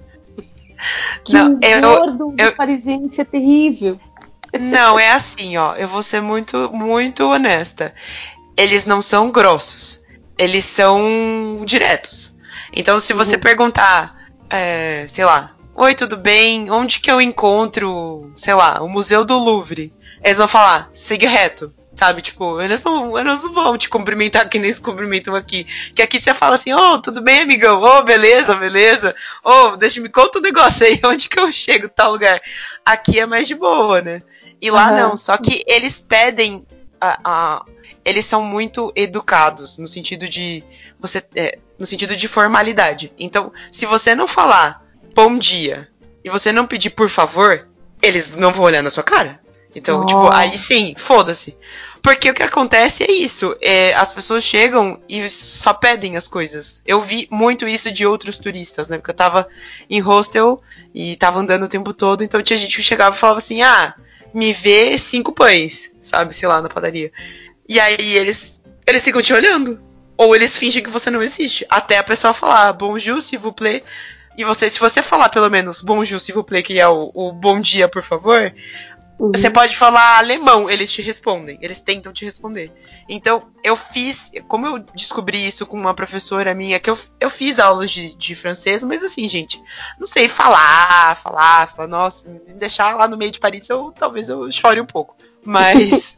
Que não, o eu, gordo eu, do parisiense é terrível. Não, é assim, ó. Eu vou ser muito, muito honesta. Eles não são grossos. Eles são diretos. Então, se você uhum. perguntar, é, sei lá, oi, tudo bem? Onde que eu encontro, sei lá, o Museu do Louvre? Eles vão falar, siga reto. Sabe, tipo, eles não, eles não vão te cumprimentar que nem se cumprimentam aqui. Que aqui você fala assim, ô, oh, tudo bem, amigão? Ô, oh, beleza, beleza. Ô, oh, deixa me conta um negócio aí, onde que eu chego, tal lugar. Aqui é mais de boa, né? E lá uhum. não, só que eles pedem, a, a, eles são muito educados, no sentido de, você, é, no sentido de formalidade. Então, se você não falar bom dia, e você não pedir por favor, eles não vão olhar na sua cara. Então, oh. tipo, aí sim, foda-se. Porque o que acontece é isso. É, as pessoas chegam e só pedem as coisas. Eu vi muito isso de outros turistas, né? Porque eu tava em hostel e tava andando o tempo todo. Então tinha gente que chegava e falava assim, ah, me vê cinco pães, sabe? Sei lá, na padaria. E aí eles, eles ficam te olhando. Ou eles fingem que você não existe. Até a pessoa falar, bonjour, s'il vous plaît. E você, se você falar pelo menos bonjour, s'il vous plaît, que é o, o bom dia, por favor... Uhum. Você pode falar alemão, eles te respondem, eles tentam te responder. Então, eu fiz, como eu descobri isso com uma professora minha, que eu, eu fiz aulas de, de francês, mas assim, gente, não sei falar, falar, falar, nossa, me deixar lá no meio de Paris, eu, talvez eu chore um pouco. Mas,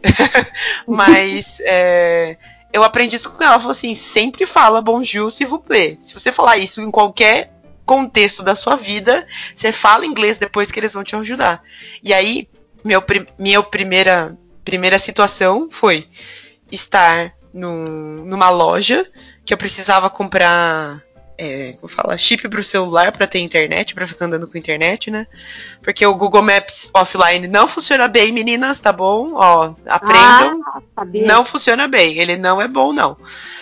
mas, é, eu aprendi isso com ela, ela falou assim, sempre fala bonjour, s'il vous plaît. Se você falar isso em qualquer contexto da sua vida, você fala inglês depois que eles vão te ajudar. E aí, Meu, minha primeira, primeira situação foi estar no, numa loja que eu precisava comprar, é, como fala, chip pro celular para ter internet, para ficar andando com internet, né? Porque o Google Maps offline não funciona bem, meninas, tá bom? Ó, aprendam. Ah, não funciona bem, ele não é bom, não.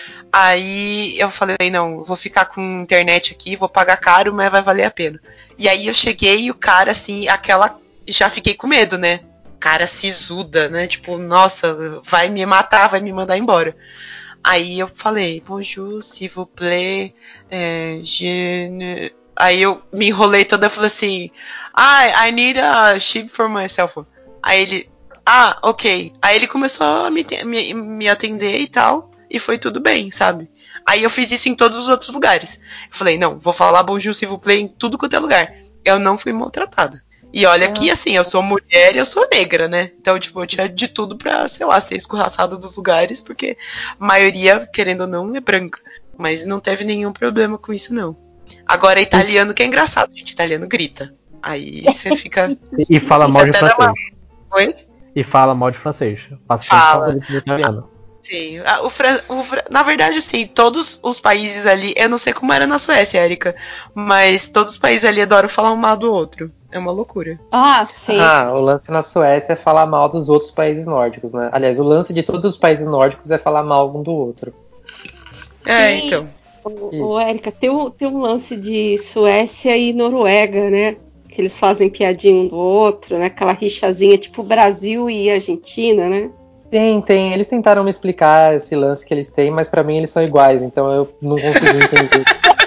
Aí eu falei, não, vou ficar com internet aqui, vou pagar caro, mas vai valer a pena. E aí eu cheguei e o cara, assim, aquela... Já fiquei com medo, né? Cara sisuda, né? Tipo, nossa, vai me matar, vai me mandar embora. Aí eu falei, bonjour, s'il vous plaît, é, je ne... Aí eu me enrolei toda e falei assim, ah, I need a chip for my cell phone. Aí ele, ah, ok. Aí ele começou a me, me, me atender e tal, e foi tudo bem, sabe? Aí eu fiz isso em todos os outros lugares. Eu falei, não, vou falar bonjour, s'il vous plaît em tudo quanto é lugar. Eu não fui maltratada. E olha que, assim, eu sou mulher e eu sou negra, né? Então, tipo, eu tinha de tudo pra, sei lá, ser escorraçada dos lugares, porque a maioria, querendo ou não, é branca. Mas não teve nenhum problema com isso, não. Agora, italiano que é engraçado, gente. Italiano grita. Aí você fica... E fala mal de francês. Oi? E fala mal de francês. Fala. Italiano. Sim, a- o, Fran- o Fran- na verdade, sim, todos os países ali, eu não sei como era na Suécia, Erika, mas todos os países ali adoram falar um mal do outro. É uma loucura. Ah, sim. Ah, o lance na Suécia é falar mal dos outros países nórdicos, né? Aliás, o lance de todos os países nórdicos é falar mal um do outro. É, Sim. então. O, o Érica, tem um, tem um lance de Suécia e Noruega, né? Que eles fazem piadinha um do outro, né? Aquela rixazinha tipo Brasil e Argentina, né? Tem, tem. Eles tentaram me explicar esse lance que eles têm, mas pra mim eles são iguais, então eu não consegui entender.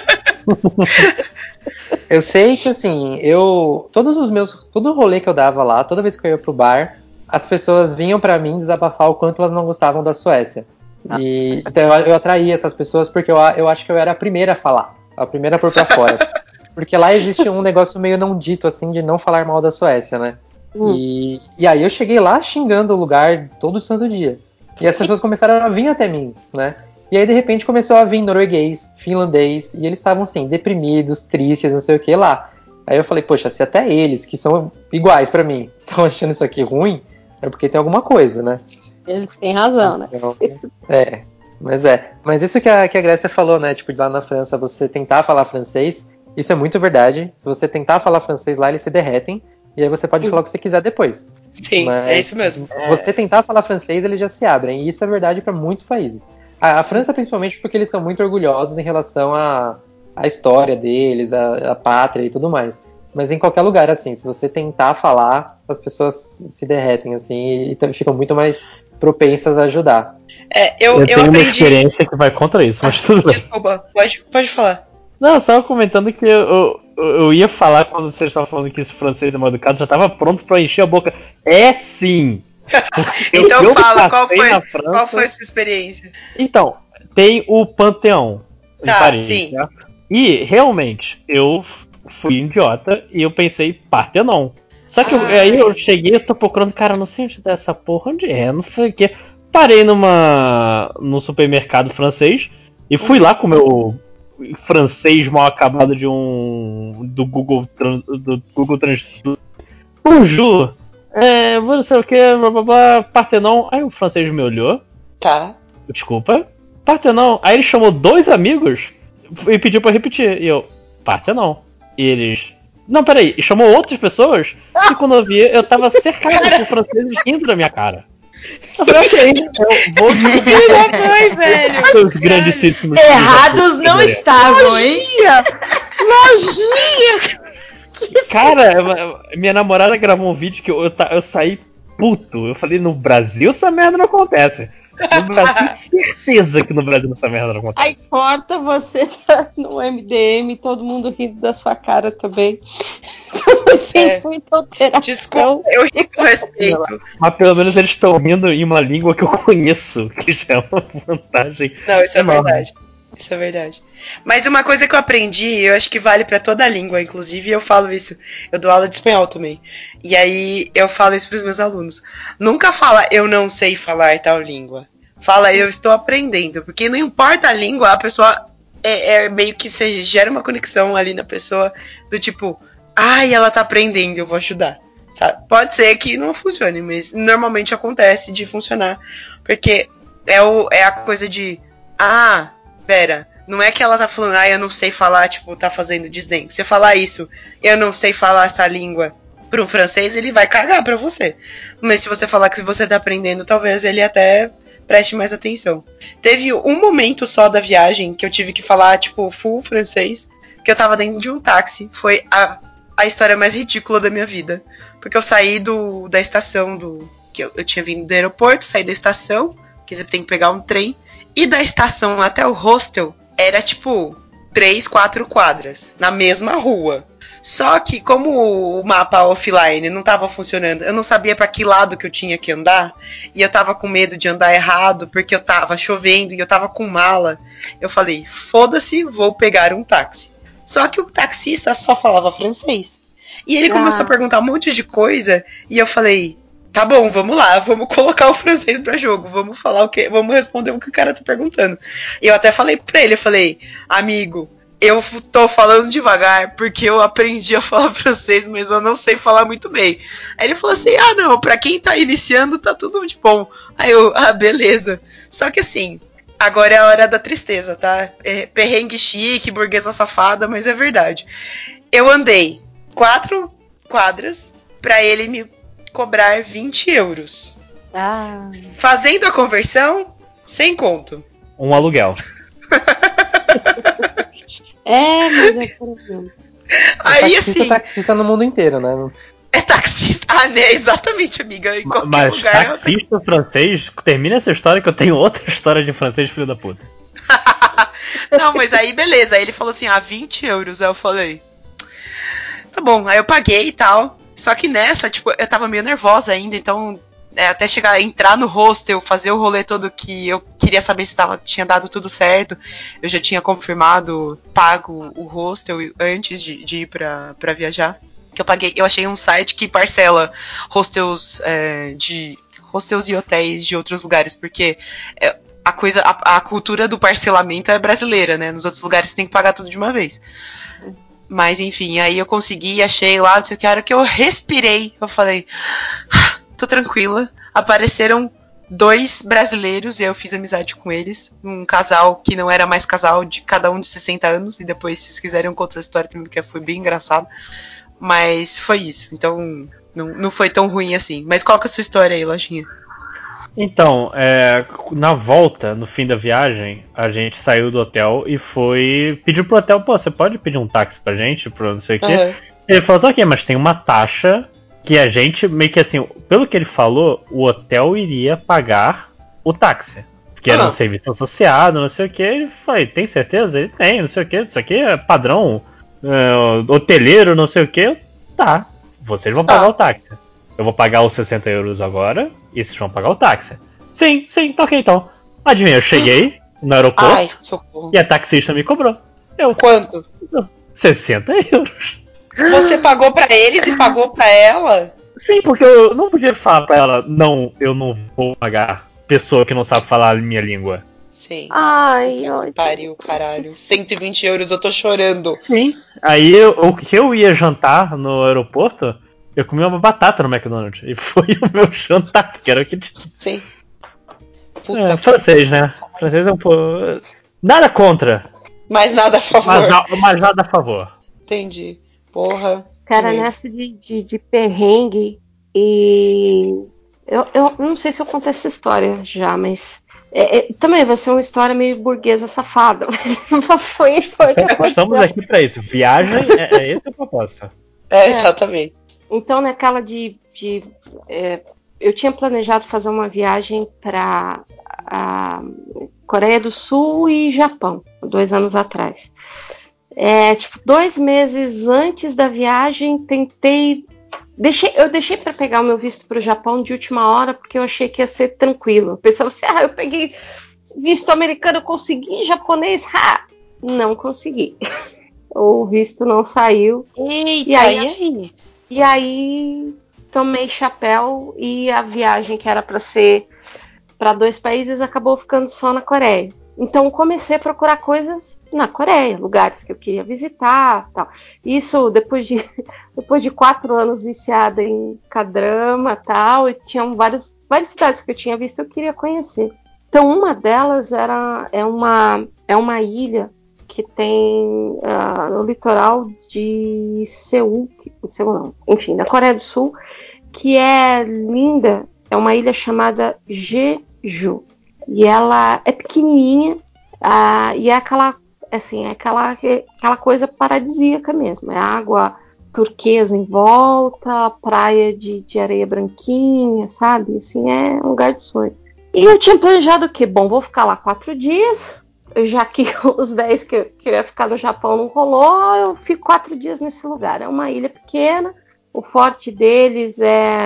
Eu sei que, assim, eu. Todos os meus. Todo rolê que eu dava lá, toda vez que eu ia pro bar, as pessoas vinham pra mim desabafar o quanto elas não gostavam da Suécia. E então eu, eu atraía essas pessoas porque eu, eu acho que eu era a primeira a falar, a primeira a pôr pra fora. Porque lá existe um negócio meio não dito, assim, de não falar mal da Suécia, né? Hum. E, e aí eu cheguei lá xingando o lugar todo santo dia. E as pessoas começaram a vir até mim, né? E aí de repente começou a vir norueguês, finlandês, e eles estavam assim, deprimidos, tristes, não sei o que lá. Aí eu falei, poxa, se até eles, que são iguais pra mim, estão achando isso aqui ruim, é porque tem alguma coisa, né? Eles têm razão, né? Então, é, mas é. Mas isso que a, que a Grécia falou, né? Tipo, de lá na França você tentar falar francês, isso é muito verdade. Se você tentar falar francês lá, eles se derretem. E aí você pode falar o que você quiser depois. Sim, Mas é isso mesmo. Você tentar falar francês, eles já se abrem. E isso é verdade para muitos países. A, a França, principalmente, porque eles são muito orgulhosos em relação à, à história deles, à, à pátria e tudo mais. Mas em qualquer lugar, assim, se você tentar falar, as pessoas se derretem, assim, e, e ficam muito mais propensas a ajudar. É, eu, Eu, eu, tenho uma aprendi. experiência que vai contra isso, mas tudo bem. Desculpa, pode, pode falar. Não, só comentando que eu, eu, eu ia falar quando vocês estavam falando que esse francês é mal educado, já tava pronto pra encher a boca. É sim! Eu- Então eu fala, qual passei foi, na França. qual foi a sua experiência? Então, tem o Panteão em Tá, Paris, sim. né? E realmente, eu fui idiota e eu pensei Partenon. Só que eu- Ai. aí eu cheguei, eu tô procurando, cara, não sei onde tá essa porra, onde é? Não foi o quê? Parei numa no supermercado francês e fui lá com o meu francês mal acabado de um do Google Tran- do Google Translate. Bonjour. É, vou não sei o que, blá blá blá, Partenon. Aí o francês me olhou. Tá. Desculpa. Partenon. Aí ele chamou dois amigos e pediu pra repetir. E eu, Partenon. E eles. Não, peraí. E chamou outras pessoas. E quando eu vi, eu tava cercado por franceses rindo da minha cara. Eu falei, ok, eu vou Filha da mãe, velho. os grandíssimos. Errados não estavam, hein? Cara, minha namorada gravou um vídeo que eu, eu, ta- eu saí puto. Eu falei, no Brasil essa merda não acontece. No Brasil, certeza que no Brasil essa merda não Aí acontece. corta você tá no M D M, todo mundo rindo da sua cara também. Então, assim, É. foi alteração. Desculpa, eu ri com respeito. Mas pelo menos eles estão rindo em uma língua que eu conheço, que já é uma vantagem. Não, isso é enorme. verdade. Isso é verdade. Mas uma coisa que eu aprendi, eu acho que vale pra toda a língua, inclusive eu falo isso. Eu dou aula de espanhol também. E aí eu falo isso pros meus alunos. Nunca fala eu não sei falar tal língua. Fala eu estou aprendendo. Porque não importa a língua, a pessoa é, é meio que você gera uma conexão ali na pessoa do tipo, ai, ela tá aprendendo, eu vou ajudar. Sabe? Pode ser que não funcione, mas normalmente acontece de funcionar. Porque é, o, é a coisa de, ah, pera, não é que ela tá falando, ah, eu não sei falar, tipo, tá fazendo desdém. Você falar isso, eu não sei falar essa língua pro francês, ele vai cagar pra você. Mas se você falar que você tá aprendendo, talvez ele até preste mais atenção. Teve um momento só da viagem que eu tive que falar, tipo, full francês, que eu tava dentro de um táxi. Foi a, a história mais ridícula da minha vida. Porque eu saí do, da estação do... que eu, eu tinha vindo do aeroporto, saí da estação, que você tem que pegar um trem. E da estação até o hostel era tipo três, quatro quadras na mesma rua. Só que como o mapa offline não estava funcionando, eu não sabia para que lado que eu tinha que andar. E eu tava com medo de andar errado porque eu tava chovendo e eu tava com mala. Eu falei, foda-se, vou pegar um táxi. Só que o taxista só falava francês. E ele começou Ah. a perguntar um monte de coisa e eu falei, tá bom, vamos lá, vamos colocar o francês pra jogo, vamos falar o que, vamos responder o que o cara tá perguntando. E eu até falei pra ele, eu falei, amigo, eu tô falando devagar porque eu aprendi a falar francês, mas eu não sei falar muito bem. Aí ele falou assim, ah não, pra quem tá iniciando tá tudo de bom. Aí eu, ah, beleza. Só que assim, agora é a hora da tristeza, tá? É perrengue chique, burguesa safada, mas é verdade. Eu andei quatro quadras pra ele me cobrar vinte euros. Ah. Fazendo a conversão, sem conto. Um aluguel. É, mas é por exemplo. Aí taxista, assim. taxista no mundo inteiro, né? É taxista. Ah, né? Exatamente, amiga. Em qualquer Mas lugar. taxista é francês, termina essa história que eu tenho outra história de francês, filho da puta. Não, mas aí beleza. Aí ele falou assim: ah, vinte euros. Aí eu falei: tá bom. Aí eu paguei e tal. Só que nessa, tipo, eu tava meio nervosa ainda, então. É, até chegar a entrar no hostel, fazer o rolê todo que eu queria saber se tava, tinha dado tudo certo. Eu já tinha confirmado, pago o hostel antes de, de ir pra, pra viajar. Que eu paguei, eu achei um site que parcela hostels é, de hostels e hotéis de outros lugares, porque é, a coisa, a, a cultura do parcelamento é brasileira, né? Nos outros lugares você tem que pagar tudo de uma vez. Mas enfim, aí eu consegui, achei lá, não sei o que, a hora que eu respirei, eu falei, tô tranquila. Apareceram dois brasileiros e eu fiz amizade com eles. Um casal que não era mais casal, de cada um de sessenta anos. E depois, se vocês quiserem, eu conto essa história também, porque foi bem engraçado. Mas foi isso. Então, não, não foi tão ruim assim. Mas qual que é a sua história aí, Lojinha? Então, é, na volta, no fim da viagem, a gente saiu do hotel e foi pedir pro hotel, pô, você pode pedir um táxi pra gente, pro não sei o quê? Uhum. Ele falou, tá ok, mas tem uma taxa que a gente, meio que assim, pelo que ele falou, o hotel iria pagar o táxi. Porque era um serviço associado, não sei o que. Ele falou, tem certeza? Ele tem, não sei o que. Isso aqui é padrão é, hoteleiro, não sei o que. Tá, vocês vão pagar ah. o táxi. Eu vou pagar os sessenta euros agora e vocês vão pagar o táxi. Sim, sim, tá ok então. Adivinha, eu cheguei no aeroporto Ai, socorro. E a taxista me cobrou. Eu, quanto? sessenta euros. Você pagou pra eles e pagou pra ela? Sim, porque eu não podia falar pra ela, não, eu não vou pagar pessoa que não sabe falar a minha língua. Sim. Ai, que pariu, caralho. cento e vinte euros, eu tô chorando. Sim. Aí eu, o que eu ia jantar no aeroporto, eu comi uma batata no McDonald's. E foi o meu jantar, que era o que tinha. Sim. Puta é, francês, né? Francês é um pouco. Nada contra. Mas nada a favor. Mas, mas nada a favor. Entendi. Porra. Cara, nessa de, de, de perrengue e. Eu, eu não sei se eu contei essa história já, mas. É, é, também vai ser uma história meio burguesa safada. Mas foi, foi o que aconteceu. Estamos aqui pra isso. Viagem é, é essa a proposta. É, exatamente. Então, naquela de. de é, eu tinha planejado fazer uma viagem para a Coreia do Sul e Japão, dois anos atrás. É, tipo, dois meses antes da viagem, tentei. Deixei, eu deixei para pegar o meu visto para o Japão de última hora, porque eu achei que ia ser tranquilo. Eu pensava assim, ah, eu peguei visto americano, eu consegui, japonês, ah, não consegui. O visto não saiu. Eita, e aí, e aí? E aí tomei chapéu e a viagem que era para ser para dois países acabou ficando só na Coreia. Então comecei a procurar coisas na Coreia, lugares que eu queria visitar, tal. Isso depois de depois de quatro anos viciada em K-drama, tal, e tinham vários várias cidades que eu tinha visto, eu queria conhecer. Então uma delas era é uma é uma ilha que tem uh, no litoral de Seul, Seul não, enfim, da Coreia do Sul, que é linda. É uma ilha chamada Jeju. E ela é pequenininha, uh, e é aquela, assim, é aquela, aquela coisa paradisíaca mesmo. É água turquesa em volta, praia de, de areia branquinha, sabe? Assim, é um lugar de sonho. E eu tinha planejado o quê? Bom, vou ficar lá quatro dias, já que os dez que, que eu ia ficar no Japão não rolou, eu fico quatro dias nesse lugar. É uma ilha pequena, o forte deles é...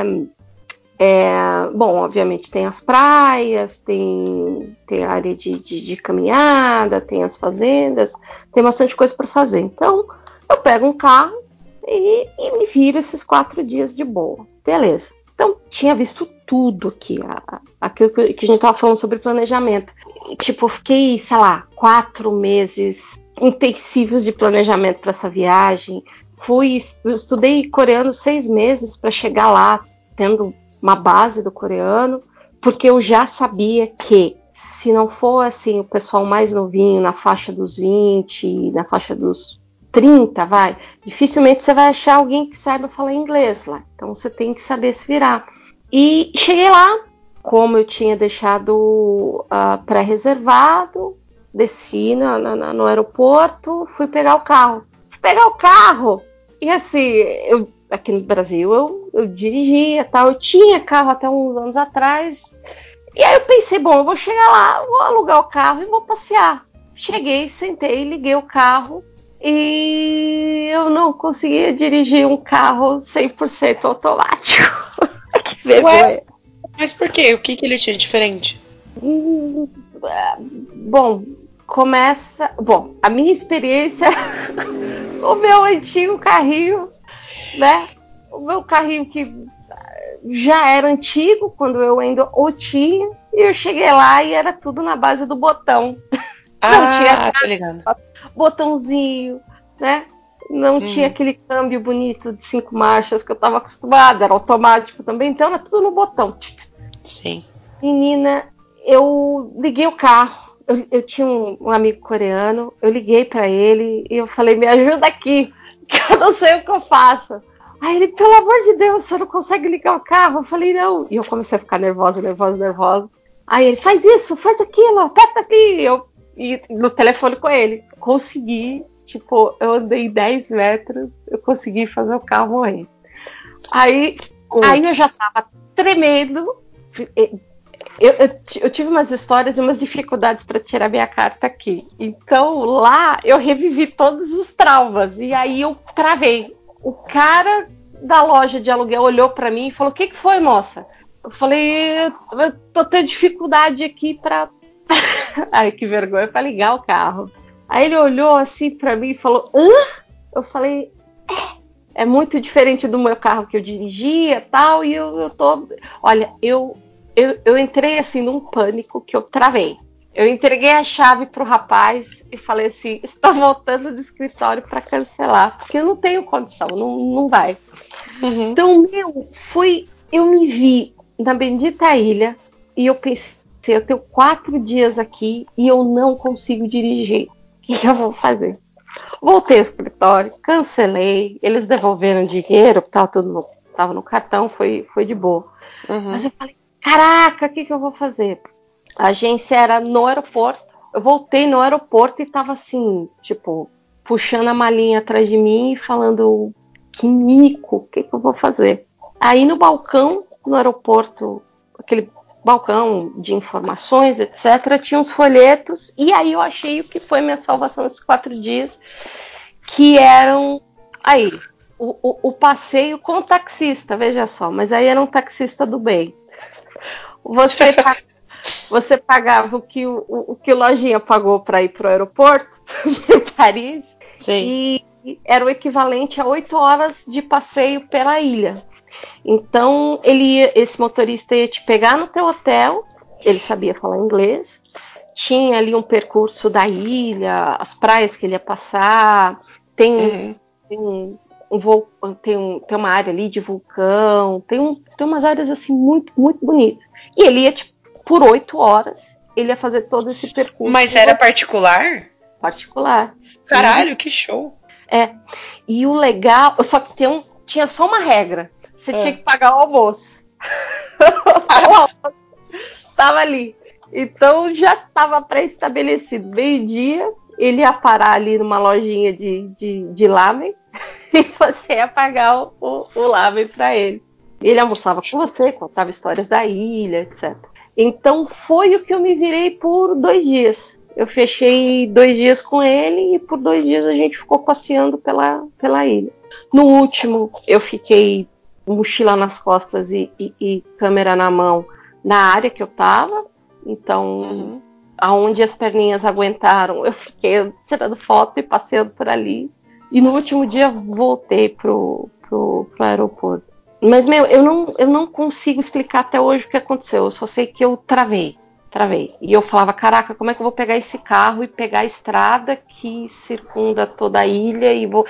É, bom, obviamente tem as praias, tem, tem área de, de, de caminhada, tem as fazendas, tem bastante coisa para fazer. Então, eu pego um carro e, e me viro esses quatro dias de boa. Beleza. Então, tinha visto tudo aqui, a, aquilo que, que a gente estava falando sobre planejamento. E, tipo, fiquei, sei lá, quatro meses intensivos de planejamento para essa viagem. Fui, eu estudei coreano seis meses para chegar lá, tendo uma base do coreano, porque eu já sabia que, se não for assim, o pessoal mais novinho, na faixa dos vinte, na faixa dos trinta, vai, dificilmente você vai achar alguém que saiba falar inglês lá. Então você tem que saber se virar. E cheguei lá, como eu tinha deixado uh, pré-reservado, desci na, na, no aeroporto, fui pegar o carro. Fui pegar o carro, e assim, eu, aqui no Brasil eu, eu dirigia, tal, eu tinha carro até uns anos atrás. E aí eu pensei, bom, eu vou chegar lá, vou alugar o carro e vou passear. Cheguei, sentei, liguei o carro e eu não conseguia dirigir um carro cem por cento automático. Que vergonha. Ué, mas por quê? O que, que ele tinha diferente? Hum, bom, começa... Bom, a minha experiência... o meu antigo carrinho, né? O meu carrinho que... já era antigo, quando eu ainda o tinha, e eu cheguei lá e era tudo na base do botão. Ah, não tinha tô ligado. Botãozinho, né? Não Uhum. tinha aquele câmbio bonito de cinco marchas que eu estava acostumada, era automático também, então era tudo no botão. Sim. Menina, eu liguei o carro, eu, eu tinha um, um amigo coreano, eu liguei para ele e eu falei, me ajuda aqui, que eu não sei o que eu faço. Aí ele, pelo amor de Deus, você não consegue ligar o carro? Eu falei, não. E eu comecei a ficar nervosa, nervosa, nervosa. Aí ele, faz isso, faz aquilo, aperta aqui. Eu, e no telefone com ele. Consegui, tipo, eu andei dez metros, eu consegui fazer o carro morrer. Aí, aí eu já tava tremendo. Eu, eu, eu tive umas histórias e umas dificuldades para tirar minha carta aqui. Então lá eu revivi todos os traumas. E aí eu travei. O cara da loja de aluguel olhou para mim e falou, o que, que foi, moça? Eu falei, eu tô tendo dificuldade aqui para... Ai, que vergonha, para ligar o carro. Aí ele olhou assim para mim e falou, hã? Eu falei, é, é muito diferente do meu carro que eu dirigia e tal, e eu, eu tô... Olha, eu, eu, eu entrei assim num pânico que eu travei. Eu entreguei a chave pro rapaz e falei assim, estou voltando do escritório para cancelar, porque eu não tenho condição, não, não vai. Uhum. Então, meu, foi, eu me vi na bendita ilha e eu pensei, eu tenho quatro dias aqui e eu não consigo dirigir. O que eu vou fazer? Voltei ao escritório, cancelei, eles devolveram dinheiro, tava tudo no, tava no cartão, foi, foi de boa. Uhum. Mas eu falei, caraca, o que, que eu vou fazer? A agência era no aeroporto. Eu voltei no aeroporto e tava assim, tipo, puxando a malinha atrás de mim e falando, que mico, o que, que eu vou fazer? Aí no balcão, no aeroporto, aquele balcão de informações, etcétera, tinha uns folhetos, e aí eu achei o que foi minha salvação nesses quatro dias, que eram, aí, o, o, o passeio com o taxista, veja só, mas aí era um taxista do bem. Você tá Você pagava o que o, o que o Lojinha pagou para ir para o aeroporto de Paris. Sim. E era o equivalente a oito horas de passeio pela ilha. Então, ele ia, esse motorista ia te pegar no teu hotel, ele sabia falar inglês, tinha ali um percurso da ilha, as praias que ele ia passar, tem, Uhum. tem, um, um, tem, um, tem uma área ali de vulcão, tem, um, tem umas áreas assim muito, muito bonitas. E ele ia te por oito horas, ele ia fazer todo esse percurso. Mas era particular? Particular. Caralho, e, que show. É. E o legal, só que tem um, tinha só uma regra. Você é. tinha que pagar o almoço. O almoço tava ali. Então já estava pré-estabelecido. Meio-dia, ele ia parar ali numa lojinha de, de, de lamen e você ia pagar o, o, o lamen para ele. Ele almoçava com você, contava histórias da ilha, etcétera. Então foi o que eu me virei por dois dias. Eu fechei dois dias com ele e por dois dias a gente ficou passeando pela, pela ilha. No último, eu fiquei mochila nas costas e, e, e câmera na mão na área que eu tava. Então, uhum. aonde as perninhas aguentaram, eu fiquei tirando foto e passeando por ali. E no último dia voltei pro, pro, pro aeroporto. Mas, meu, eu não, eu não consigo explicar até hoje o que aconteceu. Eu só sei que eu travei. travei. E eu falava, caraca, como é que eu vou pegar esse carro e pegar a estrada que circunda toda a ilha e vou...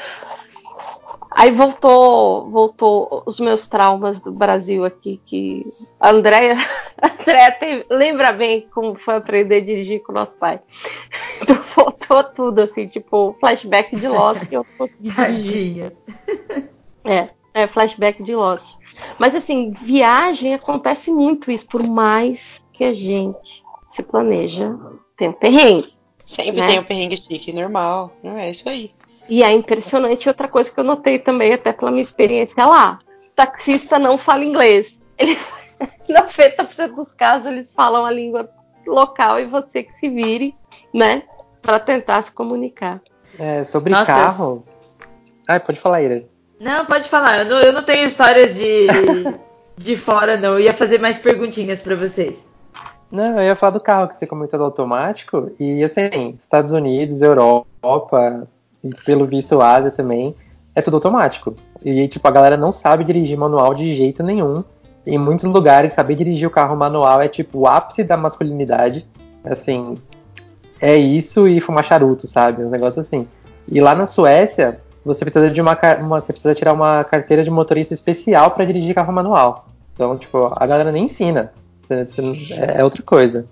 Aí voltou, voltou os meus traumas do Brasil aqui, que a Andréia, a Andréia tem, lembra bem como foi aprender a dirigir com o nosso pai. Então voltou tudo, assim, tipo, flashback de Lost que eu consegui dirigir. É, é, flashback de Lost. Mas assim, viagem acontece muito isso, por mais que a gente se planeja, tem um perrengue. Sempre né? tem um perrengue chique normal, não é isso aí. E é impressionante, outra coisa que eu notei também, até pela minha experiência lá, o taxista não fala inglês. Ele, noventa por cento dos casos eles falam a língua local e você que se vire, né, para tentar se comunicar. É, sobre Nossa, carro... Ai, pode falar, Ira. Não, pode falar. Eu não, eu não tenho histórias de, de fora, não. Eu ia fazer mais perguntinhas pra vocês. Não, eu ia falar do carro que você comentou do automático. E assim, Estados Unidos, Europa, e pelo visto Ásia também, é tudo automático. E tipo, a galera não sabe dirigir manual de jeito nenhum. Em muitos lugares, saber dirigir o carro manual é tipo o ápice da masculinidade. Assim, é isso e fumar charuto, sabe? Um negócio assim. E lá na Suécia, você precisa de uma, uma você precisa tirar uma carteira de motorista especial para dirigir carro manual. Então, tipo, a galera nem ensina. É outra coisa.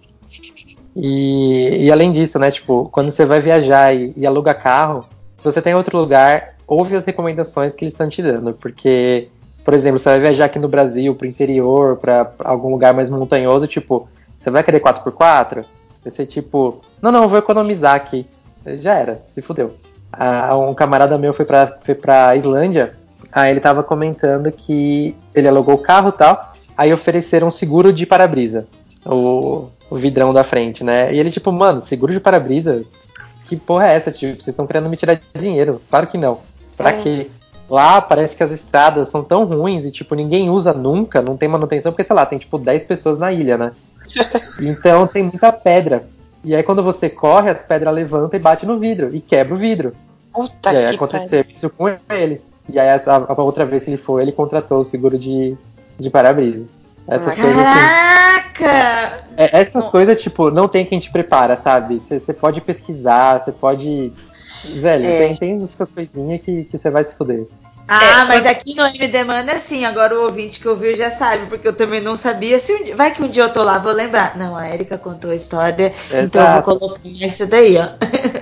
E, e além disso, né, tipo, quando você vai viajar e, e aluga carro, se você tem outro lugar, ouve as recomendações que eles estão te dando, porque, por exemplo, você vai viajar aqui no Brasil, pro interior, para algum lugar mais montanhoso, tipo, você vai querer quatro por quatro? Vai ser tipo, não, não, eu vou economizar aqui. Já era, se fudeu. Ah, um camarada meu foi pra, foi pra Islândia, aí ele tava comentando que ele alugou o carro e tal, aí ofereceram um seguro de para-brisa, o, o vidrão da frente, né? E ele tipo, mano, seguro de para-brisa? Que porra é essa? Tipo, vocês estão querendo me tirar dinheiro? Claro que não. Pra É. quê? Lá parece que as estradas são tão ruins e tipo, ninguém usa nunca, não tem manutenção, porque sei lá, tem tipo dez pessoas na ilha, né? Então tem muita pedra. E aí quando você corre, as pedras levantam e bate no vidro, e quebra o vidro. Puta E aí que aconteceu isso com ele. E aí a, a outra vez que ele foi, ele contratou o seguro de, de para-brisa. Essas Ah, coisas assim. Caraca! É, essas coisas, tipo, não tem quem te prepara, sabe? Você pode pesquisar, você pode. Velho, É. tem, tem essas coisinhas que você vai se fuder. Ah, É, mas quando- aqui no M D Manda é assim, agora o ouvinte que ouviu já sabe, porque eu também não sabia. Se um dia- vai que um dia eu tô lá, vou lembrar. Não, a Erika contou a história, então eu vou Exato. colocar isso daí, ó.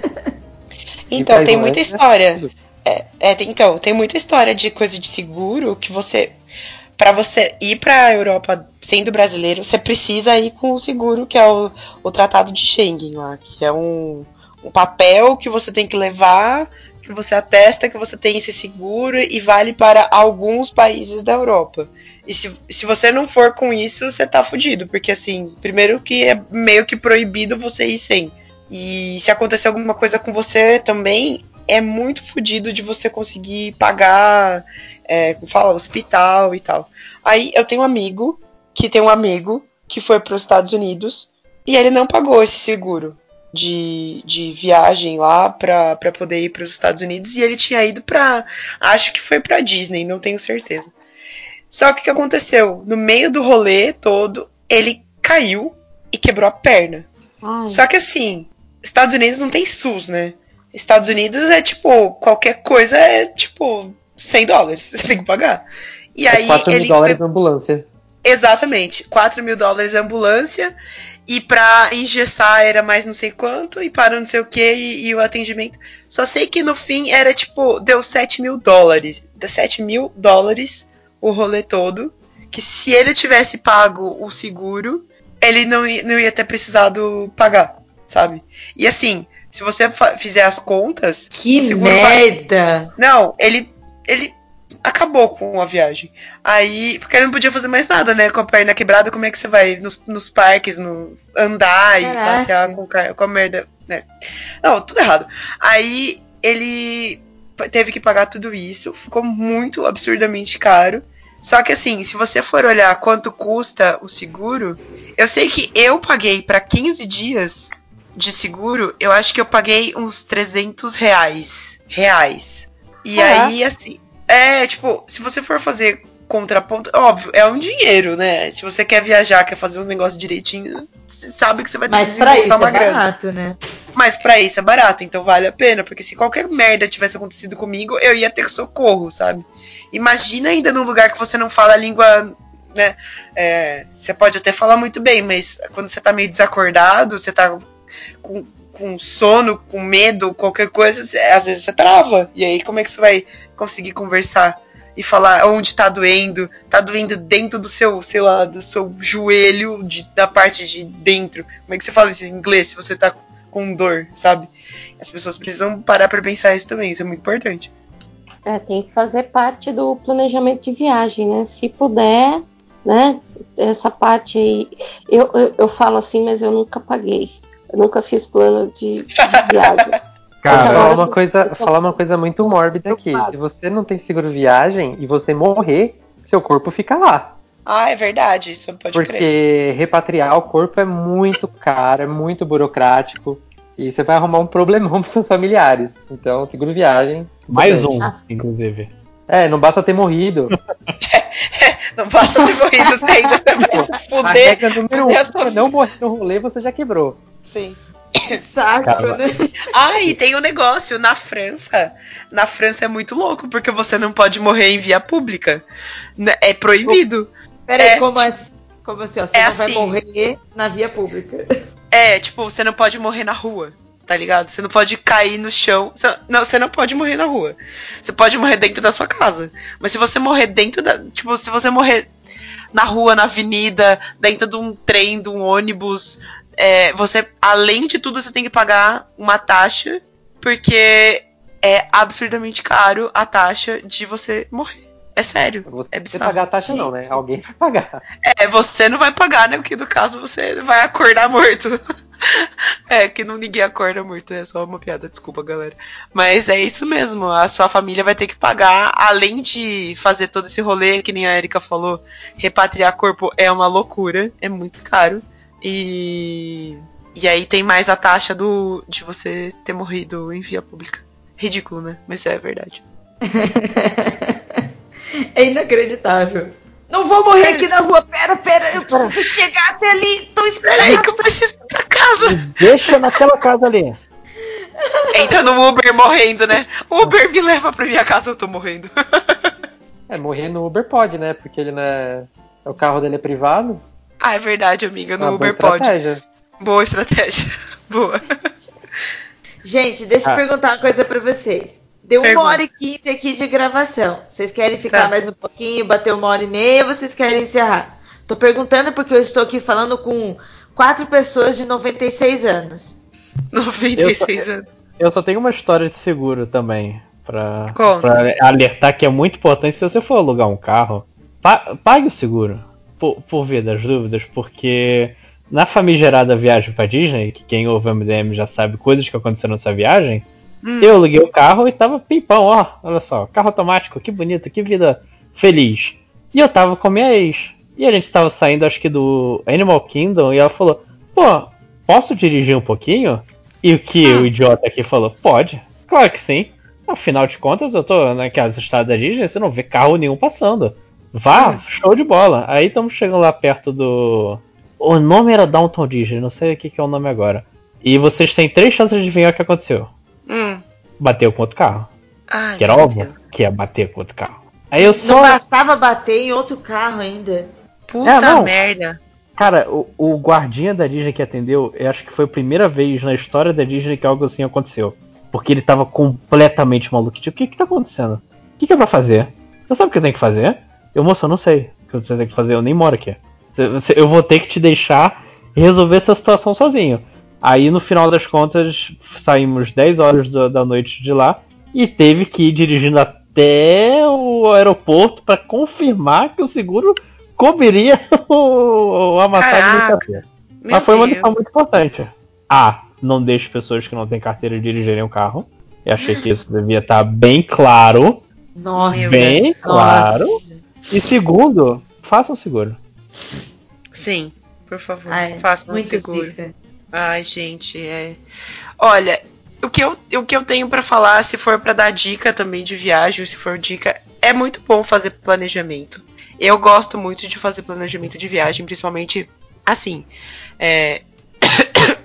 Então, E tem pra muita Islândia, história. tudo. É, é, tem- então, tem muita história de coisa de seguro que você. Pra você ir pra Europa sendo brasileiro, você precisa ir com o seguro, que é o, o Tratado de Schengen lá, que é um, um papel que você tem que levar, que você atesta que você tem esse seguro e vale para alguns países da Europa. E se, se você não for com isso, você tá fudido, porque assim, primeiro que é meio que proibido você ir sem. E se acontecer alguma coisa com você também, é muito fudido de você conseguir pagar, é, como fala, hospital e tal. Aí eu tenho um amigo, que tem um amigo, que foi para os Estados Unidos, e ele não pagou esse seguro de, de viagem lá pra, pra poder ir para os Estados Unidos, e ele tinha ido pra, acho que foi pra Disney, não tenho certeza. Só que o que aconteceu? No meio do rolê todo, ele caiu e quebrou a perna. Ai, Só que assim, Estados Unidos não tem SUS, né? Estados Unidos é tipo, qualquer coisa é tipo cem dólares, você tem que pagar. E É aí quatro mil ele. dólares na ambulância. Exatamente, quatro mil dólares a ambulância, e pra engessar era mais não sei quanto, e para não sei o que, e, e o atendimento. Só sei que no fim era tipo, deu sete mil dólares. Deu sete mil dólares o rolê todo. Que se ele tivesse pago o seguro, ele não ia, não ia ter precisado pagar, sabe? E assim, se você fa- fizer as contas, Que o seguro vai- merda! não, ele, ele acabou com a viagem. Aí, porque ele não podia fazer mais nada, né? Com a perna quebrada, como é que você vai nos, nos parques, no, andar e Caraca. passear com, ca- com a merda, né? Não, tudo errado. Aí ele teve que pagar tudo isso, ficou muito absurdamente caro. Só que assim, se você for olhar quanto custa o seguro, eu sei que eu paguei para quinze dias de seguro, eu acho que eu paguei uns trezentos reais. Reais. E Caraca. aí, assim, é, tipo, se você for fazer contraponto, óbvio, é um dinheiro, né? Se você quer viajar, quer fazer um negócio direitinho, você sabe que você vai ter Mas que pra desembolsar isso é uma grana. barato, né? Mas pra isso é barato, então vale a pena, porque se qualquer merda tivesse acontecido comigo, eu ia ter socorro, sabe? Imagina ainda num lugar que você não fala a língua, né? É, você pode até falar muito bem, mas quando você tá meio desacordado, você tá com, com sono, com medo, qualquer coisa, às vezes você trava. E aí como é que você vai conseguir conversar e falar onde tá doendo? Tá doendo dentro do seu, sei lá, do seu joelho, de, da parte de dentro. Como é que você fala isso em inglês se você tá com dor, sabe? As pessoas precisam parar pra pensar isso também, isso é muito importante. É, tem que fazer parte do planejamento de viagem, né? Se puder, né? Essa parte aí. Eu, eu, eu falo assim, mas eu nunca paguei. Eu nunca fiz plano de, de viagem. Cara, Agora, falar uma coisa, tô- falar uma coisa muito mórbida aqui. Se você não tem seguro viagem e você morrer, seu corpo fica lá. Ah, é verdade, isso pode Porque crer. repatriar o corpo é muito caro, é muito burocrático. E você vai arrumar um problemão pros seus familiares. Então, seguro viagem. Mais importante. um, inclusive. É, não basta ter morrido. Não basta ter morrido, você ainda vai se A fuder. regra número um é não morrer no rolê, você já quebrou. Sim. Que saco, Cara, né? Ah, e tem um negócio, na França, na França é muito louco, porque você não pode morrer em via pública. Né, é proibido. Peraí, É, como, assim, como assim? Ó, você é não vai assim. morrer na via pública. É, tipo, você não pode morrer na rua, tá ligado? Você não pode cair no chão. Você- não, você não pode morrer na rua. Você pode morrer dentro da sua casa. Mas se você morrer dentro da. Tipo, se você morrer na rua, na avenida, dentro de um trem, de um ônibus, é, você, além de tudo, você tem que pagar uma taxa, porque é absurdamente caro a taxa de você morrer. É sério. Você É você bizarro. pagar a taxa não, né? Gente. Alguém vai pagar. É, você não vai pagar, né? Porque no caso você vai acordar morto. É, que não ninguém acorda morto, é só uma piada, desculpa, galera. Mas é isso mesmo, a sua família vai ter que pagar, além de fazer todo esse rolê, que nem a Erika falou, repatriar corpo é uma loucura, é muito caro. E. E aí tem mais a taxa do de você ter morrido em via pública. Ridículo, né? Mas é verdade. É inacreditável. Não vou morrer aqui na rua. Pera, pera, eu preciso chegar até ali. Tô esperando. Peraí que eu preciso ir pra casa. Deixa naquela casa ali. Entra no Uber morrendo, né? Uber me leva pra minha casa, eu tô morrendo. É, morrer no Uber pode, né? Porque ele não é. O carro dele é privado. Ah, é verdade, amiga. É uma No boa Uber pode. estratégia. Boa estratégia. Boa. Gente, deixa eu Ah. perguntar uma coisa pra vocês. Deu uma Pergunta. hora e quinze aqui de gravação. Vocês querem ficar Tá. mais um pouquinho, bater uma hora e meia, ou vocês querem encerrar? Tô perguntando porque eu estou aqui falando com quatro pessoas de noventa e seis anos. noventa e seis anos. Eu só tenho uma história de seguro também. Pra, Conta. pra alertar que é muito importante se você for alugar um carro. pa- Pague o seguro. Por, por via das dúvidas. Porque na famigerada viagem pra Disney, que quem ouve o M D M já sabe coisas que aconteceram nessa viagem. Hum. Eu aluguei o carro e tava pimpão, ó. Olha só, carro automático, que bonito, que vida feliz. E eu tava com minha ex. E a gente tava saindo, acho que do Animal Kingdom, e ela falou: pô, posso dirigir um pouquinho? E o que o idiota aqui falou: pode, claro que sim. Afinal de contas, eu tô naquelas estradas da Disney, você não vê carro nenhum passando. Vá, show de bola. Aí estamos chegando lá perto do. O nome era Downtown Disney, não sei o que, que é o nome agora. E vocês têm três chances de adivinhar o que aconteceu. Hum. Bateu com outro carro. Ai, Que era meu óbvio Deus. que ia bater com outro carro. Aí eu Não só. bastava bater em outro carro ainda. Puta É, não. merda. Cara, o, o guardinha da Disney que atendeu, eu acho que foi a primeira vez na história da Disney que algo assim aconteceu. Porque ele tava completamente maluco. Tipo, o que que tá acontecendo? O que que é pra fazer? Você sabe o que eu tenho que fazer? Eu, moço, eu não sei o que você tem que fazer, eu nem moro aqui. Você- você- Eu vou ter que te deixar resolver essa situação sozinho. Aí no final das contas, saímos dez horas da, da noite de lá e teve que ir dirigindo até o aeroporto pra confirmar que o seguro cobriria o, a massagem no Caraca. café. Meu Mas foi uma Deus. lição muito importante. A. Não deixe pessoas que não têm carteira dirigirem um carro. Eu achei que isso devia estar bem claro. Nossa. Meu Bem Deus. claro. Nossa. E segundo, faça um seguro. Sim, por favor. Ai, Faça um muito seguro. zica. Ai, gente, é. Olha, o que eu, o que eu tenho pra falar, se for pra dar dica também de viagem, se for dica, é muito bom fazer planejamento. Eu gosto muito de fazer planejamento de viagem, principalmente assim. É,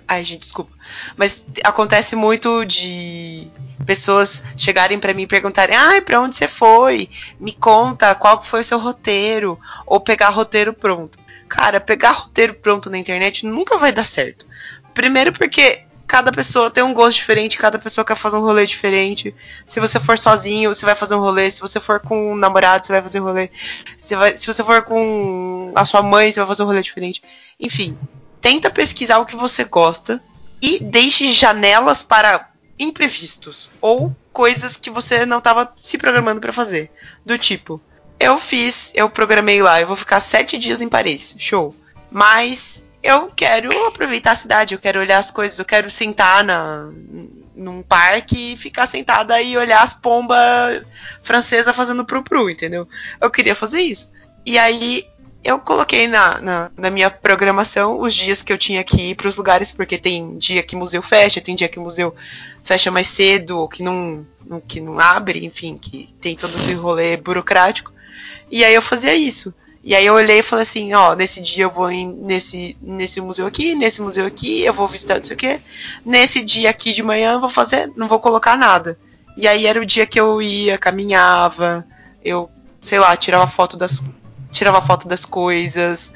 Ai, gente, desculpa. Mas acontece muito de pessoas chegarem pra mim e perguntarem: ai, pra onde você foi? Me conta qual foi o seu roteiro. Ou pegar roteiro pronto. Cara, pegar roteiro pronto na internet nunca vai dar certo. Primeiro porque cada pessoa tem um gosto diferente, cada pessoa quer fazer um rolê diferente. Se você for sozinho, você vai fazer um rolê. Se você for com um namorado, você vai fazer um rolê. Se, vai, se você for com a sua mãe, você vai fazer um rolê diferente. Enfim, tenta pesquisar o que você gosta e deixe janelas para imprevistos ou coisas que você não estava se programando para fazer. Do tipo, eu fiz, eu programei lá, eu vou ficar sete dias em Paris, show. Mas eu quero aproveitar a cidade, eu quero olhar as coisas, eu quero sentar na, num parque e ficar sentada e olhar as pombas francesas fazendo pru-pru, entendeu? Eu queria fazer isso. E aí eu coloquei na, na, na minha programação os dias que eu tinha que ir para os lugares, porque tem dia que o museu fecha, tem dia que o museu fecha mais cedo, ou que não, que não abre, enfim, que tem todo esse rolê burocrático. E aí eu fazia isso. E aí eu olhei e falei assim, ó, nesse dia eu vou em, nesse, nesse museu aqui, nesse museu aqui, eu vou visitar não sei o quê. Nesse dia aqui de manhã eu vou fazer, não vou colocar nada. E aí era o dia que eu ia, caminhava, eu, sei lá, tirava foto das, tirava foto das coisas,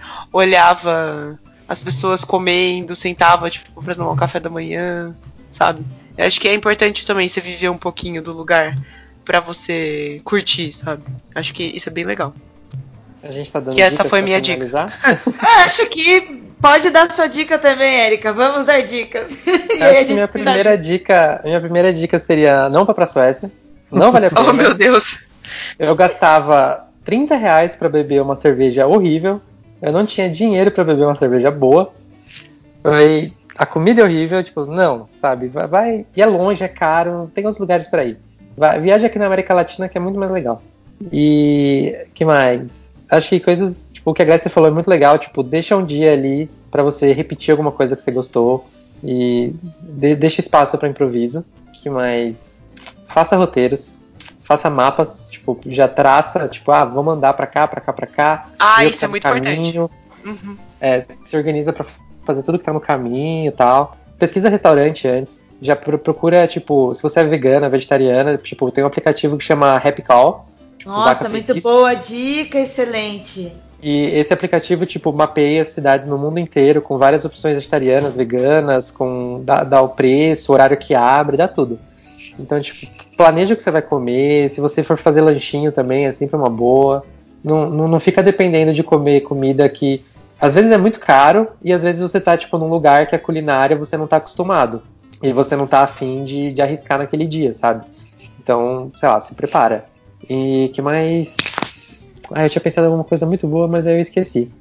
olhava as pessoas comendo, sentava, tipo, pra tomar um café da manhã, sabe? Eu acho que é importante também você viver um pouquinho do lugar pra você curtir, sabe? Acho que isso é bem legal. A gente tá dando que essa foi pra minha finalizar? dica. Acho que pode dar sua dica também, Érica. Vamos dar dicas. E aí a Acho que gente minha primeira finaliza. dica, minha primeira dica seria não pra pra Suécia. Não vale a pena. Oh, meu Deus. Eu gastava trinta reais pra beber uma cerveja horrível. Eu não tinha dinheiro pra beber uma cerveja boa. Foi... A comida é horrível, tipo, não, sabe? Vai, vai... E é longe, é caro, tem outros lugares pra ir. Vai... Viaja aqui na América Latina que é muito mais legal. E... que mais? Acho que coisas, tipo, o que a Grécia falou é muito legal, tipo, deixa um dia ali pra você repetir alguma coisa que você gostou e de, deixa espaço pra improviso. Que mais? Faça roteiros, faça mapas, tipo, já traça, tipo, ah, vamos andar pra cá, pra cá, pra cá. Ah, vê isso o que tá é no muito caminho. importante. Uhum. É, se organiza pra fazer tudo que tá no caminho e tal. Pesquisa restaurante antes. Já pro, procura, tipo, se você é vegana, vegetariana, tipo, tem um aplicativo que chama Happy Call. Tipo, Nossa, Vaca muito Feliz. boa dica, excelente. E esse aplicativo, tipo, mapeia cidades no mundo inteiro, com várias opções vegetarianas, veganas, com dá, dá o preço, o horário que abre, dá tudo. Então, tipo, planeja o que você vai comer, se você for fazer lanchinho também, é sempre uma boa. Não, não, não fica dependendo de comer comida que, às vezes é muito caro, e às vezes você tá, tipo, num lugar que a culinária você não tá acostumado. E você não tá afim de, de arriscar naquele dia, sabe? Então, sei lá, se prepara. E que mais... Ah, eu tinha pensado em alguma coisa muito boa, mas aí eu esqueci.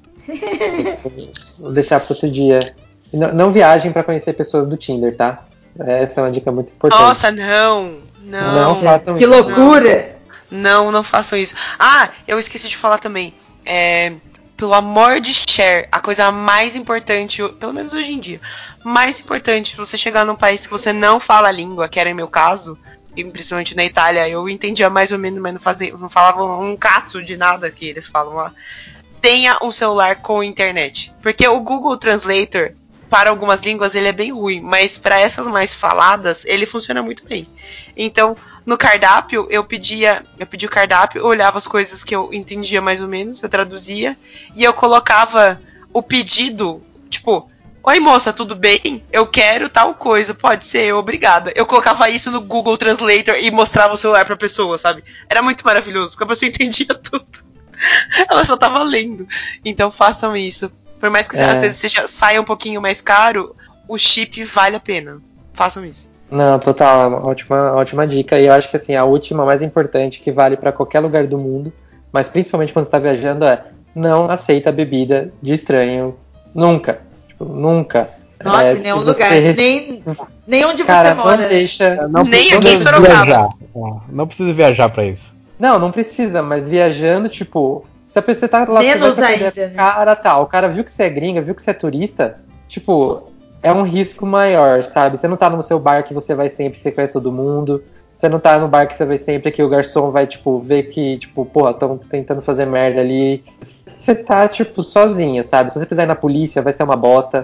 Vou deixar para outro dia. Não, não viajem para conhecer pessoas do Tinder, tá? Essa é uma dica muito importante. Nossa, não. Não. Não façam Que isso. loucura! Não, não façam isso. Ah, eu esqueci de falar também. É, pelo amor de share, a coisa mais importante, pelo menos hoje em dia, mais importante pra você chegar num país que você não fala a língua, que era o meu caso, e principalmente na Itália, eu entendia mais ou menos, mas não, fazia, não falava um cato de nada que eles falam lá. Tenha um celular com internet. Porque o Google Translator, para algumas línguas, ele é bem ruim, mas para essas mais faladas, ele funciona muito bem. Então, no cardápio, eu pedia, eu pedia o cardápio, eu olhava as coisas que eu entendia mais ou menos, eu traduzia, e eu colocava o pedido, tipo, oi moça, tudo bem? Eu quero tal coisa, pode ser, obrigada. Eu colocava isso no Google Translator e mostrava o celular pra pessoa, sabe? Era muito maravilhoso, porque a pessoa entendia tudo. Ela só tava lendo. Então façam isso. Por mais que É. às vezes seja, saia um pouquinho mais caro, o chip vale a pena. Façam isso. Não, total, é uma ótima, ótima dica. E eu acho que assim, a última, mais importante, que vale para qualquer lugar do mundo, mas principalmente quando você tá viajando, é não aceita bebida de estranho. Nunca. Tipo, nunca. Nossa, É, em nenhum se você lugar. rece- Nem, nem onde Cara, você mora. não né? deixa. Não Nem precisa aqui em Sorocaba. viajar. Ó, Não precisa viajar pra isso. Não, não precisa, mas viajando, tipo, se a pessoa tá lá, Menos você vai trocar ideia ainda, com o cara, tá, o cara viu que você é gringa, viu que você é turista, tipo, é um risco maior, sabe? Você não tá no seu bar que você vai sempre, você conhece todo mundo, você não tá no bar que você vai sempre, que o garçom vai, tipo, ver que, tipo, porra, tão tentando fazer merda ali. Você tá, tipo, sozinha, sabe? Se você precisar ir na polícia, vai ser uma bosta.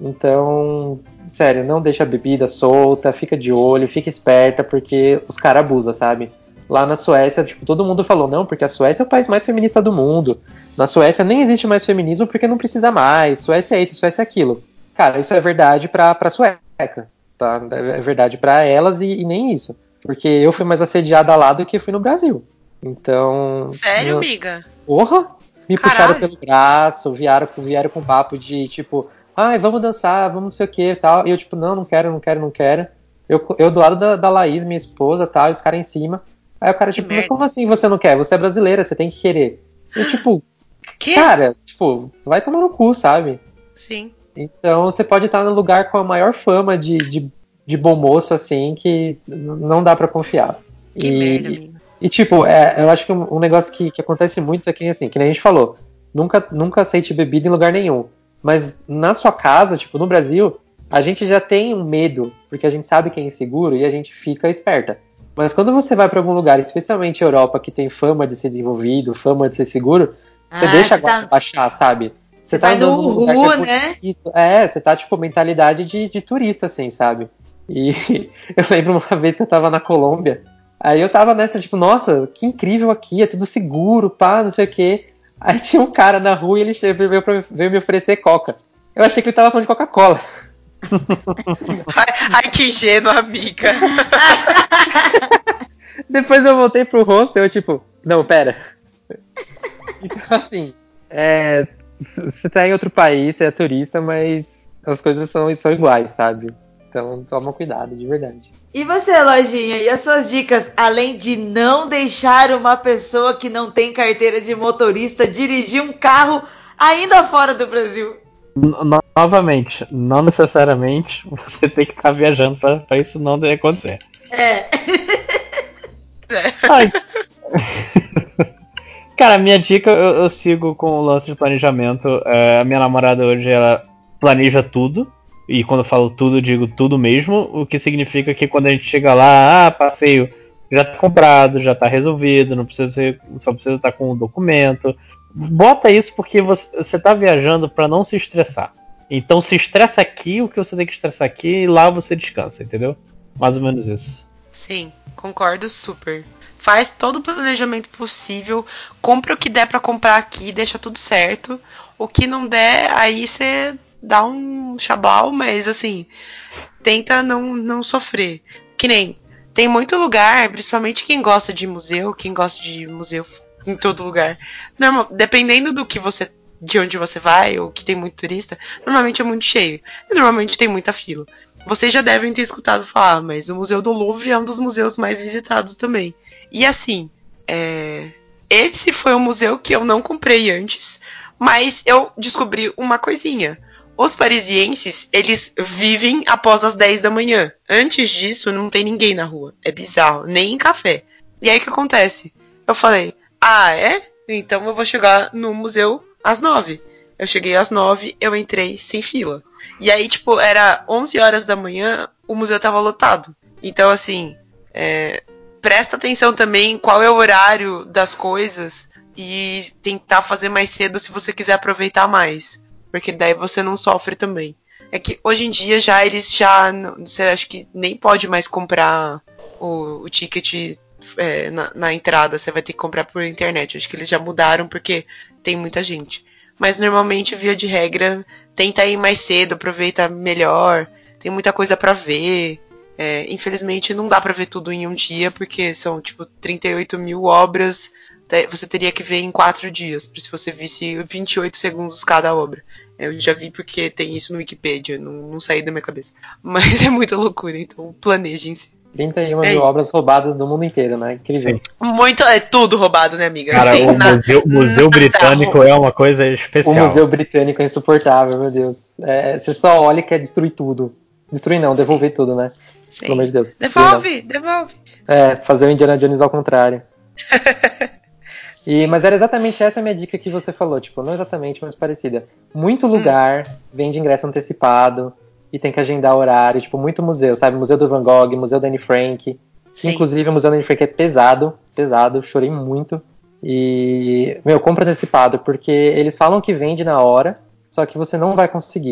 Então, sério, não deixa a bebida solta, fica de olho, fica esperta, porque os caras abusam, sabe? Lá na Suécia, tipo, todo mundo falou, não, porque a Suécia é o país mais feminista do mundo. Na Suécia nem existe mais feminismo porque não precisa mais. Suécia é isso, Suécia é aquilo. Cara, isso é verdade pra, pra sueca, tá? É verdade pra elas e, e nem isso. Porque eu fui mais assediada lá do que fui no Brasil. Então... Sério, eu... amiga? Porra! Me Caralho. puxaram pelo braço, vieram, vieram com papo de, tipo... Ai, vamos dançar, vamos não sei o que e tal. E eu, tipo, não, não quero, não quero, não quero. Eu, eu do lado da, da Laís, minha esposa, tal, e os caras em cima. Aí o cara, Que tipo, merda. mas como assim você não quer? Você é brasileira, você tem que querer. E, tipo, Que? cara, tipo, vai tomar no cu, sabe? Sim. Então você pode estar num lugar com a maior fama de, de, de bom moço, assim, que n- não dá pra confiar. Que e, merda, amiga. E, tipo, é, eu acho que um, um negócio que, que acontece muito é que, assim, que nem a gente falou, nunca, nunca aceite bebida em lugar nenhum. Mas na sua casa, tipo, no Brasil, a gente já tem um medo, porque a gente sabe que é inseguro e a gente fica esperta. Mas quando você vai pra algum lugar, especialmente Europa, que tem fama de ser desenvolvido, fama de ser seguro, você Ah, deixa a você guarda tá- baixar, sabe? Você vai no andando num lugar que Uhu, é né? bonito. É, você tá, tipo, mentalidade de, de turista, assim, sabe? E eu lembro uma vez que eu tava na Colômbia, aí eu tava nessa, tipo, nossa, que incrível aqui, é tudo seguro, pá, não sei o quê. Aí tinha um cara na rua e ele che- veio, pra- veio me oferecer coca. Eu achei que ele tava falando de Coca-Cola. Ai, ai, que ingênuo, amiga. Depois eu voltei pro hostel, eu, tipo, não, pera. Então, assim, é, você tá em outro país, você é turista, mas as coisas são, são iguais, sabe? Então toma cuidado, de verdade. E você, Lojinha, e as suas dicas, além de não deixar uma pessoa que não tem carteira de motorista dirigir um carro ainda fora do Brasil? No- novamente, não necessariamente você tem que estar viajando pra, pra isso não acontecer. É. Ai. Cara, minha dica, eu, eu sigo com o lance de planejamento. É, a minha namorada hoje, ela planeja tudo. E quando eu falo tudo, eu digo tudo mesmo. O que significa que quando a gente chega lá, ah, passeio já tá comprado, já tá resolvido, não precisa ser, só precisa estar com o documento. Bota isso porque você, você tá viajando para não se estressar. Então se estressa aqui o que você tem que estressar aqui e lá você descansa, entendeu? Mais ou menos isso. Sim, concordo super. Faz todo o planejamento possível, compra o que der pra comprar aqui, deixa tudo certo. O que não der, aí você dá um chablau, mas assim, tenta não, não sofrer. Que nem, tem muito lugar, principalmente quem gosta de museu, quem gosta de museu em todo lugar. Normal, dependendo do que você, de onde você vai, ou que tem muito turista, normalmente é muito cheio. E normalmente tem muita fila. Vocês já devem ter escutado falar, mas o Museu do Louvre é um dos museus mais visitados também. E assim, é... esse foi um museu que eu não comprei antes, mas eu descobri uma coisinha. Os parisienses, eles vivem após as dez da manhã. Antes disso, não tem ninguém na rua. É bizarro, nem em café. E aí o que acontece? Eu falei, ah, é? Então eu vou chegar no museu às nove. Eu cheguei às nove, eu entrei sem fila. E aí, tipo, era onze horas da manhã, o museu tava lotado. Então, assim, é, presta atenção também em qual é o horário das coisas e tentar fazer mais cedo se você quiser aproveitar mais. Porque daí você não sofre também. É que hoje em dia já eles já. Você acha que nem pode mais comprar o, o ticket é, na, na entrada. Você vai ter que comprar por internet. Acho que eles já mudaram porque tem muita gente. Mas normalmente, via de regra, tenta ir mais cedo, aproveita melhor. Tem muita coisa pra ver. É, infelizmente não dá pra ver tudo em um dia, porque são tipo trinta e oito mil obras. Você teria que ver em quatro dias, se você visse vinte e oito segundos cada obra. Eu já vi porque tem isso no Wikipedia, não, não saí da minha cabeça. Mas é muita loucura, então planejem-se. trinta e uma É mil isso. obras roubadas do mundo inteiro, né? Incrível. Sim. Muito, é tudo roubado, né, amiga? Cara, Não tem o nada, museu, museu nada britânico roubado. é uma coisa O especial. Museu Britânico é insuportável, meu Deus. É, você só olha e quer destruir tudo. Destruir não, devolver Sim. tudo, né? Sim. Pelo amor de Deus. destruir Devolve, devolve. não. É, fazer o Indiana Jones ao contrário. E, mas era exatamente essa a minha dica que você falou, tipo, não exatamente, mas parecida. Muito lugar vende ingresso antecipado e tem que agendar horário, tipo, muito museu, sabe? Museu do Van Gogh, Museu da Anne Frank. Sim. Inclusive, o Museu da Anne Frank é pesado, pesado, chorei muito. E, meu, compra antecipado, porque eles falam que vende na hora, só que você não vai conseguir.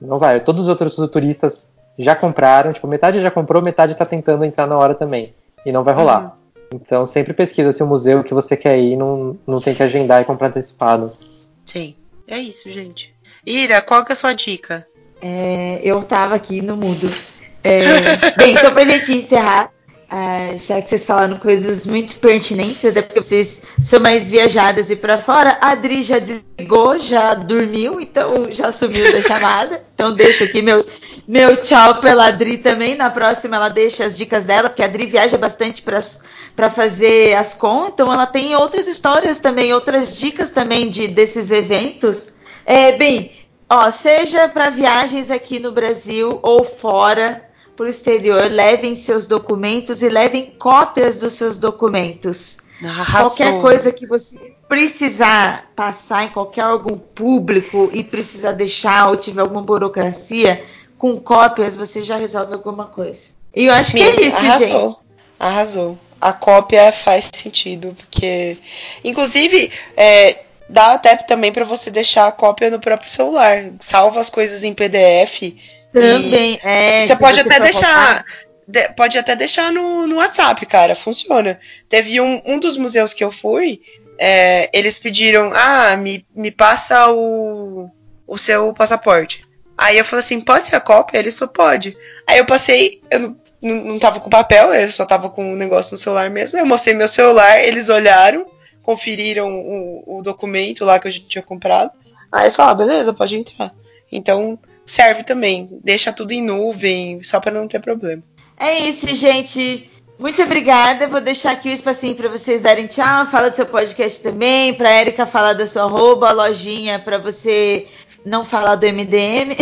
Não vai. Todos os outros turistas já compraram, tipo, metade já comprou, metade tá tentando entrar na hora também. E não vai rolar. Uhum. Então sempre pesquisa se o museu que você quer ir não, não tem que agendar e comprar antecipado. Sim, é isso, gente. Ira, qual que é a sua dica? É, eu tava aqui no mudo. É, bem, então pra gente encerrar, uh, já que vocês falaram coisas muito pertinentes, até porque vocês são mais viajadas e pra fora, a Adri já desligou, já dormiu, então já sumiu da chamada. Então deixo aqui meu, meu tchau pela Adri também. Na próxima ela deixa as dicas dela, porque a Adri viaja bastante pra, pra fazer as contas, então ela tem outras histórias também, outras dicas também de, desses eventos. É, bem, ó, seja para viagens aqui no Brasil ou fora, para o exterior, levem seus documentos e levem cópias dos seus documentos. Arrasou. Qualquer coisa que você precisar passar em qualquer órgão público e precisar deixar ou tiver alguma burocracia, com cópias você já resolve alguma coisa. E eu acho Minha, que é isso, arrasou, gente. Arrasou. A cópia faz sentido, porque, inclusive, é, dá até também para você deixar a cópia no próprio celular. Salva as coisas em P D F. Também, é. Você pode você até deixar. De, pode até deixar no, no WhatsApp, cara. Funciona. Teve um, um dos museus que eu fui, é, eles pediram, ah, me, me passa o, o seu passaporte. Aí eu falei assim, pode ser a cópia? Ele só pode. Aí eu passei, eu não, não, não tava com papel, eu só tava com um negócio no celular mesmo. Eu mostrei meu celular, eles olharam, conferiram o, o documento lá que eu tinha comprado. Aí eu falei, ah, beleza, pode entrar. Então, serve também. Deixa tudo em nuvem, só para não ter problema. É isso, gente. Muito obrigada. Vou deixar aqui o espacinho para vocês darem tchau. Fala do seu podcast também. Para a Érica falar da sua arroba, a lojinha para você não falar do M D M.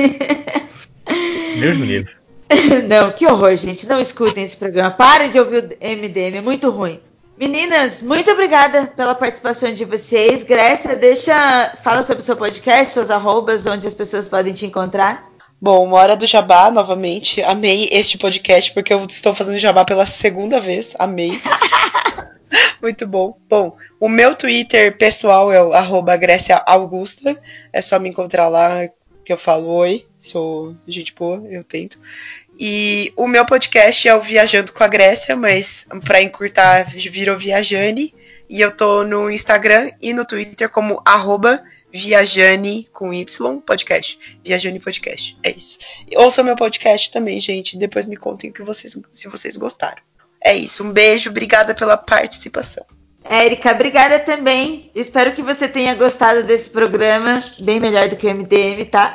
Deus me livre. Não, que horror, gente. Não escutem esse programa. Parem de ouvir o M D M. É muito ruim. Meninas, muito obrigada pela participação de vocês. Grécia, deixa, fala sobre o seu podcast, suas arrobas, onde as pessoas podem te encontrar. Bom, uma hora do jabá, novamente. Amei este podcast, porque eu estou fazendo jabá pela segunda vez. Amei. Muito bom. Bom, o meu Twitter pessoal é o arroba Grécia Augusta. É só me encontrar lá que eu falo oi. Sou gente boa, eu tento. E o meu podcast é o Viajando com a Grécia, mas para encurtar virou Viajane. E eu tô no Instagram e no Twitter como arroba Viajane com Y podcast. Viajane podcast, é isso. E ouça meu podcast também, gente. Depois me contem o que vocês, se vocês gostaram. É isso, um beijo, obrigada pela participação. Érica, obrigada também. Espero que você tenha gostado desse programa. Bem melhor do que o M D M, tá?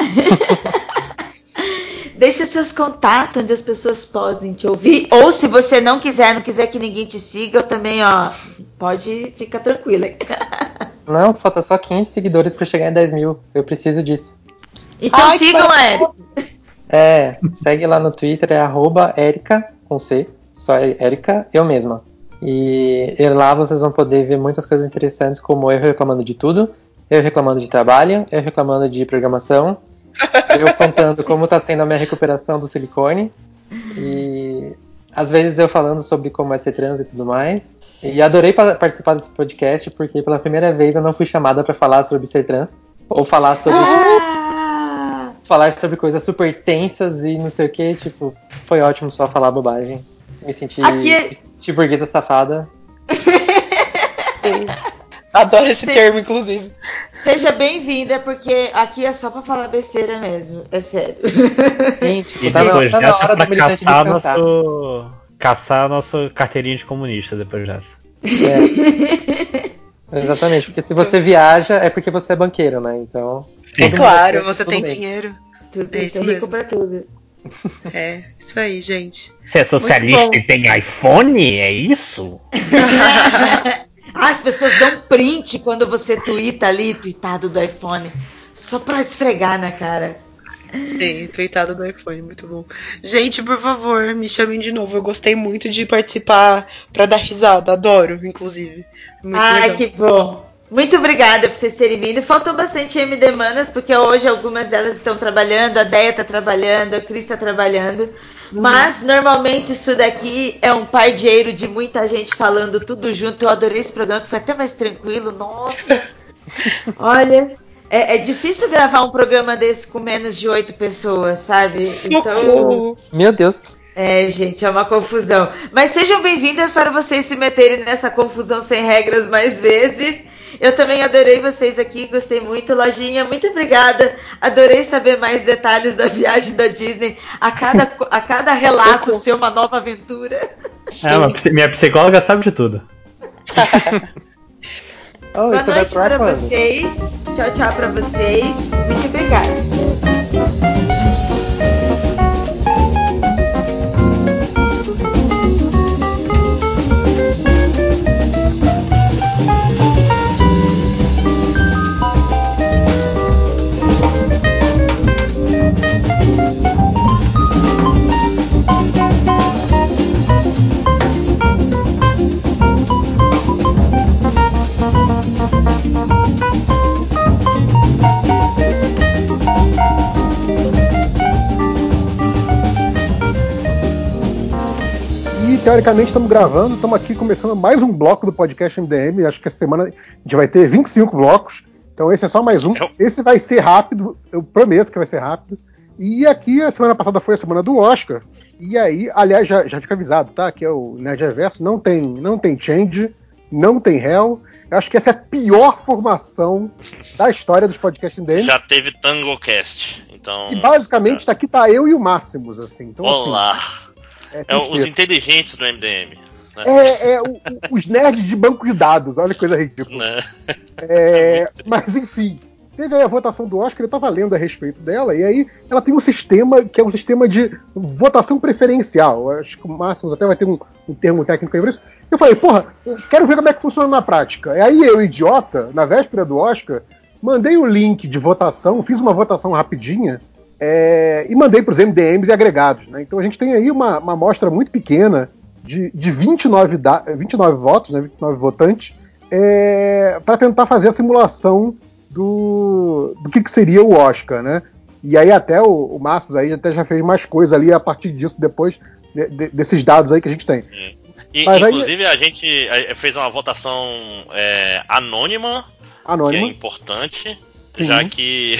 Deixa seus contatos onde as pessoas podem te ouvir. Ou se você não quiser, não quiser que ninguém te siga, também, ó, pode ficar tranquila. Não, falta só quinhentos seguidores pra chegar em dez mil. Eu preciso disso. Então Ai, sigam a Érica. É, segue lá no Twitter, é arroba Érica, com C, só é Érica, eu mesma. E, e lá vocês vão poder ver muitas coisas interessantes, como eu reclamando de tudo, eu reclamando de trabalho, eu reclamando de programação, eu contando como está sendo a minha recuperação do silicone, e às vezes eu falando sobre como é ser trans e tudo mais. E adorei participar desse podcast, porque pela primeira vez eu não fui chamada para falar sobre ser trans, ou falar sobre... Ah! Falar sobre coisas super tensas e não sei o que, tipo, foi ótimo só falar bobagem. Me senti, Aqui é... me senti burguesa safada. Adoro esse Se... termo, inclusive. Seja bem-vinda, porque aqui é só pra falar besteira mesmo, é sério. Gente, e tá, depois na, tá na hora do militante caçar descansar. Nosso, caçar a nossa carteirinha de comunista depois dessa. É. Exatamente, porque se você viaja é porque você é banqueiro, né? Então. É claro, você tem bem. dinheiro. Tudo é isso, rico pra tudo. É, isso aí, gente. Você é socialista e tem iPhone? É isso? Ah, as pessoas dão print quando você tuita ali, tweetado do iPhone. Só pra esfregar na cara. Sim, tweetado do iPhone, muito bom. Gente, por favor, me chamem de novo. Eu gostei muito de participar pra dar risada. Adoro, inclusive. Muito Ai, legal. que bom. Muito obrigada por vocês terem vindo. Faltou bastante M D Manas, porque hoje algumas delas estão trabalhando, a Deia está trabalhando, a Cris está trabalhando. Uhum. Mas, normalmente, isso daqui é um pardieiro de muita gente falando tudo junto. Eu adorei esse programa, que foi até mais tranquilo. Nossa! Olha, É, é difícil gravar um programa desse com menos de oito pessoas, sabe? Socorro! Então, Meu Deus. é, gente, é uma confusão. Mas sejam bem-vindas para vocês se meterem nessa confusão sem regras mais vezes. Eu também adorei vocês aqui, gostei muito. Lojinha, muito obrigada. Adorei saber mais detalhes da viagem da Disney. A cada, a cada relato ser uma nova aventura. É, uma, minha psicóloga sabe de tudo. Oh, Boa isso noite vai para quando? vocês. Tchau, tchau para vocês. Muito obrigada. Teoricamente estamos gravando, estamos aqui começando mais um bloco do podcast M D M. Acho que essa semana a gente vai ter vinte e cinco blocos, então esse é só mais um. Esse vai ser rápido, eu prometo que vai ser rápido. E aqui a semana passada foi a semana do Oscar, e aí, aliás, já, já fica avisado, tá? Que é o Nerd Reverso, não tem, não tem Change, não tem Hell. Eu acho que essa é a pior formação da história dos podcasts M D M. Já teve TangoCast, então... E basicamente já. Aqui tá eu e o Máximos, assim. Então, Olá! Assim, É, é os inteligentes do M D M. Né? É, é o, o, os nerds de banco de dados, olha que coisa ridícula. Né? É, mas enfim, teve aí a votação do Oscar, eu estava lendo a respeito dela, e aí ela tem um sistema que é um sistema de votação preferencial. Acho que o Máximo até vai ter um, um termo técnico aí pra isso. Eu falei, porra, eu quero ver como é que funciona na prática. E aí eu, idiota, na véspera do Oscar, mandei o link de votação, fiz uma votação rapidinha, É, e mandei para os M D Ms e agregados. Né? Então a gente tem aí uma, uma amostra muito pequena de, de vinte e nove, da, vinte e nove votos, né? vinte e nove votantes, é, para tentar fazer a simulação do, do que, que seria o Oscar. Né? E aí até o, o Márcio aí até já fez mais coisa ali a partir disso, depois de, de, desses dados aí que a gente tem. E, Mas inclusive aí, a gente fez uma votação é, anônima, anônima, que é importante. Já uhum. que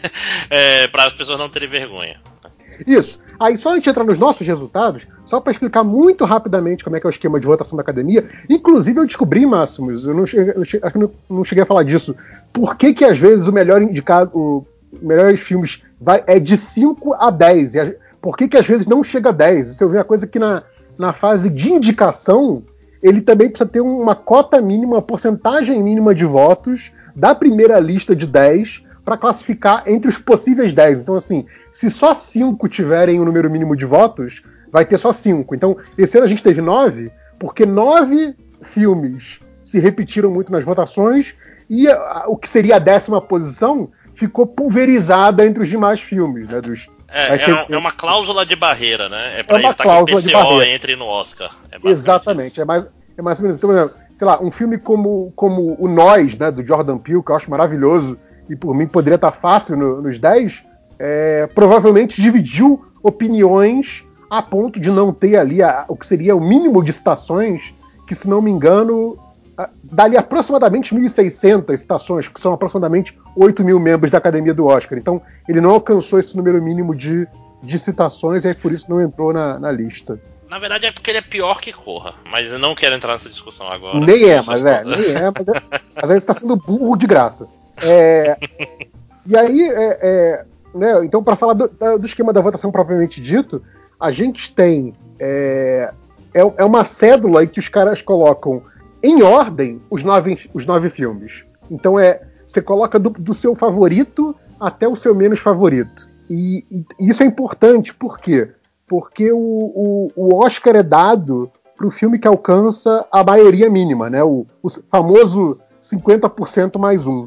é, para as pessoas não terem vergonha. Isso. Aí só a gente entrar nos nossos resultados, só para explicar muito rapidamente como é que é o esquema de votação da academia. Inclusive eu descobri, Máximos, eu não cheguei, eu cheguei, não cheguei a falar disso, por que que às vezes o melhor indicado, o melhores filmes vai, é de cinco a dez, e por que que às vezes não chega a dez? Isso eu vi uma coisa que na, na fase de indicação, ele também precisa ter uma cota mínima, uma porcentagem mínima de votos da primeira lista de dez para classificar entre os possíveis dez. Então, assim, se só cinco tiverem o número mínimo de votos, vai ter só cinco. Então, esse ano a gente teve nove, porque nove filmes se repetiram muito nas votações e a, o que seria a décima posição ficou pulverizada entre os demais filmes, né? Dos, é, é, um, é uma cláusula de barreira, né? É para evitar que o P C O entre no Oscar. É Exatamente. É mais, é mais ou menos. Então, sei lá, um filme como, como o Nós, né, do Jordan Peele, que eu acho maravilhoso, e por mim poderia estar fácil no, nos dez, é, provavelmente dividiu opiniões a ponto de não ter ali a, o que seria o mínimo de citações, que, se não me engano, a, daria aproximadamente mil e seiscentas citações, que são aproximadamente oito mil membros da Academia do Oscar. Então, ele não alcançou esse número mínimo de, de citações, e aí por isso não entrou na, na lista. Na verdade é porque ele é pior que Corra, mas eu não quero entrar nessa discussão agora. Nem é, mas é, nem é, mas, é, mas aí você está sendo burro de graça. É, e aí, é, é, né, então, para falar do, do esquema da votação propriamente dito, a gente tem é, é, é uma cédula aí que os caras colocam em ordem os nove, os nove filmes. Então é, você coloca do, do seu favorito até o seu menos favorito. E, e isso é importante, por quê? Porque o, o, o Oscar é dado para o filme que alcança a maioria mínima, né? O, o famoso cinquenta por cento mais um.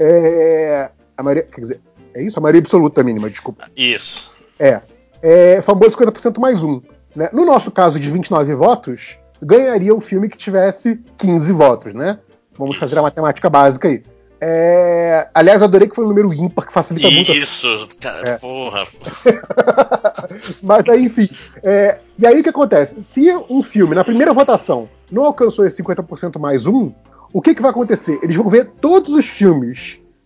É, a maioria, quer dizer, é isso? A maioria absoluta mínima, desculpa. Isso. É. É famoso cinquenta por cento mais um. Né? No nosso caso de vinte e nove votos, ganharia o filme que tivesse quinze votos, né? Vamos isso. fazer a matemática básica aí. É... Aliás, eu adorei que foi um número ímpar, que facilita isso, muito. Isso, cara, é. porra. Mas aí, enfim. É... E aí o que acontece? Se um filme, na primeira votação, não alcançou esse cinquenta por cento mais um, o que, que vai acontecer? Eles vão ver todos os filmes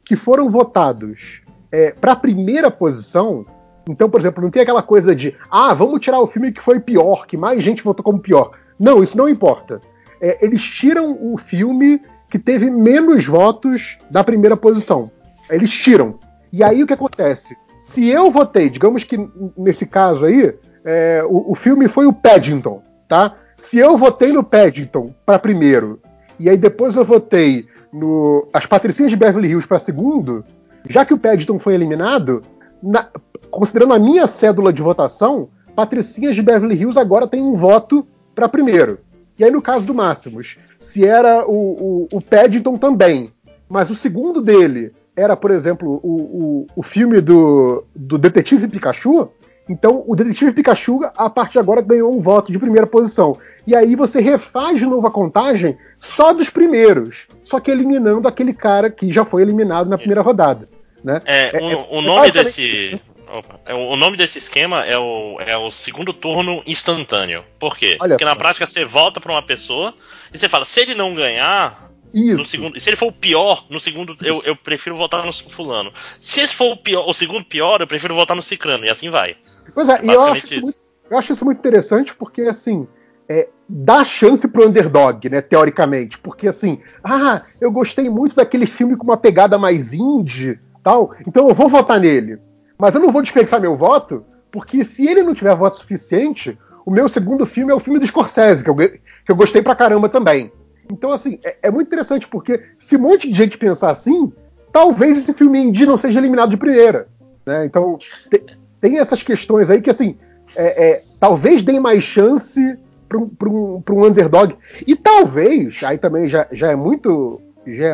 que foram votados é, para a primeira posição. Então, por exemplo, não tem aquela coisa de ah, vamos tirar o filme que foi pior, que mais gente votou como pior. Não, isso não importa. É, eles tiram o filme que teve menos votos da primeira posição. Eles tiram. E aí o que acontece? Se eu votei, digamos que nesse caso aí, é, o, o filme foi o Paddington, tá? Se eu votei no Paddington para primeiro, e aí depois eu votei no As Patricinhas de Beverly Hills para segundo, já que o Paddington foi eliminado, na, considerando a minha cédula de votação, Patricinhas de Beverly Hills agora tem um voto para primeiro. E aí no caso do Máximos, se era o, o, o Paddington também, mas o segundo dele era, por exemplo, o, o, o filme do, do Detetive Pikachu, então o Detetive Pikachu, a partir de agora, ganhou um voto de primeira posição. E aí você refaz de novo a contagem só dos primeiros, só que eliminando aquele cara que já foi eliminado na primeira rodada. Né? É, o, é, o nome desse... Opa, o nome desse esquema é o, é o segundo turno instantâneo. Por quê? Olha Porque na só. prática você vota pra uma pessoa e você fala, se ele não ganhar... Isso. No segundo, se ele for o pior, no segundo eu, eu prefiro votar no fulano. Se esse for o, pior, o segundo pior, eu prefiro votar no ciclano. E assim vai. Pois é, e eu acho, isso muito, eu acho isso muito interessante porque, assim, é, dá chance pro underdog, né, teoricamente. Porque, assim, ah, eu gostei muito daquele filme com uma pegada mais indie, tal, então eu vou votar nele. Mas eu não vou desperdiçar meu voto, porque se ele não tiver voto suficiente, o meu segundo filme é o filme do Scorsese, que eu, que eu gostei pra caramba também. Então, assim, é, é muito interessante, porque se um monte de gente pensar assim, talvez esse filme indie não seja eliminado de primeira. Né? Então, te, tem essas questões aí que, assim, é, é, talvez deem mais chance para um, um, um underdog. E talvez, aí também já, já é muito já é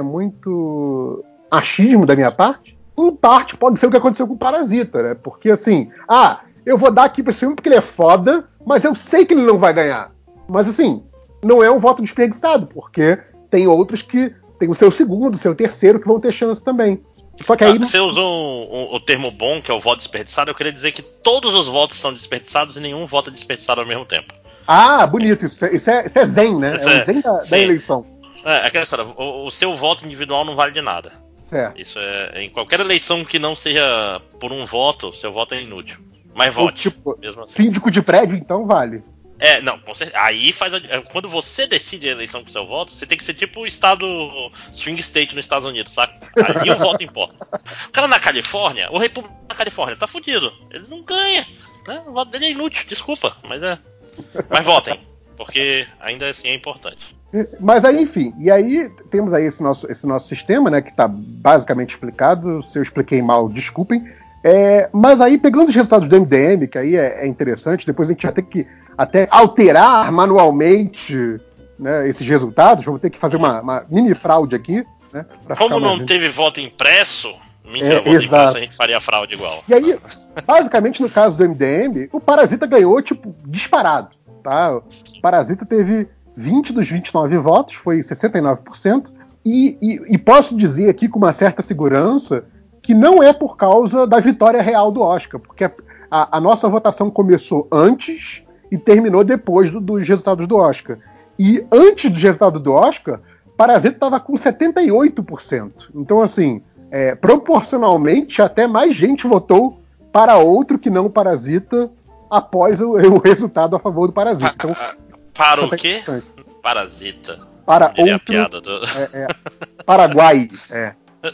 muito achismo da minha parte, em parte pode ser o que aconteceu com o Parasita, né? Porque, assim, ah, eu vou dar aqui para esse filme porque ele é foda, mas eu sei que ele não vai ganhar. Mas, assim, não é um voto desperdiçado, porque tem outros que tem o seu segundo, o seu terceiro, que vão ter chance também. Só que aí... ah, você usou o, o, o termo bom, que é o voto desperdiçado. Eu queria dizer que todos os votos são desperdiçados e nenhum voto é desperdiçado ao mesmo tempo. Ah, bonito. Isso é, isso é, isso é zen, né? Isso é o é, zen da, da eleição. É, aquela história, o, o seu voto individual não vale de nada. Certo. Isso é, em qualquer eleição que não seja por um voto, seu voto é inútil. Mas vote. Tipo, mesmo assim. Síndico de prédio, então vale. É, não, aí faz a, quando você decide a eleição com seu voto, você tem que ser tipo o estado swing state nos Estados Unidos, saca? Aí o voto importa. O cara na Califórnia, o Repúblico da Califórnia, tá fudido. Ele não ganha, né? O voto dele é inútil, desculpa, mas é. Mas votem, porque ainda assim é importante. Mas aí, enfim, e aí temos aí esse nosso, esse nosso sistema, né, que está basicamente explicado. Se eu expliquei mal, desculpem. É, mas aí, pegando os resultados do M D M, que aí é, é interessante, depois a gente vai ter que até alterar manualmente, né, esses resultados. Vamos ter que fazer uma, uma mini fraude aqui. Né, como não gente... teve voto impresso, mini é, voto exato. impresso, a gente faria fraude igual. E aí, basicamente, no caso do M D M, o Parasita ganhou, tipo, disparado. Tá? O Parasita teve vinte dos vinte e nove votos, foi sessenta e nove por cento. E, e, e posso dizer aqui com uma certa segurança que não é por causa da vitória real do Oscar, porque a, a, a nossa votação começou antes e terminou depois do, dos resultados do Oscar. E antes dos resultados do Oscar, Parasita estava com setenta e oito por cento. Então, assim, é, proporcionalmente, até mais gente votou para outro que não Parasita após o, o resultado a favor do Parasita. Então, para o quê? Parasita. Para outro... A piada do... é, é, Paraguai. É.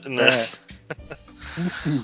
é. Enfim.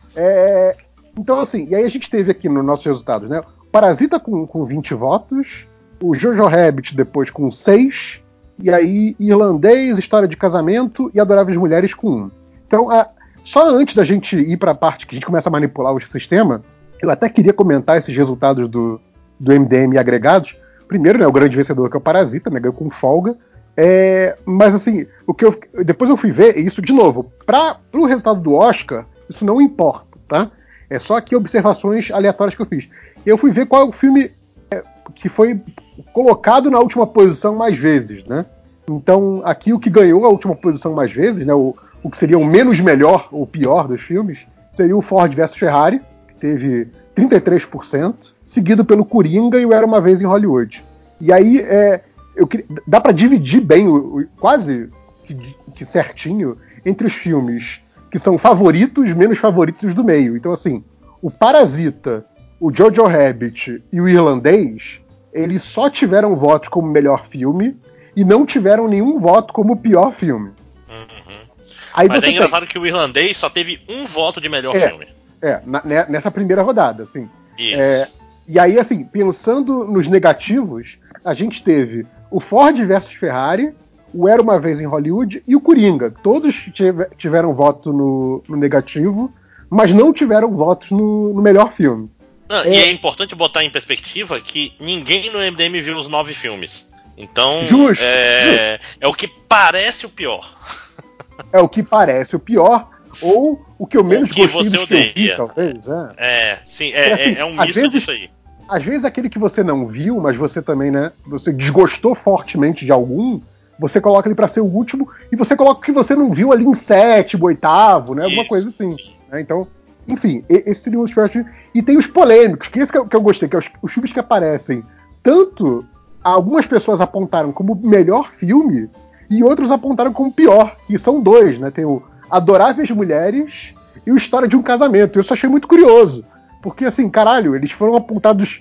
É, então, assim, e aí a gente teve aqui nos nossos resultados, né? Parasita com, com vinte votos, o Jojo Rabbit depois com seis, e aí Irlandês, História de Casamento e Adoráveis Mulheres com um. Então, a, só antes da gente ir para a parte que a gente começa a manipular o sistema, eu até queria comentar esses resultados do, do M D M agregados. Primeiro, né, o grande vencedor, que é o Parasita, né, ganhou com folga. É, mas assim, o que eu, depois eu fui ver isso de novo. Para o resultado do Oscar, isso não importa, tá? É só aqui observações aleatórias que eu fiz. Eu fui ver qual é o filme é, que foi colocado na última posição mais vezes, né? Então, aqui o que ganhou a última posição mais vezes, né, o, o que seria o menos melhor ou pior dos filmes, seria o Ford versus Ferrari, que teve trinta e três por cento, seguido pelo Coringa e o Era Uma Vez em Hollywood. E aí, é, eu, dá para dividir bem, o, o, quase que, que certinho, entre os filmes que são favoritos, menos favoritos do meio. Então, assim, o Parasita, o Jojo Rabbit e o Irlandês, eles só tiveram votos como melhor filme e não tiveram nenhum voto como pior filme. Uhum. Aí Mas você é engraçado tem... que o Irlandês só teve um voto de melhor é, filme. É, na, nessa primeira rodada, assim. Isso. É, e aí, assim, pensando nos negativos, a gente teve o Ford versus Ferrari, o Era Uma Vez em Hollywood e o Coringa. Todos tiveram voto no, no negativo, mas não tiveram votos no, no melhor filme. Não, é... E é importante botar em perspectiva que ninguém no M D M viu os nove filmes. Então, Justo, é, justo. é o que parece o pior. É o que parece o pior, ou o que eu menos que gostei você dos que eu vi, odeia. talvez. É, É, sim, é, assim, é, é um às misto vezes- disso aí. Às vezes aquele que você não viu, mas você também, né, você desgostou fortemente de algum, você coloca ele pra ser o último, e você coloca o que você não viu ali em sétimo, oitavo, né, alguma Isso, coisa assim. sim. Né? Então, enfim, e- esse seria um dos piores filmes. E tem os polêmicos, que esse que eu, que eu gostei, que é os, os filmes que aparecem. Tanto algumas pessoas apontaram como melhor filme, e outros apontaram como pior, que são dois, né? Tem o Adoráveis Mulheres e o História de um Casamento. Eu só achei muito curioso, porque assim, caralho, eles foram apontados,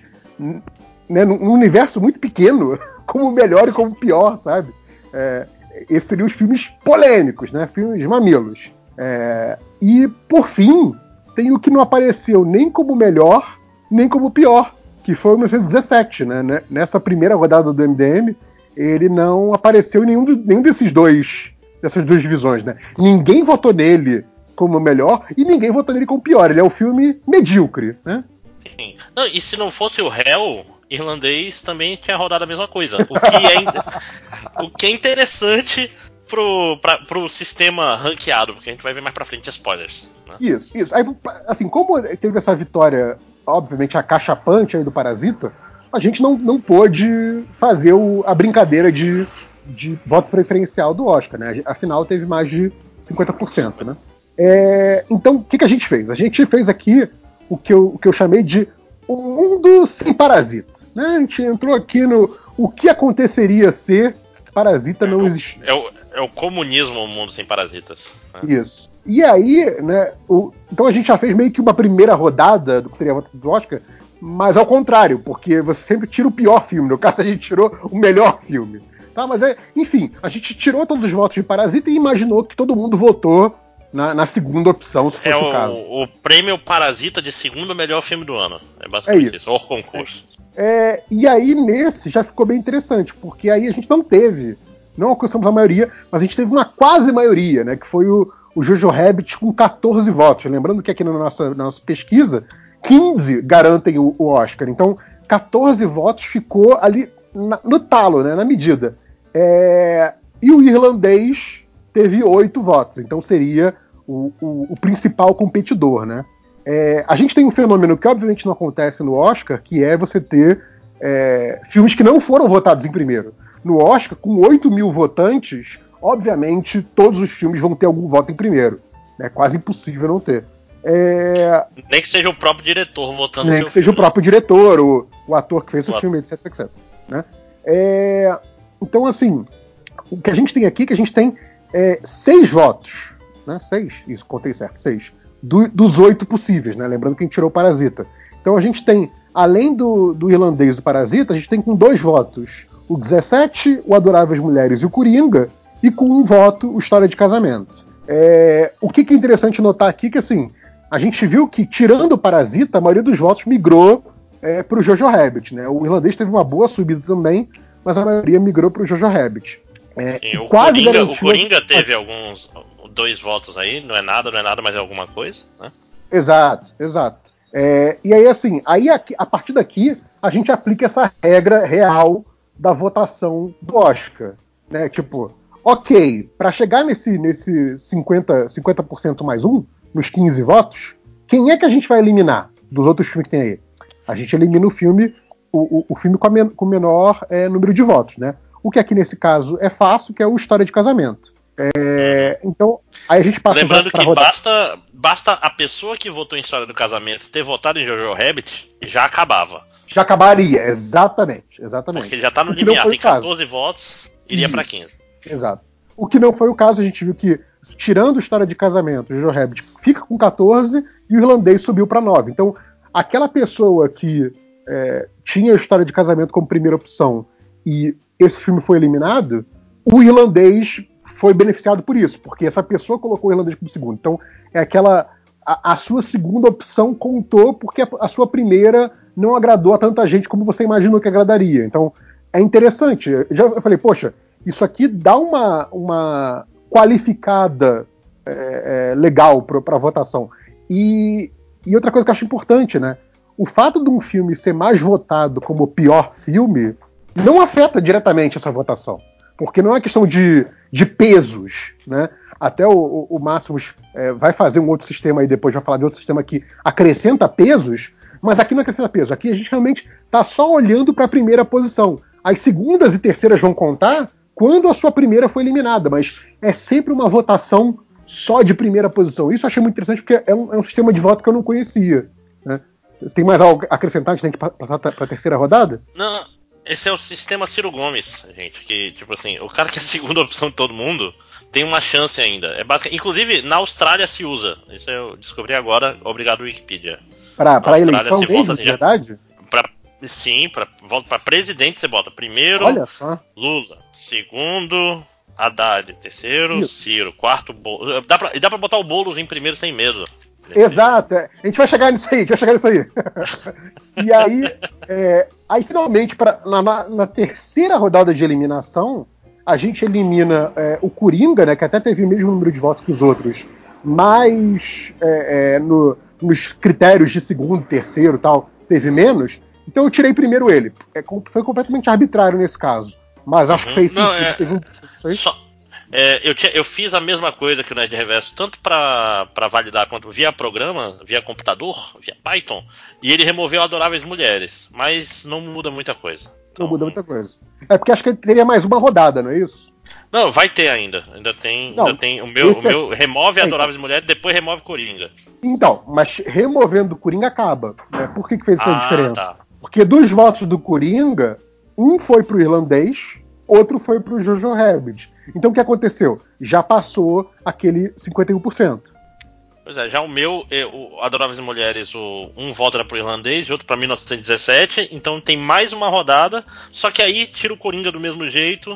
né, num universo muito pequeno como melhor e como pior, sabe? É, esses seriam os filmes polêmicos, né? Filmes mamilos. É, e, por fim, tem o que não apareceu nem como melhor, nem como pior, que foi o mil novecentos e dezessete, né? Nessa primeira rodada do M D M, ele não apareceu em nenhum, do, nenhum desses dois, dessas duas divisões, né? Ninguém votou nele como melhor e ninguém votou nele como pior. Ele é um filme medíocre, né? Sim. Não, e se não fosse o Hell, Irlandês também tinha rodado a mesma coisa. O que é, o que é interessante pro, pra, pro sistema ranqueado, porque a gente vai ver mais pra frente spoilers. Né? Isso, isso. Aí, assim, como teve essa vitória, obviamente, acachapante aí do Parasita, a gente não, não pôde fazer o, a brincadeira de, de voto preferencial do Oscar, né? Afinal, teve mais de cinquenta por cento, né? É, então, o que, que a gente fez? A gente fez aqui o que eu, o que eu chamei de um mundo sem Parasita. Né? A gente entrou aqui no o que aconteceria se Parasita não existisse. É o, é o comunismo, o mundo sem parasitas. Né? Isso. E aí, né, o, então a gente já fez meio que uma primeira rodada do que seria a votação do Oscar, mas ao contrário, porque você sempre tira o pior filme. No caso, a gente tirou o melhor filme. Tá? Mas, é, enfim, a gente tirou todos os votos de Parasita e imaginou que todo mundo votou na, na segunda opção, se fosse É o, o, caso. o prêmio Parasita de segundo melhor filme do ano. É basicamente É isso. isso. Ou concurso. É, e aí, nesse, já ficou bem interessante, porque aí a gente não teve, não alcançamos a maioria, mas a gente teve uma quase maioria, né? Que foi o, o Jojo Rabbit com catorze votos. Lembrando que aqui na nossa, na nossa pesquisa, quinze garantem o, o Oscar. Então, catorze votos ficou ali na, no talo, né? Na medida. É, e o Irlandês teve oito votos. Então seria o, o, o principal competidor, né? É, a gente tem um fenômeno que obviamente não acontece no Oscar, que é você ter é, filmes que não foram votados em primeiro. No Oscar, com oito mil votantes, obviamente todos os filmes vão ter algum voto em primeiro. É quase impossível não ter. É, Nem que seja o próprio diretor votando nem no que seu seja o filme. próprio diretor, o, o ator que fez o, O filme, etc, etc. Né? É, então, assim, o que a gente tem aqui é que a gente tem é, seis votos. Né? Seis, isso, contei certo, seis. Do, dos oito possíveis, né? Lembrando que a gente tirou o Parasita. Então a gente tem, além do, do Irlandês do Parasita, a gente tem com dois votos o dezessete, o Adoráveis Mulheres e o Coringa, e com um voto o História de Casamento. É, o que, que é interessante notar aqui é que, assim, a gente viu que, tirando o Parasita, a maioria dos votos migrou é, para o Jojo Rabbit. Né? O Irlandês teve uma boa subida também, mas a maioria migrou para o Jojo Rabbit. É, Sim, o, quase Coringa, garantiu... o Coringa teve alguns dois votos aí, não é nada, não é nada, mas é alguma coisa, né? Exato, exato. É, e aí, assim, aí aqui, a partir daqui, a gente aplica essa regra real da votação do Oscar. Né? Tipo, ok, para chegar nesse, nesse cinquenta, cinquenta por cento mais um, nos quinze votos, quem é que a gente vai eliminar dos outros filmes que tem aí? A gente elimina o filme, o, o, o filme com, a men- com o menor é, número de votos, né? O que aqui nesse caso é fácil, que é o História de Casamento. É, então, aí a gente passa Lembrando pra que rodar... basta, basta a pessoa que votou em História do Casamento ter votado em Jojo Rabbit e já acabava. Já acabaria, exatamente, exatamente. Porque ele já tá no O que não limiar, foi tem o caso. catorze votos, iria pra Isso. quinze. Exato. O que não foi o caso, a gente viu que tirando História de Casamento, o Jojo Rabbit fica com catorze e o Irlandês subiu para nove. Então, aquela pessoa que é, tinha História de Casamento como primeira opção e esse filme foi eliminado, o Irlandês foi beneficiado por isso, porque essa pessoa colocou o Irlandês como segundo. Então, é aquela... A, a sua segunda opção contou porque a, a sua primeira não agradou a tanta gente como você imaginou que agradaria. Então, é interessante. Eu já eu falei, poxa, isso aqui dá uma, uma qualificada é, é, legal para a votação. E, e outra coisa que eu acho importante, né? O fato de um filme ser mais votado como o pior filme não afeta diretamente essa votação. Porque não é questão de, de pesos, né? Até o, o, o Máximos é, vai fazer um outro sistema aí depois, vai falar de outro sistema que acrescenta pesos, mas aqui não acrescenta pesos. Aqui a gente realmente está só olhando para a primeira posição. As segundas e terceiras vão contar quando a sua primeira foi eliminada, mas é sempre uma votação só de primeira posição. Isso eu achei muito interessante porque é um, é um sistema de voto que eu não conhecia, né? Você tem mais algo a acrescentar? A gente tem que passar para a terceira rodada? Não, esse é o sistema Ciro Gomes, gente. Que, tipo assim, o cara que é a segunda opção de todo mundo tem uma chance ainda. É basic... Inclusive, na Austrália se usa. Isso eu descobri agora, obrigado Wikipedia. Para a eleição mesmo, de verdade? Pra... Sim, para presidente você bota primeiro Olha só. Lula, segundo Haddad, terceiro Isso. Ciro, quarto Boulos. Dá pra, dá pra botar o Boulos em primeiro sem medo. Exato, é. A gente vai chegar nisso aí, a gente vai chegar nisso aí. E aí, é, aí finalmente, pra, na, na, na terceira rodada de eliminação, a gente elimina é, o Coringa, né, que até teve o mesmo número de votos que os outros, mas é, é, no, nos critérios de segundo, terceiro e tal, teve menos. Então eu tirei primeiro ele. É, foi completamente arbitrário nesse caso. Mas acho que fez Não, sentido. é, Teve um, isso aí. só, é, eu, tinha, eu fiz a mesma coisa que o Nerd Reverso, tanto para validar quanto via programa, via computador, via Python, e ele removeu Adoráveis Mulheres, mas não muda muita coisa. Então, não muda muita coisa. É porque acho que ele teria mais uma rodada, não é isso? Não, vai ter ainda. Ainda tem. Não, ainda tem o meu, o é... meu remove é, Adoráveis então. Mulheres, depois remove Coringa. Então, mas removendo o Coringa acaba. Né? Por que, que fez essa Ah, diferença? tá. Porque dos votos do Coringa, um foi pro Irlandês, outro foi pro Jojo Rabbit. Então o que aconteceu? Já passou aquele cinquenta e um por cento. Pois é, já o meu, o Adoráveis Mulheres, o, um voto era pro Irlandês e outro pra mil novecentos e dezessete, então tem mais uma rodada, só que aí tira o Coringa do mesmo jeito,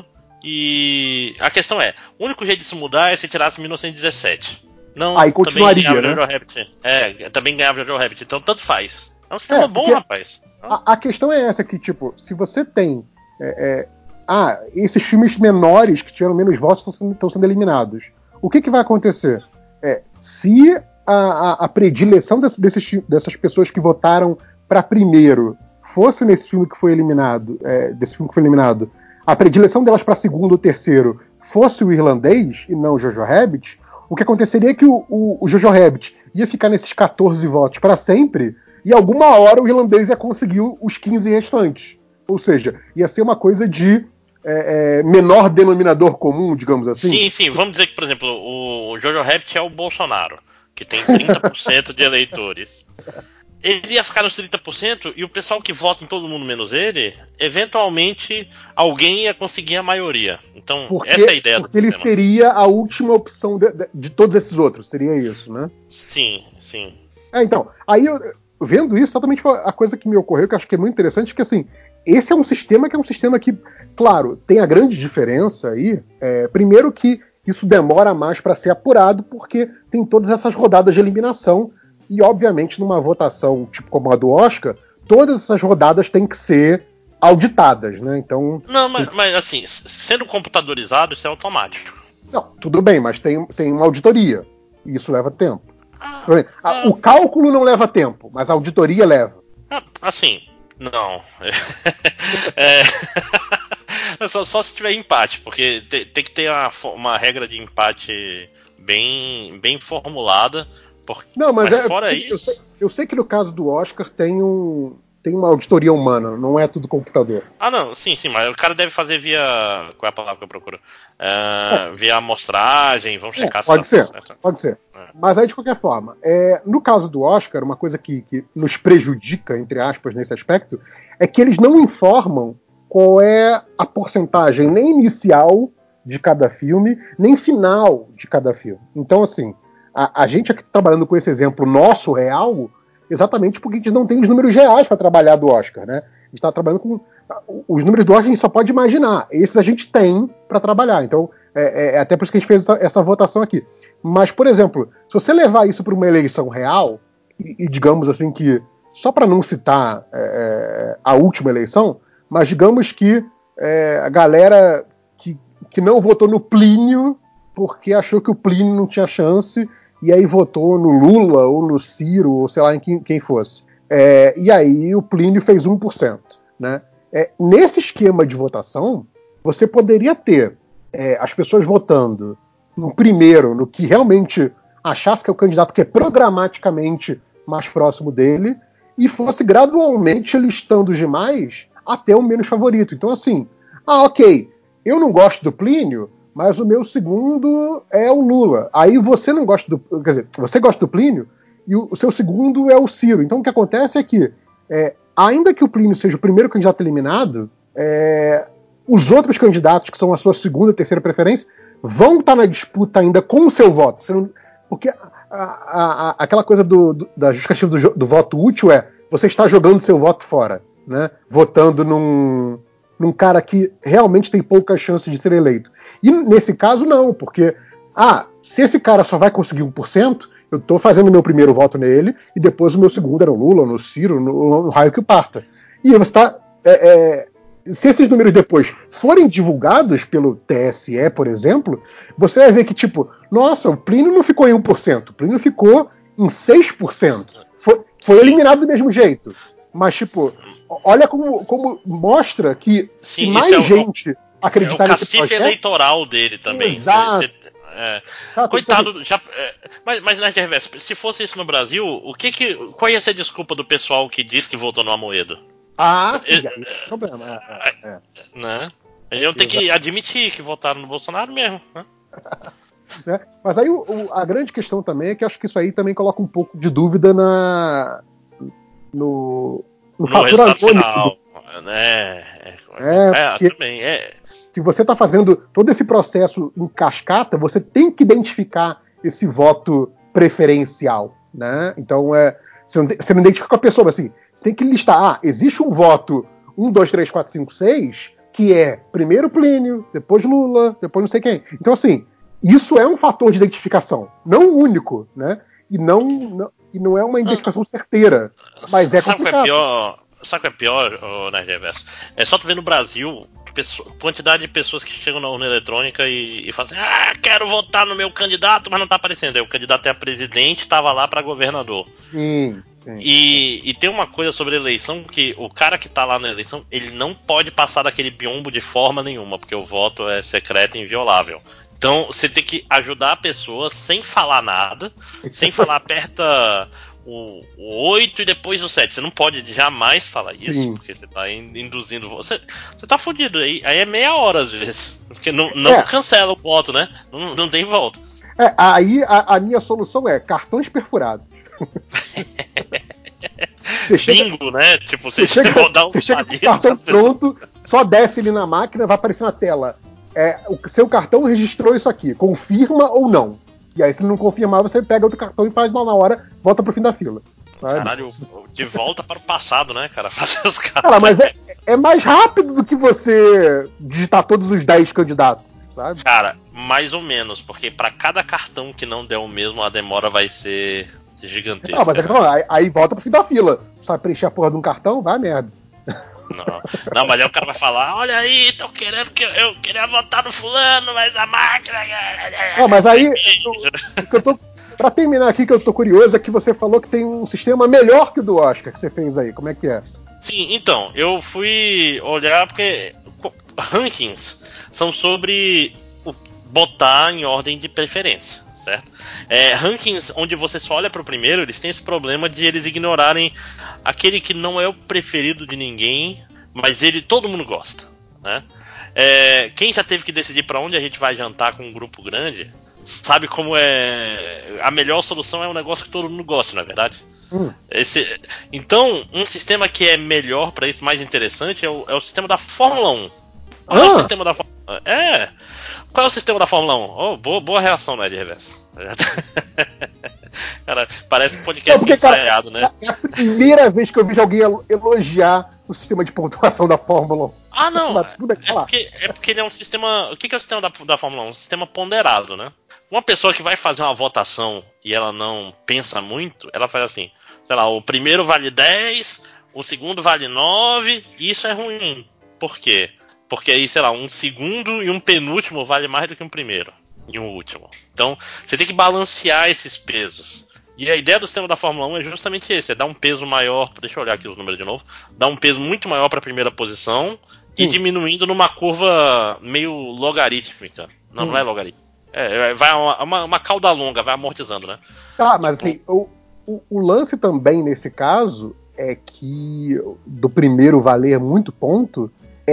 e a questão é, o único jeito de se mudar é se tirasse mil novecentos e dezessete. Não, aí continuaria, também ganhava né? Jojo Rabbit. É, também ganhava Jojo Rabbit, então tanto faz. É um sistema É, bom, porque rapaz. A, a questão é essa, que tipo, se você tem é, é, ah, esses filmes menores que tiveram menos votos estão sendo, estão sendo eliminados, o que, que vai acontecer? É, se a, a, a predileção desse, desses, dessas pessoas que votaram para primeiro fosse nesse filme que foi eliminado, é, desse filme que foi eliminado, a predileção delas para segundo ou terceiro fosse o Irlandês e não o Jojo Rabbit, o que aconteceria é que o, o, o Jojo Rabbit ia ficar nesses catorze votos para sempre, e alguma hora o Irlandês ia conseguir os quinze restantes. Ou seja, ia ser uma coisa de é, é, menor denominador comum, digamos assim. Sim, sim. Vamos dizer que, por exemplo, o Jojo Rabbit é o Bolsonaro, que tem trinta por cento de eleitores. Ele ia ficar nos trinta por cento e o pessoal que vota em todo mundo menos ele, eventualmente alguém ia conseguir a maioria. Então, porque, essa é a ideia porque do ele sistema. seria a última opção de, de, de todos esses outros, seria isso, né? Sim, sim. É, então, aí eu, vendo isso, exatamente foi a coisa que me ocorreu, que eu acho que é muito interessante, que assim, esse é um sistema que é um sistema que, claro, tem a grande diferença aí, é, primeiro que isso demora mais para ser apurado, porque tem todas essas rodadas de eliminação, e obviamente numa votação tipo como a do Oscar, todas essas rodadas têm que ser auditadas, né? Então. Não, mas, mas assim, sendo computadorizado, isso é automático. Não, tudo bem, mas tem, tem uma auditoria, e isso leva tempo. Ah, ah, o cálculo não leva tempo, mas a auditoria leva. Assim, não. É, só, só se tiver empate, porque te, tem que ter uma, uma regra de empate bem, bem formulada. Porque, não, mas, mas é, fora eu, isso. Sei, eu sei que no caso do Oscar tem um. Tem uma auditoria humana, não é tudo computador. Ah, não, sim, sim, mas o cara deve fazer via. Qual é a palavra que eu procuro? Uh, é. Via amostragem, vamos checar é, Pode se ser, tá certo. pode ser. É. Mas aí, de qualquer forma, é, no caso do Oscar, uma coisa que, que nos prejudica, entre aspas, nesse aspecto, é que eles não informam qual é a porcentagem nem inicial de cada filme, nem final de cada filme. Então, assim, a, a gente aqui trabalhando com esse exemplo nosso, real, exatamente porque a gente não tem os números reais para trabalhar do Oscar, né? A gente está trabalhando com... Os números do Oscar a gente só pode imaginar. Esses a gente tem para trabalhar. Então, é, é até por isso que a gente fez essa, essa votação aqui. Mas, por exemplo, se você levar isso para uma eleição real, e, e digamos assim que, só para não citar é, a última eleição, mas digamos que é, a galera que, que não votou no Plínio porque achou que o Plínio não tinha chance e aí votou no Lula ou no Ciro, ou sei lá em quem, quem fosse. É, e aí o Plínio fez um por cento. Né? É, nesse esquema de votação, você poderia ter é, as pessoas votando no primeiro, no que realmente achasse que é o candidato que é programaticamente mais próximo dele, e fosse gradualmente listando os demais até o menos favorito. Então, assim, ah, ok, eu não gosto do Plínio, mas o meu segundo é o Lula. Aí você não gosta do... Quer dizer, você gosta do Plínio e o, o seu segundo é o Ciro. Então, o que acontece é que, é, ainda que o Plínio seja o primeiro candidato eliminado, é, os outros candidatos, que são a sua segunda e terceira preferência, vão estar na disputa ainda com o seu voto. Você não, porque a, a, a, aquela coisa do, do, da justificativa do, do voto útil é você está jogando seu voto fora, né? Votando num, num cara que realmente tem pouca chance de ser eleito. E nesse caso não, porque ah, se esse cara só vai conseguir um por cento, eu estou fazendo o meu primeiro voto nele e depois o meu segundo era o Lula, no Ciro, no, no raio que parta. E você está... É, é, se esses números depois forem divulgados pelo T S E, por exemplo, você vai ver que, tipo, nossa, o Plínio não ficou em um por cento, o Plínio ficou em seis por cento. Foi, foi eliminado do mesmo jeito. Mas, tipo, olha como, como mostra que Sim, se mais é o, gente acreditar é o nesse cacife projeto... eleitoral dele também. Exato. Você, é, ah, coitado, já, é, mas, mas na reversa, se fosse isso no Brasil, o que que, qual ia ser a desculpa do pessoal que diz que votou no Amoedo? Ah, sim, é, aí é um problema. É, é, é. Né? Eles tem que admitir que votaram no Bolsonaro mesmo. Né? Né? Mas aí o, o, a grande questão também é que acho que isso aí também coloca um pouco de dúvida na, no, no, no fator resultado anônimo. Final. É, é, é, é, também, é. Se você está fazendo todo esse processo em cascata, você tem que identificar esse voto preferencial. Né? Então, é, você, não, você não identifica com a pessoa, mas assim, você tem que listar, ah, existe um voto um, dois, três, quatro, cinco, seis, que é primeiro Plínio, depois Lula, depois não sei quem. Então, assim, isso é um fator de identificação, não único, né? E não, não, e não é uma identificação certeira, mas é sabe complicado. Qual é pior, sabe o que é pior, oh, Nerd Reverso? É só tu ver no Brasil pessoa, quantidade de pessoas que chegam na urna eletrônica e, e falam assim, ah, quero votar no meu candidato, mas não tá aparecendo. Aí o candidato é a presidente, tava lá pra governador. Sim. Sim. E, e tem uma coisa sobre a eleição que o cara que tá lá na eleição, ele não pode passar daquele biombo de forma nenhuma, porque o voto é secreto e inviolável. Então você tem que ajudar a pessoa sem falar nada, sem falar aperta o, o oito e depois o sete. Você não pode jamais falar isso, Sim. porque você tá induzindo. Você, você tá fudido. Aí, aí é meia hora às vezes. Porque não, não é. cancela o voto, né? Não, não tem volta. É, aí a, a minha solução é cartões perfurados. Você chega, Bingo, né? Tipo, você, você chega, dar um você chega com o cartão pronto, só desce ele na máquina, vai aparecer na tela. É, o seu cartão registrou isso aqui, confirma ou não. E aí, se não confirmar, você pega outro cartão e faz na hora, volta pro fim da fila. Sabe? Caralho, de volta para o passado, né, cara? Fazer os cartões. Cara, mas é, é mais rápido do que você digitar todos os dez candidatos, sabe? Cara, mais ou menos, porque para cada cartão que não der o mesmo, a demora vai ser gigantesca. Não, mas é que, não, aí, aí volta pro fim da fila. Sabe preencher a porra de um cartão? Vai merda. Não, não, mas aí o cara vai falar, olha aí, tô querendo que eu, eu queria votar no fulano, mas a máquina... Não, mas aí, eu, eu tô, pra terminar aqui, que eu tô curioso, é que você falou que tem um sistema melhor que o do Oscar que você fez aí, como é que é? Sim, então, eu fui olhar porque rankings são sobre o, botar em ordem de preferência, certo? É, rankings onde você só olha pro primeiro, eles têm esse problema de eles ignorarem aquele que não é o preferido de ninguém, mas ele todo mundo gosta, né? É, quem já teve que decidir para onde a gente vai jantar com um grupo grande, sabe como é a melhor solução é um negócio que todo mundo gosta, não é verdade? Hum. Esse, então, um sistema que é melhor para isso, mais interessante, é o, é o sistema da Fórmula um. Ah. É o sistema da Fórmula um. É, Qual é o sistema da Fórmula um? Oh, boa, boa reação, né, de reverso. Cara, parece um podcast Não, porque, ensaiado, cara, né? É a primeira vez que eu vejo alguém elogiar o sistema de pontuação da Fórmula um. Ah, não. Tudo É porque, é porque ele é um sistema. O que é o sistema da, da Fórmula um? Um sistema ponderado, né? Uma pessoa que vai fazer uma votação e ela não pensa muito, ela faz assim: sei lá, o primeiro vale dez, o segundo vale nove, e isso é ruim. Por quê? Porque aí, sei lá, um segundo e um penúltimo vale mais do que um primeiro e um último. Então, você tem que balancear esses pesos. E a ideia do sistema da Fórmula um é justamente esse: é dar um peso maior. Deixa eu olhar aqui os números de novo. Dar um peso muito maior para a primeira posição e Sim. diminuindo numa curva meio logarítmica. Não, Sim. não é logarítmica. É, vai uma, uma, uma cauda longa, vai amortizando, né? Tá, mas assim, o, o, o lance também nesse caso é que do primeiro valer muito ponto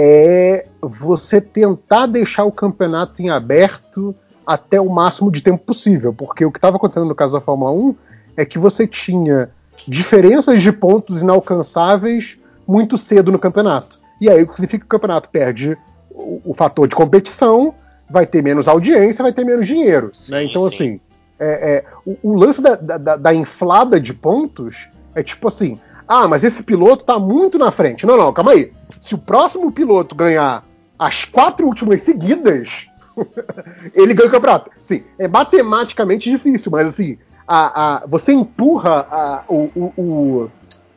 é você tentar deixar o campeonato em aberto até o máximo de tempo possível, porque o que estava acontecendo no caso da Fórmula um é que você tinha diferenças de pontos inalcançáveis muito cedo no campeonato. E aí o que significa que o campeonato perde o, o fator de competição, vai ter menos audiência, vai ter menos dinheiro. Sim, né? Então, sim. assim, é, é, o, o lance da, da, da inflada de pontos é tipo assim, ah, mas esse piloto tá muito na frente. Não, não, calma aí. Se o próximo piloto ganhar as quatro últimas seguidas, ele ganha o campeonato. Sim, é matematicamente difícil, mas assim, a, a, você empurra a, o, o, o,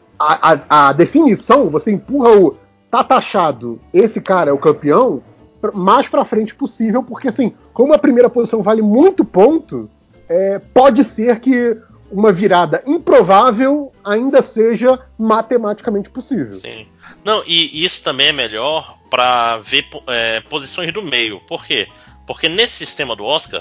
a, a, a definição, você empurra o tá taxado, esse cara é o campeão, mais pra frente possível, porque assim, como a primeira posição vale muito ponto, é, pode ser que uma virada improvável ainda seja matematicamente possível. Sim. Não, e isso também é melhor para ver é, posições do meio. Por quê? Porque nesse sistema do Oscar,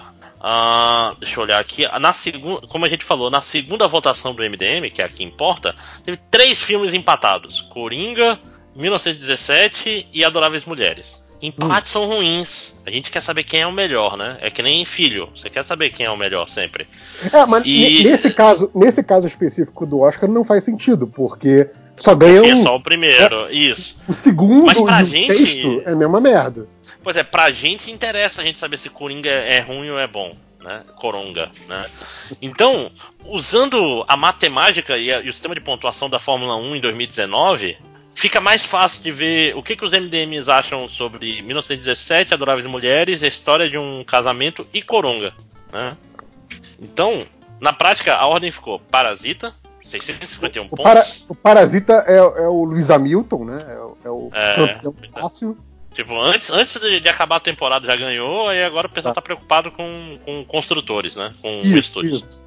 ah, deixa eu olhar aqui, na segunda, como a gente falou, na segunda votação do M D M, que é a que importa, teve três filmes empatados: Coringa, mil novecentos e dezessete e Adoráveis Mulheres. Empates hum. são ruins. A gente quer saber quem é o melhor, né? É que nem filho. Você quer saber quem é o melhor sempre. É, mas e... nesse caso, nesse caso específico do Oscar não faz sentido, porque só ganha porque um. É só o primeiro, é, isso. O segundo mas pra e o gente... sexto é a mesma merda. Pois é, pra gente interessa a gente saber se Coringa é ruim ou é bom, né? Coronga, né? Então, usando a matemática e, a, e o sistema de pontuação da Fórmula um em dois mil e dezenove, fica mais fácil de ver o que, que os M D Ms acham sobre mil novecentos e dezessete, Adoráveis Mulheres, a história de um casamento e Coronga, né? Então, na prática, a ordem ficou Parasita, seiscentos e cinquenta e um o, pontos. Para, o Parasita é, é o Lewis Hamilton, né? É, é o é, campeão fácil. Tipo, antes, antes de, de acabar a temporada já ganhou, aí agora o pessoal tá, tá preocupado com, com construtores, né? Com isso, estúdios. Isso.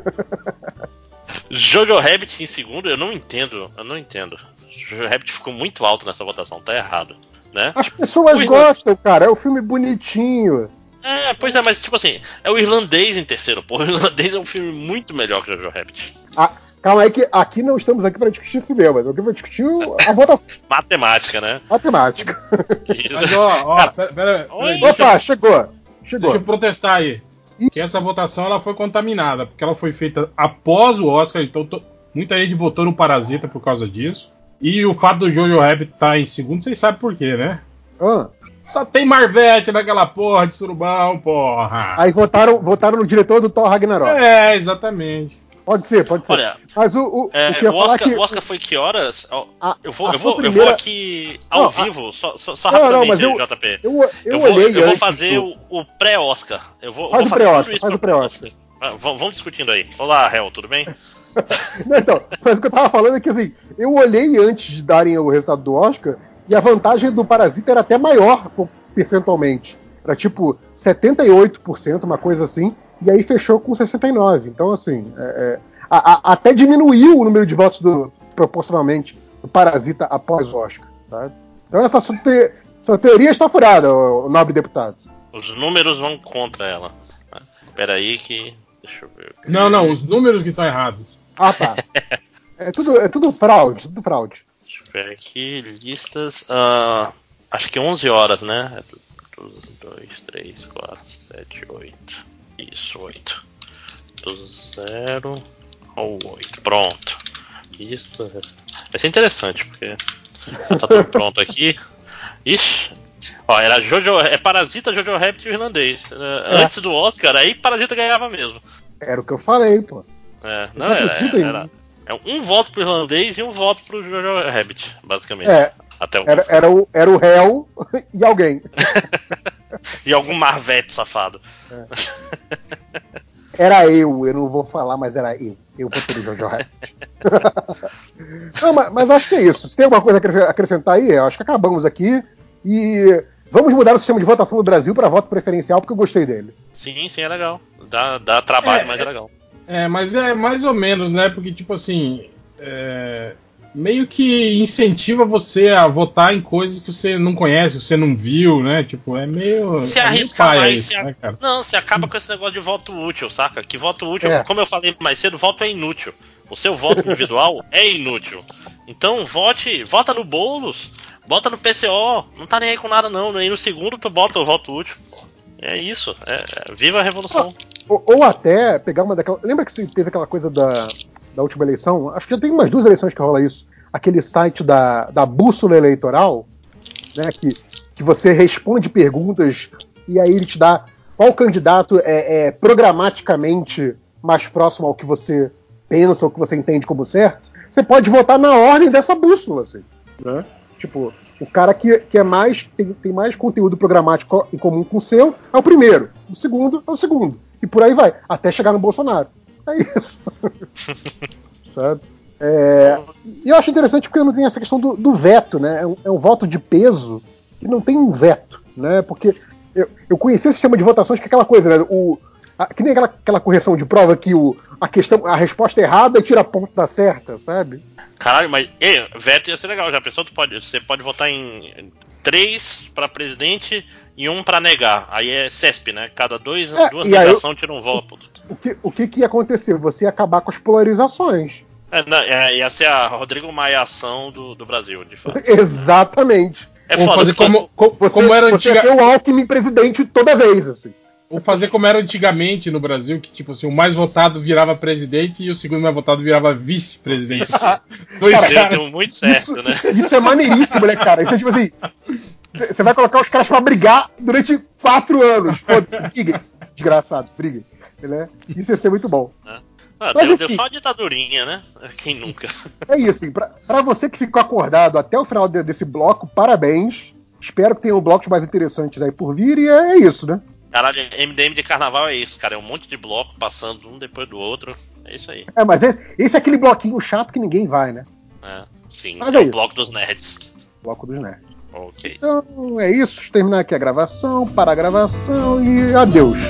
Jojo Rabbit em segundo, eu não entendo, eu não entendo. Jojo Rabbit ficou muito alto nessa votação, tá errado, né? As pessoas o gostam, Irland... cara, é um filme bonitinho. É, pois é, mas tipo assim, é o Irlandês em terceiro, pô. O Irlandês é um filme muito melhor que o Jojo Rabbit. Ah, calma aí que aqui não estamos aqui para discutir cinema, aqui para discutir a votação. Matemática, né? Matemática. Mas ó, ó, Cara, pera, pera, pera, opa, eu... chegou. Chegou. Deixa eu protestar aí. Que essa votação ela foi contaminada, porque ela foi feita após o Oscar, então to... muita gente votou no Parasita por causa disso. E o fato do Jojo Rabbit estar tá em segundo, vocês sabem por quê, né? Ah. Só tem Marvete naquela porra de surubão, porra. Aí votaram, votaram no diretor do Thor Ragnarok. É, exatamente. Pode ser, pode ser. Olha, mas o, o, é, o que eu o ia falar Oscar, que... o Oscar foi que horas? A, eu, vou, eu, vou, primeira... eu vou aqui ao não, vivo, a... só, só, só rapidamente, não, não, eu, J P. Eu, eu, eu, vou, olhei eu vou fazer do... o, o pré-Oscar. Eu vou, faz eu vou o pré-Oscar, faz o pré-Oscar. Ah, vamos discutindo aí. Olá, Hel, tudo bem? Não, então, mas o que eu tava falando é que assim, eu olhei antes de darem o resultado do Oscar e a vantagem do Parasita era até maior percentualmente. Era tipo setenta e oito por cento, uma coisa assim, e aí fechou com sessenta e nove por cento. Então, assim, é, é, a, a, até diminuiu o número de votos do, proporcionalmente do Parasita após o Oscar. Tá? Então, essa sua, te, sua teoria está furada, o nobre deputado. Os números vão contra ela. Espera aí que... Deixa eu ver. Não, não, os números que estão errados. Ah, tá. é, tudo, é tudo fraude, tudo fraude. Deixa eu ver aqui, listas. Uh, acho que onze horas, né? um, dois, três, quatro, sete, oito. Isso, oito. Do zero ao oito. Pronto. Lista. Vai ser interessante, porque tá tudo pronto aqui. Ixi. Ó, era Jojo, é Parasita, Jojo Rabbit e o Irlandês. É. Antes do Oscar, aí Parasita ganhava mesmo. Era o que eu falei, pô. É, não, era, era, era, era um voto pro Irlandês e um voto pro Jojo Rabbit, basicamente. É, até o era, era, o, era o réu e alguém. E algum Marvete safado. É. Era eu, eu não vou falar, mas era eu. Eu votei no Jojo Rabbit. Não, mas, mas acho que é isso. Se tem alguma coisa a acrescentar aí, eu acho que acabamos aqui. E vamos mudar o sistema de votação do Brasil para voto preferencial, porque eu gostei dele. Sim, sim, é legal. Dá, dá trabalho, é, mas é legal. É, mas é mais ou menos, né? Porque, tipo assim, é, meio que incentiva você a votar em coisas que você não conhece, que você não viu, né? Tipo, é meio. Se é arriscar meio mais. isso, Se a... né, cara? Não, você acaba com esse negócio de voto útil, saca? Que voto útil, É. como eu falei mais cedo, voto é inútil. O seu voto individual é inútil. Então, vote, vota no Boulos, bota no P C O, não tá nem aí com nada, não. Aí no segundo tu bota o voto útil. É isso. É, é, viva a revolução. Ou, ou até pegar uma daquelas. Lembra que teve aquela coisa da, da última eleição? Acho que já tem umas duas eleições que rola isso. Aquele site da, da bússola eleitoral, né? Que, que você responde perguntas e aí ele te dá qual candidato é, é programaticamente mais próximo ao que você pensa, ou que você entende como certo. Você pode votar na ordem dessa bússola, assim, né? Tipo, o cara que, que é mais, tem, tem mais conteúdo programático em comum com o seu é o primeiro. O segundo é o segundo. E por aí vai, até chegar no Bolsonaro. É isso. Sabe? É, e eu acho interessante porque não tem essa questão do, do veto, né? É um, é um voto de peso que não tem um veto, né? Porque eu, eu conheci esse sistema de votações que é aquela coisa, né? O, a, que nem aquela, aquela correção de prova que o, a, questão, a resposta errada tira ponto da certa, sabe? Caralho, mas ei, veto ia ser legal. Já pensou? Tu pode, você pode votar em três pra presidente e um pra negar. Aí é C E S P, né? Cada dois, É, duas e aí negações tira um voto. O que, o que, que ia acontecer? Você ia acabar com as polarizações. É, não, é, ia ser a Rodrigo Maiação do, do Brasil, de fato. Exatamente. É Ou foda, fazer porque- como, co- Você, como era você antiga, ia ter o Alckmin presidente toda vez, assim. ou fazer como era antigamente no Brasil, que tipo assim, o mais votado virava presidente e o segundo mais votado virava vice-presidente. Dois Deu, caras. deu muito certo, isso, né? Isso é maneiríssimo, né, cara? Isso é tipo assim. Você vai colocar os caras pra brigar durante quatro anos. Foda-se, briguem. Desgraçados, briguem. Né? Isso ia ser muito bom. Ah, Mas, deu, deu enfim. só uma ditadurinha, né? Quem nunca? É isso, assim, pra, pra você que ficou acordado até o final de- desse bloco, parabéns. Espero que tenham blocos mais interessantes aí por vir, e é, é isso, né? Caralho, M D M de carnaval é isso, cara. É um monte de bloco passando um depois do outro. É isso aí. É, mas esse, esse é aquele bloquinho chato que ninguém vai, né? É, sim, Mas é é o isso. bloco dos nerds. Bloco dos nerds. Ok. Então é isso, deixa eu terminar aqui a gravação, para a gravação e adeus.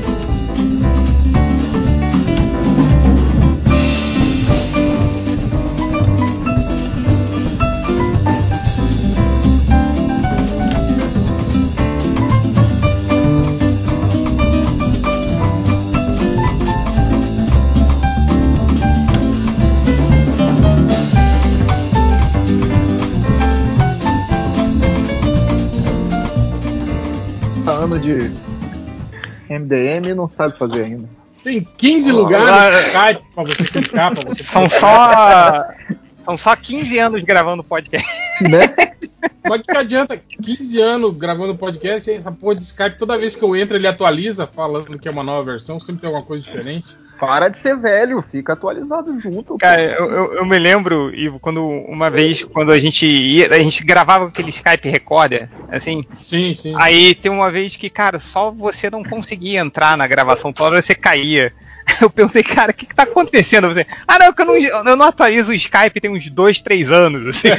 Ano de M D M não sabe fazer ainda. Tem quinze lugares no Skype pra você clicar, pra você São só. São só quinze anos gravando podcast. Né? Mas que adianta quinze anos gravando podcast e essa porra de Skype, toda vez que eu entro ele atualiza falando que é uma nova versão, sempre tem alguma coisa diferente. Para de ser velho, fica atualizado junto. pô. Cara, eu, eu, eu me lembro, Ivo, quando uma vez, quando a gente ia, a gente gravava aquele Skype Recorder, assim. Sim, sim. Aí tem uma vez que, cara, só você não conseguia entrar na gravação, toda hora você caía. Eu perguntei, cara, o que, que tá acontecendo? Você, ah, não, que eu não, eu não atualizo o Skype tem uns dois, três anos, assim.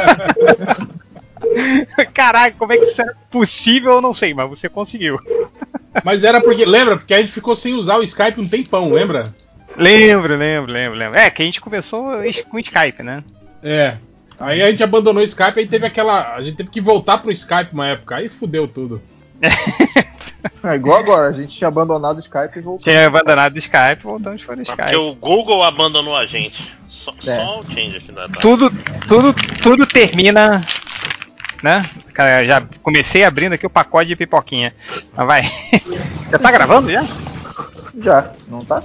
Caraca, como é que isso é possível? Eu não sei, mas você conseguiu. Mas era porque, lembra? Porque a gente ficou sem usar o Skype um tempão, lembra? Lembro, lembro, lembro, lembro. É, que a gente começou com o Skype, né? É. Aí a gente abandonou o Skype, aí teve aquela. A gente teve que voltar pro Skype uma época, aí fudeu tudo. É igual agora, a gente tinha abandonado o Skype e voltou. Tinha abandonado o Skype, voltamos para o Mas Skype. porque o Google abandonou a gente. Só, É. só o change aqui da. da- Tudo, tudo, tudo termina, né? Cara, já comecei abrindo aqui o pacote de pipoquinha. Mas vai. Já tá gravando já? Já, não tá?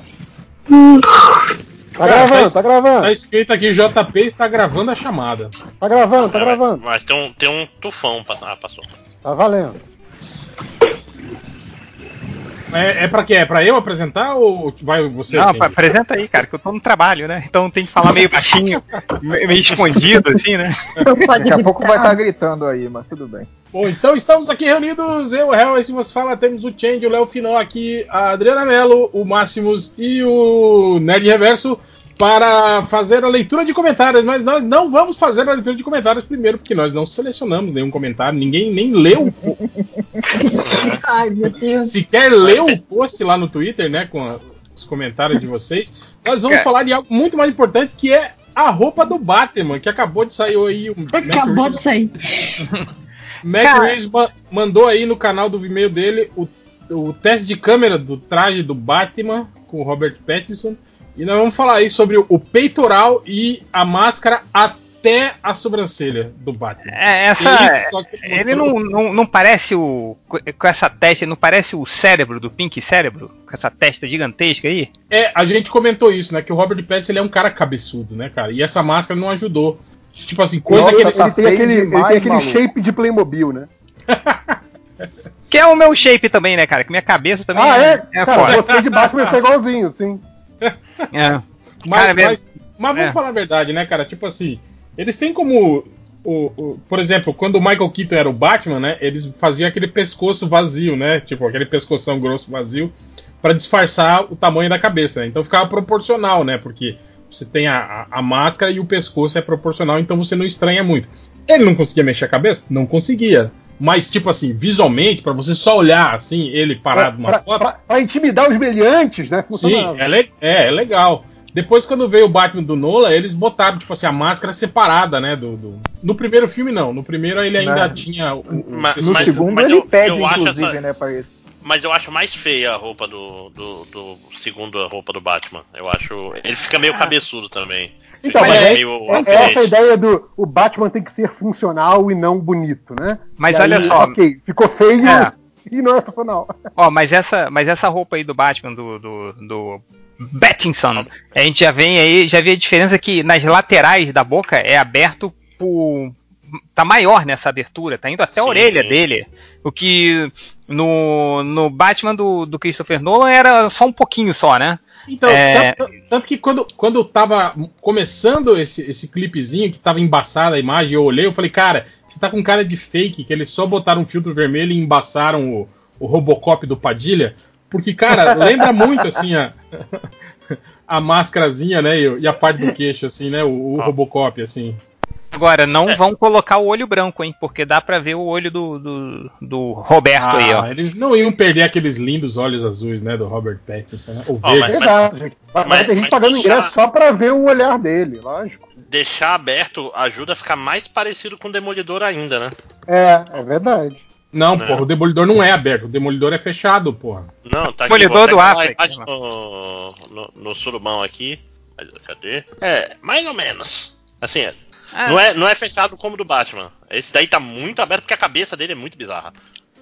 Tá Cara, gravando, tá- tá gravando. Tá escrito aqui, J P está gravando a chamada. Tá gravando, tá É, mas- gravando. Mas tem um, tem um tufão. pass- Ah, passou. Tá valendo. É, é pra quê? É pra eu apresentar ou vai você? Não, Kenji? apresenta aí, cara, que eu tô no trabalho, né? Então tem que falar meio baixinho, meio escondido, assim, né? Daqui a pouco vai estar gritando aí, mas tudo bem. Bom, então estamos aqui reunidos, eu, o Hel, aí se você fala, temos o Change, o Léo Finó aqui, a Adriana Mello, o Máximos e o Nerd Reverso para fazer a leitura de comentários, mas nós não vamos fazer a leitura de comentários primeiro, porque nós não selecionamos nenhum comentário, ninguém nem leu. Ai, meu Deus. Se quer ler o post lá no Twitter, né, com a, os comentários de vocês, nós vamos falar de algo muito mais importante, que é a roupa do Batman, que acabou de sair aí. Um Acabou de sair. Mac Reeves ma mandou aí no canal do Vimeo dele o, o teste de câmera do traje do Batman com o Robert Pattinson. E nós vamos falar aí sobre o peitoral e a máscara até a sobrancelha do Batman. É, essa. É ele não, não, não parece o. Com essa testa, não parece o cérebro do Pink Cérebro? Com essa testa gigantesca aí? É, a gente comentou isso, né? Que o Robert Pattinson ele é um cara cabeçudo, né, cara? E essa máscara não ajudou. Tipo assim, coisa Nossa, que ele, ele, tá tem aquele, demais, ele tem aquele maluco. shape de Playmobil, né? Que é o meu shape também, né, cara? Que minha cabeça também ah, é, é? é Cara, foda. você de Batman é igualzinho, sim. É. Mas, Cara, mas, mas vamos é. falar a verdade, né, cara? Tipo assim, eles têm como. O, o, por exemplo, quando o Michael Keaton era o Batman, né? Eles faziam aquele pescoço vazio, né? Tipo, aquele pescoção grosso vazio, pra disfarçar o tamanho da cabeça, né? Então ficava proporcional, né? Porque você tem a, a, a máscara e o pescoço é proporcional, então você não estranha muito. Ele não conseguia mexer a cabeça? Não conseguia. Mas, tipo assim, visualmente, pra você só olhar assim, ele parado numa pra, foto. Pra, pra intimidar os meliantes, né? Sim, é, le é, é legal. Depois, quando veio o Batman do Nolan, eles botaram, tipo assim, a máscara separada, né? Do, do... No primeiro filme, não. No primeiro ele ainda Não. tinha o. o Mas- No mas- segundo mas ele eu- pede, eu acho inclusive, essa- né, pra isso. Mas eu acho mais feia a roupa do, do, do segundo a roupa do Batman. Eu acho. Ele fica meio cabeçudo também. Então, Fica mas é, meio é, é acidente. essa a ideia do o Batman tem que ser funcional e não bonito, né? Mas E olha aí, só. Ok, ficou feio É. e não é funcional. Ó, mas essa, mas essa roupa aí do Batman, do, do, do Pattinson, a gente já vem aí, já vê a diferença que nas laterais da boca é aberto por. Tá maior nessa abertura, tá indo até a Sim, orelha sim. dele. O que no, no Batman do, do Christopher Nolan era só um pouquinho só, né? Então, É. tanto, tanto que quando, quando tava começando esse, esse clipezinho, que tava embaçada a imagem, eu olhei, eu falei, cara, você tá com cara de fake, que eles só botaram um filtro vermelho e embaçaram o, o Robocop do Padilha. Porque, cara, lembra muito, assim, a, a máscarazinha, né, e, e a parte do queixo, assim, né, o, o Ah. Robocop, assim. Agora, não vão colocar o olho branco, hein? Porque dá pra ver o olho do, do, do Roberto aí, ó. Ah, eles não iam perder aqueles lindos olhos azuis, né, do Robert Pattinson, né? O Ó, verde. mas- Exato, gente. Vai, vai mas- ter gente mas pagando deixar- ingresso só pra ver o olhar dele, lógico. Deixar aberto ajuda a ficar mais parecido com o Demolidor ainda, né? É, é verdade. Não, Não. porra, o Demolidor não é aberto, o Demolidor é fechado, porra. Não, tá aqui. Demolidor vou até do dar uma Affleck, imagem né? no, no, no surubão aqui. Cadê? É, mais ou menos. Assim, é. Ah. Não, é, não é fechado como o do Batman. Esse daí tá muito aberto porque a cabeça dele é muito bizarra.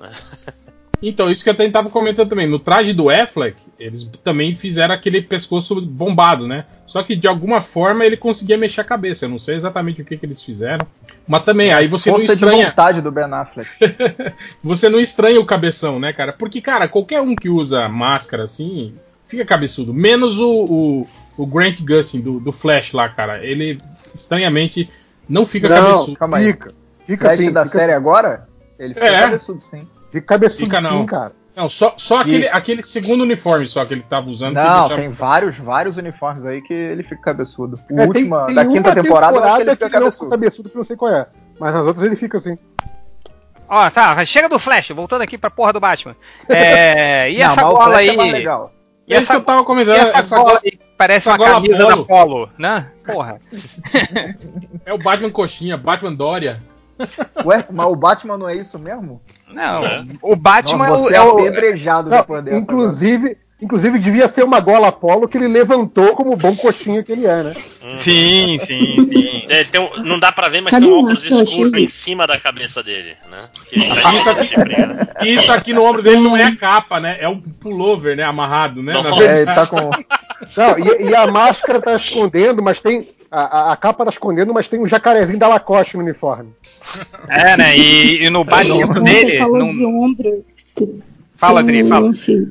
Então, isso que eu tentava comentando também. No traje do Affleck, eles também fizeram aquele pescoço bombado, né? Só que de alguma forma ele conseguia mexer a cabeça. Eu não sei exatamente o que, que eles fizeram. Mas também, aí você não Força de estranha. vontade do Ben Affleck. Você não estranha o cabeção, né, cara? Porque, cara, qualquer um que usa máscara assim, fica cabeçudo. Menos o, o, o Grant Gustin do, do Flash lá, cara. Ele, estranhamente, não fica Não, cabeçudo. Calma aí. Fica. Fica Flash assim, da fica série assim. agora, ele fica É. cabeçudo, sim. Fica cabeçudo Fica não. sim, cara. Não, só, só E- aquele, aquele segundo uniforme só que ele tava usando. que Não, deixava- tem vários, vários uniformes aí que ele fica cabeçudo. O É, último, tem, tem da uma quinta temporada, eu acho que ele fica que ele não ficou cabeçudo. cabeçudo, que eu não sei qual é. Mas nas outras ele fica assim. Ó, tá, chega do Flash, voltando aqui pra porra do Batman. É, e Não, essa mas o gola Flash aí? é mais legal. E É isso que essa, eu tava e comentando. essa, Essa gola gola aí que parece essa uma gola camisa polo. da Polo, né? Porra. é o Batman Coxinha, Batman Dória. Ué, mas o Batman não é isso mesmo? Não, É. o Batman Nossa, você é é o. apedrejado Não, depois dessa. inclusive, inclusive devia ser uma gola Apollo que ele levantou como bom coxinha que ele é, né? Sim, sim, sim. É, tem um- não dá pra ver, mas Sabe tem um uma óculos coisa que eu escuro achei? em cima da cabeça dele, né? Que ele tá Isso de aqui- chifrinho. E isso aqui no ombro dele não é a capa, né? É o pullover, né? Amarrado, né? Não, Na é, agora. É, ele tá com. Não, e, e a máscara tá escondendo, mas tem. A, a- a capa tá escondendo, mas tem um jacarezinho da Lacoste no uniforme. É, né? E, e no Batman dele. Você falou Não... de ombro. Fala, Adri, fala. Assim,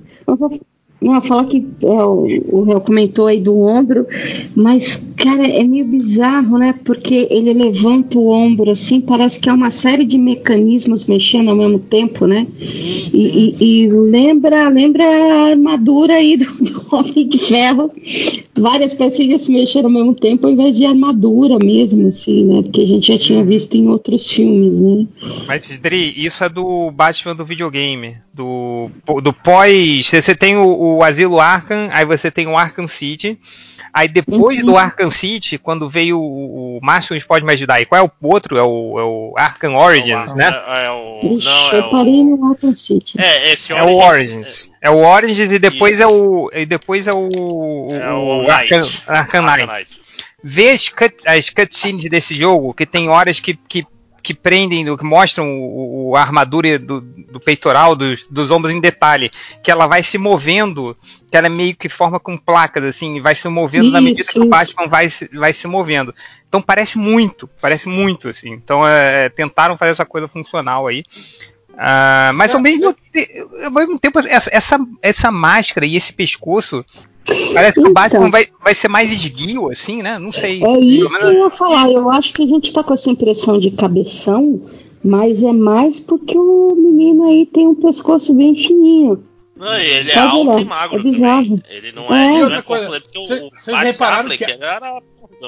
não, fala que ó, o réu comentou aí do ombro, mas, cara, é meio bizarro, né? Porque ele levanta o ombro assim, parece que é uma série de mecanismos mexendo ao mesmo tempo, né? E, e, e lembra, lembra a armadura aí do, do Homem de Ferro. Várias pecinhas se mexeram ao mesmo tempo, ao invés de armadura mesmo, assim, né? Porque a gente já tinha visto em outros filmes, né? Mas, Dri, isso é do Batman do videogame. Do, do pós. Você tem o, o Asilo Arkham, aí você tem o Arkham City. Aí depois uhum. do Arkham City, quando veio o, o Márcio pode me ajudar aí. Qual é o outro? É o, é o Arkham Origins, é o, né? É, é o, Ixi, não, é eu parei o, no Arkham City. É, esse é o Origins. É, é o Origins e depois e, é o. E depois é o. É o, o Arkham, Arkham Knight. Knight. Vê as, cut, as cutscenes desse jogo, que tem horas que. que que prendem, que mostram o, o, a armadura do, do peitoral, dos, dos ombros em detalhe, que ela vai se movendo, que ela meio que forma com placas, assim, vai se movendo isso, na medida que isso. o Batman vai, vai se movendo. Então parece muito, parece muito, assim. Então é, tentaram fazer essa coisa funcional aí. Uh, mas ao mesmo, te, ao mesmo tempo, essa, essa, essa máscara e esse pescoço, parece que então, o Batman vai, vai ser mais esguio, assim, né? Não sei. É isso que eu ia falar. Eu acho que a gente tá com essa impressão de cabeção, mas é mais porque o menino aí tem um pescoço bem fininho. Não, ele é alto lá. E magro é bizarro. também. Ele não é, é. Ele não é completo, porque Cê, o Vocês repararam Affleck, que... era...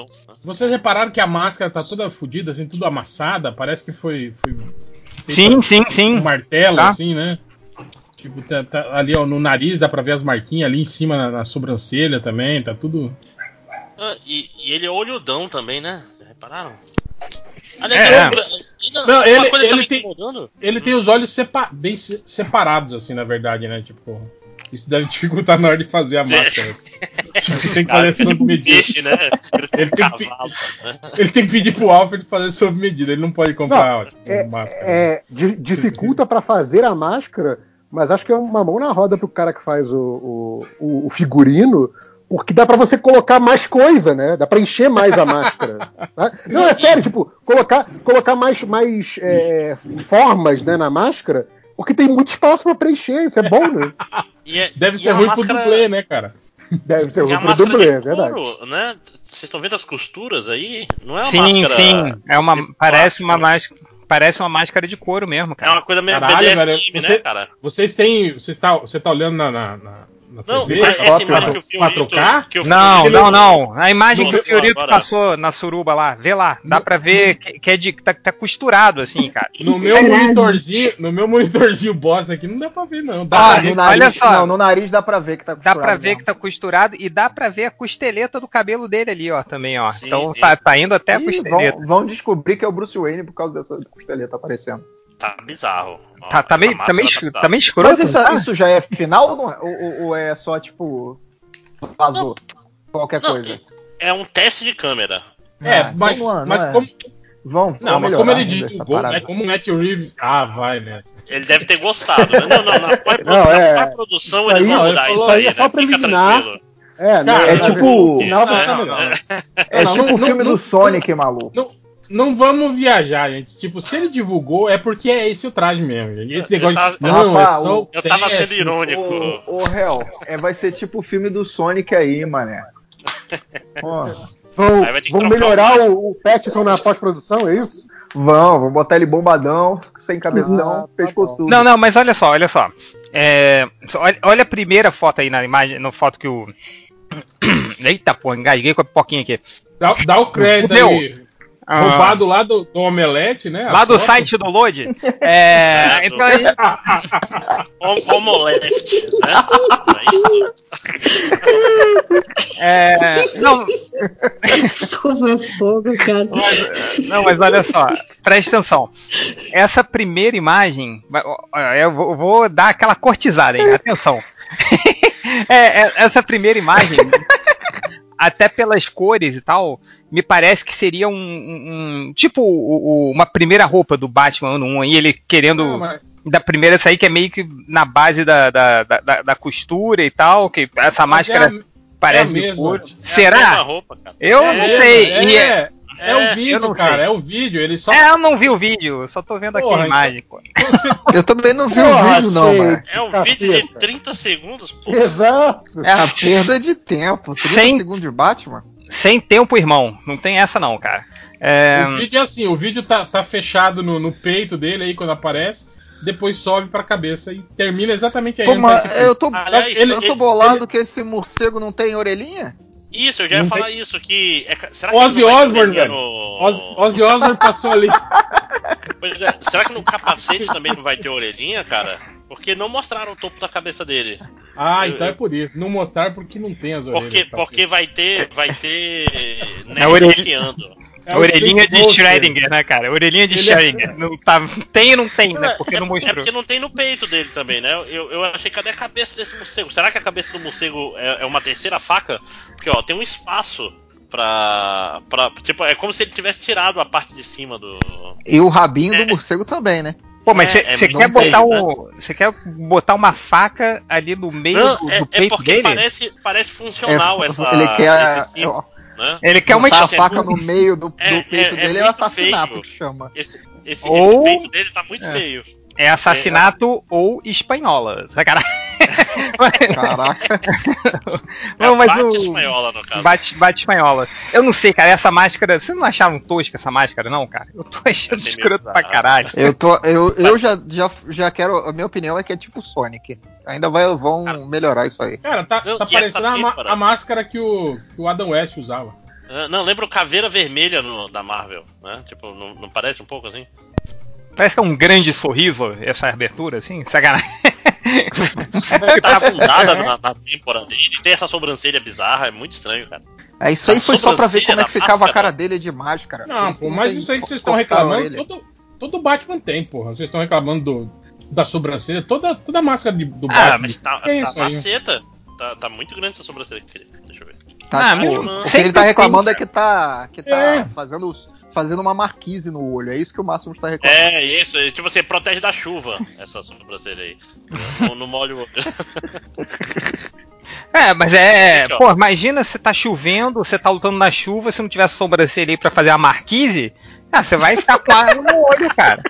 Vocês repararam que a máscara tá toda fodida, assim, tudo amassada? Parece que foi... foi sim, sim, sim. Um martelo, tá. assim, né? Tipo, tá, tá ali ó, no nariz dá pra ver as marquinhas ali em cima na, na sobrancelha também, tá tudo. Ah, e, e ele é olhudão também, né? Repararam? Aliás, é, é. Não, não ele, ele, tem, ele tem os olhos sepa bem separados, assim, na verdade, né? Tipo, isso deve dificultar na hora de fazer a máscara. Tipo, tem que fazer sob medida. Peixe, né? Ele, tem que, né? ele tem que pedir pro Alfred fazer sob medida, ele não pode comprar não, tipo, é, máscara. É, né? Dificulta pra fazer a máscara. Mas acho que é uma mão na roda pro cara que faz o, o, o figurino, porque dá pra você colocar mais coisa, né? Dá pra encher mais a máscara. Tá? Não, é sério, tipo, colocar, colocar mais, mais é, formas, né, na máscara, porque tem muito espaço pra preencher, isso é bom, né? É, Deve ser ruim máscara... pro dublê, né, cara? Deve ser ruim pro dublê, é verdade. Né? Vocês estão vendo as costuras aí? Não é uma sim, máscara... Sim, sim. É uma, parece uma máscara... Parece uma máscara de couro mesmo, cara. É uma coisa meio Caralho, B D S M, você, né, cara? Vocês têm... Você tá, você tá olhando na, na, na não, T V? Essa quatro, imagem que o Fiorito... que o não, Fiorito, não, não. A imagem no, que o Fiorito passou na suruba lá, vê lá. Dá no, pra ver que, que é de, tá, tá costurado, assim, cara. No meu monitorzinho, no meu monitorzinho bosta aqui, não dá pra ver, não. Dá ah, pra ver, no nariz, olha só. Não, no nariz dá pra ver que tá costurado. Dá pra ver mesmo. que tá costurado e dá pra ver a costeleta do cabelo dele ali, ó, também, ó. Sim, então sim. Tá, tá indo até Ih, a costeleta. Vão, vão descobrir que é o Bruce Wayne por causa dessa costeleta aparecendo. Tá bizarro. Tá, tá, meio, tá, meio, tá meio escroto. Mas isso, tá? isso já é final ou, não é? ou, ou, ou é só, tipo, vazou? Qualquer não, coisa? É um teste de câmera. É, ah, mas, não, mas não como... Vão, não, mas como ele divulgou, é como o Matt Reeves... Ah, vai nessa. Ele deve ter gostado, né? Não, não, na pós-produção é, eles vão não, mudar isso aí, aí, é só né? preliminar. Fica tranquilo. É, não, é, é tipo... Final vai não, não, É, é não, tipo não, o filme não, do Sonic, maluco. Não, não vamos viajar, gente. Tipo, se ele divulgou, é porque é esse o traje mesmo, gente. Esse negócio tava, de... Não, rapaz, é só eu tava teste, sendo irônico. Ô, réu, é, vai ser tipo o filme do Sonic aí, mané. Vão, vão melhorar o, o Pattinson na pós-produção, é isso? Vão, vão botar ele bombadão, sem cabeção, ah, pescoçudo. Não, não, mas olha só, olha só. É, olha, olha a primeira foto aí na imagem, na foto que o... Eita, porra, engasguei com a pipoquinha aqui. Dá, dá o crédito Meu, aí. Ah, roubado lá do, do Omelete, né? Lá do foto. Site do Load. É. Então aí... Omelete, né? É isso? É. Não. Porra, fogo, cara. Mas, não, mas olha só, presta atenção. Essa primeira imagem, eu vou, eu vou dar aquela cortizada, hein? Atenção. É, é, essa primeira imagem. Até pelas cores e tal, me parece que seria um, um, um tipo o, o, uma primeira roupa do Batman ano um, e ele querendo não, mas... da primeira sair, que é meio que na base da, da, da, da costura e tal, que essa mas máscara é a, parece é de couro. É Será? Roupa, eu é não sei. É, e é... É o eu vídeo, não cara, sei. é o vídeo. Ele só. É, eu não vi o vídeo, eu só tô vendo aqui Porra, a imagem, pô. Eu também não vi Porra, o vídeo, não, gente. mano. É um Caceta. vídeo de trinta segundos, pô. Exato. É a perda de tempo. trinta Sem- segundos de Batman? Sem tempo, irmão. Não tem essa não, cara. É, O vídeo é assim, o vídeo tá, tá fechado no, no peito dele aí quando aparece, depois sobe pra cabeça e termina exatamente aí. Pô, onde tá mas esse eu tô, Aliás, ele- eu tô ele- bolado que esse morcego não tem orelhinha? Isso, eu já ia Não falar tem- isso, que. É, ca- será que Ozzy ele não vai ter Osbourne, orelhinha velho. no- Oz- Ozzy Osbourne passou ali. Pois é, será que no capacete também não vai ter orelhinha, cara? Porque não mostraram o topo da cabeça dele. Ah, Eu- então eu- é por isso. Não mostrar porque não tem as orelhas. Porque, tá? porque vai ter. Vai ter. É Né, orelha- enfiando. É o orelhinha Space de Ghost, Schrödinger, né, cara? Orelhinha de Ele é- Schrödinger. Não tá, tem ou não tem, Não, né? é- Porque é, não é mostrou. porque não tem no peito dele também, né? Eu, eu achei, cadê a cabeça desse morcego? Será que a cabeça do morcego é, é uma terceira faca? Porque, ó, tem um espaço pra, pra. Tipo, é como se ele tivesse tirado a parte de cima do. E o rabinho É. do morcego também, né? Pô, mas É, você é quer muito botar feio, um. Você quer botar uma faca ali no meio Não, do, é, do é peito porque dele? parece, parece funcional É, essa. ele quer. esse símbolo, né? Ele quer uma botar a Assim, é faca muito- no meio do, do é- peito é- é dele é, o muito assassinato feio. que chama. Esse, esse, Ou- esse peito dele tá muito É. feio. É assassinato ou espanhola. Sacanagem. Caraca. É Não, mas bate o- espanhola, no caso. Bate, bate espanhola. Eu não sei, cara, essa máscara. Vocês não achavam tosca essa máscara, não, cara? Eu tô achando Achei meio escroto pra bizarro. caralho. Eu, tô, eu, eu já, já, já quero. A minha opinião é que é tipo Sonic. Ainda vai, vão Cara. melhorar isso aí. Cara, tá, Não, tá e parecendo essa a, ma- têmpora? a máscara que o, que o Adam West usava. Ah, não, lembra o Caveira Vermelha no- da Marvel, né? Tipo, não, não parece um pouco assim? Parece que é um grande sorriso essa abertura, assim. Sacanagem. Tá afundada na, na têmpora dele, tem essa sobrancelha bizarra, é muito estranho, cara. É, isso aí A foi só pra ver sobrancelha como é que da ficava a máscara. cara dele de máscara. Por Não, isso pô, que mas tem isso aí que vocês estão cortar a reclamando, orelha. todo, todo Batman tem, porra. Vocês estão reclamando do, da sobrancelha, toda, toda a máscara de- do Ah, Batman. mas tá, tem tá isso aí. maceta. Tá, tá muito grande essa sobrancelha aqui. Deixa eu ver. Tá, Ah, tipo, meu, o que sempre ele tá tem, reclamando é que tá, que tá É. fazendo, os- fazendo uma marquise no olho. É isso que o Máximo está reclamando. É, isso, é, tipo assim, protege da chuva essa sobrancelha aí. Não, não molha o olho. É, mas é. Aqui, ó. Pô, imagina você tá chovendo, você tá lutando na chuva, se não tivesse sobrancelha aí pra fazer a marquise, ah, você vai ficar com água no olho, cara.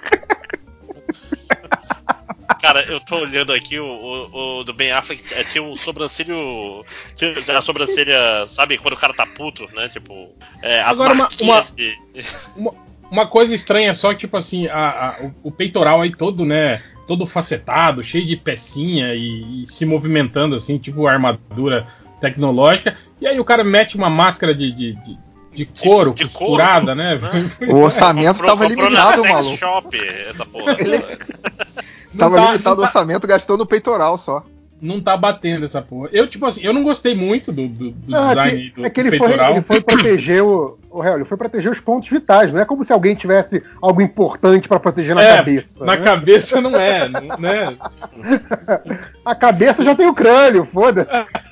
Cara, eu tô olhando aqui, o, o, o do Ben Affleck é, tinha um sobrancelho. Tinha a sobrancelha, sabe, quando o cara tá puto, né? Tipo, é, as Agora, uma- marquinhas uma- de. Uma, uma coisa estranha só, tipo assim, a- a- o, o peitoral aí todo, né? Todo facetado, cheio de pecinha e, e se movimentando assim, tipo armadura tecnológica. E aí o cara mete uma máscara de, de, de, de couro de costurada, couro, né? O orçamento Comprou- tava comprou na limitado, sex maluco. shop, essa porra. Ele- Não Tava tá- limitado o não tá- orçamento, gastou no peitoral só. Não tá batendo essa porra. Eu, tipo assim, eu não gostei muito do, do, do Ah, design que- aí do, é que do ele foi, peitoral. ele foi proteger o. O réu, ele foi proteger os pontos vitais, não é como se alguém tivesse algo importante pra proteger na É, cabeça. Na né? cabeça não é, né? A cabeça já tem o crânio, foda-se.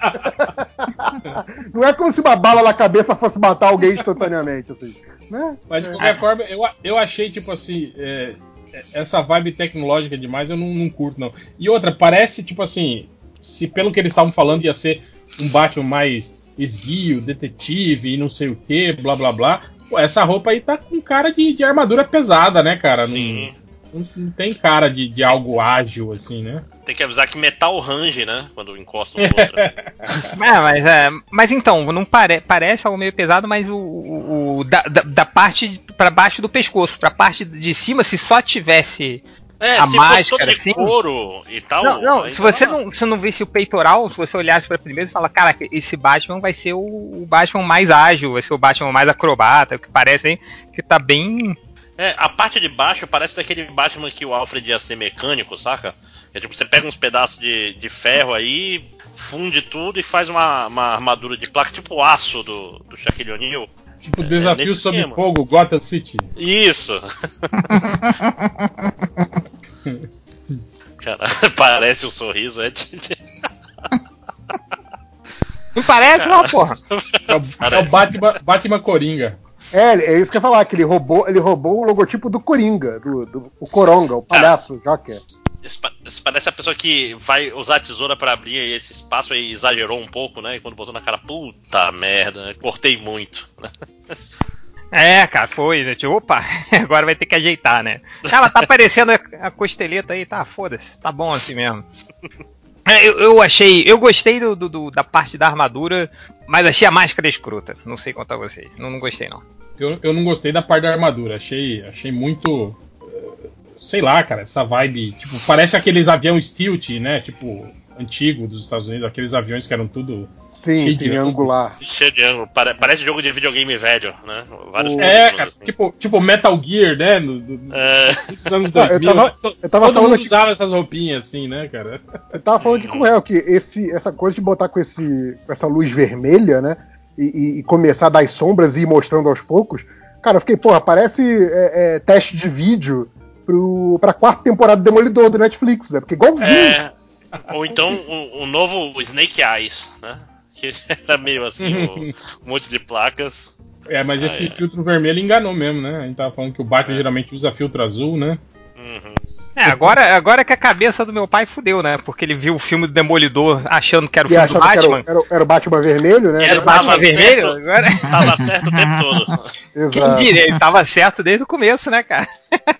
Não é como se uma bala na cabeça fosse matar alguém instantaneamente, assim. Né? Mas de qualquer forma, eu, eu achei, tipo assim, é, essa vibe tecnológica demais, eu não, não curto, não. E outra, parece, tipo assim, se pelo que eles estavam falando ia ser um Batman mais esguio, detetive e não sei o que, blá blá blá. Pô, essa roupa aí tá com cara de, de armadura pesada, né, cara? Sim. Não, não, não tem cara de, de algo ágil, assim, né? Tem que avisar que metal range, né? Quando encosta um no outro. É, mas, é, mas então, não pare, parece algo meio pesado, mas o, o- o- da, da, da parte pra baixo do pescoço, pra parte de cima, se só tivesse É, a se fosse máscara, todo de assim. couro e tal. Não, não, aí se você tava- não, se não visse o peitoral, se você olhasse pra primeiro e falar, cara, esse Batman vai ser o, o Batman mais ágil, vai ser o Batman mais acrobata, o que parece hein, que tá bem. É, a parte de baixo parece daquele Batman que o Alfred ia ser mecânico, saca? É tipo, você pega uns pedaços de, de ferro aí, funde tudo e faz uma, uma armadura de placa, tipo o aço do, do Shaquille O'Neal. Tipo, É, desafio nesse sob esquema. fogo, Gotham City. Isso! Cara, parece um sorriso, é de... Não parece, não, porra. É o, é o Batman, Batman Coringa. É, é isso que eu ia falar, que ele roubou, ele roubou o logotipo do Coringa, do, do o Coronga, o palhaço, o Joker. Isso pa- isso parece a pessoa que vai usar a tesoura pra abrir esse espaço e exagerou um pouco, né? E quando botou na cara, puta merda, cortei muito. É, cara, foi, né? Tipo, opa, agora vai ter que ajeitar, né? Ela tá aparecendo a, a costeleta aí, tá, foda-se, tá bom assim mesmo. Eu, eu achei, eu gostei do, do- do- da parte da armadura, mas achei a máscara escrota. Não sei contar vocês, não, não gostei não. Eu, eu não gostei da parte da armadura. Achei, achei muito. eh, Sei lá, cara, essa vibe. Tipo, parece aqueles aviões Stilt, né? Tipo, antigo dos Estados Unidos, aqueles aviões que eram tudo. Sim, cheio sim, de angular. Cheio de ângulo. Pare- Parece jogo de videogame velho, né? Vários O- É, polígonos, cara, assim. tipo, tipo Metal Gear, né? No, no, É. nos anos Ah, eu dois mil. tava- to- eu tava todo falando mundo aqui- usava essas roupinhas assim, né, cara? Eu tava falando aqui com o Real que esse, essa coisa de botar com, esse, com essa luz vermelha, né? E, e- e começar das sombras e ir mostrando aos poucos. Cara, eu fiquei, porra, parece é, é, teste de vídeo pro, pra quarta temporada do Demolidor do Netflix, né? Porque igualzinho. É, ou então o, o novo Snake Eyes, né? Que era meio assim, o- um monte de placas. É, mas Ah, esse é. filtro vermelho enganou mesmo, né? A gente tava falando que o Batman geralmente usa filtro azul, né? Uhum. É, agora, agora que a cabeça do meu pai fudeu, né? Porque ele viu o filme do Demolidor achando que era o E filme do achava que era, Batman. o- era, o- era o Batman vermelho, né? Era o Batman tava vermelho, certo, agora- Tava certo o tempo todo. Quem Exato. diria? Ele tava certo desde o começo, né, cara?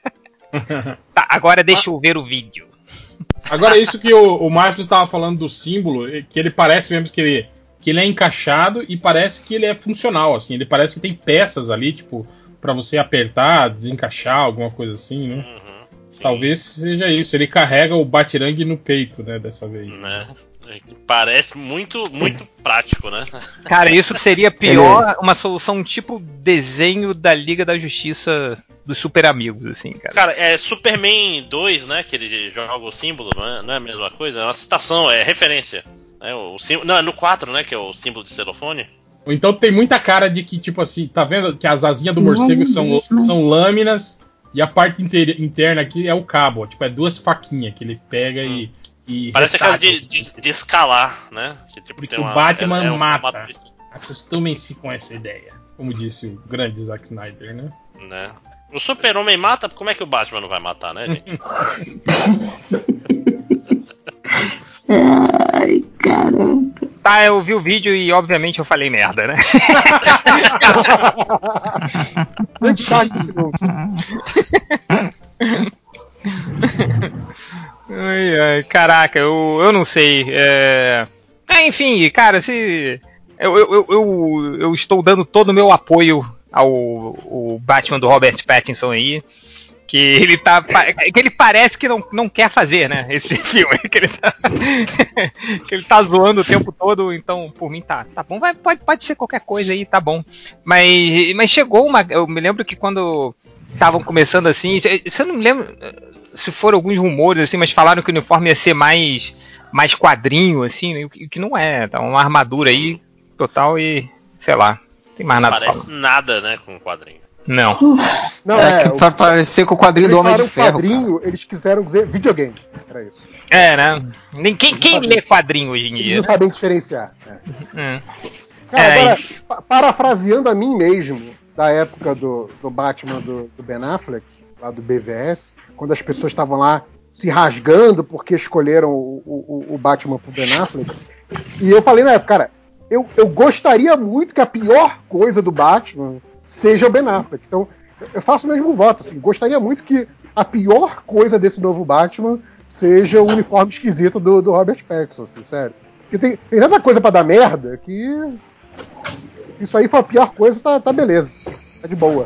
Tá, agora deixa eu ver o vídeo. Agora, isso que o, o Márcio estava falando do símbolo, que ele parece mesmo que ele, que ele é encaixado e parece que ele é funcional, assim. Ele parece que tem peças ali, tipo, pra você apertar, desencaixar, alguma coisa assim, né? Uhum, sim, Talvez seja isso. Ele carrega o Batirangue no peito, né, dessa vez. né? Parece muito, muito prático, né? Cara, isso seria pior, uma solução tipo desenho da Liga da Justiça dos Super Amigos, assim, cara. Cara, é Superman dois, né? Que ele joga o símbolo, não é, não é a mesma coisa? É uma citação, é referência. É o símbolo, não, é no quatro, né? Que é o símbolo de celofone. Ou então tem muita cara de que, tipo assim, tá vendo que as asinhas do morcego são, são lâminas e a parte inter- interna aqui é o cabo, ó, tipo, é duas faquinhas que ele pega e, e Parece aquela retaca. de, de, de escalar, né? Que, tipo, Porque tem o uma, Batman é- é um mata. formato de- Acostumem-se com essa ideia. Como disse o grande Zack Snyder, né? né? O Super-Homem mata, como é que o Batman não vai matar, né, gente? Ai, caramba. Tá, eu vi o vídeo e obviamente eu falei merda, né? Ai, ai, caraca, eu, eu não sei. É... é, enfim, cara, se. Eu, eu, eu, eu, eu estou dando todo o meu apoio ao, ao Batman do Robert Pattinson aí. Que ele tá. Que ele parece que não, não quer fazer, né? Esse filme. Que ele, tá, que ele tá zoando o tempo todo, então, por mim tá, tá bom. Vai, pode, pode ser qualquer coisa aí, tá bom. Mas, mas chegou uma. Eu me lembro que quando estavam começando assim. Você não me lembro se foram alguns rumores, assim, mas falaram que o uniforme ia ser mais, mais quadrinho, assim, né, o que, o que não é. Tá uma armadura aí, total, e sei lá. Não tem mais nada pra Parece falar. nada, né, com o quadrinho. Não. Não, É, é, que o- pra parecer com o quadrinho eles do Homem de falaram Ferro. quadrinho, eles quiseram dizer videogame. Era isso. É, né? Nem, quem quem lê quadrinho hoje em Eles dia? não Né? sabem diferenciar. né? Hum. Cara, É, agora, pa- parafraseando a mim mesmo, da época do, do Batman do, do Ben Affleck, lá do B V S, quando as pessoas estavam lá se rasgando porque escolheram o, o, o Batman pro Ben Affleck, e eu falei na época, cara, eu, eu gostaria muito que a pior coisa do Batman seja o Ben Affleck. Então, eu faço o mesmo voto. Assim, gostaria muito que a pior coisa desse novo Batman seja o uniforme esquisito do, do Robert Pattinson, assim, sério. Porque tem, tem tanta coisa pra dar merda que isso aí foi a pior coisa, tá, tá beleza. Tá de boa.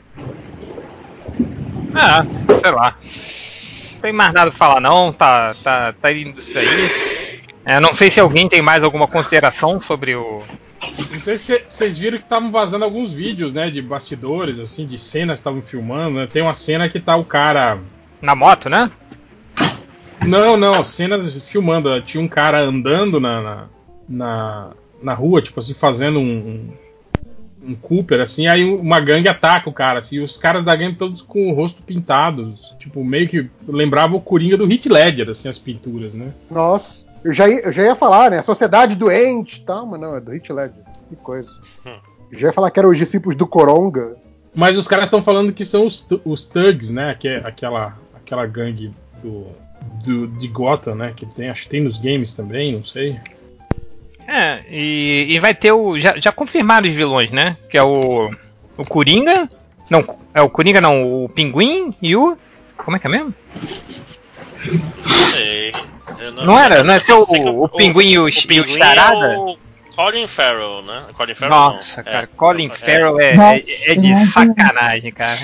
Ah, sei lá. Não tem mais nada pra falar não, tá, tá, tá indo isso aí. É, não sei se alguém tem mais alguma consideração sobre o. Não sei se vocês viram que estavam vazando alguns vídeos, né, de bastidores, assim, de cenas que estavam filmando, né? Tem uma cena que tá o cara... Na moto, né? Não, não, cenas filmando. Tinha um cara andando na, na, na, na rua, tipo assim, fazendo um, um, um Cooper, assim, aí uma gangue ataca o cara, assim, e os caras da gangue todos com o rosto pintado, tipo, meio que lembrava o Coringa do Heath Ledger, assim, as pinturas, né? Nossa, eu já ia, eu já ia falar, né? Sociedade doente e tal, mas não, é do Heath Ledger. Que coisa. Eu já ia falar que eram os discípulos do Coronga. Mas os caras estão falando que são os, tu- os Thugs, né? Que é aquela, aquela gangue do, do, de Gotham, né? Que tem, acho que tem nos games também, não sei. É, e, e vai ter o. Já, já confirmaram os vilões, né? Que é o. o Coringa. Não, é o Coringa não, o Pinguim e o. Como é que é mesmo? Não sei. Eu Não, não era? Não é seu o, o, o Pinguim e o, o, e o Charada? É o Colin Farrell, né? Colin Farrell Nossa, não. cara, é, Colin é, Farrell é, é, é de sacanagem, cara.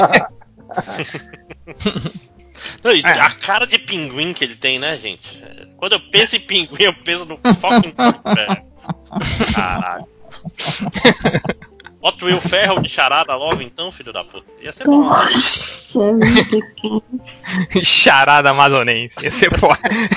Não, e É. a cara de pinguim que ele tem, né, gente? Quando eu penso em pinguim, eu penso no fucking Colin Farrell. Caralho. Bota o Will Ferrell de charada logo então, filho da puta. Ia ser bom. Charada amazonense, ia ser foda.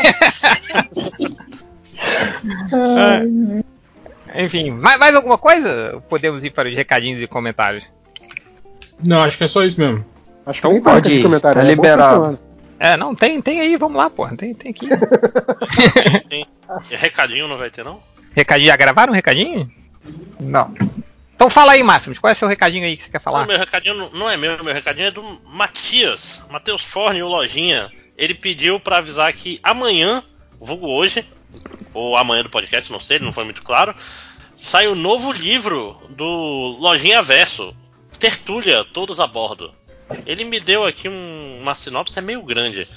É. Enfim, mais, mais alguma coisa? Podemos ir para os recadinhos e comentários. Não, acho que é só isso mesmo. Acho que nem pode ir, comentário, tá é liberado. É, não, tem, tem aí, vamos lá, porra. Tem, tem aqui. Tem, tem, recadinho não vai ter, não? Recadinho, já gravaram um recadinho? Não. Então fala aí, Máximos, qual é o seu recadinho aí que você quer falar? Não, meu recadinho não, não é meu, meu recadinho é do Matias. Matheus Forne, o Lojinha. Ele pediu pra avisar que amanhã, vulgo hoje, ou amanhã do podcast, não sei, não foi muito claro, sai o novo livro do Lojinha Verso, Tertúlia, Todos a Bordo. Ele me deu aqui um, uma sinopse, é meio grande.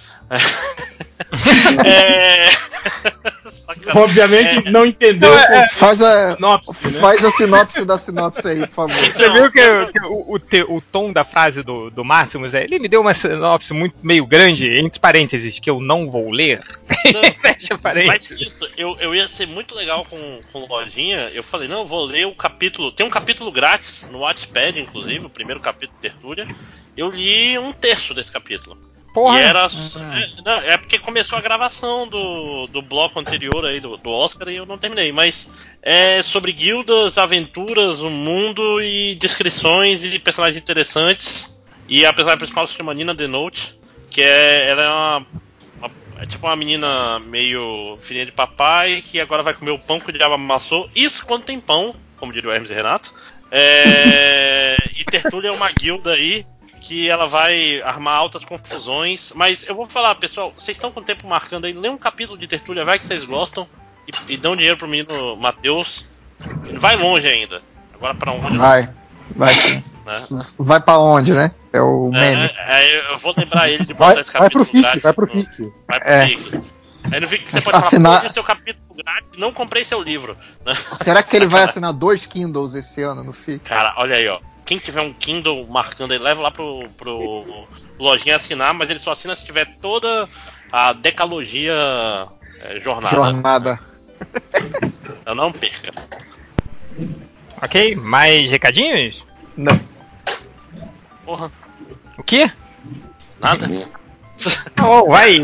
é... Obviamente é... não entendeu Não, é, o faz a sinopse, né? Faz a sinopse da sinopse aí, por favor. Você viu que, que o, o, te, o tom da frase do, do Máximos é: ele me deu uma sinopse muito meio grande, entre parênteses, que eu não vou ler. Fecha parênteses. Mas isso, eu, eu ia ser muito legal com, com Lojinha. Eu falei, não, eu vou ler o capítulo. Tem um capítulo grátis no Wattpad, inclusive, o primeiro capítulo de Tertúlia. Eu li um terço desse capítulo. Porra. E era. Uhum. É, não, é porque começou a gravação do, do bloco anterior aí do, do Oscar e eu não terminei. Mas é sobre guildas, aventuras, o mundo e descrições e personagens interessantes. E a personagem principal se chama Nina The Note, que é, ela é uma, uma. É tipo uma menina meio filhinha de papai que agora vai comer o pão que o diabo amassou. Isso quando tem pão, como diria o Hermes e Renato. É, e Tertúlia é uma guilda aí que ela vai armar altas confusões. Mas eu vou falar, pessoal, vocês estão com o tempo marcando aí, lê um capítulo de Tertúlia, vai que vocês gostam, e, e dão dinheiro pro menino Matheus. Vai longe ainda. Agora pra onde? Vai, vai sim. Né? Vai pra onde, né? É o meme. É, é, eu vou lembrar ele de botar Vai, esse vai pro capítulo F I C, grátis vai pro no- F I C. Vai pro É. F I C. Aí no F I C você Mas pode assinar- falar, pô, esse é o capítulo grátis, não comprei seu livro. Né? Será que ele vai assinar dois Kindles esse ano no F I C? Cara, olha aí, ó. Quem tiver um Kindle marcando aí, leva lá pro, pro Lojinha assinar, mas ele só assina se tiver toda a decalogia é, jornada. Jornada. Eu não perca. Ok, mais recadinhos? Não. Porra, O quê? nada. Oh, vai!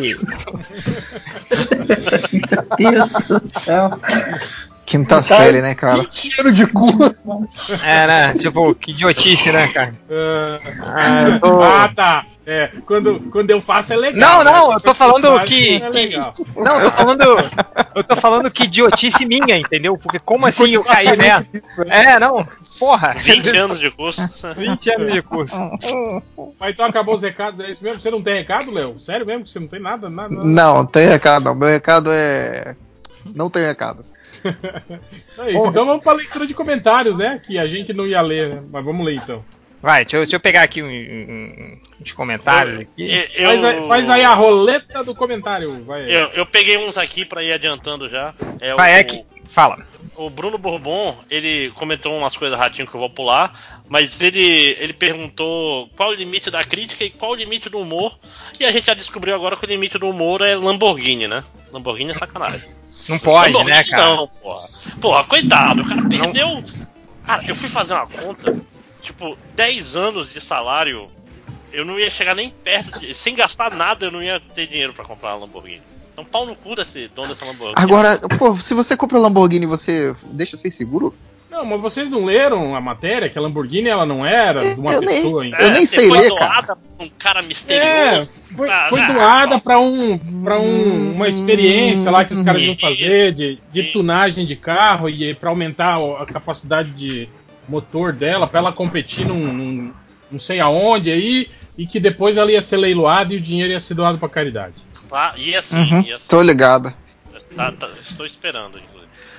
Meu Deus do céu. Quinta série, né, cara? Cheiro de cu. É, né? Tipo, que idiotice, né, cara? Ah, eu tô- ah, tá. É, quando, quando eu faço é legal. Não, né? não, eu tô Quando falando faz, que. é que- legal. Não, eu tô falando. Eu tô falando que idiotice minha, entendeu? Porque como assim eu caí nela? É, não. Porra. vinte anos de curso. vinte anos de curso. Mas então acabou os recados, é isso mesmo? Você não tem recado, Léo? Sério mesmo que você não tem nada? nada, nada? Não, não tem recado não. Meu recado é. Não tem recado. É isso. Então vamos pra leitura de comentários, né? Que a gente não ia ler, né? Mas vamos ler então. Vai, deixa eu, deixa eu pegar aqui um- um- uns comentários aqui. Eu, Faz, aí, faz aí a roleta do comentário. Vai. eu, eu peguei uns aqui pra ir adiantando já. É, Vai, o, é que. Fala. O Bruno Bourbon, ele comentou umas coisas ratinho que eu vou pular, mas ele, ele perguntou qual o limite da crítica e qual o limite do humor, e a gente já descobriu agora que o limite do humor é Lamborghini, né? Lamborghini é sacanagem. Não pode, Lamborghini né, cara? Não, porra. Porra, coitado, o cara perdeu... Cara, eu fui fazer uma conta, tipo, dez anos de salário, eu não ia chegar nem perto de... Sem gastar nada, eu não ia ter dinheiro pra comprar uma Lamborghini. Então pau no cu desse dono dessa Lamborghini. Agora, pô, se você compra Lamborghini, você deixa sem seguro? Não, mas vocês não leram a matéria? Que a Lamborghini ela não era de uma Eu nem- pessoa ainda. eu nem sei foi ler, doada cara. pra um cara É, misterioso. foi, Ah, foi ah, doada pra um, pra um, uma experiência lá que os caras iam fazer de, de tunagem de carro e pra aumentar a capacidade de motor dela, pra ela competir num, num não sei aonde aí, e que depois ela ia ser leiloada e o dinheiro ia ser doado pra caridade. Tá, e assim, Uhum, e assim tô ligado. tá, tá, estou esperando, inclusive.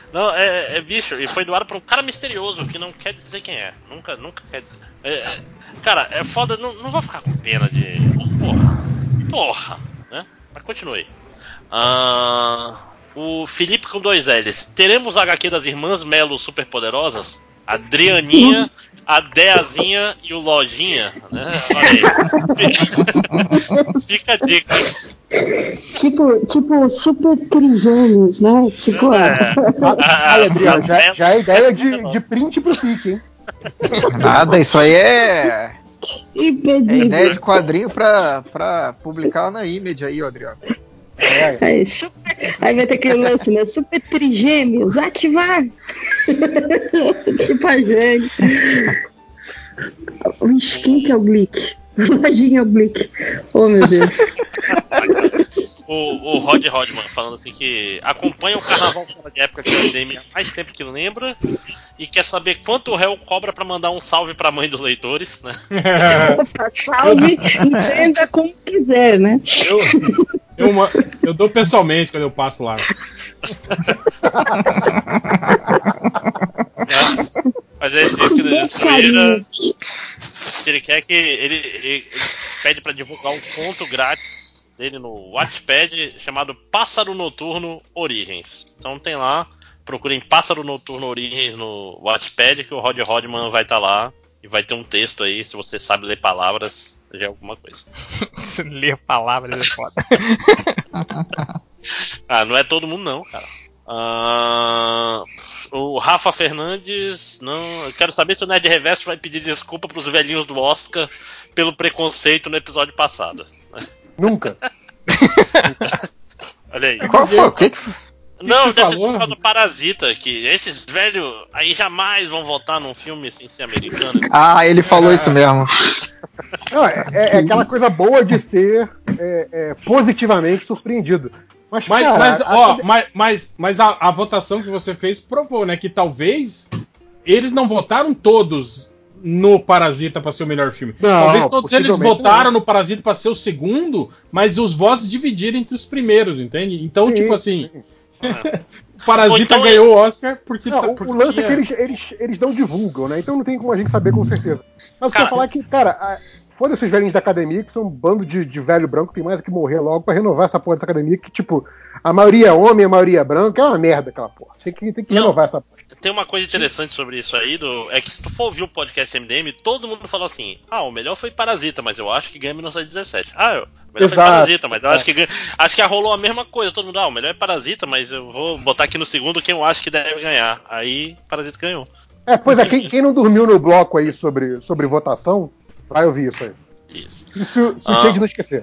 Não, é, é bicho, e foi doado pra um cara misterioso que não quer dizer quem é. Nunca, nunca quer dizer. É, é, cara, é foda, não, não vou ficar com pena de. Porra. Porra, né? Mas continue. Ah, o Felipe com dois L's. Teremos a H Q das Irmãs Melo Superpoderosas? Adrianinha, a Deazinha e o Lojinha, né? Olha aí. Fica a dica. Tipo, tipo super trigêmeos, né? Tipo, É. Aí, Adriano, já, já é ideia de, de print pro fic, hein? Nada, isso aí é. É impedível. ideia de quadrinho pra, pra publicar na Image aí, ó, Adriano. Aí, super, aí vai ter aquele lance, né? Super trigêmeos, ativar! Tipo a Jane. Ixi, quem que é o Glick? Lojinha é o Glick. Oh, meu Deus. O, o Rod Rodman falando assim que acompanha o Carnaval Fora de Época que o M D M há mais tempo que lembra e quer saber quanto o réu cobra pra mandar um salve pra mãe dos leitores, né? Salve, entenda como quiser, né? Eu, eu, eu dou pessoalmente quando eu passo lá. É, mas ele diz que no Twitter que ele quer que ele, ele, ele pede pra divulgar um conto grátis dele no Wattpad chamado Pássaro Noturno Origens. Então tem lá, procurem Pássaro Noturno Origens no Wattpad que o Rod Rodman vai estar tá lá e vai ter um texto aí, se você sabe ler palavras, já é alguma coisa. Ler palavras é foda. Ah, não é todo mundo não, cara. Ah, o Rafa Fernandes, não, eu quero saber se o Nerd Reverso vai pedir desculpa pros velhinhos do Oscar pelo preconceito no episódio passado. Nunca. Olha aí. Qual foi? O que que Não, que deve falou? ser do Parasita, que esses velhos aí jamais vão votar num filme sem ser americano. Ah, ele falou É. isso mesmo. Não, é, é aquela coisa boa de ser é, é, positivamente surpreendido. Mas, Mas, cara, mas, a- ó, a- mas, mas, mas a, a votação que você fez provou, né? Que talvez eles não votaram todos no Parasita pra ser o melhor filme. Não, talvez todos eles possivelmente votaram não. no Parasita pra ser o segundo, mas os votos dividiram entre os primeiros, entende? Então, Sim, tipo assim, sim. o Parasita Ou então ganhou o Oscar porque, Não, tá- o, porque o lance tinha... é que eles, eles, eles não divulgam, né? Então não tem como a gente saber com certeza. Mas o que eu Cara, ia falar é que, cara, a- foda-se os velhinhos da academia, que são um bando de, de velho branco, tem mais é que morrer logo pra renovar essa porra dessa academia, que, tipo, a maioria é homem, a maioria é branca, é uma merda aquela porra. Tem que, tem que Não. renovar essa porra. tem uma coisa interessante sobre isso aí, do, é que se tu for ouvir o podcast M D M, todo mundo falou assim, ah, o melhor foi Parasita, mas eu acho que ganha mil novecentos e dezessete. Ah, eu, o melhor Exato. foi Parasita, mas eu acho que ganha, acho que rolou a mesma coisa, todo mundo, ah, o melhor é Parasita, mas eu vou botar aqui no segundo quem eu acho que deve ganhar. Aí, Parasita ganhou. É, pois é, quem, quem não dormiu no bloco aí sobre, sobre votação, vai ouvir isso aí. Isso. E se, se o Ah. Change não esquecer.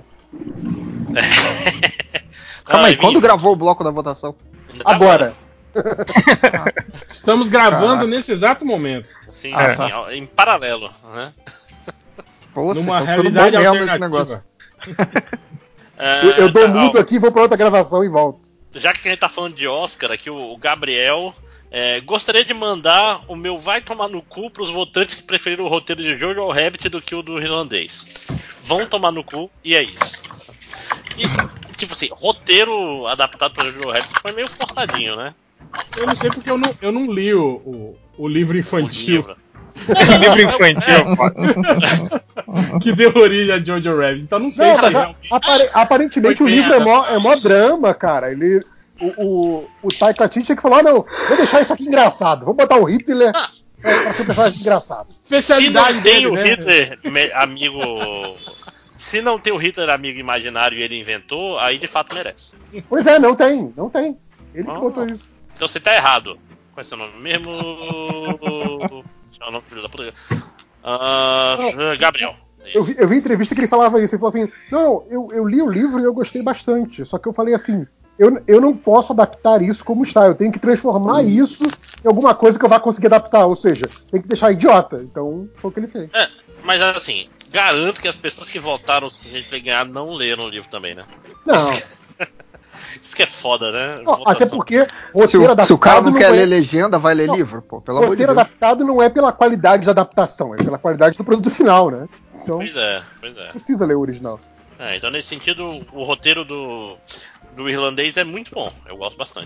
Calma aí, Ah, quando Vini, gravou o bloco da votação? ainda tá Agora. Estamos gravando Caraca. nesse exato momento. Sim, Ah, sim, ó, em paralelo, né? Pô, Numa vocês estão tudo realidade bom mesmo esse alternativa. negócio. É, Eu, eu dou tá, mudo ó, aqui, vou pra outra gravação e volto. já que a gente tá falando de Oscar aqui, o, o Gabriel é, gostaria de mandar o meu vai tomar no cu pros votantes que preferiram o roteiro de Jojo Rabbit do que o do irlandês. Vão tomar no cu e é isso. E, tipo assim, roteiro adaptado para Jojo Rabbit foi meio forçadinho, né? Eu não sei porque eu não, eu não li o, o, o livro infantil O livro. Livro infantil, foda. que deu origem a Jojo Rabbit. Então não sei Não, se mas a- realmente... apare- aparentemente Foi o bem livro é mó, adaptado. é mó drama, cara. Ele, o, o, o Taika Waititi tinha que falar, não, vou deixar isso aqui engraçado, vou botar o Hitler Ah. pra, pra ser um personagem engraçado. Se Especialidade não tem dele, o né? Hitler me- amigo. Se não tem o Hitler amigo imaginário e ele inventou, aí de fato merece. Pois é, não tem, não tem. Ele que Ah. botou isso. Então você tá errado. Qual é seu nome mesmo? Seu nome, filho da puta. Ah, Gabriel. É Eu isso. vi, eu vi entrevista que ele falava isso, ele falou assim, não, eu, eu li o livro e eu gostei bastante, só que eu falei assim, eu, eu não posso adaptar isso como está, eu tenho que transformar isso em alguma coisa que eu vá conseguir adaptar, ou seja, tem que deixar idiota. Então, foi o que ele fez. É, mas assim, garanto que as pessoas que votaram o suficiente pra ganhar não leram o livro também, né? Não, Isso que é foda, né? não, até Votação. porque Se roteiro o, adaptado se o cara não quer é, ler legenda, vai ler Não, livro, pô. Pelo amor de roteiro Deus. adaptado não é pela qualidade da adaptação, é pela qualidade do produto final, né? Então, Pois é, pois é. precisa ler o original. É, então nesse sentido, o roteiro do, do irlandês é muito bom. Eu gosto bastante.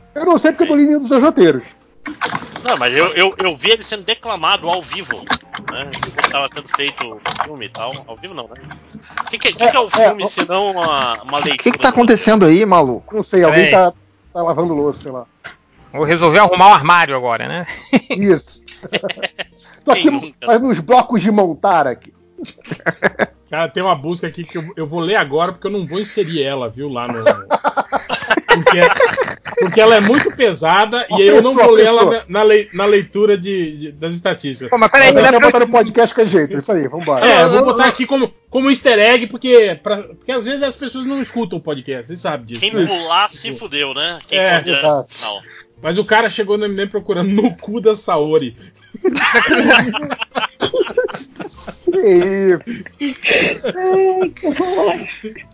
Eu não sei porque eu não li nenhum dos dois roteiros. Não, mas eu, eu, eu vi ele sendo declamado ao vivo, né? Enquanto estava sendo feito o filme e tal. Ao vivo não, né? O que, que, que, que é o filme, é, se não uma, uma leitura? O que, que tá acontecendo aí, maluco? Não sei, alguém tá, tá lavando louça, sei lá. Vou resolver arrumar o armário agora, né? Isso. Tô aqui mas nos blocos de montar aqui. Cara, tem uma busca aqui que eu, eu vou ler agora porque eu não vou inserir ela, viu, lá no... Porque, porque ela é muito pesada e aí eu não vou ler ela na, na, le, na leitura de, de, das estatísticas. Pô, mas peraí, você quer botar no podcast com a jeito, isso aí, vambora. É, eu vou botar aqui como, como easter egg, porque, pra, porque às vezes as pessoas não escutam o podcast, vocês sabem disso. Quem pular se fudeu, né? Quem é, pode, não. Mas o cara chegou no M D M procurando no cu da Saori. Que isso? Ai, cara.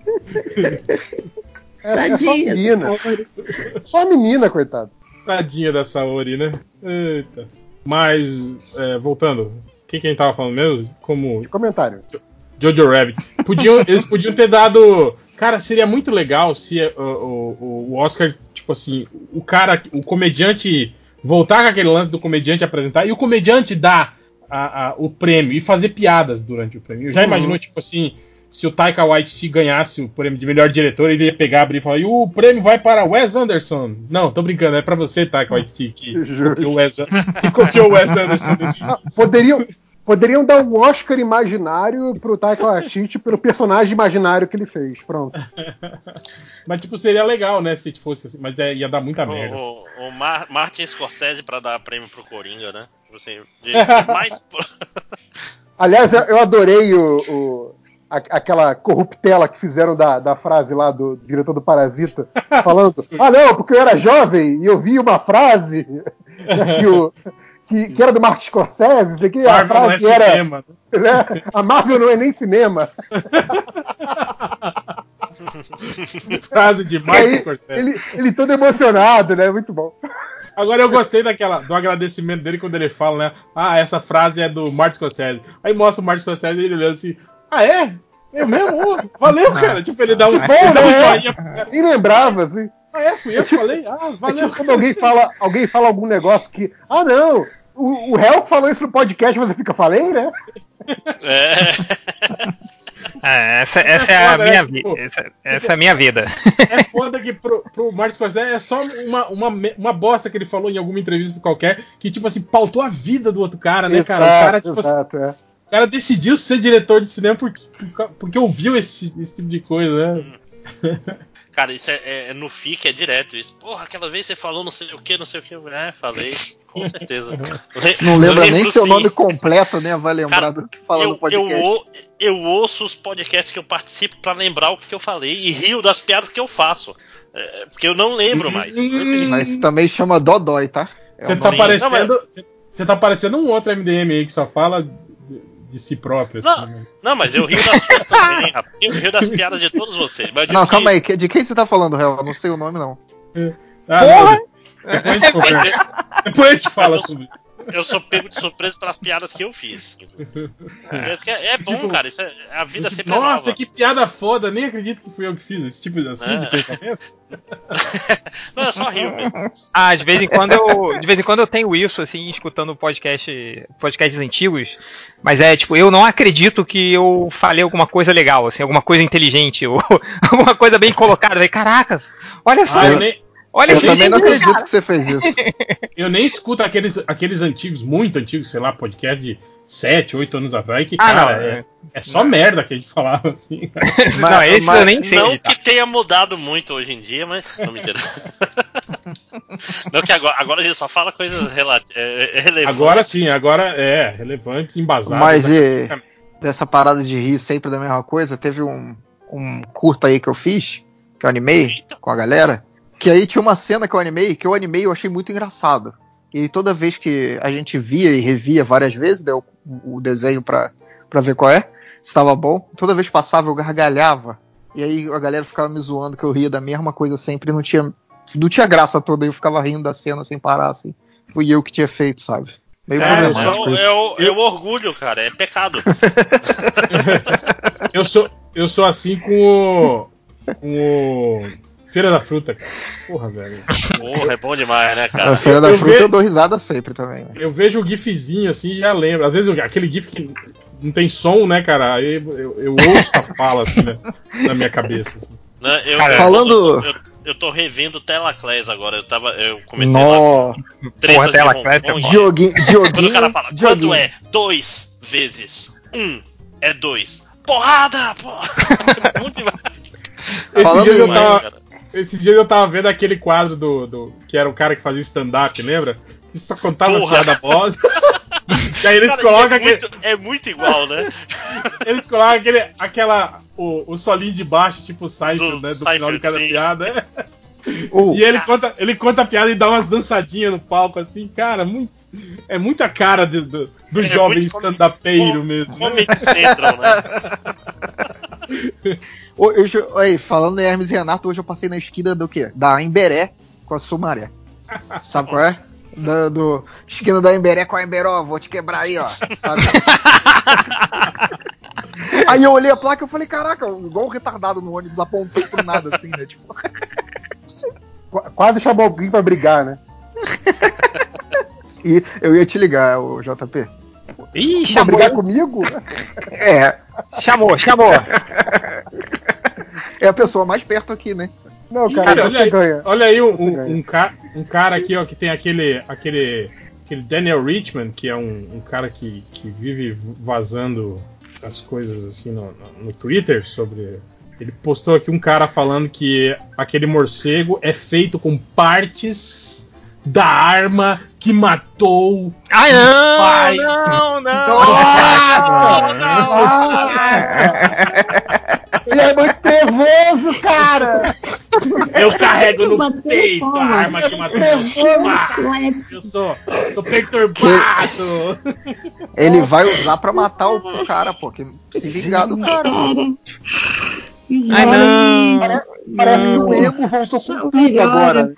É, é só menina. Só a menina, coitado. Tadinha da Saori, né? Eita. Mas, é, voltando, quem que a gente tava falando mesmo? Como... De comentário. Jojo Rabbit. Podiam, eles podiam ter dado... Cara, seria muito legal se uh, o, o Oscar, tipo assim, o cara, o comediante voltar com aquele lance do comediante apresentar e o comediante dar a, a, o prêmio e fazer piadas durante o prêmio. Eu já uhum. imaginou, tipo assim, se o Taika Waititi ganhasse o prêmio de melhor diretor, ele ia pegar, abrir e falar, e o prêmio vai para Wes Anderson. Não, tô brincando, é pra você, Taika Waititi, que copiou o Wes, que copiou o Wes Anderson desse ah, poderiam, poderiam dar um Oscar imaginário pro Taika Waititi pelo personagem imaginário que ele fez, pronto. Mas, tipo, seria legal, né, se fosse assim, mas é, ia dar muita o, merda. O, o Mar- Martin Scorsese pra dar prêmio pro Coringa, né? Tipo assim, de, de mais... Aliás, eu adorei o... o... aquela corruptela que fizeram da, da frase lá do diretor do Parasita, falando, ah não, porque eu era jovem e eu vi uma frase que, o, que, que era do Martin Scorsese, sei que a frase não é era cinema. Né, a Marvel não é nem cinema. Frase de Martin Scorsese. Ele, ele todo emocionado, né? Muito bom. Agora eu gostei daquela, do agradecimento dele quando ele fala, né? Ah, essa frase é do Martin Scorsese. Aí mostra o Martin Scorsese e ele olhando assim, ah, é? Eu mesmo? Oh, valeu, cara. Tipo, ele dá um, bom, ele dá um né? joinha. Nem lembrava, assim. Ah, é? Fui eu que falei? Ah, valeu. É tipo quando alguém fala, alguém fala algum negócio que, ah, não, o, o réu falou isso no podcast, você fica, falei, né? É. É, essa, essa é, é foda, a minha né? vida. Essa, essa é a minha vida. É foda que pro, pro Martin Scorsese é só uma, uma, uma bosta que ele falou em alguma entrevista qualquer, que, tipo assim, pautou a vida do outro cara, né, exato, cara? O cara, tipo exato, assim, é. O cara decidiu ser diretor de cinema porque, porque ouviu esse, esse tipo de coisa, né? Cara, isso é, é, é no F I C, é direto isso. Porra, aquela vez você falou não sei o que, não sei o que. É, falei, com certeza. Não lembra nem seu sim. nome completo, né? Vai lembrar cara, do que fala eu, no podcast. Eu, eu ouço os podcasts que eu participo pra lembrar o que eu falei e rio das piadas que eu faço. É, porque eu não lembro mais. Mas isso também chama Dodói, tá? É você, tá parecendo, não, mas... você tá parecendo um outro M D M aí que só fala de si próprio. Não, assim, né? Não, mas eu rio das suas também, rapaz. Eu rio das piadas de todos vocês. Mas não, calma que... aí. De quem você tá falando, Real? Eu não sei o nome, não. Ah, Porra! Não, depois, a gente depois a gente fala sobre isso. Eu sou pego de surpresa pelas piadas que eu fiz. É, é bom, tipo, cara. Isso é, a vida tipo, sempre nossa, é nova. Que piada foda. Nem acredito que fui eu que fiz esse tipo assim, é. de pensamento. Não, eu só rio mesmo. Ah, de vez em quando eu, de vez em quando eu tenho isso, assim, escutando podcast, podcasts antigos. Mas é, tipo, eu não acredito que eu falei alguma coisa legal, assim, alguma coisa inteligente, ou alguma coisa bem colocada. Falei, caracas, olha só. Ah, eu nem... Olha, eu também não acredito cara. que você fez isso. Eu nem escuto aqueles, aqueles antigos, muito antigos, sei lá, podcast de sete, oito anos atrás, que, ah, cara, não, é, é só não. merda que a gente falava, assim. Mas, não, esse mas, eu nem sei. Não editar. Que tenha mudado muito hoje em dia, mas... Não, mentira. Não que agora, agora a gente só fala coisas relati- é, relevantes. Agora sim, agora é, relevantes, embasadas. Mas e, dessa parada de rir sempre da mesma coisa, teve um, um curto aí que eu fiz, que eu animei Eita. com a galera... Que aí tinha uma cena que eu animei, que eu animei e eu achei muito engraçado. E toda vez que a gente via e revia várias vezes, deu o, o desenho pra, pra ver qual é, se estava bom, toda vez que passava eu gargalhava. E aí a galera ficava me zoando que eu ria da mesma coisa sempre, não tinha, não tinha graça toda, eu ficava rindo da cena sem parar, assim. Fui eu que tinha feito, sabe? Meio é, problemático isso. É o, é o orgulho, cara, é pecado. eu, sou, eu sou assim com o... Com o Feira da Fruta, cara. Porra, velho. Porra, é bom demais, né, cara? A Feira da Eu Fruta ve- eu dou risada sempre também. Né? Eu vejo o gifzinho assim e já lembro. Às vezes eu- aquele gif que não tem som, né, cara? Aí eu, eu ouço a fala assim, né, na minha cabeça. Assim. Né, eu, Cara, eu- falando- Eu, eu, eu tô revendo Telaclés agora. Eu, tava, eu comecei Nó. lá. Tretas Porra, de Telaclés Hong Kong. é Dioguinho, Quando Dioguinho, o cara fala, Dioguinho. quanto é dois vezes um é dois? Porrada! Porra! É muito demais. Esses Falando dias, eu em- tava, cara. esses dias eu tava vendo aquele quadro do, do que era o cara que fazia stand-up, lembra? Que só contava Porra. piada bosta. E aí eles Cara, colocam é, aquele, muito, é muito igual, né? eles colocam aquele, aquela, o, o solinho de baixo, tipo o Seinfeld, Do né? Do Seinfeld, final de cada sim. piada. É. O- E ele conta, ele conta a piada e dá umas dançadinhas no palco, assim, cara, muito, é muita cara do, do, do É jovem muito com- stand-upeiro com- mesmo. né? Comedy Central, né? Hoje, oi, falando em Hermes e Renato, hoje eu passei na esquina do quê? Da Emberé com a Sumaré. Sabe qual é? Da, do esquina da Emberé com a Emberó, vou te quebrar aí, ó. Sabe? Aí eu olhei a placa e falei, caraca, igual um retardado no ônibus, apontando pro nada, assim, né? Tipo, Qu- Quase chamou alguém pra brigar, né? e eu ia te ligar, o J P. Ih, Pra chamou. brigar comigo? É, Chamou, chamou. é a pessoa mais perto aqui, né? Não, Ih, cara, olha você aí, ganha. olha aí um, Você um, ganha. um ca- um cara aqui, ó, que tem aquele, aquele, aquele Daniel Richman, que é um, um cara que, que vive vazando as coisas assim no, no, no Twitter sobre. Ele postou aqui um cara falando que aquele morcego é feito com partes da arma que matou Ai, os não, pais. não, não. Nossa, Ele é muito nervoso, cara! Eu carrego no Bateu peito a palma. arma que matou meus pais. Eu sou, sou perturbado. Ele vai usar pra matar o cara, pô, que se vingar do cara. Ai, não. Parece que o ego voltou com tudo melhora. agora.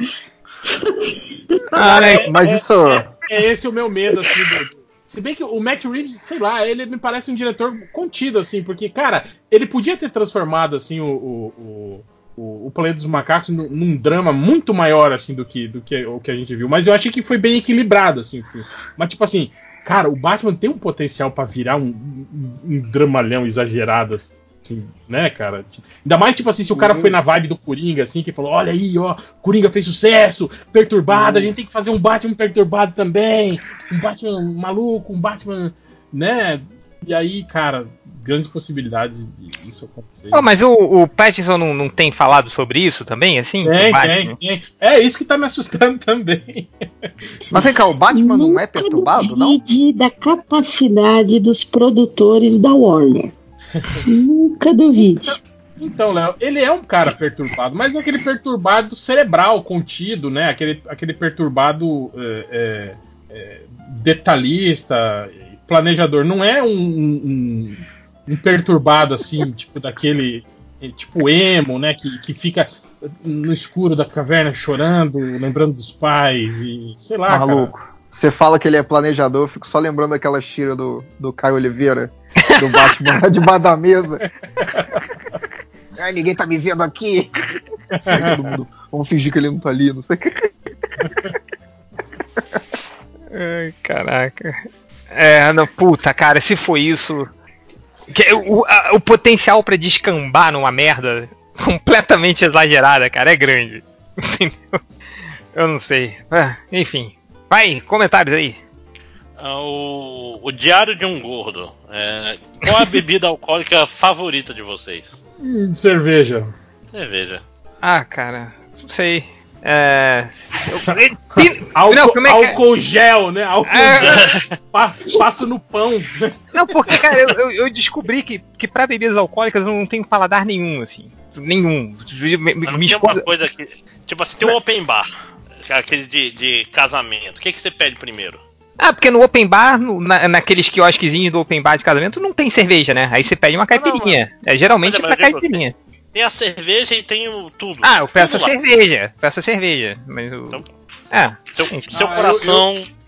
Ai, Mas isso. É esse o meu medo, assim, do... Se bem que o Matt Reeves, sei lá, ele me parece um diretor contido, assim, porque, cara, ele podia ter transformado, assim, o, o, o, o Planeta dos Macacos num, num drama muito maior, assim, do que, do que o que a gente viu. Mas eu achei que foi bem equilibrado, assim, o filme. Mas, tipo assim, cara, o Batman tem um potencial pra virar um, um, um dramalhão exagerado, assim. Assim, né, cara? Ainda mais, tipo assim, se o cara foi na vibe do Coringa, assim, que falou, olha aí, ó, Coringa fez sucesso, perturbado, a gente tem que fazer um Batman perturbado também, um Batman maluco, um Batman, né? E aí, cara, grandes possibilidades de isso acontecer. Pô, mas o, o Pattinson não, não tem falado sobre isso também, assim? Tem, O Batman? tem, tem. É isso que tá me assustando também. Mas vem cá, o Batman não é Nunca perturbado, não? duvide da capacidade dos produtores da Warner. Nunca duvide. Então, Léo, ele é um cara perturbado, mas é aquele perturbado cerebral, contido, né? Aquele, aquele perturbado é, é, é, detalhista, planejador. Não é um, um, um perturbado assim, tipo daquele, tipo emo, né? Que, que fica no escuro da caverna chorando, lembrando dos pais e sei lá, Maluco. cara. Você fala que ele é planejador, eu fico só lembrando daquela tira do, do Caio Oliveira, do Batman lá debaixo da mesa. Ai, ninguém tá me vendo aqui. Aí todo mundo, vamos fingir que ele não tá ali, não sei o que. Ai, caraca. É, não, puta, cara, se foi isso. Que, o, a- o potencial pra descambar numa merda completamente exagerada, cara, é grande. Entendeu? Eu não sei. Ah, enfim. Vai, comentários aí. Ah, O, o Diário de um Gordo. É, qual a bebida alcoólica favorita de vocês? Hum, cerveja. Cerveja. Ah, cara, não sei. É. Álcool, Não, como é que é? álcool gel, né? Álcool É. gel. Pa- passo no pão. Não, porque, cara, eu, eu- eu descobri que, que pra bebidas alcoólicas eu não tenho paladar nenhum, assim. Nenhum. Me, me- Mas não me tem esposa- uma coisa que. Tipo assim, tem um open bar. Aqueles de, de casamento. O que, que você pede primeiro? Ah, porque no open bar, no- na, naqueles quiosquezinhos do open bar de casamento, não tem cerveja, né? Aí você pede uma caipirinha. É geralmente Mas é, pra mas eu digo, caipirinha. Tem a cerveja e tem o tudo. Ah, eu peço a Tudo lá. cerveja. Peço a cerveja. Mas o. Então, É. Seu, enfim. seu Ah, coração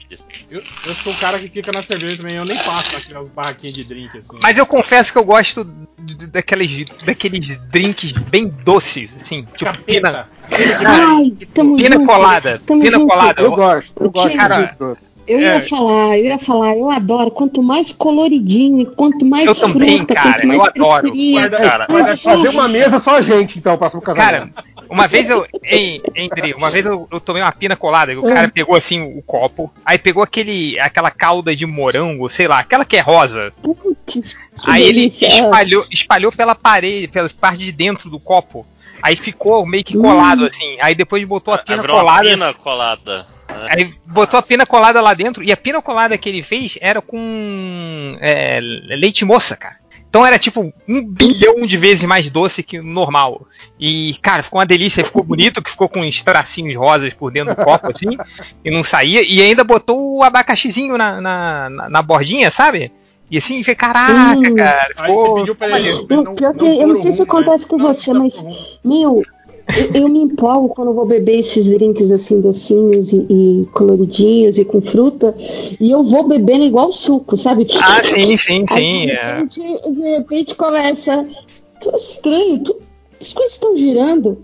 Eu, eu sou o cara que fica na cerveja também, eu nem passo naquelas barraquinhas de drink, assim. Mas eu confesso que eu gosto de- de- daqueles, daqueles drinks bem doces, assim, tipo pina, Ai, tamo pina junto. colada. Tamo Pina junto. colada. Eu gosto, eu Ô, gosto Change, de doce. Eu ia É. falar, eu ia falar, eu adoro. Quanto mais coloridinho, quanto mais Eu fruta, também, cara, quanto mais eu adoro. frescurinha. Guarda- Cara, guarda- Mas, Fazer uma mesa só a gente, então, próximo casamento. Cara, uma vez eu, hein, André, uma vez eu, eu tomei uma pina colada, que o É. cara pegou assim o copo, aí pegou aquele, aquela calda de morango, sei lá, aquela que é rosa. putz, que Aí ele delícia. espalhou, espalhou pela parede, pela parte de dentro do copo. Aí ficou meio que colado assim. Aí depois botou a pina virou uma colada. pina colada. né? Aí botou a pina colada lá dentro. E a pina colada que ele fez era com é, leite moça, cara. Então era tipo um bilhão de vezes mais doce que o normal. E, cara, ficou uma delícia. Ficou bonito, que ficou com uns tracinhos rosas por dentro do copo, assim. E não saía. E ainda botou o abacaxizinho na, na, na, na bordinha, sabe? E assim, foi caraca, Hum. cara. Aí Ficou, você pediu pra ele. Não, não- pior que não eu não pôr sei o se rum, acontece né? com Não, você, não mas, pôr o rum. meu, eu, eu me empolgo quando eu vou beber esses drinks assim, docinhos e, e coloridinhos e com fruta, e eu vou bebendo igual suco, sabe? Ah, sim, sim, Aí, sim. de, é. repente, de repente começa. Tô estranho, tô- as coisas estão girando.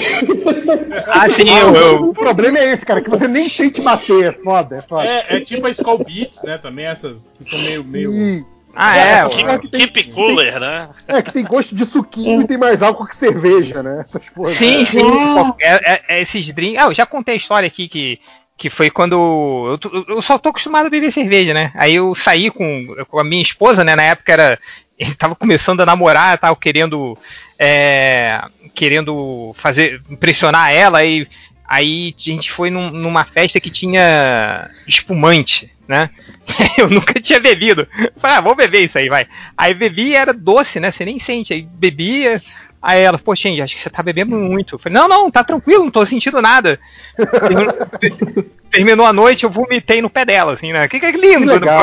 Ah, sim, eu, eu, O problema é esse, cara, que você nem sente bater. É foda, é foda. É, é tipo a Skull Beats, né? Também essas que são meio. meio... E- Ah, é. Essa porra que tem- Keep cooler, né? É, que tem gosto de suquinho e tem mais álcool que cerveja, né? Essas porras. Sim, sim. Ah. É, é- é esses drinks. Ah, eu já contei a história aqui que, que foi quando. Eu, tô- eu só tô acostumado a beber cerveja, né? Aí eu saí com, com a minha esposa, né? Na época era. Ele tava começando a namorar, tava querendo. é, querendo fazer. Impressionar ela e. Aí a gente foi num- numa festa que tinha espumante, né? Eu nunca tinha bebido. Falei, ah, vamos beber isso aí, vai. Aí bebi e era doce, né? Você nem sente. Aí bebia. Aí ela, poxa, gente, acho que você tá bebendo muito. Eu falei, não, não, tá tranquilo, não tô sentindo nada. Terminou, terminou a noite, eu vomitei no pé dela, assim, né? Que, que lindo! Que legal.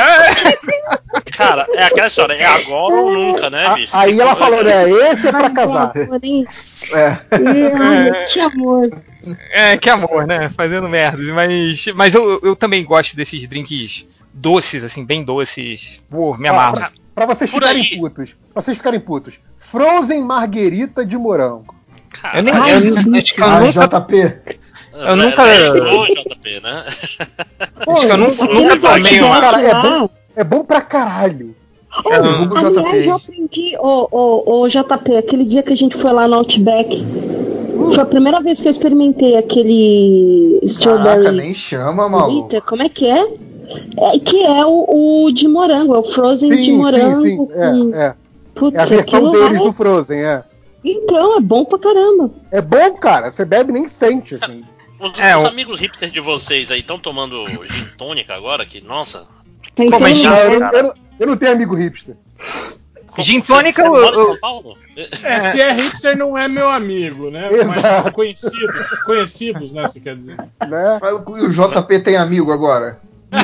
Cara, é aquela história, é agora ou nunca, né, A- bicho? Aí ela falou, né? Esse é pra Mas, casar. amor, hein? É. Ai, que amor. É, que amor, né? Fazendo merda. Mas, mas eu, eu também gosto desses drinks doces, assim, bem doces. Pô, me Ó, amarro. pra, pra vocês Por ficarem aí. putos. Pra vocês ficarem putos. Frozen Marguerita de morango. Cara, Eu, nem, Ai, eu, que acho que eu Ah, nunca. J P. eu nunca- É igual o J P, né? Acho que eu nunca, Aquele nunca tomei hot uma. dog Cara, é lá. bom, é bom pra caralho. Olha, Derruba o J P. aliás, eu aprendi, ô, ô, ô, J P, aquele dia que a gente foi lá no Outback, foi a primeira vez que eu experimentei aquele Caraca, strawberry nem chama, maluco. Eita, como é que é? É que é o, o de morango, é o frozen Sim, de morango. sim, sim. com- É, é. Putz, É a versão aquilo deles lá é- do Frozen, é. Então, é bom pra caramba. É bom, cara. Você bebe e nem sente, assim. Os, É, os o- amigos hipsters de vocês aí estão tomando gin tônica agora? Que, nossa. Tá Como é entrando gin- Não, na- eu, não- eu não- eu não tenho amigo hipster. Gin Você- tônica, você eu- mora em eu- São Paulo? É, se é hipster, não é meu amigo, né? Exato. Mas conhecido, conhecidos, né? Você quer dizer. Né? Mas o o J P tem amigo agora?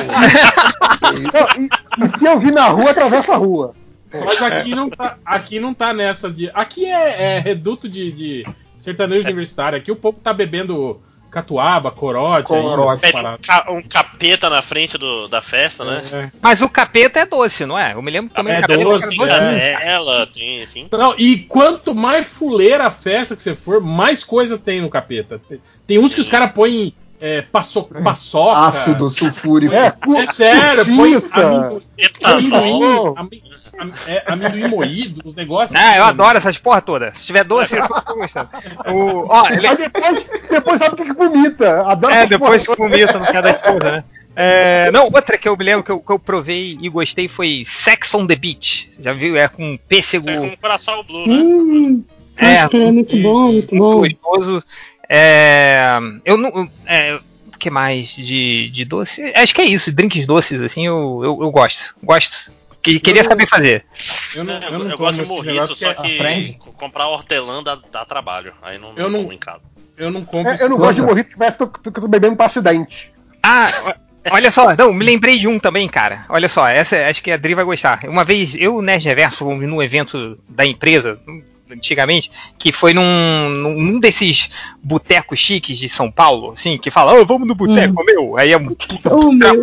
Não, e, e se eu vir na rua, atravessa a rua. Mas aqui não tá, aqui não tá nessa de. Aqui é, é reduto de, de sertanejo universitário. Aqui o povo tá bebendo catuaba, corote, ainda, Corote. essas Pede paradas. um, ca- um capeta na frente do, da festa, né? É. Mas o capeta é doce, não é? Eu me lembro também É do capeta doce, que era docinho. é. Ela tem, enfim. Não, e quanto mais fuleira a festa que você for, mais coisa tem no capeta. Tem, tem uns que os caras põem é, paço, paçoca. Ácido sulfúrico. É, cu- É sério, põe Justiça. amendoim, Etanol. amendoim, ami- am- é, amendoim moído, os negócios. Ah, eu adoro essas porra toda. Se tiver doce, eu tô gostando. O, ó, ele- Aí depois, depois sabe o que, que vomita. Adoro é, essas depois porra. vomita no cada coisa, né? É, não, outra que eu me lembro que eu, que eu provei e gostei foi Sex on the Beach. Já viu? É com pêssego. Você é com coração blue, né? Hum, É, acho que é muito isso, bom, muito muito bom. gostoso. É, eu não. É, o que mais de, de doce? Acho que é isso, drinks doces, assim, eu, eu, eu gosto. Gosto. Que, queria saber fazer. Eu não, Eu, eu não eu tomo gosto de esses morrito, negócios só porque que aprende. co- comprar hortelã dá, dá trabalho. Aí não, Eu não não- como em casa. eu não compro. É, eu não esses- gosto de morrer que parece que eu tô, que eu tô bebendo pasta de dente. Ah, o- olha só, não, me lembrei de um também, cara. Olha só, essa acho que a Dri vai gostar. Uma vez eu, o Nerd Reverso, no evento da empresa, antigamente, que foi num, num desses botecos chiques de São Paulo, assim, que fala, oh, vamos no boteco, Hum. meu. Aí é um puta Oh, meu.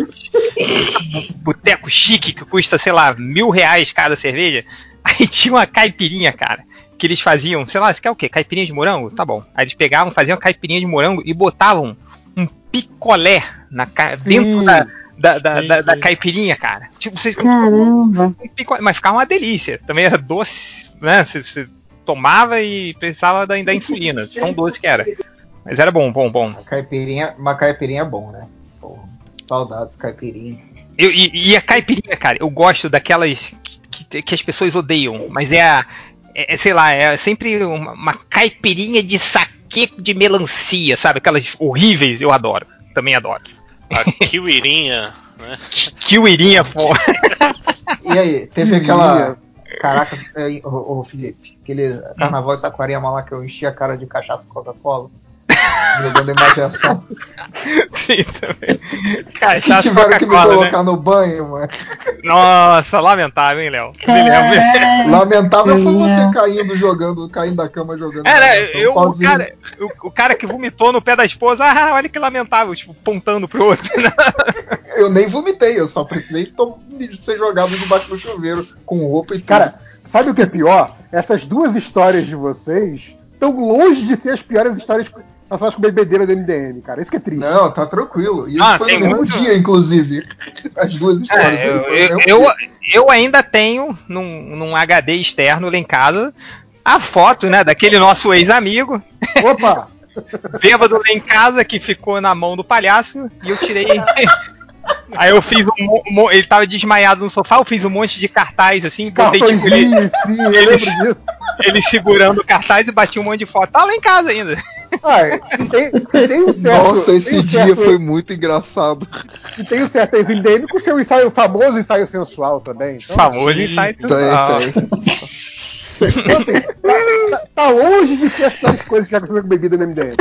boteco chique que custa, sei lá, mil reais cada cerveja. Aí tinha uma caipirinha, cara, que eles faziam, sei lá, você quer o quê? Caipirinha de morango? Tá bom. Aí eles pegavam, faziam caipirinha de morango e botavam um picolé na ca... dentro da, da, da, Sim, da, da sim. caipirinha, cara. Tipo, vocês Caramba. um picolé, mas ficava uma delícia. Também era doce, né? Você, você tomava e precisava da, da insulina. Tão doce que era. Mas era bom, bom, bom. Uma caipirinha, uma caipirinha é bom, né? Porra, saudades, caipirinha. Eu, e, e a caipirinha, cara, eu gosto daquelas que, que, que as pessoas odeiam, mas é a. É, é, sei lá, é sempre uma, uma caipirinha de saquê de melancia, sabe? Aquelas horríveis, eu adoro. Também adoro. A kiwirinha, né? Kiwirinha, pô. E aí, teve aquela. Caraca, é, ô, ô Felipe, aquele carnaval de Saquarema lá que eu enchi a cara de cachaça com Coca-Cola. Jogando imaginação. Sim, também. Que Cachaça tiveram que me Coca-Cola, colocar né? no banho, mano. Nossa, lamentável, hein, Léo? Me lembro. Caralho. Lamentável foi você caindo, jogando, caindo da cama, jogando É, né, imaginação eu, o, sozinho. cara, o, o cara que vomitou no pé da esposa, ah, olha que lamentável, tipo, pontando pro outro. Eu nem vomitei, eu só precisei to- ser jogado debaixo do chuveiro com roupa e tudo. Cara, sabe o que é pior? Essas duas histórias de vocês estão longe de ser as piores histórias relacionadas com bebedeira do M D M, cara. Isso que é triste. Não, tá tranquilo. E isso Ah, foi tem no mesmo muito- dia, inclusive. As duas histórias. É, eu, foi no eu, mesmo eu, dia. eu ainda tenho num, num H D externo lá em casa a foto, né, daquele nosso ex-amigo, Opa! bêbado lá em casa, que ficou na mão do palhaço, e eu tirei. Aí eu fiz um. mo- mo- Ele tava desmaiado no sofá, eu fiz um monte de cartaz assim, botei tipo ele, Cartõezinho, sim, eu ele- lembro disso. ele segurando o cartaz e bati um monte de foto. Tá lá em casa ainda. Ah, e tem, e tem um certo, Nossa, esse tem um dia certo- foi muito engraçado. E tem o certo ex-M D M com seu ensaio, famoso ensaio sensual também. Então, Famoso ensaio. Tem, tem. então, assim, tá, tá- tá longe de ser as piores coisas que já aconteceram com bebida no M D M.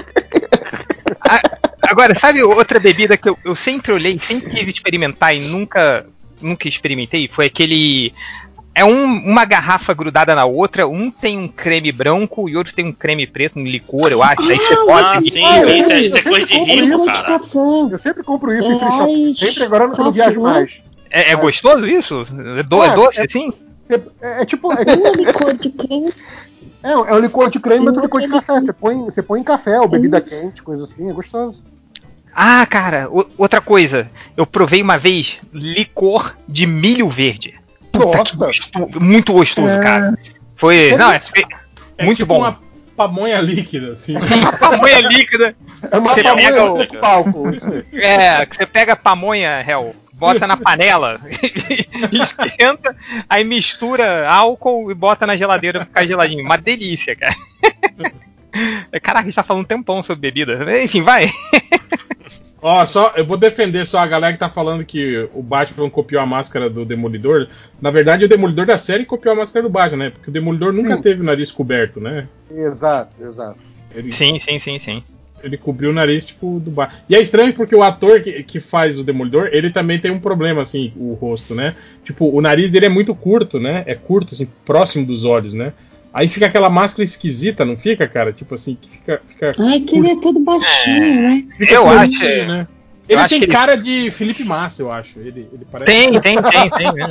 Ah, agora, sabe outra bebida que eu, eu sempre olhei, sempre quis experimentar e nunca, nunca experimentei? Foi aquele. É um- uma garrafa grudada na outra, um tem um creme branco e outro tem um creme preto, um licor, eu acho. Aí você Ah, pode. sim, Ah, eu- isso é, eu isso é coisa de sempre rico, compro cara. Eu sempre compro isso em free Ai, shop. Sempre agora que eu não viajo café. mais. É, é gostoso isso? É, do- é É, doce é- assim? É, é tipo. É, Não é licor de creme. é, é um licor de creme, mas é um licor de Não é café. Você põe, você põe em café ou bebida Isso. quente, coisa assim, é gostoso. Ah, cara, o- outra coisa. Eu provei uma vez licor de milho verde. Puta, que Nossa. gostoso, muito gostoso, Ah. cara. Foi. Não, é, foi É muito tipo bom. uma pamonha líquida, assim. Uma pamonha líquida. É uma Você pamonha pega o- no palco. Isso aí. É, que você pega a pamonha, réu, bota na panela, esquenta, aí mistura álcool e bota na geladeira pra ficar geladinho. Uma delícia, cara. Caraca, a gente tá falando um tempão sobre bebida. Enfim, vai. Ó, só, eu vou defender só a galera que tá falando que o Batman copiou a máscara do Demolidor. Na verdade, o Demolidor da série copiou a máscara do Batman, né? Porque o Demolidor nunca Sim. teve o nariz coberto, né? Exato, exato. Ele, Sim, sim, sim, sim. ele cobriu o nariz, tipo, do Batman. E é estranho porque o ator que, que faz o Demolidor, ele também tem um problema, assim, o rosto, né? Tipo, o nariz dele é muito curto, né? É curto, assim, próximo dos olhos, né? Aí fica aquela máscara esquisita, não fica, cara? Tipo assim, que fica... fica Ai, que ele é todo baixinho, né? Fica Eu curtinho, acho- né? eu Ele acho tem que ele- cara de Felipe Massa, eu acho. Ele, ele parece... Tem, tem, tem, tem. Né?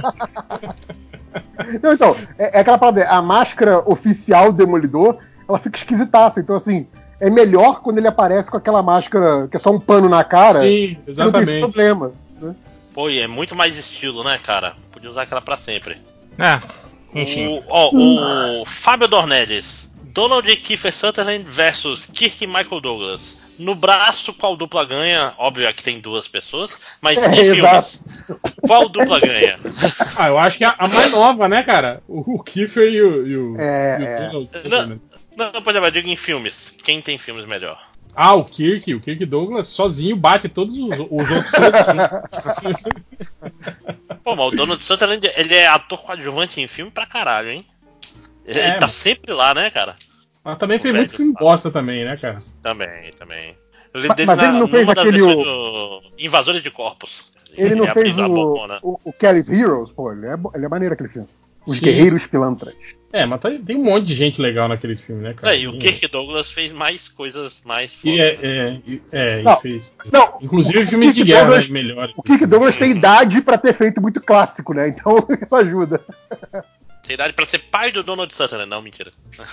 Não, então, é, é aquela parada, a máscara oficial do Demolidor, ela fica esquisitaça. Então, assim, é melhor quando ele aparece com aquela máscara que é só um pano na cara. Sim, que não tem esse exatamente. problema. Né? Pô, e é muito mais estilo, né, cara? Podia usar aquela pra sempre. Ah, enfim. O, ó, o Fábio Dornelles. Donald Kiefer Sutherland versus Kirk Michael Douglas. No braço, qual dupla ganha? Óbvio, aqui tem duas pessoas. Mas É, em filmes, exato. qual dupla ganha? Ah, eu acho que a, a mais nova, né, cara? O, o Kiefer e o, e o, É, e o é. Donald Não, Sutherland. não, não pode levar, digo em filmes. Quem tem filmes melhor? Ah, o Kirk, o Kirk Douglas sozinho bate todos os, os outros todos juntos. Pô, mas o Donald Sutherland, ele é ator coadjuvante em filme pra caralho, hein? Ele, É, ele tá mas- sempre lá, né, cara? Mas também fez O muito velho. filme bosta também, né, cara? Também, também. Eu Mas- dele mas ele não fez numa das aquele versões o- do Invasores de Corpos. Ele não fez abrindo a o, bocona. o, o Kelly's Heroes, pô, ele é, bo- ele é maneiro aquele filme. Os Sim. guerreiros pilantras. É, mas tem, tem um monte de gente legal naquele filme, né, cara? É, e o Kirk Douglas fez mais coisas mais E fodas, é, né? é, e- é, Não, e fez. não, Inclusive o filmes de Kirk guerra, Douglas- né, melhores. O Kirk Douglas tem idade pra ter feito muito clássico, né? Então isso ajuda. Tem idade pra ser pai do Donald Sutherland, não, mentira.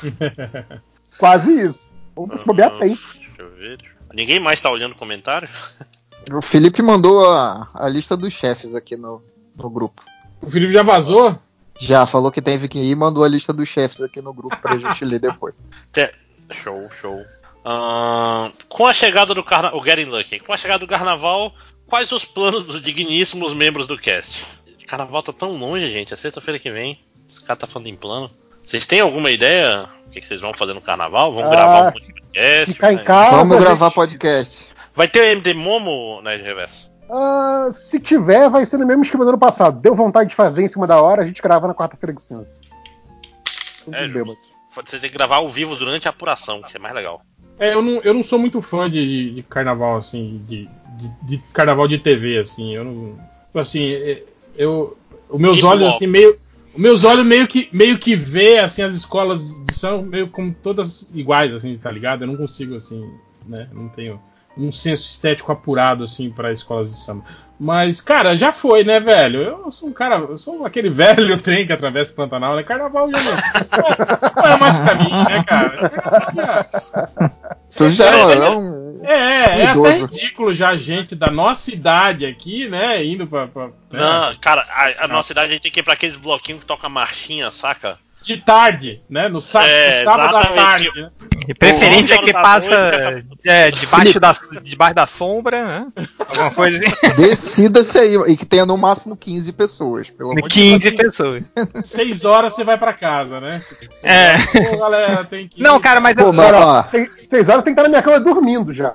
Quase isso. Ou se bobear, tem. Deixa eu ver. Ninguém mais tá olhando o comentário? O Felipe mandou a, a lista dos chefes aqui no, no grupo. O Felipe já vazou? Já, falou que teve que ir e mandou a lista dos chefes aqui no grupo pra gente ler depois. Te- Show, show. Ahn, com a chegada do carnaval. O Getting Lucky. Com a chegada do carnaval, quais os planos dos digníssimos membros do cast? O carnaval tá tão longe, gente. É sexta-feira que vem. Esse cara tá falando em plano. Vocês têm alguma ideia? O que que vocês vão fazer no carnaval? Vão Ah, gravar um podcast? Ficar em Vai- casa. Vamos gravar gente- podcast. Vai ter o M D Momo, né, de reverso? Ah, se tiver, vai ser no mesmo esquema do ano passado. Deu vontade de fazer em cima da hora, a gente grava na quarta-feira de cinza. Todos É, bêbados. Você tem que gravar ao vivo durante a apuração, que é mais legal. É, eu não, eu não sou muito fã de, de carnaval, assim, de, de, de carnaval de T V, assim, eu não... Assim, é, eu... Os meus E olhos, bloco? assim, meio... Os meus olhos meio que, meio que vê, assim, as escolas de samba meio como todas iguais, assim, tá ligado? Eu não consigo, assim, né, não tenho um senso estético apurado, assim, pra escolas de samba. Mas, cara, já foi, né, velho? Eu sou um cara, eu sou aquele velho trem que atravessa o Pantanal, né? Carnaval já não, não é mais pra mim, né, cara? Carnaval já... Tu já É, é um. É, é até idoso. ridículo já a gente da nossa idade aqui, né, indo pra... pra né, Não, cara, a, a nossa idade a gente tem que ir pra aqueles bloquinhos que toca marchinha, saca? de tarde, né, no, sá- É, no sábado à exatamente. tarde, né? De preferência onze que horas da noite, passa é, debaixo, da, debaixo da sombra, né? Alguma coisa assim. Decida-se aí. E que tenha no máximo quinze pessoas, pelo amor de quinze pessoas. Seis horas você vai pra casa, né? Seis É. horas, pô, galera, tem que ir. Não, cara, mas... Pô, eu- mas, ó, Seis, seis horas tem que estar na minha cama dormindo já.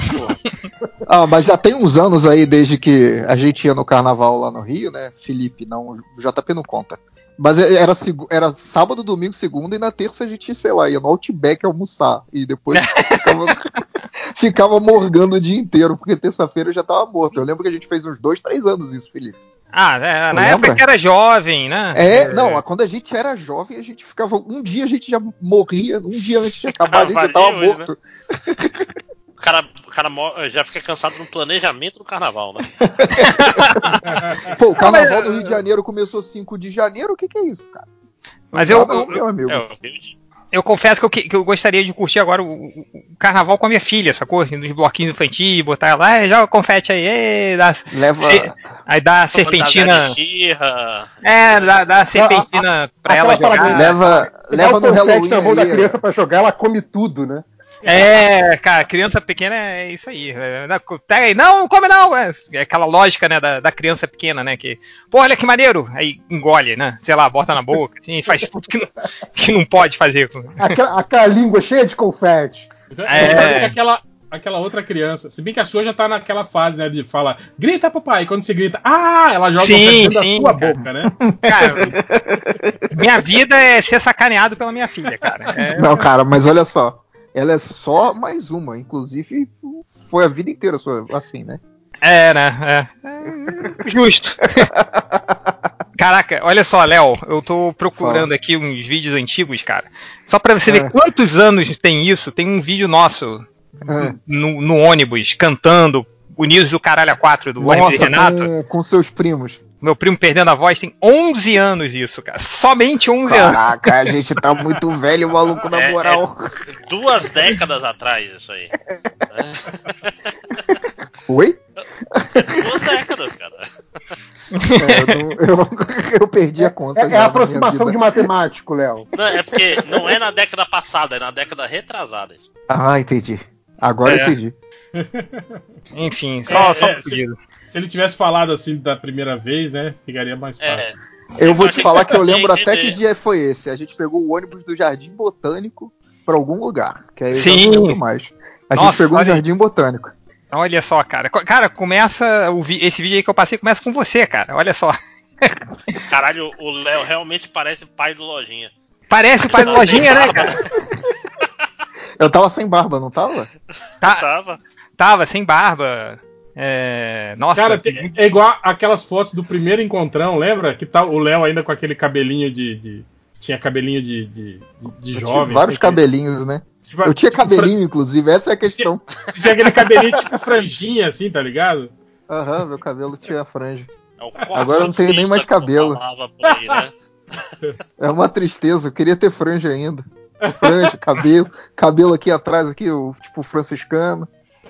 ah, mas já tem uns anos aí desde que a gente ia no carnaval lá no Rio, né? Felipe, não, o J P não conta. Mas era, segu- era sábado, domingo, segunda, e na terça a gente, sei lá, ia no Outback almoçar. E depois ficava, ficava morgando o dia inteiro, porque terça-feira eu já tava morto. Eu lembro que a gente fez uns dois, três anos isso, Felipe. Ah, é, na Lembra? época que era jovem, né? É, não, quando a gente era jovem, a gente ficava. Um dia a gente já morria, um dia antes de acabar a gente já tava Valia hoje, morto. O cara, o cara mo- já fica cansado no planejamento do carnaval, né? Pô, o carnaval do Rio de Janeiro começou cinco de janeiro, o que que é isso, cara? Mas Não eu, dá não, eu, meu amigo. É, o Rio de- eu confesso que eu, que- que eu gostaria de curtir agora o, o- o carnaval com a minha filha, sacou? Assim, nos bloquinhos infantis, botar ela lá, joga confete aí, ei, dá, Leva. se- aí dá a serpentina. Fantasia de Xirra. É, dá, dá a serpentina pra aquela ela jogar. parada- Leva, Dá leva o no confete Halloween na mão da aí, criança pra jogar, ela come tudo, né? É, cara, criança pequena é isso aí. É, não, pega aí, não, não come não. É, é aquela lógica, né, da, da criança pequena, né, que, pô, olha que maneiro. Aí engole, né, sei lá, bota na boca, assim, faz tudo que não, que não pode fazer. Aquela, aquela língua cheia de confete. É. Que aquela, aquela outra criança, se bem que a sua já tá naquela fase, né, de falar, grita papai, e quando você grita, ah, ela joga Sim, o confete dentro sim, da sua cara. boca, né? Cara, minha vida é ser sacaneado pela minha filha, cara. É, Não, cara, mas olha só. Ela é só mais uma. Inclusive, foi a vida inteira sua, assim, né? é né, é, é justo. Caraca, olha só, Léo, eu tô procurando Fala. aqui uns vídeos antigos, cara. Só pra você É. ver quantos anos tem isso, tem um vídeo nosso É. no, no ônibus, cantando Unidos do Caralho a quatro, do Hermes e Nossa, Renato. com, com seus primos. Meu primo perdendo a voz, tem onze anos isso, cara. Somente onze anos. Caraca, a gente tá muito velho, maluco, na É, moral. é duas décadas atrás, isso aí. Oi? Duas décadas, cara. É, eu, não- eu- eu perdi a conta. É, é já a na aproximação minha de vida. matemático, Léo. Não, é porque não é na década passada, é na década retrasada. Isso. Ah, entendi. Agora É. entendi. Enfim, só, É, só é, um pedido. Se ele tivesse falado assim da primeira vez, né, ficaria mais É, fácil. Eu vou te falar que eu lembro Entender. até que dia foi esse. A gente pegou o ônibus do Jardim Botânico pra algum lugar. Que aí eu já Sim. não lembro mais. A gente Nossa, pegou o olha aí. Jardim Botânico. Olha só, cara. Co- Cara, começa. O vi- esse vídeo aí que eu passei começa com você, cara. Olha só. Caralho, o Léo realmente parece pai do Lojinha. Parece o pai do Lojinha, né, cara? Eu tava sem barba, não tava? Tá- Tava. tava sem barba. É... Nossa, cara, tem, é igual aquelas fotos do primeiro encontrão, lembra? Que tá o Léo ainda com aquele cabelinho de. de tinha cabelinho de, de, de jovem. Tinha vários assim, cabelinhos, que... né? Tipo, eu tinha tipo, cabelinho, fran... inclusive, essa é a questão. Tinha, tinha aquele cabelinho tipo franjinha, assim, tá ligado? Aham, uhum, meu cabelo tinha franja. É Agora eu não tenho nem mais cabelo. Aí, né? É uma tristeza, eu queria ter franja ainda. Franja, cabelo, cabelo aqui atrás, aqui, o tipo franciscano.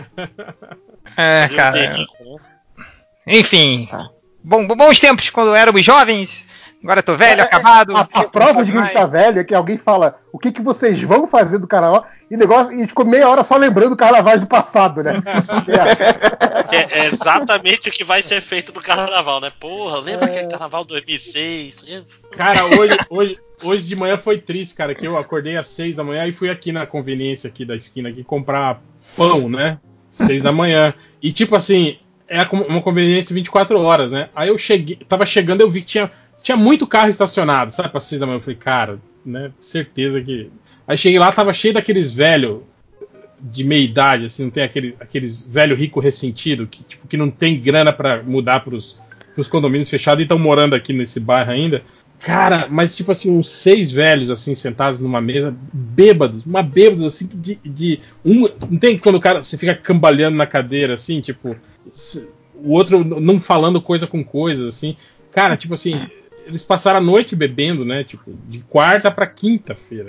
É, cara. Enfim. Bom, bons tempos quando éramos jovens. Agora eu tô velho, é, acabado. A, a prova de que a gente tá velho é que alguém fala o que, que vocês vão fazer do carnaval e negócio e ficou meia hora só lembrando carnavais do passado, né? Que é exatamente o que vai ser feito no carnaval, né? Porra, lembra é... aquele carnaval dois mil e seis? Cara, hoje, hoje, hoje de manhã foi triste, cara, que eu acordei às seis da manhã e fui aqui na conveniência aqui da esquina aqui comprar pão, né? seis da manhã. E tipo assim, é uma conveniência vinte e quatro horas, né? Aí eu cheguei, tava chegando, eu vi que tinha, tinha muito carro estacionado, sabe? Pra seis da manhã. Eu falei, cara, né? Certeza que. Aí cheguei lá, tava cheio daqueles velhos de meia idade, assim, não tem aqueles, aqueles velho rico ressentido, que, tipo, que não tem grana pra mudar pros, pros condomínios fechados e estão morando aqui nesse bairro ainda. Cara, mas tipo assim, uns seis velhos assim, sentados numa mesa, bêbados, uma bêbados assim, de, de um, não tem quando o cara, você fica cambaleando na cadeira assim, tipo, o outro não falando coisa com coisa assim, cara, tipo assim, eles passaram a noite bebendo, né, tipo, de quarta pra quinta-feira.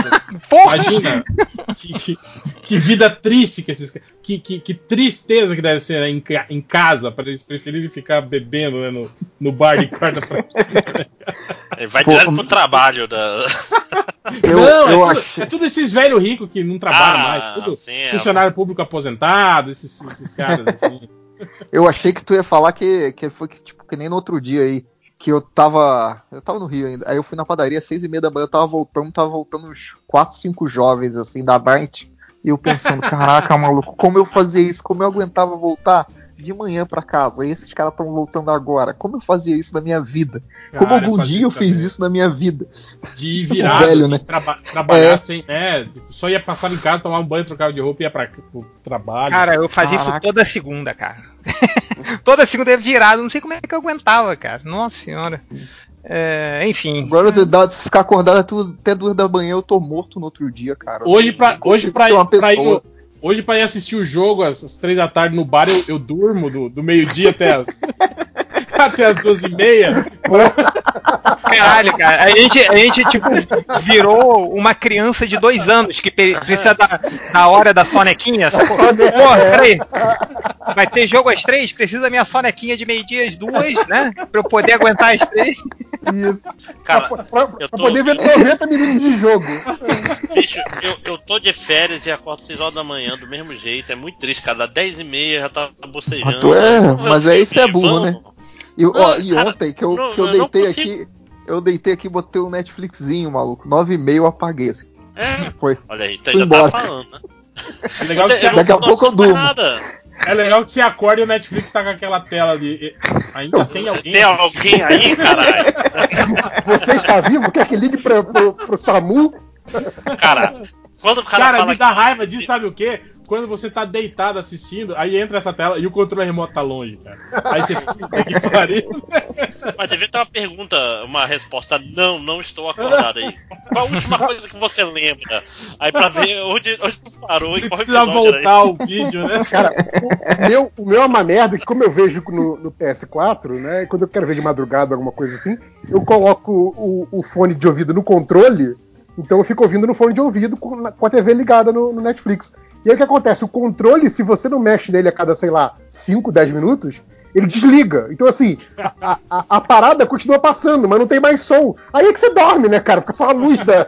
Imagina que, que, que vida triste que esses que, que, que tristeza que deve ser, né, em, em casa, para eles preferirem ficar bebendo, né, no, no bar de quarta pra quinta. Vai Pô, direto pro trabalho da. Eu, não, eu é, tudo, achei... é tudo esses velhos ricos que não trabalham ah, mais, tudo sim, funcionário é... público aposentado, esses, esses caras assim. Eu achei que tu ia falar que, que foi que, tipo, que nem no outro dia aí. Que eu tava. Eu tava no Rio ainda. Aí eu fui na padaria às seis e meia da manhã, eu tava voltando, tava voltando uns quatro, cinco jovens, assim, da Bart. E eu pensando, caraca, maluco, como eu fazia isso? Como eu aguentava voltar de manhã pra casa? E esses caras tão voltando agora. Como eu fazia isso na minha vida? Como cara, algum eu dia eu fiz também. Isso na minha vida? De ir virado, velho, assim, né? traba- trabalhar é. sem. É, só ia passar em casa, tomar um banho, trocar de roupa e ia pra, pro trabalho. Cara, eu fazia caraca. Isso toda segunda, cara. Toda segunda ia virado, não sei como é que eu aguentava, cara. Nossa senhora. É, enfim. Agora, se ficar acordado até duas da manhã, eu tô morto no outro dia, cara. Hoje, pra, hoje, pra, ir, pra ir no, hoje, pra ir assistir o jogo às, às três da tarde no bar, eu, eu durmo do, do meio-dia até as. Até as duas e meia. Caralho, cara. A gente, a gente, tipo, virou uma criança de dois anos que precisa da, da hora da sonequinha. Porra, peraí. Vai ter jogo às três? Precisa da minha sonequinha de meio-dia às duas, né? Pra eu poder aguentar às três. Isso. Cara, pra, pra, eu tô... tô... pra poder ver noventa minutos de jogo. Bicho, eu, eu tô de férias e acordo seis horas da manhã do mesmo jeito. É muito triste, cara. Dá dez e meia já tá bocejando. É, mas aí isso é burro, né? E, ó, não, e cara, ontem que eu, não, que eu deitei aqui, eu deitei aqui e botei um Netflixzinho, maluco. nove e meia eu apaguei assim. É. Foi. Olha aí, tu ainda tá falando, né? É legal que você, daqui a pouco eu durmo. Nada. É legal que você acorda e o Netflix tá com aquela tela de. Ainda tem alguém. Tem alguém aí, caralho? Você está vivo? Quer que ligue pro, pro, pro SAMU? Cara, quando o cara. Cara, fala me dá que... raiva disso, sabe o quê? Quando você tá deitado assistindo, aí entra essa tela e o controle remoto tá longe, cara. Aí você fica que pariu. Mas devia ter uma pergunta, uma resposta, não, não estou acordado aí. Qual a última coisa que você lembra? Aí pra ver onde, onde tu parou você e qual precisa voltar o vídeo, né? Cara, o meu, o meu é uma merda que como eu vejo no, no P S quatro, né, quando eu quero ver de madrugada alguma coisa assim, eu coloco o, o fone de ouvido no controle, então eu fico ouvindo no fone de ouvido com, com a T V ligada no, no Netflix. E aí o que acontece? O controle, se você não mexe nele a cada, sei lá, cinco, dez minutos, ele desliga. Então, assim, a, a, a parada continua passando, mas não tem mais som. Aí é que você dorme, né, cara? Fica só a luz da,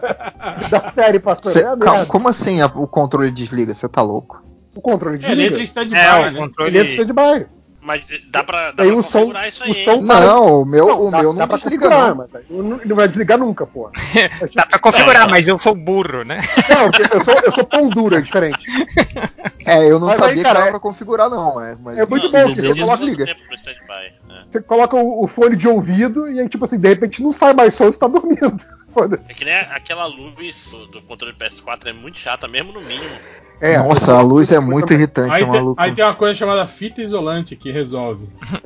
da série passando. Cê, é calma, como assim a, o controle desliga? Você tá louco? O controle desliga? É, ele entra em stand-by, é, né? Controle... Ele entra em stand-by. Mas dá pra, dá aí pra o configurar som, isso aí. O som não, para... o meu não, o dá, meu não dá desliga, não. não. Mas ele não vai desligar nunca, pô. Dá pra configurar, mas eu sou burro, né? Não, eu sou, eu sou pão duro, é diferente. É, eu não mas sabia aí, cara, que dava pra configurar, não. É, mas é muito não, bom, porque você coloca, liga. Né? Você coloca o, o fone de ouvido e aí, tipo assim, de repente não sai mais som, você tá dormindo. Foda-se. É que nem aquela luz do, do controle P S quatro é muito chata, mesmo no mínimo. É, Nossa, a luz é muito irritante, Aí é tem, maluco. aí tem uma coisa chamada fita isolante que resolve.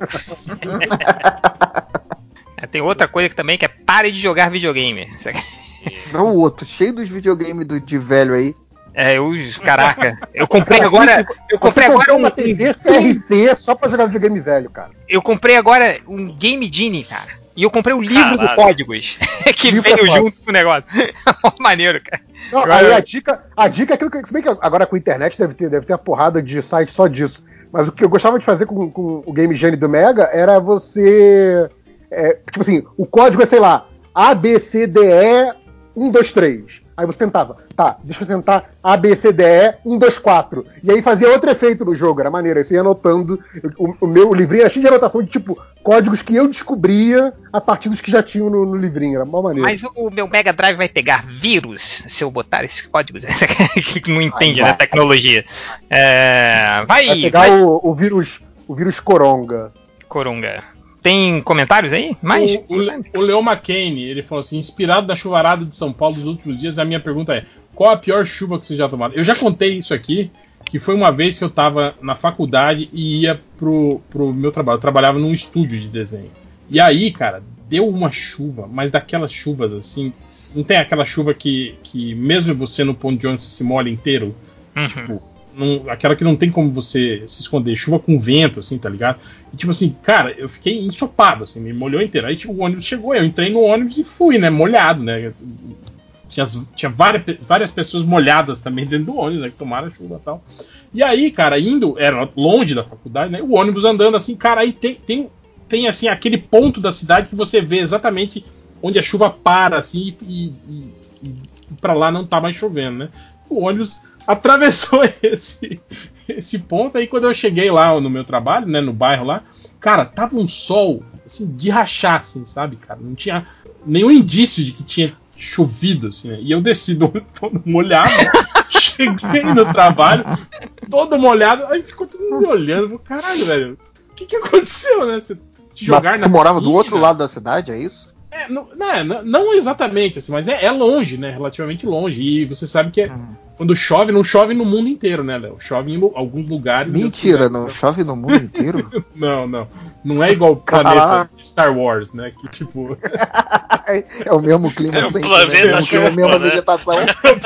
É, tem outra coisa que também que é pare de jogar videogame. Não o outro, cheio dos videogames do, de velho aí. É, eu, caraca, eu comprei agora, eu comprei Você agora comprou um, uma T V C R T só pra jogar videogame velho, cara. eu comprei agora um Game Genie, cara. E eu comprei o livro Caralho. do códigos que Livro veio é foda. junto com o negócio. Mó maneiro, cara. Não, Agora- aí a dica, a dica é aquilo que. Se bem que agora com a internet deve ter, deve ter uma porrada de site só disso. Mas o que eu gostava de fazer com, com o Game Genie do Mega era você. É, tipo assim, o código é, sei lá, A B C D E um dois três. Aí você tentava, tá, deixa eu tentar A B C D E um dois quatro. E aí fazia outro efeito no jogo, era maneiro. Aí você ia anotando. O, o meu livrinho era cheio de anotação de tipo códigos que eu descobria a partir dos que já tinham no, no livrinho. Era mó maneiro. Mas o meu Mega Drive vai pegar vírus se eu botar esses códigos que não entende vai. da tecnologia. É, vai, Vai pegar vai, o, o vírus. O vírus Coronga. Coronga. Tem comentários aí? Mais? O, o, Le- o Leo McCain, ele falou assim: inspirado da chuvarada de São Paulo dos últimos dias, a minha pergunta é: qual a pior chuva que vocês já tomaram? Eu já contei isso aqui, que foi uma vez que eu tava na faculdade e ia pro, pro meu trabalho. Eu trabalhava num estúdio de desenho. E aí, cara, deu uma chuva, mas daquelas chuvas assim. Não tem aquela chuva que, que mesmo você no ponto de ônibus se molha inteiro? Uhum. Tipo, não- aquela que não tem como você se esconder, chuva com vento, assim, tá ligado? E tipo assim, cara, eu fiquei ensopado, assim, me molhou inteiro. Aí tipo, o ônibus chegou, eu entrei no ônibus e fui, né, molhado, né? Tinha, as- tinha várias, pe- várias pessoas molhadas também dentro do ônibus, né, que tomaram chuva e tal. E aí, cara, indo, era longe da faculdade, né, o ônibus andando assim, cara, aí tem, tem, tem assim, aquele ponto da cidade que você vê exatamente onde a chuva para, assim, e, e, e, e pra lá não tá mais chovendo, né? O ônibus atravessou esse, esse ponto. Aí quando eu cheguei lá no meu trabalho, né, no bairro lá, cara, tava um sol assim, de rachar, assim, sabe, cara? Não tinha nenhum indício de que tinha chovido, assim, né? E eu desci do, todo molhado, cheguei no trabalho, todo molhado, aí ficou todo mundo me olhando, caralho, velho, o que que aconteceu, né? Você te jogar Mas na tu morava do piscina? outro lado da cidade, é isso? É, não, não, não- não exatamente, assim, mas é, é longe, né? Relativamente longe. E você sabe que é- quando chove, não chove no mundo inteiro, né, Léo? Chove em lu- alguns lugares. e outros Mentira, lugares não chove no mundo inteiro? Não, não. Não é igual o planeta Caraca. de Star Wars, né? Que tipo. É o mesmo clima É o sempre, planeta né? O mesmo clima, a mesma chuva, né? vegetação.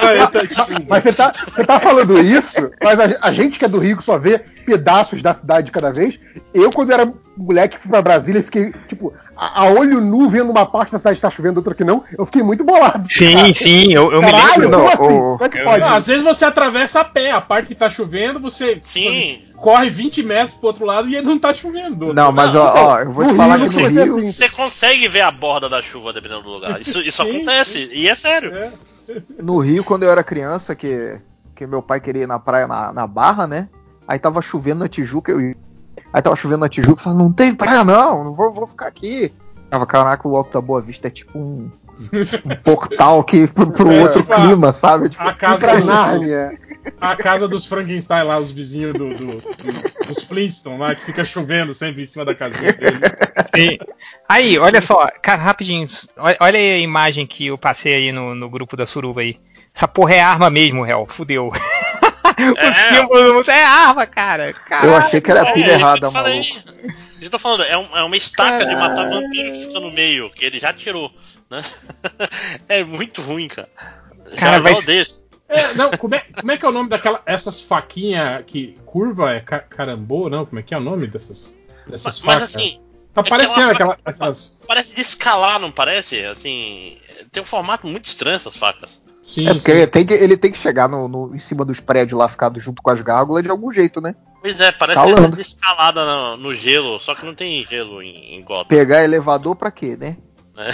Mas você tá, você tá falando isso, mas a, a gente que é do Rio que só vê pedaços da cidade de cada vez. Eu, quando era moleque, fui pra Brasília e fiquei, tipo, a, a olho nu vendo uma parte da cidade estar chovendo, outra que não. Eu fiquei muito bolado. Sim, cara. sim, eu, eu me Caralho, lembro. como assim? o- Como é que eu- pode? Não, às vezes você atravessa a pé, a parte que tá chovendo, você Sim. corre vinte metros pro outro lado e ele não tá chovendo. Não, mas ó, ó, eu vou te no falar Rio que no vai ser Rio. assim. Você consegue ver a borda da chuva dependendo do lugar. Isso, isso Sim, acontece. E é sério. É. No Rio, quando eu era criança, que, que meu pai queria ir na praia na, na Barra, né? Aí tava chovendo na Tijuca, eu ia. Aí tava chovendo na Tijuca, eu falava, não tem praia não, não vou, vou ficar aqui. Tava, caraca, o Alto da Boa Vista é tipo um, um portal que pro, pro É, outro tipo a- clima, sabe? Tipo, A casa pra dos, Nárnia. a casa dos Frankenstein lá, os vizinhos do, do- do- dos Flintstones lá, que fica chovendo sempre em cima da casinha dele. Sim. Aí, olha só, cara, rapidinho. Olha, olha aí a imagem que eu passei aí no, no grupo da Suruba aí. Essa porra é arma mesmo, réu. Fudeu. É. O símbolo é arma, cara. Caralho. eu achei que era É, pilha é, errada, eu falei. maluco. A gente tá falando, é, um- é uma estaca de matar vampiro que fica no meio, que ele já tirou, né? É muito ruim, cara. Cara, já, vai- já odeio. É, não, como é, como é que é o nome daquela. Essas faquinhas que. Curva é ca- carambô, não? Como é que é o nome dessas, dessas Mas, mas facas? assim, Tá aquela parecendo faca- aquela, aquelas. parece de escalar, não parece? Assim, tem um formato muito estranho essas facas. Sim, É porque sim. ele tem que, ele tem que chegar no, no- em cima dos prédios lá, ficado junto com as gárgulas de algum jeito, né? Pois é, parece Calando. de escalada no, no gelo, só que não tem gelo em, em Gotham. Pegar elevador pra quê, né? Né?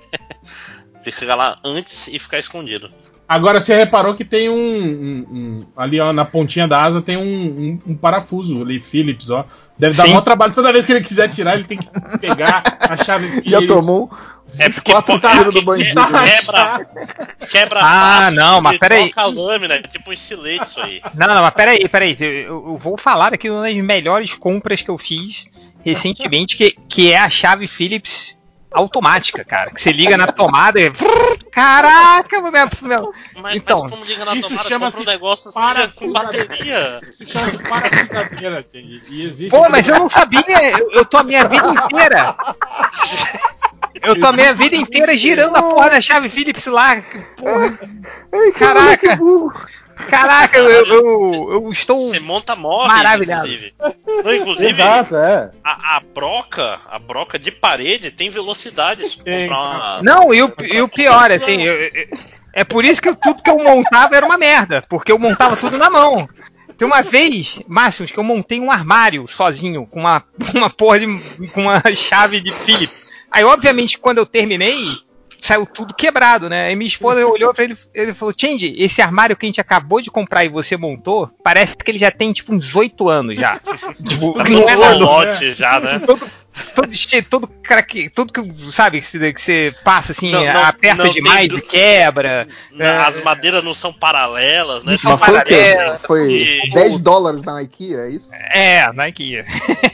Tem que chegar lá antes e ficar escondido. Agora você reparou que tem um. um- um- ali ó, na pontinha da asa tem um, um- um parafuso ali, Phillips, ó. Deve dar Sim. maior trabalho. Toda vez que ele quiser tirar, ele tem que pegar a chave Já Phillips. tomou É uns porque quatro pô, tiros é do que bandido. tá- né? Quebra, quebra Ah, fácil, não, mas ele peraí. troca a lâmina, é tipo um estilete isso aí. Não, não, mas peraí, peraí. Eu, eu vou falar aqui uma das melhores compras que eu fiz recentemente, que, que é a chave Phillips automática, cara. Que você liga na tomada e. Caraca, meu. meu. Mas, então, mas como liga na isso tomada, chama-se compra um negócio assim, para com bateria. Isso chama-se parafusadeira, e, e existe. Pô, mas eu não sabia. Eu, eu tô a minha vida inteira. Eu tô a minha vida inteira girando a porra da chave Phillips lá. Porra. Caraca. Caraca, eu, eu, eu estou. Você monta móveis, maravilhado. Inclusive. Não, inclusive Exato, é. a, a broca, a broca de parede tem velocidade. Se comprar uma... Não, e o, e o pior, assim, eu, eu, é por isso que eu, tudo que eu montava era uma merda, porque eu montava tudo na mão. Tem uma vez, Máximos, que eu montei um armário sozinho, com uma, uma porra de. com uma chave de Phillips. Aí, obviamente, quando eu terminei, saiu tudo quebrado, né? Aí minha esposa olhou pra ele e falou: Change, esse armário que a gente acabou de comprar e você montou, parece que ele já tem tipo uns oito anos já. Tipo, não é um lote já, né? Todo, todo, todo, cara, que, tudo que, sabe, que você passa assim, Não, não, aperta não demais tem- e quebra. As é, madeiras não são paralelas, né? Não são Mas foi o quê? paralelas. Foi E- dez dólares na IKEA, é isso? É, na IKEA.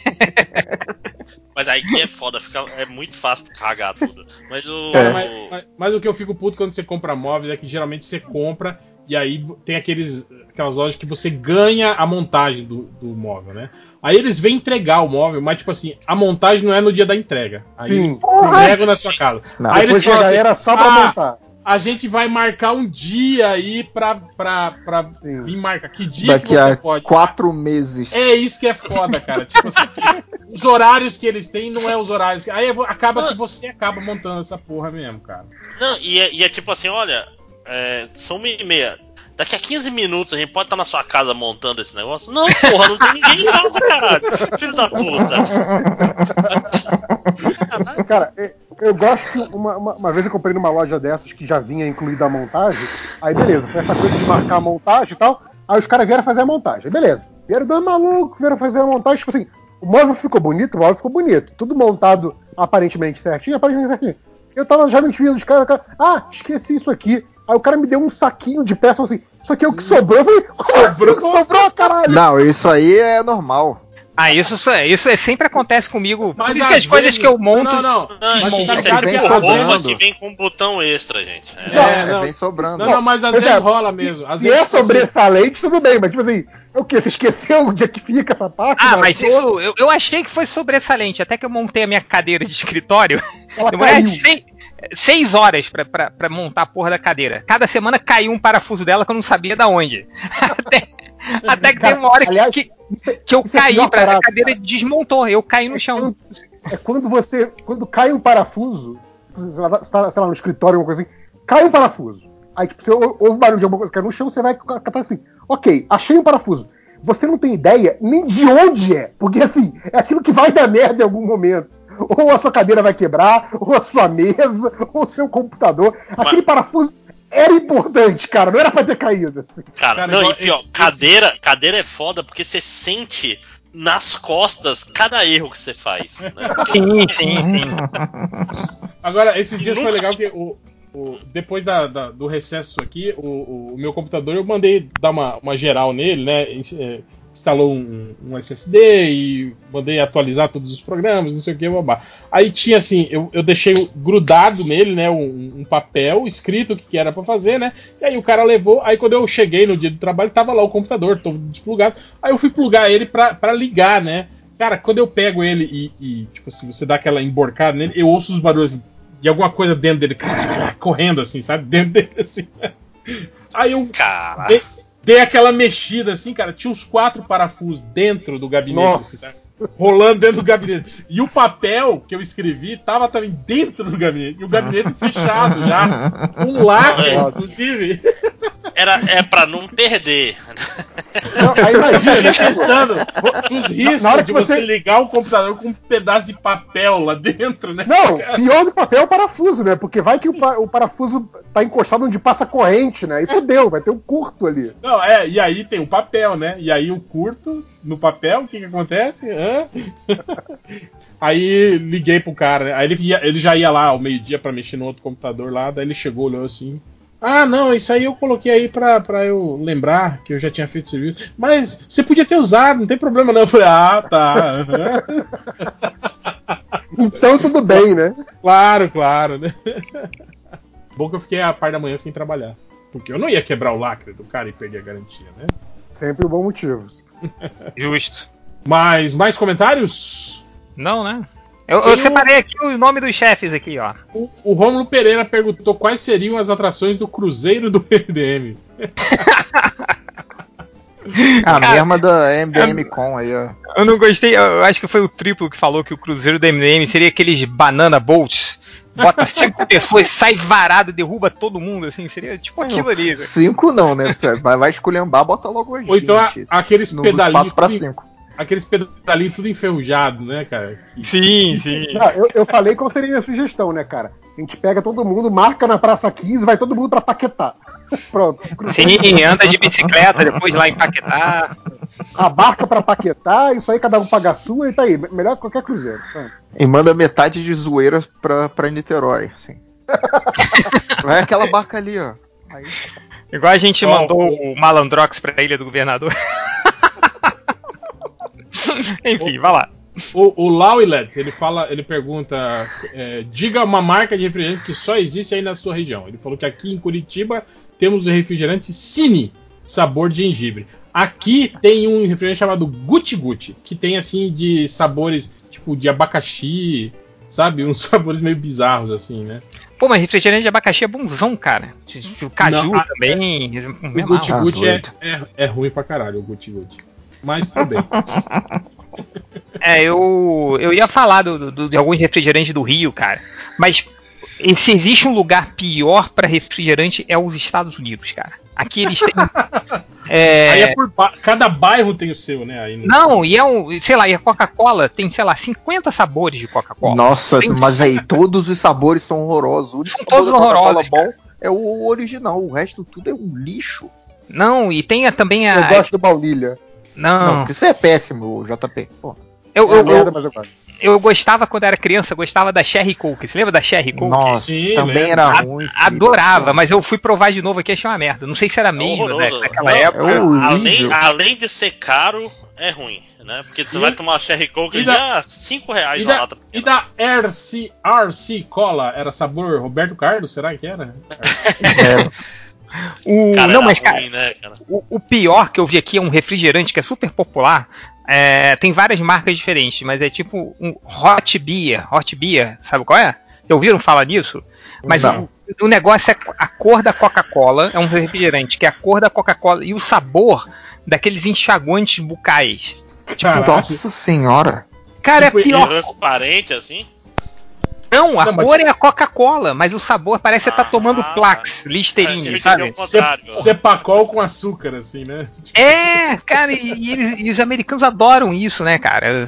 Mas aí que é foda, fica, é muito fácil cagar tudo. Mas o. Cara, mas, mas- mas o que eu fico puto quando você compra móveis é que geralmente você compra e aí tem aqueles, aquelas lojas que você ganha a montagem do, do móvel, né? Aí eles vêm entregar o móvel, mas tipo assim, a montagem não é no dia da entrega. Aí Sim. eles entregam na sua casa. Não. Aí Depois eles falam chega assim, era só pra "Ah, montar. a gente vai marcar um dia aí pra, pra, pra Sim. vir marcar. Que dia Daqui que você a pode? quatro meses. É isso que é foda, cara. Tipo assim, os horários que eles têm não é os horários. Que... Aí acaba que você acaba montando essa porra mesmo, cara. Não, e é, e é tipo assim, olha, é, são uma e meia. Daqui a quinze minutos a gente pode estar na sua casa montando esse negócio? Não, porra, não tem ninguém em casa, caralho. Filho da puta. Cara, é- eu gosto que uma, uma, uma vez eu comprei numa loja dessas que já vinha incluída a montagem. Aí beleza, foi essa coisa de marcar a montagem e tal. Aí os caras vieram fazer a montagem. Beleza. Vieram dois malucos, vieram fazer a montagem. Tipo assim, o móvel ficou bonito, o móvel ficou bonito. Tudo montado aparentemente certinho, aparentemente certinho. Eu tava já me enfiando os caras, cara, ah, esqueci isso aqui. Aí o cara me deu um saquinho de peça, assim, isso aqui é o que sobrou. Eu falei, sobrou, sobrou, caralho. Não, isso aí é normal. Ah, isso, isso sempre acontece comigo. Por Mas isso que às as coisas vezes- que eu monto. Não, não. Não, Mas isso tá é ligado vem que tipo às roupa sobrando. que vem com botão extra, gente. É. Não, É, É, não. vem sobrando. Não, não, mas às Pois vezes é, rola mesmo. Às Se vezes, é tipo assim, sobressalente, tudo bem, mas tipo assim, é o quê? Você esqueceu onde é que fica essa parte? Ah, Marcou? mas isso. Eu, eu achei que foi sobressalente. Até que eu montei a minha cadeira de escritório. Ela Demorei caiu. seis, seis horas pra, pra, pra montar a porra da cadeira. Cada semana caiu um parafuso dela que eu não sabia da onde. Até, até que Cara, tem uma hora que, aliás, que, isso é- que eu isso é a caí, pior pra, a parada, cadeira cara. desmontou. Eu caí no É chão. quando, é quando você. Quando cai um parafuso, você está, sei lá, no escritório, alguma coisa assim, cai um parafuso. Aí, tipo, você ou- ouve barulho de alguma coisa que cai no chão, você vai catar assim, ok, achei um parafuso. Você não tem ideia nem de onde é, porque assim, é aquilo que vai dar merda em algum momento. Ou a sua cadeira vai quebrar, ou a sua mesa, ou o seu computador. Aquele parafuso era importante, cara, não era pra ter caído. Assim. Cara, Cara, não, igual e pior, esse- cadeira, cadeira é foda porque você sente nas costas cada erro que você faz. Né? Sim, sim, sim. Agora, esses dias Nunca- foi legal que o, o- depois da- da- do recesso aqui, o, o- o meu computador, eu mandei dar uma, uma geral nele, né? ins- é, Instalou um, um S S D e mandei atualizar todos os programas, não sei o que, babá. Aí tinha assim, eu, eu deixei grudado nele, né? Um, um papel escrito o que, que era pra fazer, né? E aí o cara levou, aí quando eu cheguei no dia do trabalho, tava lá o computador, todo desplugado. Aí eu fui plugar ele pra, pra ligar, né? Cara, quando eu pego ele e, e, tipo assim, você dá aquela emborcada nele, eu ouço os barulhos de alguma coisa dentro dele, correndo assim, sabe? Dentro dele, assim. Aí eu Cara, dei, dei aquela mexida assim, cara, tinha uns quatro parafusos dentro do gabinete, Nossa. assim, tá? Rolando dentro do gabinete. E o papel que eu escrevi tava também dentro do gabinete. E o gabinete fechado já. Um lacre, É. inclusive. era, é pra não perder. Não, aí Eu imagina, fiquei né? pensando nos riscos na hora que de você você- ligar o computador com um pedaço de papel lá dentro, né? Não, pior do papel é o parafuso, né? Porque vai que o, pa- o parafuso tá encostado onde passa a corrente, né? E fudeu, vai ter um curto ali. Não, é, e aí tem o papel, né? E aí o curto no papel, o que que acontece? Hã? Aí liguei pro cara, né? Aí ele, ia- ele já ia lá ao meio-dia pra mexer no outro computador lá, daí ele chegou, olhou assim. Ah, não, isso aí eu coloquei aí pra, pra eu lembrar que eu já tinha feito serviço. Mas você podia ter usado, não tem problema não. Eu falei, ah, tá. aham. Então tudo bem, né? Claro, claro, né? Bom que eu fiquei a par da manhã sem trabalhar. Porque eu não ia quebrar o lacre do cara e perder a garantia, né? Sempre um bom motivo. Justo. Mas, mais comentários? Não, né? Eu, eu separei aqui o nome dos chefes aqui, ó. O, o Rômulo Pereira perguntou quais seriam as atrações do Cruzeiro do M D M. A Cara, mesma da M D M Com aí, ó. Eu não gostei, eu acho que foi o Triplo que falou que o Cruzeiro do M D M seria aqueles banana bolts. Bota cinco pessoas, sai varado, derruba todo mundo, assim, seria tipo aquilo ali. Cinco não, né? Vai, vai esculhambar, bota logo hoje. Ou então a, aqueles pedalinhos pra cinco. Aqueles pedalinhos tudo enferrujado, né, cara? Sim, sim. Não, eu, eu falei qual seria a minha sugestão, né, cara? A gente pega todo mundo, marca na Praça quinze, vai todo mundo pra Paquetá. Pronto. Sim, anda de bicicleta, depois lá em Paquetá. A barca pra Paquetá, isso aí cada um paga a sua e tá aí. Melhor que qualquer cruzeiro. Pronto. E manda metade de zoeira pra, pra Niterói, assim. Vai aquela barca ali, ó. Aí. Igual a gente oh, mandou oh. o Malandrox pra Ilha do Governador. Enfim, o, vai lá. O, o Lauilet, ele fala, ele pergunta, é, diga uma marca de refrigerante que só existe aí na sua região. Ele falou que aqui em Curitiba temos o refrigerante Cine, sabor de gengibre. Aqui tem um refrigerante chamado Guti Guti, que tem assim de sabores, tipo de abacaxi, sabe? Uns sabores meio bizarros assim, né? Pô, mas refrigerante de abacaxi é bonzão, cara. O caju Não, também. É, o Guti Guti é, é, é ruim pra caralho, o Guti Guti. Mas tudo bem. É, eu, eu ia falar do, do, de alguns refrigerantes do Rio, cara. Mas se existe um lugar pior pra refrigerante é os Estados Unidos, cara. Aqui eles têm. É... Aí é por ba... Cada bairro tem o seu, né? Aí no... Não, e é um. Sei lá, e a Coca-Cola tem, sei lá, cinquenta sabores de Coca-Cola. Nossa, tem... mas aí, todos os sabores são horrorosos. O único são todos horrorosos. Bom é o original, o resto tudo é um lixo. Não, e tem a, também a. Eu gosto do baunilha. Não, não, isso é péssimo, J P. Pô. Eu, eu, eu, eu, eu gostava quando era criança, gostava da Cherry Coke. Você lembra da Cherry Coke? Nossa, Sim, também lembra. Era ruim. A, adorava, mas eu fui provar de novo aqui e achei uma merda. Não sei se era mesmo, né, naquela não, época. É além, além de ser caro, é ruim, né? Porque você e, vai tomar uma Cherry Coke e já cinco reais na lata. E da R C, R C Cola, era sabor Roberto Carlos? Será que era? É. O, cara, não, mas cara, ruim, né, cara? O, o pior que eu vi aqui é um refrigerante que é super popular. É, tem várias marcas diferentes, mas é tipo um Hot Beer. Hot Beer, sabe qual é? Vocês ouviram falar nisso? Mas o, o negócio é a cor da Coca-Cola. É um refrigerante que é a cor da Coca-Cola e o sabor daqueles enxaguantes bucais. Tipo, nossa senhora. Cara, tipo, é pior. Transparente assim? Não, a não, cor mas... é a Coca-Cola, mas o sabor parece que você tá tomando ah, Plax, Listerine, é, sabe? Cepacol com açúcar, assim, né? É, cara, e, e, eles, e os americanos adoram isso, né, cara?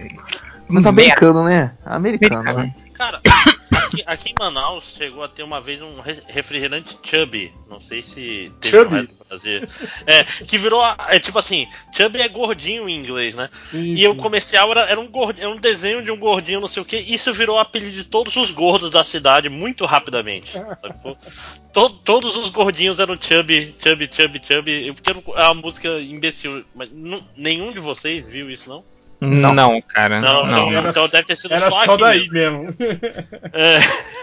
Mas americano, né? Americano, americano. Né? Cara, aqui, aqui em Manaus chegou a ter uma vez um refrigerante Chubby. Não sei se teve Chubby? No Brasil. É, que virou. É tipo assim, Chubby é gordinho em inglês, né? Isso. E o comercial era, era, um gordinho, era um desenho de um gordinho, não sei o que. Isso virou o apelido de todos os gordos da cidade muito rapidamente. Todo, todos os gordinhos eram Chubby, Chubby, Chubby, Chubby. Porque é uma música imbecil. Mas não, nenhum de vocês viu isso, não? Não, não, cara. Não, não. Então, então deve ter sido era só, só aqui daí mesmo. É.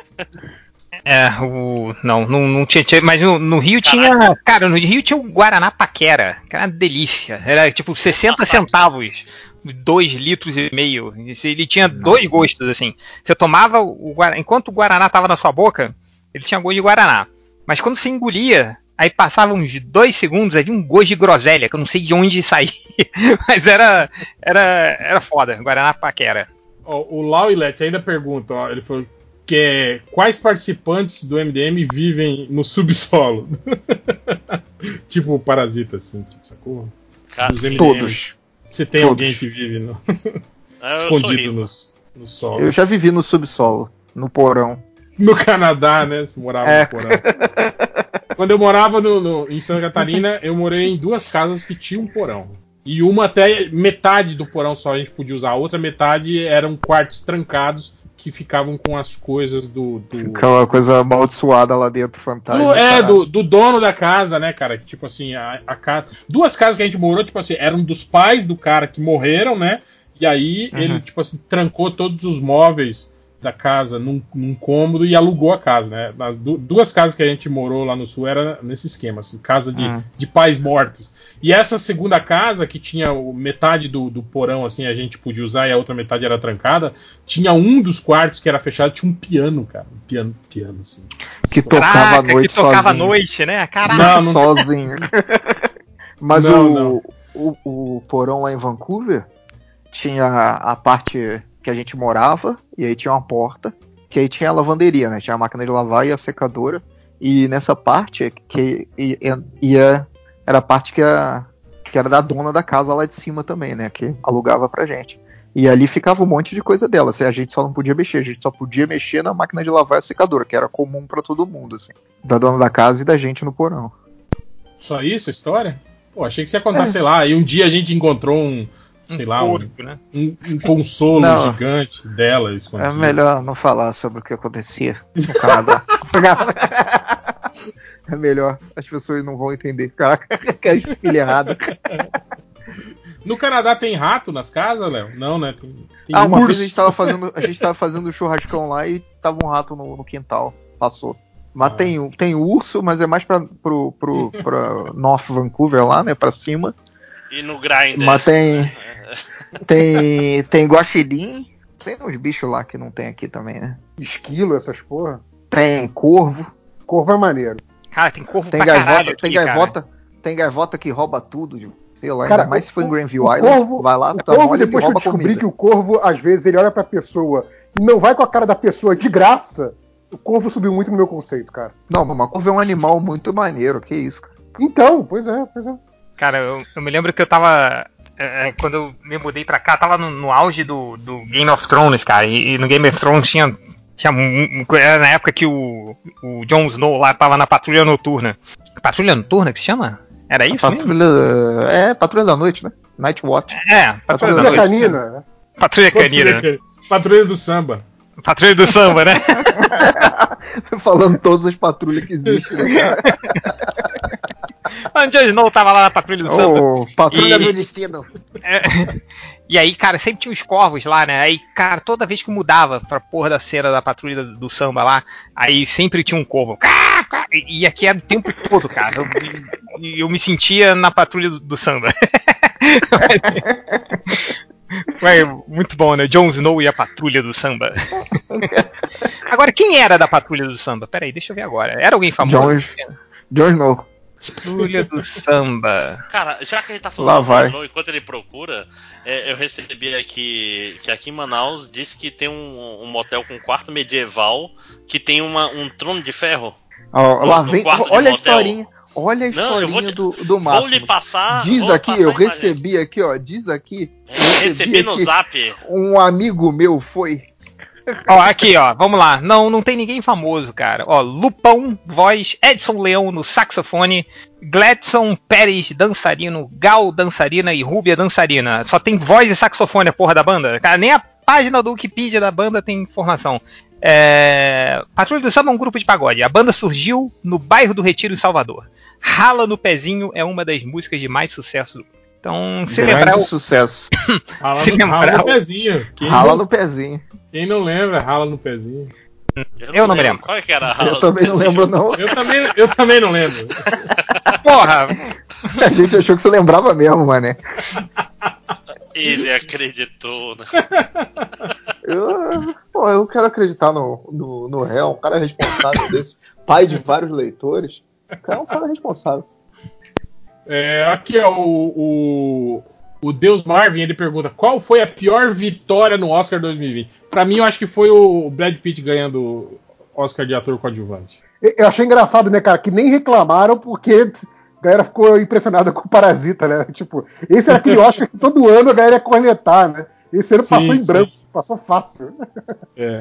É, o. Não, não, não tinha. tinha mas no, no Rio Caraca. tinha. Cara, no Rio tinha o Guaraná Paquera, que era uma delícia. Era tipo sessenta Nossa, centavos. dois litros e meio. Ele tinha Nossa. dois gostos, assim. Você tomava o Guaraná. Enquanto o Guaraná tava na sua boca, ele tinha gosto de Guaraná. Mas quando você engolia, aí passava uns dois segundos, aí vinha um gosto de groselha, que eu não sei de onde sair. Mas era, era, era foda, Guaraná Paquera. Oh, o Lauilet ainda pergunta, ó, ele falou que é, quais participantes do M D M vivem no subsolo? Tipo Parasita, assim, tipo, sacou? Cara, todos. Você tem todos. Alguém que vive no... é, escondido no, no solo? Eu já vivi no subsolo, no porão. No Canadá, né? Você morava é. no porão. Quando eu morava no, no, em Santa Catarina, eu morei em duas casas que tinham um porão. E uma até metade do porão só a gente podia usar. A outra metade eram quartos trancados que ficavam com as coisas do... do Aquela coisa amaldiçoada lá dentro, fantástica. Do, é, do, do dono da casa, né, cara? Tipo assim, a, a casa... Duas casas que a gente morou, tipo assim, eram dos pais do cara que morreram, né? E aí Uhum. ele, tipo assim, trancou todos os móveis da casa num, num cômodo e alugou a casa, né? Nas du- duas casas que a gente morou lá no sul era nesse esquema, assim, casa de, Uhum. de pais mortos. E essa segunda casa, que tinha o- metade do, do porão, assim, a gente podia usar e a outra metade era trancada, tinha um dos quartos que era fechado, tinha um piano, cara. Um piano, piano, assim. Que tocava Caraca, à noite que tocava sozinho. à noite, né? Caraca. Não, não- Sozinho. Mas Não, o, não. O, o porão lá em Vancouver tinha a parte que a gente morava, e aí tinha uma porta, que aí tinha a lavanderia, né? Tinha a máquina de lavar e a secadora. E nessa parte, que ia, ia- era a parte que, a, que era da dona da casa lá de cima também, né? Que alugava pra gente. E ali ficava um monte de coisa dela. Assim, a gente só não podia mexer, a gente só podia mexer na máquina de lavar e a secadora, que era comum pra todo mundo, assim. Da dona da casa e da gente no porão. Só isso a história? Pô, achei que você ia contar, sei lá, e um dia a gente encontrou um, sei Um lá, um, corpo, né? um, um consolo Não. gigante dela É escondido. melhor não falar sobre o que acontecia no Canadá. É melhor, as pessoas não vão entender. Caraca, que é filha errada. No Canadá tem rato nas casas, Léo? Não, né? Tem, tem Ah, uma urso. vez a gente tava fazendo, a gente tava fazendo um churrascão lá e tava um rato no, no quintal. Passou. Mas Ah. tem, tem urso, mas é mais pra, pro, pro, pra North Vancouver lá, né? Pra cima. E no Grindr. Mas tem. Tem. Tem guaxinim. Tem uns bichos lá que não tem aqui também, né? Esquilo, essas porra. Tem corvo. Corvo é maneiro. Cara, tem corvo Tem pra gaivota, caralho aqui, tem cara. gaivota, tem gaivota que rouba tudo, de- sei lá, Cara, ainda mais se for em o- Grandview o Island, corvo, vai lá, o tá corvo mole, ele depois que eu rouba descobri comida. que o corvo, às vezes, ele olha pra pessoa e não vai com a cara da pessoa de graça, o corvo subiu muito no meu conceito, cara. Não, mas corvo é um animal muito maneiro, que isso, cara. Então, pois é, pois é. Cara, eu, eu me lembro que eu tava. é, quando eu me mudei pra cá, tava no, no auge do, do Game of Thrones, cara. E, e no Game of Thrones tinha. tinha um- um- era na época que o, o Jon Snow lá tava na patrulha noturna. Patrulha noturna que se chama? Era isso mesmo? Patrulha, é, patrulha da noite, né? Night Watch. É, patrulha da Patrulha noite. canina, né? Patrulha Patrulha, canina. can- patrulha do samba. Patrulha do samba, né? Falando todas as patrulhas que existem, né, cara? O Jon Snow tava lá na patrulha do samba. Ô, patrulha E- do destino. É, e aí, cara, sempre tinha os corvos lá, né? Aí, cara, toda vez que mudava pra porra da cena da patrulha do, do samba lá, aí sempre tinha um corvo. Cá, cá, E e aqui era o tempo todo, cara. Eu, e eu me sentia na patrulha do, do samba. Ué, muito bom, né? Jon Snow e a patrulha do samba. Agora, quem era da patrulha do samba? Peraí, deixa eu ver agora. Era alguém famoso? Jon, Jon Snow. Patrulha do samba. Cara, já que a gente tá Lá falando do vai. Jon Snow, enquanto ele procura, é, eu recebi aqui que aqui em Manaus disse que tem um, um motel com quarto medieval que tem uma, um trono de ferro. Ó, lá No vem, quarto de olha a motel. historinha. Olha a Não, eu vou historinha te- do, do Vou Máximo. lhe passar. Diz vou aqui, passar eu a imagem. recebi aqui, ó. Diz aqui. eu Recebi no aqui, zap. Um amigo meu foi. Ó, aqui, ó, vamos lá. Não, não tem ninguém famoso, cara. Ó, Lupão, voz, Edson Leão no saxofone, Gladson Pérez, dançarino, Gal, dançarina e Rúbia, dançarina. Só tem voz e saxofone a porra da banda. Cara, nem a página do Wikipedia da banda tem informação. É... Patrulha do Samba é um grupo de pagode. A banda surgiu no bairro do Retiro, em Salvador. Rala no Pezinho é uma das músicas de mais sucesso. Então, se Grande lembrar... o- sucesso. Rala, Se no, lembrar rala no o- pezinho. Quem, Rala não, no pezinho. quem não lembra, rala no pezinho. Eu não me lembro. Qual é que era a rala Eu também do não pezinho? lembro, não. Eu também, eu também não lembro. Porra! A gente achou que você lembrava mesmo, mané. Ele acreditou, né? Eu, pô, eu quero acreditar no, no, no réu, um cara responsável desse, pai de vários leitores. O cara é um cara responsável. É, aqui, ó, o, o, o Deus Marvin, ele pergunta: qual foi a pior vitória no Oscar dois mil e vinte? Pra mim, eu acho que foi o Brad Pitt ganhando o Oscar de ator coadjuvante. Eu achei engraçado, né, cara, que nem reclamaram porque a galera ficou impressionada com o Parasita, né? Tipo, esse era aquele Oscar que todo ano a galera ia cornetar, né? Esse ano Sim, passou em sim. branco, passou fácil. É.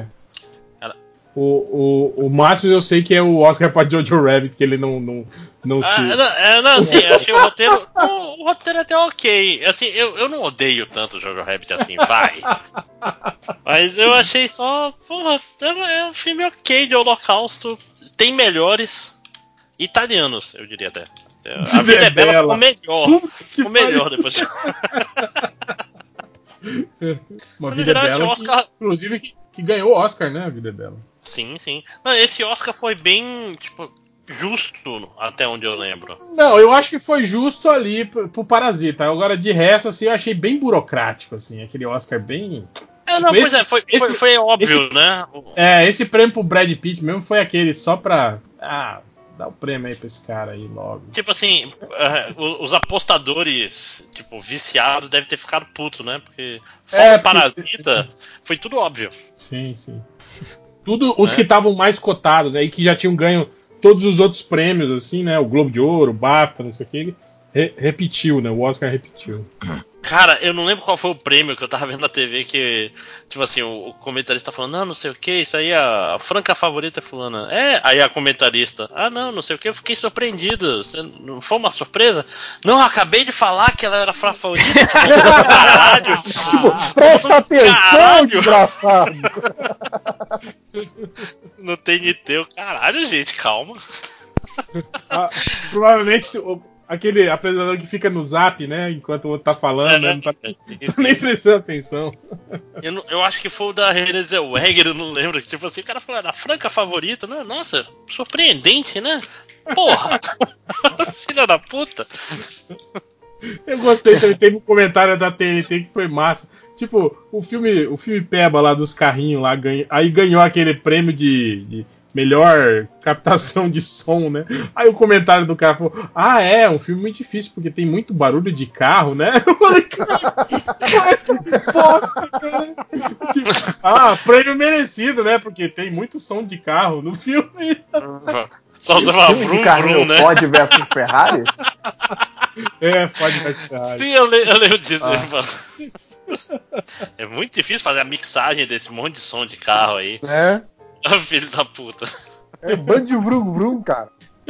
O, o, o máximo eu sei que é o Oscar pra Jojo Rabbit, que ele não, não, não se. Ah, não, é, não, assim, eu achei o roteiro. O, o roteiro até ok. Assim, eu, eu não odeio tanto o Jojo Rabbit assim, vai. Mas eu achei só. Porra, é, é um filme ok de Holocausto. Tem melhores italianos, eu diria até. A Vida é Bela ficou melhor. Ficou melhor depois. Uma Pode Vida é virar esse Bela, Oscar- que, inclusive, que, que ganhou o Oscar, né? A Vida é Bela. Sim, sim. Não, esse Oscar foi bem, tipo, justo, até onde eu lembro. Não, eu acho que foi justo ali pro, pro Parasita. Agora, de resto, assim, eu achei bem burocrático, assim, aquele Oscar bem... É, não, Tipo, pois esse- é, foi, esse- foi, foi óbvio, esse- né? É, esse prêmio pro Brad Pitt mesmo foi aquele só pra... Ah, dá o prêmio aí pra esse cara aí logo. Tipo assim, eh, o- os apostadores, tipo, viciados devem ter ficado putos, né? Porque fora É, o porque- Parasita, foi tudo óbvio. Sim, sim. Tudo os É. que estavam mais cotados, né, e que já tinham ganho todos os outros prêmios, assim, né? O Globo de Ouro, o BAFTA, não sei o que, ele re- repetiu, né? O Oscar repetiu. Cara, eu não lembro qual foi o prêmio que eu tava vendo na T V que, tipo assim, o, o comentarista tá falando, não, não sei o que, isso aí é a, a franca favorita é fulana. É, aí a comentarista, ah não, não sei o que, eu fiquei surpreendido. Você, não foi uma surpresa? Não, eu acabei de falar que ela era a fra- favorita. Tipo, caralho. Tipo, presta atenção, Caralho. desgraçado! No T N T, eu, caralho, gente, calma. Ah, provavelmente o- aquele apresentador que fica no zap, né? Enquanto o outro tá falando, né, não tá, Sim, tá sim. nem prestando atenção. Eu, não- eu acho que foi o da Renée Zellweger, eu não lembro. Tipo assim, o cara falou, era a franca favorita. Não, nossa, surpreendente, né? Porra! Filha da puta! Eu gostei também, teve um comentário da T N T que foi massa. Tipo, o filme, o filme Peba lá dos carrinhos lá, ganha, aí ganhou aquele prêmio de, de melhor captação de som, né? Aí o comentário do cara falou: ah, é, um filme muito difícil, porque tem muito barulho de carro, né? Eu falei, cara, que bosta, cara. Tipo, ah, prêmio merecido, né? Porque tem muito som de carro no filme. Só usava Filme de vrum carrinho, vrum, né? Ford versus Ferrari? É, pode versus Ferrari. Sim, eu, le- eu lembro disso. Ah. Ele fala. É muito difícil fazer a mixagem desse monte de som de carro aí. É, Filho da puta. é bando de vrum vrum, cara.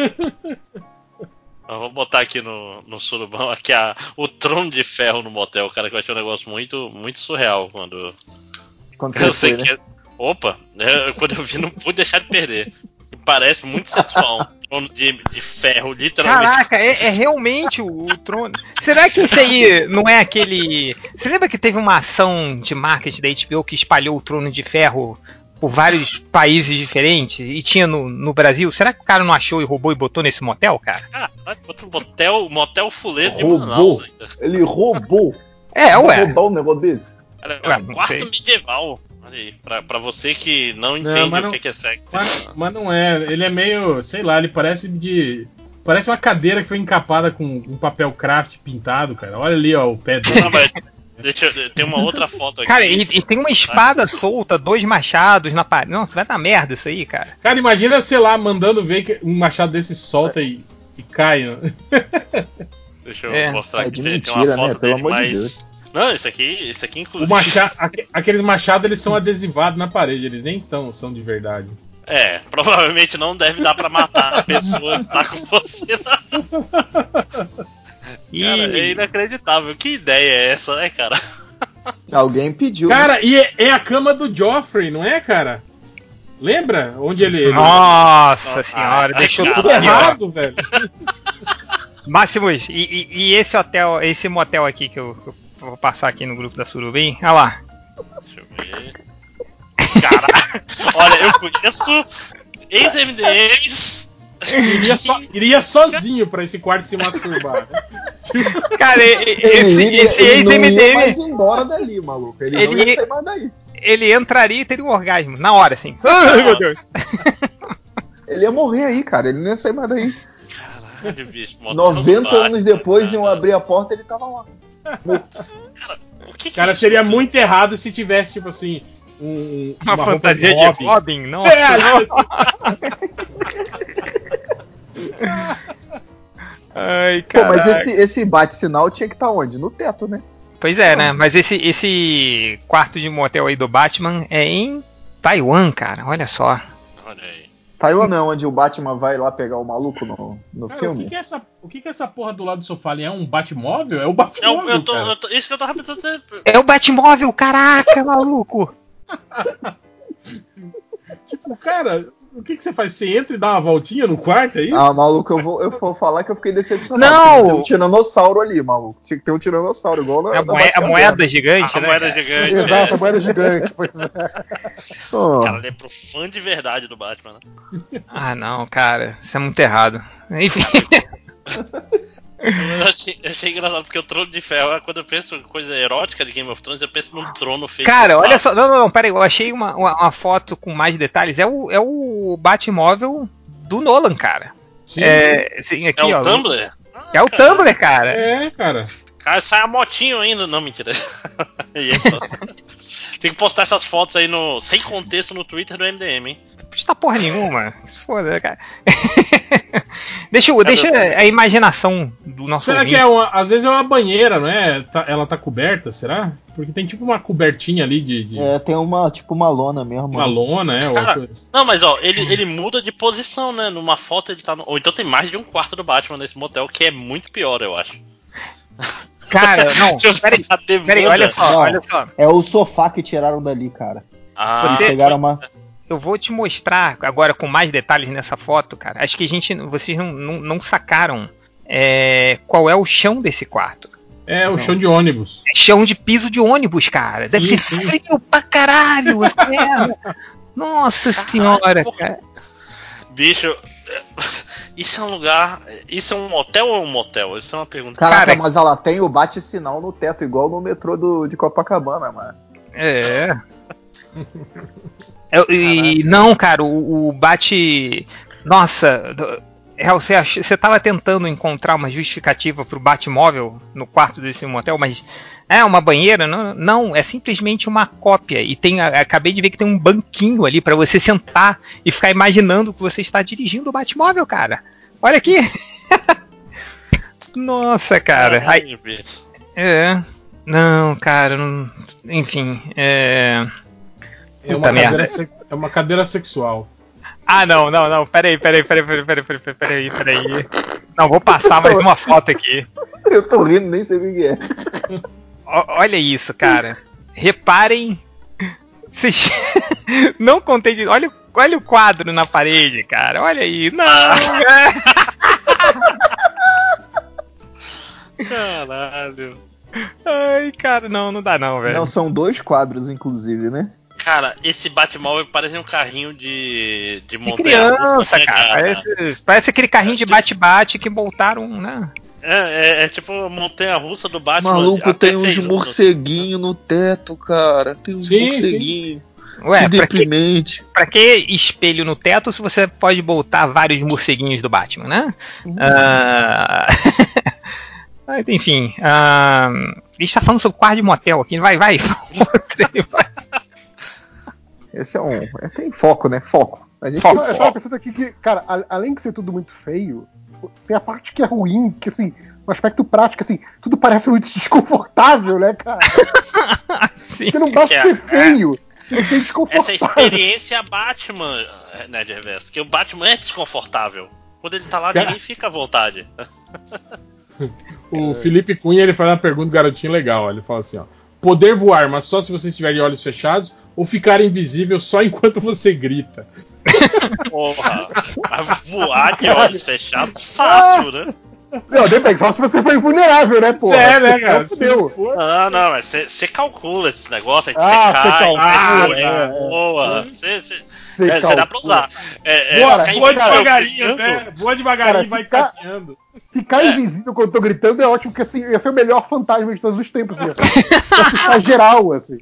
Eu vou botar aqui no, no surubão aqui a, o trono de ferro no motel, cara, que eu achei um negócio muito, muito surreal quando. Quando Eu você sei foi, que. né? Opa! eu- quando eu vi, não pude deixar de perder. Parece muito sensual. Um trono de, de ferro, literalmente. Caraca, é, é realmente o, o trono. Será que esse aí não é aquele. Você lembra que teve uma ação de marketing da H B O que espalhou o trono de ferro por vários países diferentes e tinha no, no Brasil? Será que o cara não achou e roubou e botou nesse motel, cara? Caralho, outro motel, motel fuleiro de Roubou. Manaus ainda. Ele roubou. É, Vai ué. roubar um negócio desse? Cara, é Ué, um não quarto sei. medieval. Olha aí, pra, pra você que não Não, entende mas o não- que que é sexo. Mas, mas não é, ele é meio, sei lá, ele parece de. Parece uma cadeira que foi encapada com um papel craft pintado, cara. Olha ali, ó, o pé dele. Não, mas deixa eu, tem uma outra foto aqui. Cara, e, e tem uma espada solta, dois machados na parede. Não, vai dar merda isso aí, cara. Cara, imagina, sei lá, mandando ver que um machado desse solta e, e cai. Né? Deixa eu É. mostrar É aqui. de Tem, tem mentira, uma né? foto Pelo dele amor de mais. Deus. Não, esse aqui, esse aqui O inclusive. macha, aque- aqueles machados, eles são adesivados na parede, eles nem tão, são de verdade. É, provavelmente não deve dar pra matar a pessoa que tá com você. E... Cara, é inacreditável. Que ideia é essa, né, cara? Alguém pediu. né? Cara, e é, é a cama do Joffrey, não é, cara? Lembra? Onde ele. ele- Nossa senhora, deixou cara, tudo Tudo ali, ó. errado, velho. Máximos, e, e- e esse hotel, esse motel aqui que eu, que eu vou passar aqui no grupo da Surubim, olha lá. Deixa eu ver. Caralho, olha, eu conheço ex-M D Ms. Iria, so- iria sozinho pra esse quarto se masturbar. Né? Cara, e- e- Ele, esse, iria- esse ele não ia mais ex-M D M, embora dali, maluco. Ele, Ele- não ia sair mais daí. ele entraria e teria um orgasmo, na hora, assim. Ai, meu Deus. Ele ia morrer aí, cara. Ele não ia sair mais daí. Caralho, bicho. motel noventa do anos Batman, depois cara. iam abrir a porta e ele tava lá. O que que Cara, é isso? seria muito errado se tivesse, tipo assim, um, Uma, roupa fantasia de Robin. Robin, nossa. É, Ai, Pô, cara. mas esse, esse bate-sinal tinha que estar onde? No teto, né? Pois é, né? Mas esse, esse quarto de motel aí do Batman é em Taiwan, cara. Olha só. Olha aí. Taiwan não, onde o Batman vai lá pegar o maluco no, no Cara, o filme. que, que é essa, o que, que é essa porra do lado do sofá ali? É um Batmóvel? É o Eu, Batmóvel, eu tô, cara. eu tô- isso que eu tava pensando. É o Batmóvel, caraca, maluco. Tipo, cara, o que, que você faz? Você entra e dá uma voltinha no quarto, é isso? Ah, maluco, eu vou, eu vou falar que eu fiquei decepcionado. Não! Tem um tiranossauro ali, maluco. Tinha que ter um tiranossauro, igual na, A, na moe- a moeda gigante, A né? moeda cara? gigante. Exato, é. a moeda gigante. Pois é. Oh. Cara, ele é pro fã de verdade do Batman, né? Ah, não, cara. Isso é muito errado. Enfim. Eu achei, eu achei engraçado, porque o Trono de Ferro, quando eu penso em coisa erótica de Game of Thrones, eu penso num trono feito Cara, de olha espaço. só. Não, não, não, pera aí. Eu achei uma, uma, uma foto com mais detalhes. É o, é o Batmóvel do Nolan, cara. Sim, É, sim, aqui, É ó. o Tumblr? É o Tumblr, cara. É, cara. Cara, sai a motinho ainda. Não, mentira. E aí, pô. Tem que postar essas fotos aí no, sem contexto no Twitter do M D M, hein? Não custa porra nenhuma. Se foda, cara. deixa eu- deixa a imaginação do nosso Será ouvinte. que é uma. Às vezes é uma banheira, não é? Tá- ela tá coberta, será? Porque tem tipo uma cobertinha ali de. de É, tem uma, tipo, uma lona mesmo. uma lona, é? Ou Cara, coisa assim. não, mas ó, ele, ele muda de posição, né? Numa foto ele tá no. Ou então tem mais de um quarto do Batman nesse motel, que é muito pior, eu acho. Cara, não, Deixa eu peraí, ver a demanda. peraí, olha só, Não, olha só. É o sofá que tiraram dali, cara. Ah, Eles pegaram uma. Eu vou te mostrar agora com mais detalhes nessa foto, cara. Acho que a gente, vocês não, não, não sacaram é, qual é o chão desse quarto. É o chão de ônibus. É chão de piso de ônibus, cara. Deve Sim, ser sim. frio pra caralho. essa merda. Nossa senhora, porra. cara. bicho, isso é um lugar. Isso é um hotel ou é um motel? Isso é uma pergunta. Caraca, Cara, mas ela tem o bate-sinal no teto, igual no metrô do, de Copacabana, mano. É. Eu- e não, cara, o, o bate. Nossa, do- é, você, ach- você tava tentando encontrar uma justificativa pro Batmóvel no quarto desse motel, mas é uma banheira? Não, não, é simplesmente uma cópia. E tem, a- acabei de ver que tem um banquinho ali pra você sentar e ficar imaginando que você está dirigindo o Batmóvel, cara. Olha aqui. Nossa, cara. Aí- Ai, bicho. é. Não, cara, não- enfim. É. É Puta uma, merda. cadeira se- é uma cadeira sexual. Ah, não, não, não, peraí, peraí, peraí, peraí, peraí, peraí, peraí, peraí. Não, vou passar mais uma foto aqui. Eu tô rindo, nem sei o que é. O- olha isso, cara. Reparem. Vocês não contei de. Olha, olha o quadro na parede, cara. Olha aí. Não, é. Caralho. Ai, cara, não, não dá não, velho. Não, são dois quadros, inclusive, né? Cara, esse Batmóvel parece um carrinho de, de De montanha-russa, criança, né, cara. Parece, parece aquele carrinho de bate-bate que montaram, né? É, é, é tipo a montanha-russa do Batman. Maluco, até tem uns seis anos. morceguinhos no teto, cara. Tem uns Sim, morceguinhos. Ué, Que pra que, deprimente. pra que espelho no teto se você pode botar vários morceguinhos do Batman, né? Ah, Mas enfim, ah, a gente tá falando sobre quarto de motel aqui, vai, vai. Esse é um. É, tem foco, né? Foco. A gente Foco. Eu tem tava foco. pensando aqui que, cara, a- além de ser tudo muito feio, tem a parte que é ruim, que assim, um aspecto prático, assim, tudo parece muito desconfortável, né, cara? Sim. Porque não basta É, ser feio, tem que ser Essa desconfortável. experiência Batman, né, de reverso, que o Batman é desconfortável. Quando ele tá lá, Cara. ninguém fica à vontade. O Felipe Cunha ele faz uma pergunta garotinho legal. Ele fala assim: ó, poder voar, mas só se você estiver de olhos fechados, ou ficar invisível só enquanto você grita. Porra, mas voar de olhos fechados, fácil, né? Não, depende, só se você for invulnerável, né, pô? É, né, cara? Se Fudeu. não for, Não, não, mas você calcula esse negócio, aí você Ah, cê cai, calcula, você é, é. voa, você Cê é, dá pra usar. É, é, voa, ficar voa invisível devagarinho, gritando, né? Voa devagarinho Cara, e vai ficar- tateando. Ficar É. invisível quando eu tô gritando é ótimo, porque assim, ia ser o melhor fantasma de todos os tempos, assim. Ia ficar geral, assim.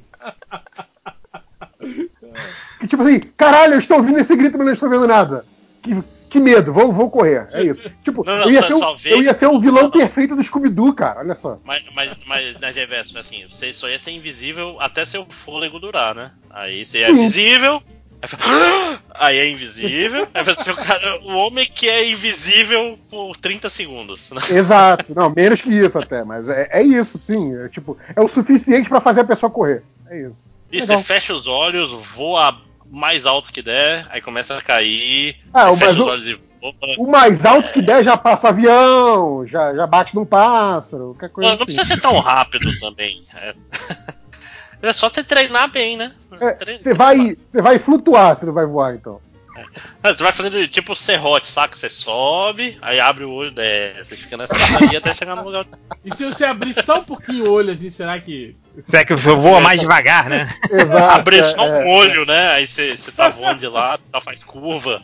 Que tipo assim, caralho, eu estou ouvindo esse grito, mas não estou vendo nada. Que, que medo, vou, vou correr. É isso. Tipo, Não, não, eu, ia só- ser um, só vê- eu ia ser um vilão perfeito do Scooby-Doo, cara. Olha só. Mas, mas, mas na reverso, assim, você só ia ser invisível até seu fôlego durar, né? Aí você é Sim. visível, aí, fala, aí é invisível, aí vai ser o, cara, o homem que é invisível por trinta segundos. Né? Exato. Não, menos que isso até, mas é, é isso, sim. É, tipo, é o suficiente pra fazer a pessoa correr. É isso. E Legal. você fecha os olhos, voa mais alto que der, aí começa a cair, Ah, aí mas fecha o- os olhos e voa. O mais alto que der já passa o avião, já, já bate num pássaro, qualquer coisa Não, não assim. precisa ser tão rápido também. É. É só você treinar bem, né? É, você vai, você vai flutuar, você não vai voar, então. É, você vai fazendo tipo serrote, saca? Você sobe, aí abre o olho, desce, você fica nessa escadaria até chegar no lugar. E se você abrir só um pouquinho o olho, assim, será que... Será que você voa mais devagar, né? Exato. Abrir só um é, olho, né? Aí você, você tá voando de lado, tá, faz curva.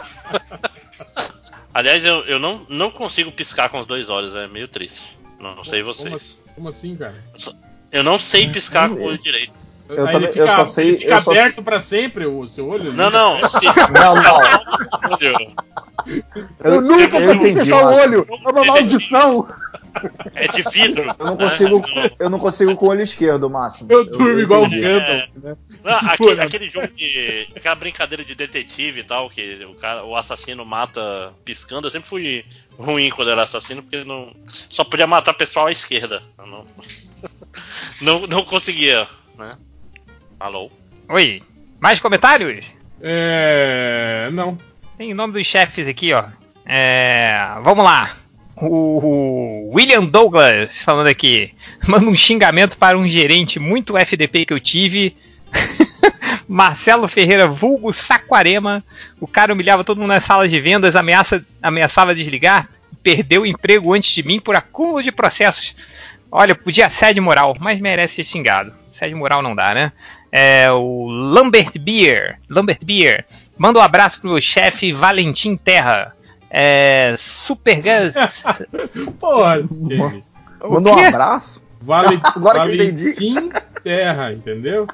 Aliás, eu, eu não, não consigo piscar com os dois olhos, é meio triste. Não, não sei vocês. Como, como assim, cara? Eu, só, eu não sei piscar com o olho direito. Eu, também, fica, eu só sei, ele fica aberto só... pra sempre o seu olho? Não, não. Se, não, não. Eu, eu nunca eu consigo fechar o olho. É uma maldição. É de vidro. Eu não consigo, eu não consigo com o olho esquerdo, Máximo. Eu durmo igual o Gandalf, né? Não, aquele, aquele jogo de... Aquela brincadeira de detetive e tal, que o, cara, o assassino mata piscando. Eu sempre fui ruim quando era assassino, porque não, só podia matar pessoal à esquerda. Eu não, não, não conseguia, né? Alô? Oi, mais comentários? É... não. Tem o nome dos chefes aqui, ó. É... Vamos lá. O William Douglas falando aqui. Manda um xingamento para um gerente muito F D P que eu tive. Marcelo Ferreira, vulgo Saquarema. O cara humilhava todo mundo nas salas de vendas, ameaça, ameaçava desligar. Perdeu o emprego antes de mim por acúmulo de processos. Olha, podia assédio moral, mas merece ser xingado. Assédio moral não dá, né? É o Lambert Beer. Lambert Beer. Manda um abraço pro meu chefe Valentim Terra. É. Super Gus. Porra, manda um abraço? Vale, Agora Valentim Terra, entendeu?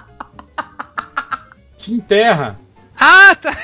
Tim Terra. Ah, tá.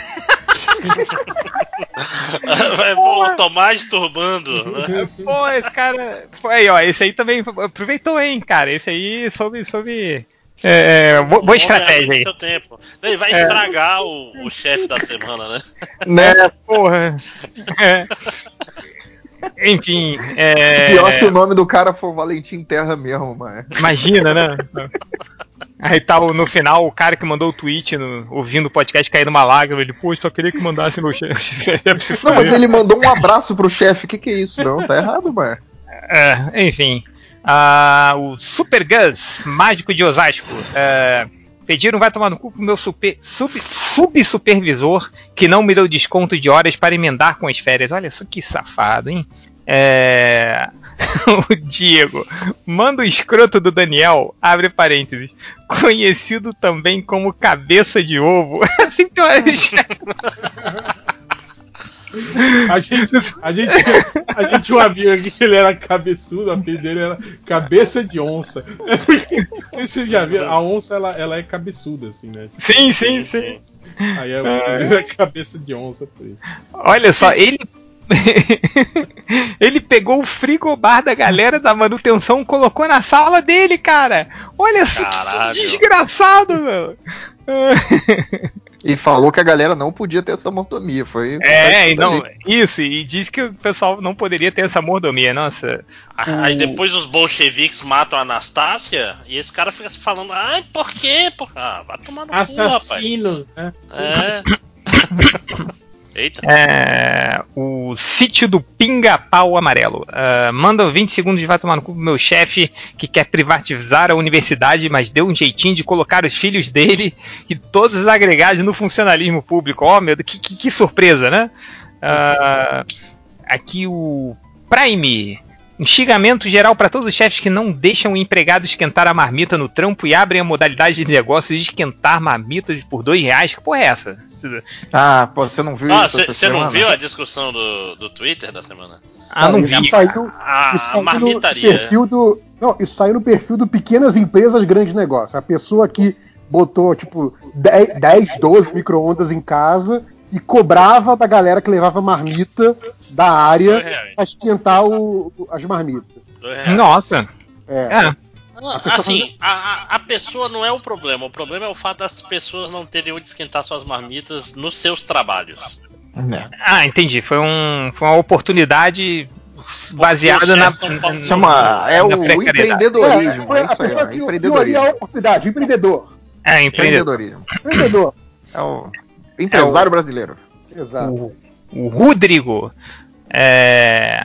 Vai, pô, Tomás turbando, né? Pô, esse cara. Pô, aí, ó, esse aí também aproveitou, hein, cara. Esse aí soube. soube... É, é, boa, boa estratégia aí. Tempo. Ele vai é. estragar o, o chefe da semana, né? Né, porra. É. Enfim. É... Pior se o nome do cara for Valentim Terra mesmo, mano. Imagina, né? Aí tá no final o cara que mandou o tweet no, ouvindo o podcast cair numa lágrima. Ele, pô, só queria que mandasse meu chefe. Não, mas ele mandou um abraço pro chefe. O que, que é isso? Não, tá errado, mano. É, enfim. Uh, o Super Gus, mágico de Osasco. Uh, pediram vai tomar no cu pro meu super, sub, subsupervisor que não me deu desconto de horas para emendar com as férias. Olha só que safado, hein? É... o Diego, manda o escroto do Daniel, abre parênteses, conhecido também como cabeça de ovo. Assim que eu acho. A gente, a gente, a gente tinha um amigo aqui que ele era cabeçudo, o apelido dele era cabeça de onça. É porque, não sei se vocês já viram, a onça ela, ela é cabeçuda, assim, né? Sim, sim, sim. Aí é, é. é cabeça de onça, por isso. Olha só, ele. Ele pegou o frigobar da galera da manutenção e colocou na sala dele, cara. Olha só que desgraçado, meu. E falou que a galera não podia ter essa mordomia. Foi é, não, isso, e disse que o pessoal não poderia ter essa mordomia, nossa. Aí depois os bolcheviques matam a Anastácia e esse cara fica falando, ai, por quê? Por... Ah, vai tomar no assassinos, cu, rapaz. Né? É. Eita. É, o sítio do Pinga-Pau Amarelo. Uh, manda vinte segundos de vai tomar no cu pro meu chefe que quer privatizar a universidade, mas deu um jeitinho de colocar os filhos dele e todos os agregados no funcionalismo público. Ó, oh, meu Deus, que, que, que surpresa, né? Uh, aqui o Prime. Um xingamento geral para todos os chefes que não deixam o empregado esquentar a marmita no trampo e abrem a modalidade de negócio de esquentar marmitas por dois reais. Que porra é essa? Ah, pô, você não viu ah, isso? Você não viu a discussão do, do Twitter da semana? Ah, não vi. Isso saiu, a, isso saiu a marmitaria. No perfil do, não, isso saiu no perfil do Pequenas Empresas Grandes Negócios. A pessoa que botou, tipo, dez, doze micro-ondas em casa e cobrava da galera que levava marmita da área pra esquentar o, as marmitas. Nossa! É. é. A assim, a, a pessoa não é o problema. O problema é o fato das pessoas não terem onde esquentar suas marmitas nos seus trabalhos. É. Ah, entendi. Foi, um, foi uma oportunidade baseada na, na... Chama, é o empreendedorismo. É, é isso aí, ó, empreendedorismo. A oportunidade, o empreendedor. É, empreendedorismo. Empreendedor. É o empresário é o, brasileiro. Exato. O, o Rodrigo. É...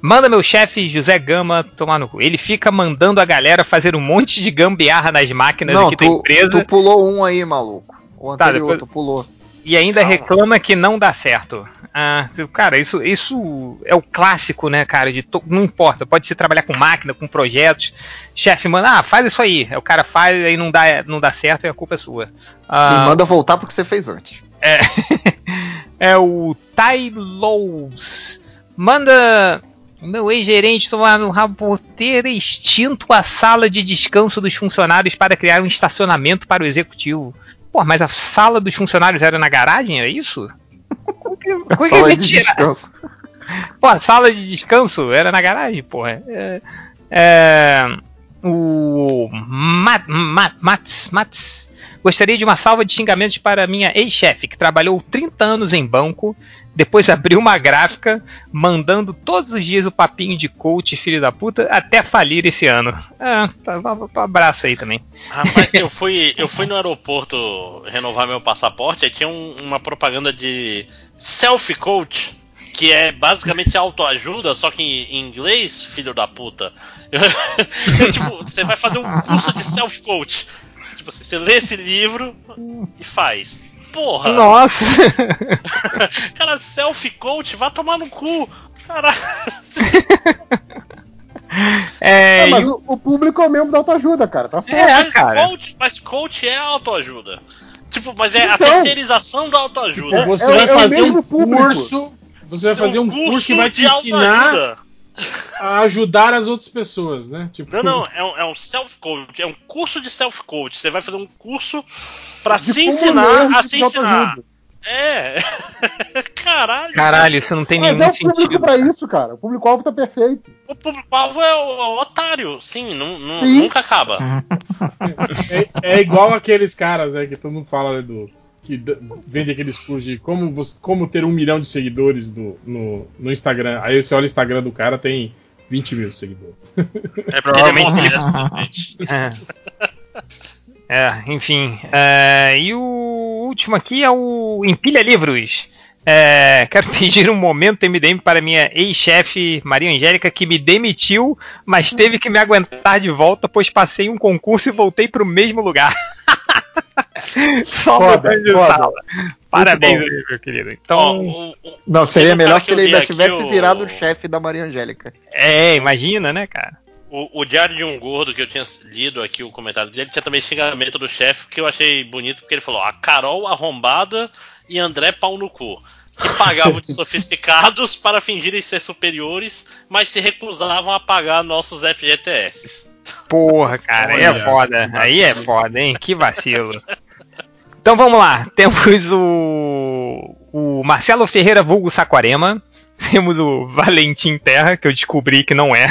Manda meu chefe José Gama tomar no cu. Ele fica mandando a galera fazer um monte de gambiarra nas máquinas Não, aqui tu, da empresa. tu pulou um aí, maluco. O Tá, anterior, depois- tu pulou. E ainda reclama que não dá certo. Ah, cara, isso, isso é o clássico, né, cara? De to- não importa, pode ser trabalhar com máquina, com projetos. Chefe manda, ah, faz isso aí. Aí o cara faz, aí não dá, não dá certo e a culpa é sua. Ah, E manda voltar porque você fez antes. É, é o Ty Lows. Manda meu ex-gerente tomar no rabo por ter extinto a sala de descanso dos funcionários para criar um estacionamento para o executivo. Pô, mas a sala dos funcionários era na garagem, é isso? Como que, como que Sala ele de tira? descanso. Pô, a sala de descanso era na garagem, porra. É, é, o Mat, Mat, Mats, Mats. Gostaria de uma salva de xingamentos para minha ex-chefe, que trabalhou trinta anos em banco, depois abriu uma gráfica, mandando todos os dias o papinho de coach, filho da puta, até falir esse ano. Ah, tá, um abraço aí também. Rapaz, eu fui, eu fui no aeroporto renovar meu passaporte, aí tinha um- uma propaganda de self-coach, que é basicamente autoajuda, só que em, em inglês, filho da puta. É tipo, você vai fazer um curso de self-coach. Tipo, você lê esse livro e faz. Porra! Nossa! Cara, self-coach, vai tomar no cu! Caralho! É, Ah, mas e o, o público é o membro da autoajuda, cara. Tá certo. É, mas, cara. Coach, mas coach é autoajuda. Tipo, mas é a Então. terceirização da autoajuda. É- Você é o- vai é o fazer um mesmo público. curso. Você vai Seu fazer um curso que vai te de ensinar autoajuda. a ajudar as outras pessoas, né? Tipo, Não, não, é um, é um self-coach, é um curso de self-coach. Você vai fazer um curso pra De se como ensinar ler a de se ensinar. autoajuda. É. Caralho. Caralho, isso não tem Mas nenhum é o público sentido. pra isso, cara. O público-alvo tá perfeito. O público-alvo é o, o otário. Sim, nu- nu- Sim. nunca acaba. é, é igual aqueles caras, né, que todo mundo fala, né, do que d- vende aqueles cursos de como, você- como ter um milhão de seguidores do, no, no Instagram. Aí você olha o Instagram do cara, tem vinte mil seguidores. É porque ele é Provavelmente. modesto, gente. É. É, enfim. É, e o último aqui é o Empilha Livros. É, quero pedir um momento M D M para minha ex-chefe Maria Angélica, que me demitiu, mas teve que me aguentar de volta, pois passei um concurso e voltei para o mesmo lugar. Só Foda, mudando de foda. sala. Parabéns, bom. aí, meu querido. Ó, Então, o- o- Não, seria Teve um melhor cara se que ele eu li ainda aqui, tivesse o- virado o chefe da Maria Angélica. é, imagina, né, cara? O, o Diário de um Gordo, que eu tinha lido aqui o comentário dele, tinha também xingamento do chefe, que eu achei bonito, porque ele falou: a Carol arrombada e André pau no cu, que pagavam de sofisticados para fingirem ser superiores, mas se recusavam a pagar nossos F G T S. Porra, cara, aí é Olha, foda. que Aí é foda, hein? Que vacilo. Então vamos lá. Temos o, o Marcelo Ferreira vulgo Saquarema. Temos o Valentim Terra, que eu descobri que não é.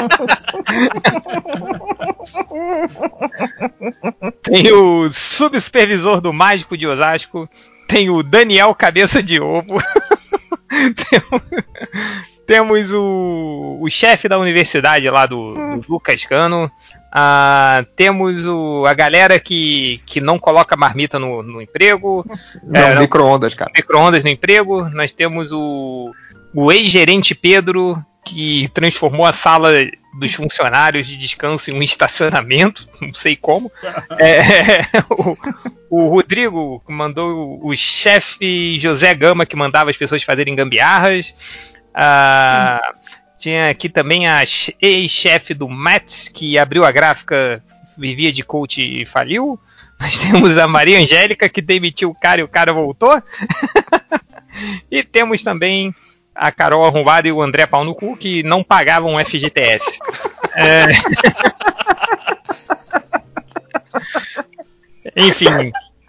Tem o subsupervisor do Mágico de Osasco. Tem o Daniel Cabeça de Ovo. Temos, temos o, o chefe da universidade lá do, do Lucas Cano. Ah, temos o, a galera que, que não coloca marmita no, no emprego. Não, É, não- micro-ondas, cara. micro-ondas no emprego. Nós temos o, o ex-gerente Pedro, que transformou a sala dos funcionários de descanso em um estacionamento, não sei como. É, o, o Rodrigo mandou o, o chefe José Gama, que mandava as pessoas fazerem gambiarras. Ah, tinha aqui também a che- ex-chefe do Mats, que abriu a gráfica, vivia de coach e faliu. Nós temos a Maria Angélica, que demitiu o cara e o cara voltou. E temos também a Carol Arrombada e o André Pau no Cu, que não pagavam F G T S. É... Enfim.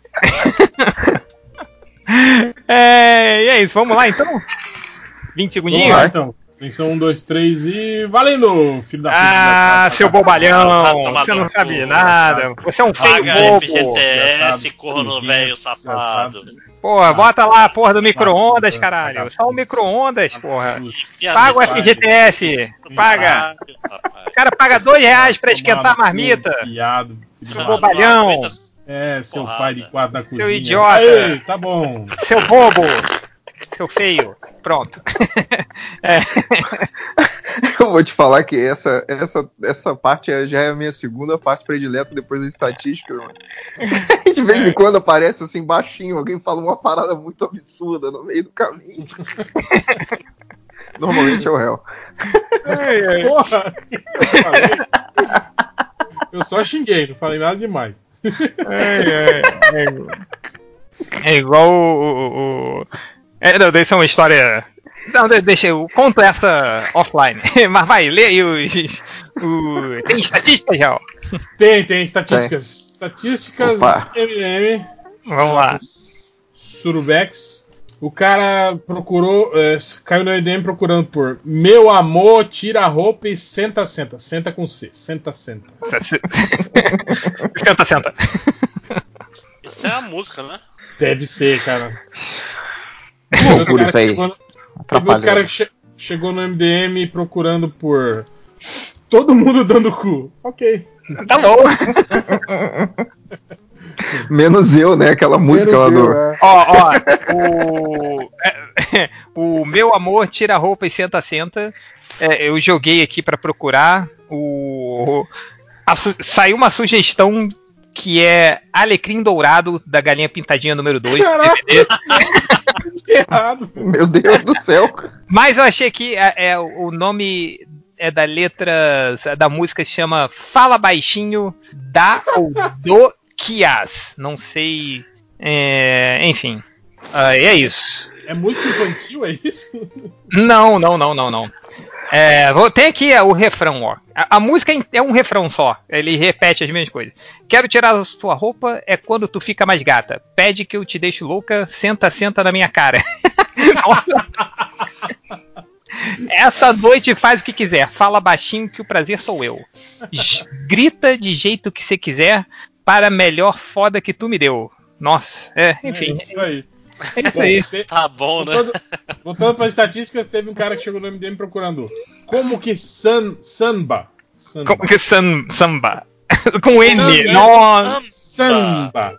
É... E é isso, vamos lá então? vinte Vamos segundinhos? lá, então. Atenção, um, dois, três e. Valendo, filho da Ah, seu bobalhão, Vai tomar você não no sabe cu, nada. Você é um feio Paga bobo. F G T S, Desgraçado, corno desgraçado, velho safado. Porra, bota lá a porra do micro-ondas, caralho. Só o micro-ondas, porra. Enfia Paga o no F G T S. cu, Paga. caralho, rapaz. O cara paga dois reais pra esquentar a marmita. Piado, Seu Ah, bobalhão. não aguenta- É, seu Porrada. pai de quatro da cozinha. idiota. Aê, tá bom. Seu bobo. Seu feio. Pronto. É. Eu vou te falar que essa, essa, essa parte já é a minha segunda parte predileta depois da estatística, mano. De vez em quando aparece assim baixinho, alguém fala uma parada muito absurda no meio do caminho. Normalmente é o réu. Ai, ai. Porra! Eu, falei, eu só xinguei, não falei nada demais. É, é, é, é igual o. o, o... É, não, deixa uma história. Não, deixa eu conto essa offline. Mas vai, lê aí os. O... Tem estatísticas, já? Tem, tem estatísticas. Tem. Estatísticas Opa. M D M. Vamos lá. Surubex. O cara procurou. É, caiu no M D M procurando por Meu amor, tira a roupa e senta, senta. Senta com C. Senta, senta. Senta, senta. Isso é a música, né? Deve ser, cara. Por isso aí. Teve outro cara que che- chegou no M D M procurando por todo mundo dando cu. Ok. Tá bom. Menos eu, né? Aquela música Menos lá eu, do. é. Ó, ó. O. é, o Meu Amor Tira a Roupa e Senta, Senta. É, eu joguei aqui pra procurar. O. a su- saiu uma sugestão que é Alecrim Dourado da Galinha Pintadinha número dois. Errado. Meu Deus do céu. Mas eu achei que é, é, o nome é da letra da música se chama Fala Baixinho da ou do Kias. Não sei. É, enfim. Ah, é isso. É música infantil, é isso? Não, não, não, não, não. É, vou, tem aqui é, o refrão, ó. A, a música é um refrão só. Ele repete as mesmas coisas. Quero tirar a sua roupa é quando tu fica mais gata. Pede que eu te deixe louca, senta, senta na minha cara. Essa noite faz o que quiser. Fala baixinho que o prazer sou eu. J- grita de jeito que você quiser para a melhor foda que tu me deu. Nossa, é, enfim. É isso aí. É isso aí. Te- Tá bom, né? Voltando, voltando para estatísticas, teve um cara que chegou no M D M procurando como que san, samba. Samba. Como que sam- samba? Com N. Samba. Nossa. Samba.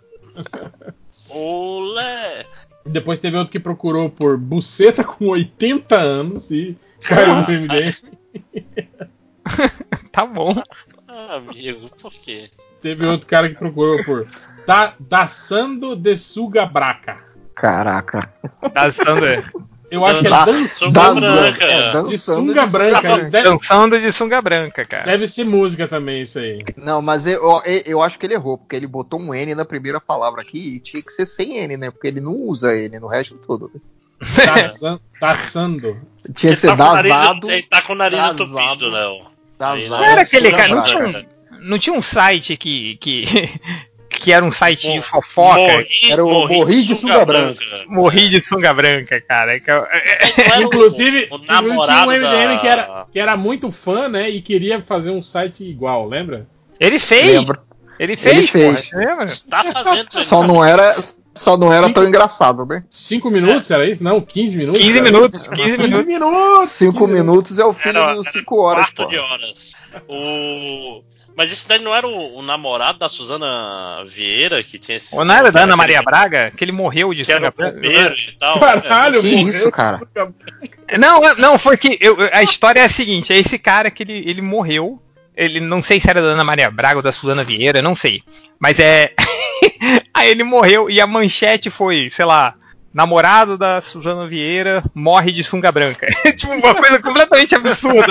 Olé. Depois teve outro que procurou por buceta com oitenta anos e caiu no M D M. Tá bom. Ah, amigo, por quê? Teve outro cara que procurou por da, Daçando de Suga Braca. Caraca. Dançando, Eu acho que é Da- dançando Sunga da- branca. é, dançando de sunga de branca. sunga Deve, dançando de sunga branca, cara. deve ser música também isso aí. Não, mas eu, eu, eu acho que ele errou, porque ele botou um N na primeira palavra aqui e tinha que ser sem N, né? Porque ele não usa N no resto todo. Daçan- Daçando. Tinha que ser Ele tá com o nariz- dazado. Ele tá com o nariz dazado, entupido, Léo. dazado, Não era aquele sunga cara, não branca. tinha um, não tinha um site que, que, que era um site de fofoca. Morri, Era o Morri de Sunga Branca. Morri de sunga branca, cara. Que eu- Não era o- Inclusive, o inclusive tinha um namorado M D M da- que, era, que era muito fã, né? E queria fazer um site igual, lembra? Ele fez. Lembro. Ele fez, Ele fez. porra, lembra? Tá fazendo. Só não era, só não era tão engraçado, né? Cinco minutos, era isso? Não, quinze minutos? quinze Era minutos, isso? quinze quinze minutos. minutos! Cinco quinze minutos é o filho Era, dos era cinco horas, quarto pô. de horas. O... Mas esse daí não era o, o namorado da Suzana Vieira que tinha esse. Ou não era da Ana Maria aquele- Braga? Que ele morreu de Que era sunga o branca? bombeiro e tal. Caralho, Que morreu. isso, cara? Não, não, foi que eu- a história é a seguinte, é esse cara que ele, ele morreu, ele não sei se era da Ana Maria Braga ou da Suzana Vieira, não sei, mas é, aí ele morreu e a manchete foi, sei lá, namorado da Suzana Vieira morre de sunga branca, tipo uma coisa completamente absurda,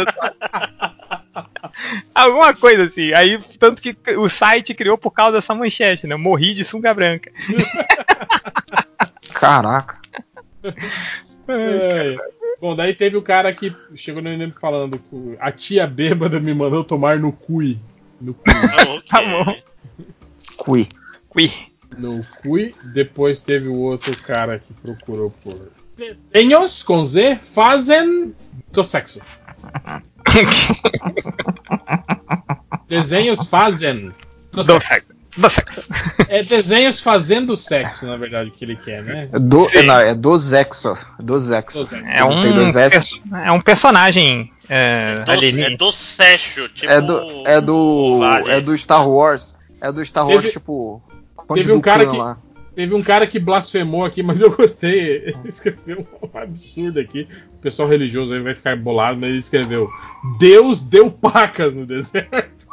alguma coisa assim, aí tanto que o site criou por causa dessa manchete, né, morri de sunga branca. Caraca. É. Bom, daí teve o cara que chegou no M D M falando que a tia bêbada me mandou tomar no cui. No cui. Tá bom. Cui. Cui. No cui. Depois teve o outro cara que procurou por desenhos com Z fazem do sexo. Desenhos fazem do Do sexo. sexo. Do sexo. É desenhos fazendo sexo, na verdade, que ele quer, né? É do, é, não, é do Zexo. Do Zexo. Do Zexo. É um, Tem dois S. perso- é um personagem é, Do, alienígena. é do Sérgio, tipo. É do, é do, Vale. é do Star Wars. É do Star Wars, Teve- tipo. Conde teve um do cara Khan que- lá. Teve um cara que blasfemou aqui, mas eu gostei. Ele escreveu um absurdo aqui. O pessoal religioso aí vai ficar bolado, mas ele escreveu: Deus deu pacas no deserto.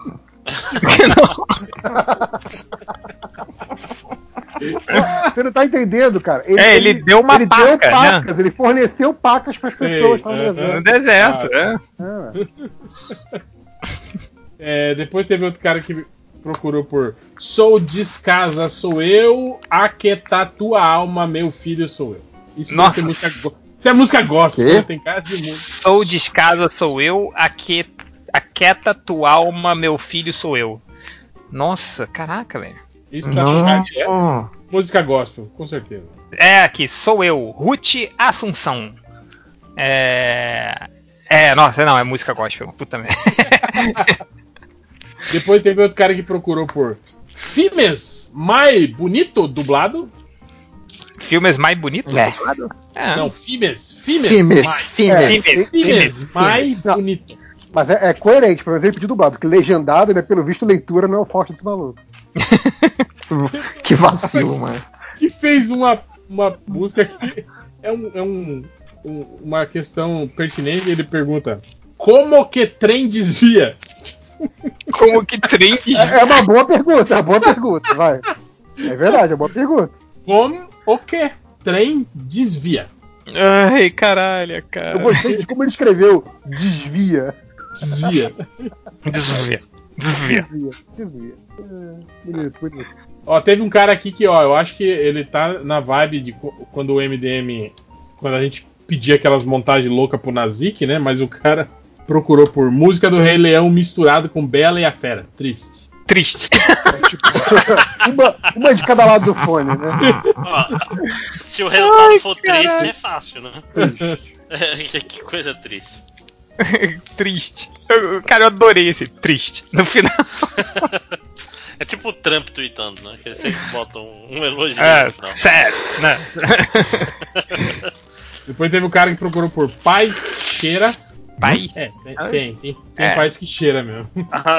Você não tá entendendo, cara. Ele, é, ele, ele deu uma ele paca, deu pacas, né? Ele forneceu pacas para as pessoas que estavam no deserto. No deserto, ah, é. é. Depois teve outro cara que procurou por Sou descasa, sou eu, aquieta tua alma, meu filho sou eu. Isso Nossa. Deve ser música, isso é música gospel, né? Tem cara de música. Sou descasa, sou eu, aquieta, aquieta tua alma, meu filho sou eu. Nossa, caraca, velho. Isso tá com cara de é? Música gospel, com certeza. É, aqui, sou eu, Ruth Assunção. É. É, nossa, não, é música gospel, puta merda. Depois teve outro cara que procurou por Filmes mais bonito dublado. Filmes mais bonito é. dublado? É. Não, filmes, filmes, filmes, mais, filmes, filmes, filmes mais não, bonito. Mas é, é coerente, por exemplo, de dublado, porque legendado, né, pelo visto, leitura não é o forte desse maluco. Que vacilo, mano. Que fez uma, uma música que é, um, é um, um, uma questão pertinente. Ele pergunta: como que trem desvia? Como que trem desvia? É, é uma boa pergunta, é uma boa pergunta, vai. É verdade, é uma boa pergunta. Como o que trem desvia? Ai, caralho, cara. Eu gostei de como ele escreveu desvia. Desvia. Desvia. Desvia. Desvia. Desvia. É, bonito, bonito. Ó, teve um cara aqui que, ó, eu acho que ele tá na vibe de quando o M D M. Quando a gente pedia aquelas montagens loucas pro Nazik, né? Mas o cara procurou por música do Rei Leão misturado com Bela e a Fera. Triste. Triste. É, tipo, uma, uma de cada lado do fone, né? Ó, se o resultado Ai, for caralho. triste, é fácil, né? Triste. Que coisa triste. Triste. Eu, cara, eu adorei esse triste no final. É tipo o Trump tweetando, né? Que eles sempre botam um, um elogio é, no final. Sério, né? Depois teve um cara que procurou por Paz Cheira. Paz? É, tem, tem, tem, tem é. Paz que cheira mesmo. Ah,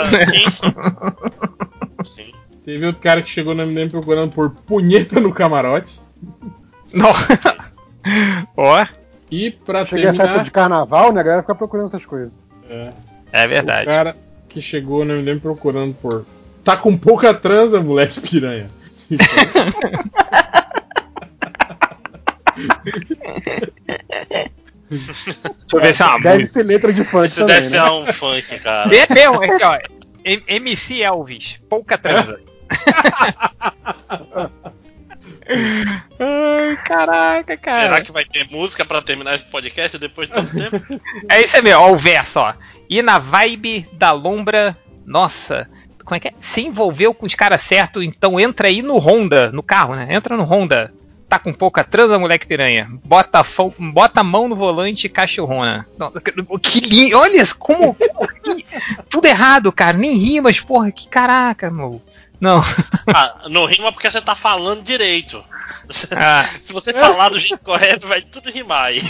sim. Sim. Teve outro cara que chegou no M D M procurando por Punheta no Camarote. Nossa. Ó. E pra Cheguei terminar... essa época de carnaval, né? A galera fica procurando essas coisas. É. É verdade. O cara que chegou no M D M procurando por... Tá com pouca transa, moleque piranha. Deixa eu ver se é uma Deve música. ser letra de funk Isso também, deve né? ser um funk, cara. É mesmo, é aqui, ó. M C Elvis, pouca transa. Ai, caraca, cara. Será que vai ter música pra terminar esse podcast depois de tanto tempo? É isso aí mesmo, ó, o verso, ó. E na vibe da lombra, nossa, como é que é? Se envolveu com os caras certos, então entra aí no Honda, no carro, né? Entra no Honda. Tá com pouca transa, moleque piranha. Bota a, fo- bota a mão no volante, cachorrona. Que lindo. Olha como, como. Tudo errado, cara. Nem rimas, porra. Que caraca, meu. Não. Ah, não rima porque você tá falando direito. Ah. Se você falar do jeito correto, vai tudo rimar aí.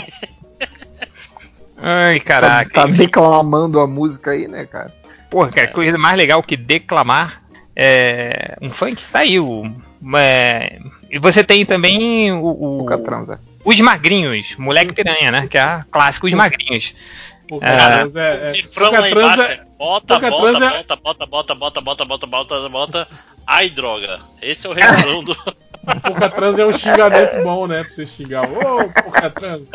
Ai, caraca. Tá, tá declamando a música aí, né, cara? Porra, cara, coisa mais legal que declamar é um funk. Tá aí, o. É, e você tem também o. o os magrinhos, moleque piranha, né? Que é a clássica, os magrinhos. Pouca transa é. Cifrão lá embaixo é bota, bota, bota, bota, bota, bota, bota, bota, bota, bota, bota. Ai, droga. Esse é o refrão do. Pouca transa é um xingamento bom, né? Pra você xingar. Ô, pouca transa.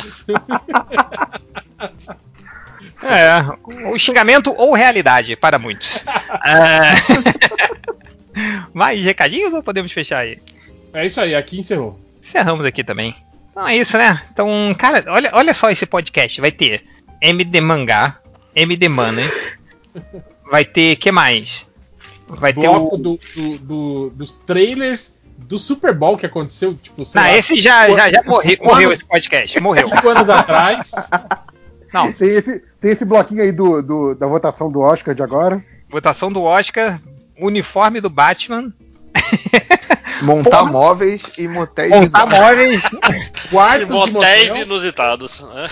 É, o xingamento ou realidade para muitos. É... Mais recadinhos ou podemos fechar aí? É isso aí, aqui encerrou. Encerramos aqui também. Então é isso, né? Então, cara, olha, olha só esse podcast. Vai ter M D Mangá, M D Money. Vai ter, que mais? Vai Bloco ter o... do, do, do, dos trailers do Super Bowl que aconteceu, tipo, sei Não, lá, esse já, cinco, já, já morreu, cinco morreu anos, esse podcast, morreu. Cinco anos atrás. Não. Tem esse, tem esse bloquinho aí do, do, da votação do Oscar de agora. Votação do Oscar, uniforme do Batman. Montar Porra. móveis e motéis Montar bizarros. móveis. Quartos E motéis de motel. inusitados. Né?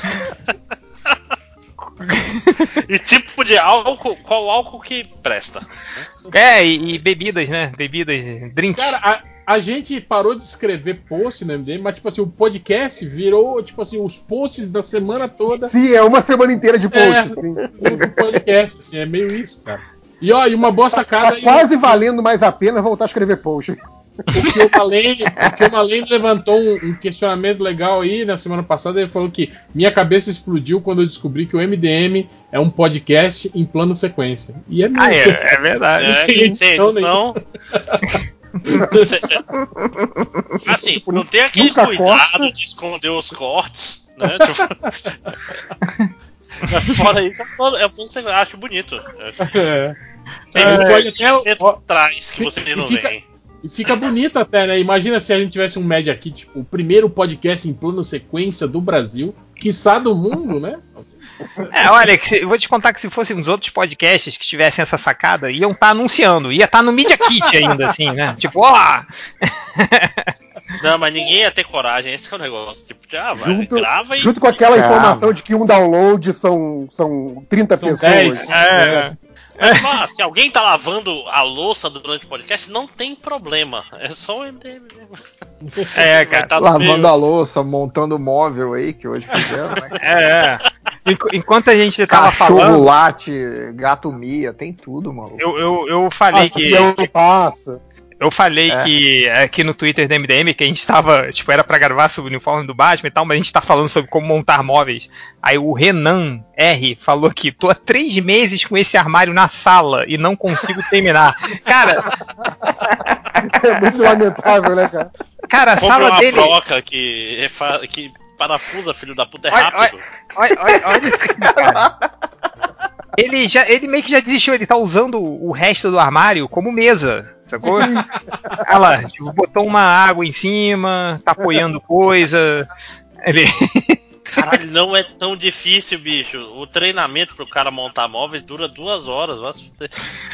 E tipo de álcool, qual álcool que presta? É, e, e bebidas, né? Bebidas, drinks. Cara, a gente parou de escrever post no M D M, mas, tipo assim, o podcast virou, tipo assim, os posts da semana toda. Sim, é uma semana inteira de post, é, sim. No podcast, assim, é meio isso, cara. E, ó, e uma boa sacada... Tá quase eu... valendo mais a pena voltar a escrever post. O que o Malene, o que o Malene levantou um, um questionamento legal aí na semana passada. Ele falou que minha cabeça explodiu quando eu descobri que o M D M é um podcast em plano sequência. E é mesmo. Ah, é, é verdade. Não é, tem edição não. Assim, Tipo, não tem aquele nunca cuidado corta. de esconder os cortes, né? Tipo... Mas fora isso, é um plano sequência. Acho bonito. É. Tem É, um pode até, ó, atrás que você não fica, vê. E fica bonito até, né? Imagina se a gente tivesse um Media aqui, tipo, o primeiro podcast em plano sequência do Brasil, quiçá do mundo, né? É, olha, que se, eu vou te contar que se fossem os outros podcasts que tivessem essa sacada, iam estar tá anunciando, ia estar tá no Media Kit ainda, assim, né? Tipo, ó! Não, mas ninguém ia ter coragem, esse é o negócio. Tipo, já vai, Junto, grava e. junto com aquela Calma. informação de que um download são, são trinta São pessoas. dez. É. Mas, ó, se alguém tá lavando a louça durante o podcast, não tem problema. É só o M D M mesmo. É, cara. Tá Lavando meio... a louça, montando o móvel aí, que hoje fizeram, né? É, é. Enqu- Enquanto a gente tava Cachorro falando, late, gato mia, tem tudo, mano. eu, eu, eu falei que. Avião passa. Eu falei É. que aqui no Twitter do M D M que a gente tava, tipo, era pra gravar sobre o uniforme do Batman e tal, mas a gente tá falando sobre como montar móveis. Aí o Renan R falou que tô há três meses com esse armário na sala e não consigo terminar. Cara, É muito lamentável, né, cara? cara, a Compra sala uma dele. broca que, é fa- que parafusa, filho da puta, é Olha, rápido. Olha, olha, olha isso aqui, cara. Ele, já, ele meio que já desistiu, ele tá usando o resto do armário como mesa, sacou? Olha lá, tipo, botou uma água em cima, tá apoiando coisa. Ele... Caralho, não é tão difícil, bicho. O treinamento pro cara montar móveis dura duas horas. Vai se fuder.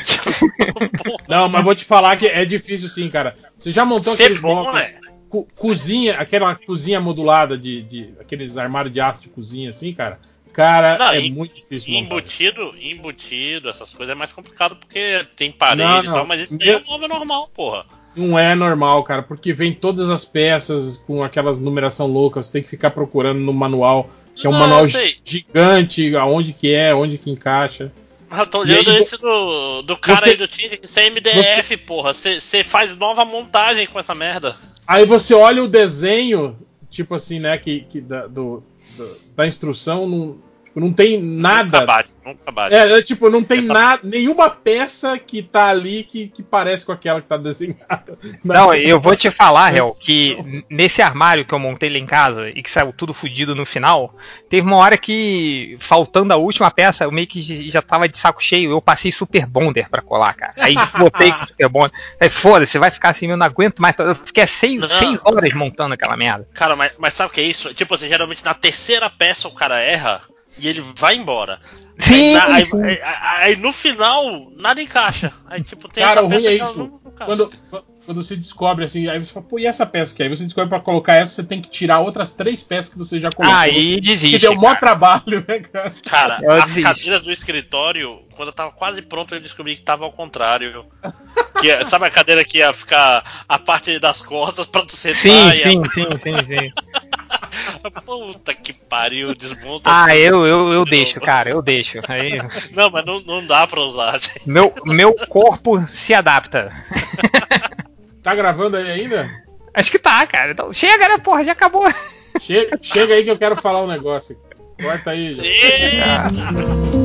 Não, mas vou te falar que é difícil sim, cara. Você já montou Ser aqueles bom, móveis, é. co- cozinha, aquela cozinha modulada de, de aqueles armários de aço de cozinha assim, cara? Cara, Não, é em- muito difícil montar. Embutido, embutido, essas coisas é mais complicado porque tem parede Não, e não. tal, mas isso aí Meu- é um móvel normal, porra. Não é normal, cara, porque vem todas as peças com aquelas numeração loucas, você tem que ficar procurando no manual, que é um Não, manual eu sei. gigante, aonde que é, onde que encaixa. Mas eu tô E olhando aí, esse do, do cara você- aí do time, isso é M D F, porra. Você faz nova montagem com essa merda. Aí você olha o desenho, tipo assim, né, que, que da, do, do- da instrução, não, tipo, não tem nada. Nunca bate, nunca bate. É, é, tipo, não tem Essa- nada, nenhuma peça que tá ali que, que parece com aquela que tá desenhada. Não, eu vou te falar, Não. Hel, que n- nesse armário que eu montei lá em casa e que saiu tudo fudido no final, teve uma hora que, faltando a última peça, eu meio que j- já tava de saco cheio, eu passei Super Bonder pra colar, cara. Aí botei com Super Bonder. Aí foda-se, vai ficar assim, eu não aguento mais. Eu fiquei seis, Não. seis horas montando aquela merda. Cara, mas, mas sabe o que é isso? Tipo assim, geralmente na terceira peça o cara erra e ele vai embora. Sim, Aí, na- aí- sim. aí- aí no final, nada encaixa. Aí tipo, tem Cara, essa o ruim peça é que ela isso. não- não casa. Quando, quando você descobre assim, aí você fala, pô, e essa peça que aí? Você descobre pra colocar essa, você tem que tirar outras três peças que você já colocou. Aí desiste, Que deu um maior cara. trabalho, né, cara? Cara, Eu as desisto. cadeiras do escritório, quando eu tava quase pronto, eu descobri que tava ao contrário. Que, é- sabe a cadeira que ia ficar a parte das costas pra tu sentar Sim, e sim, sim, sim, sim. a... Puta que pariu, desmonta. Ah, eu, eu, eu de deixo, novo. cara, eu deixo. Aí, Não, mas não, não dá pra usar. meu, meu corpo se adapta. Tá gravando aí ainda? Acho que tá, cara. Então, chega, né, porra, já acabou. Chega, chega aí que eu quero falar um negócio. Corta aí. Eita.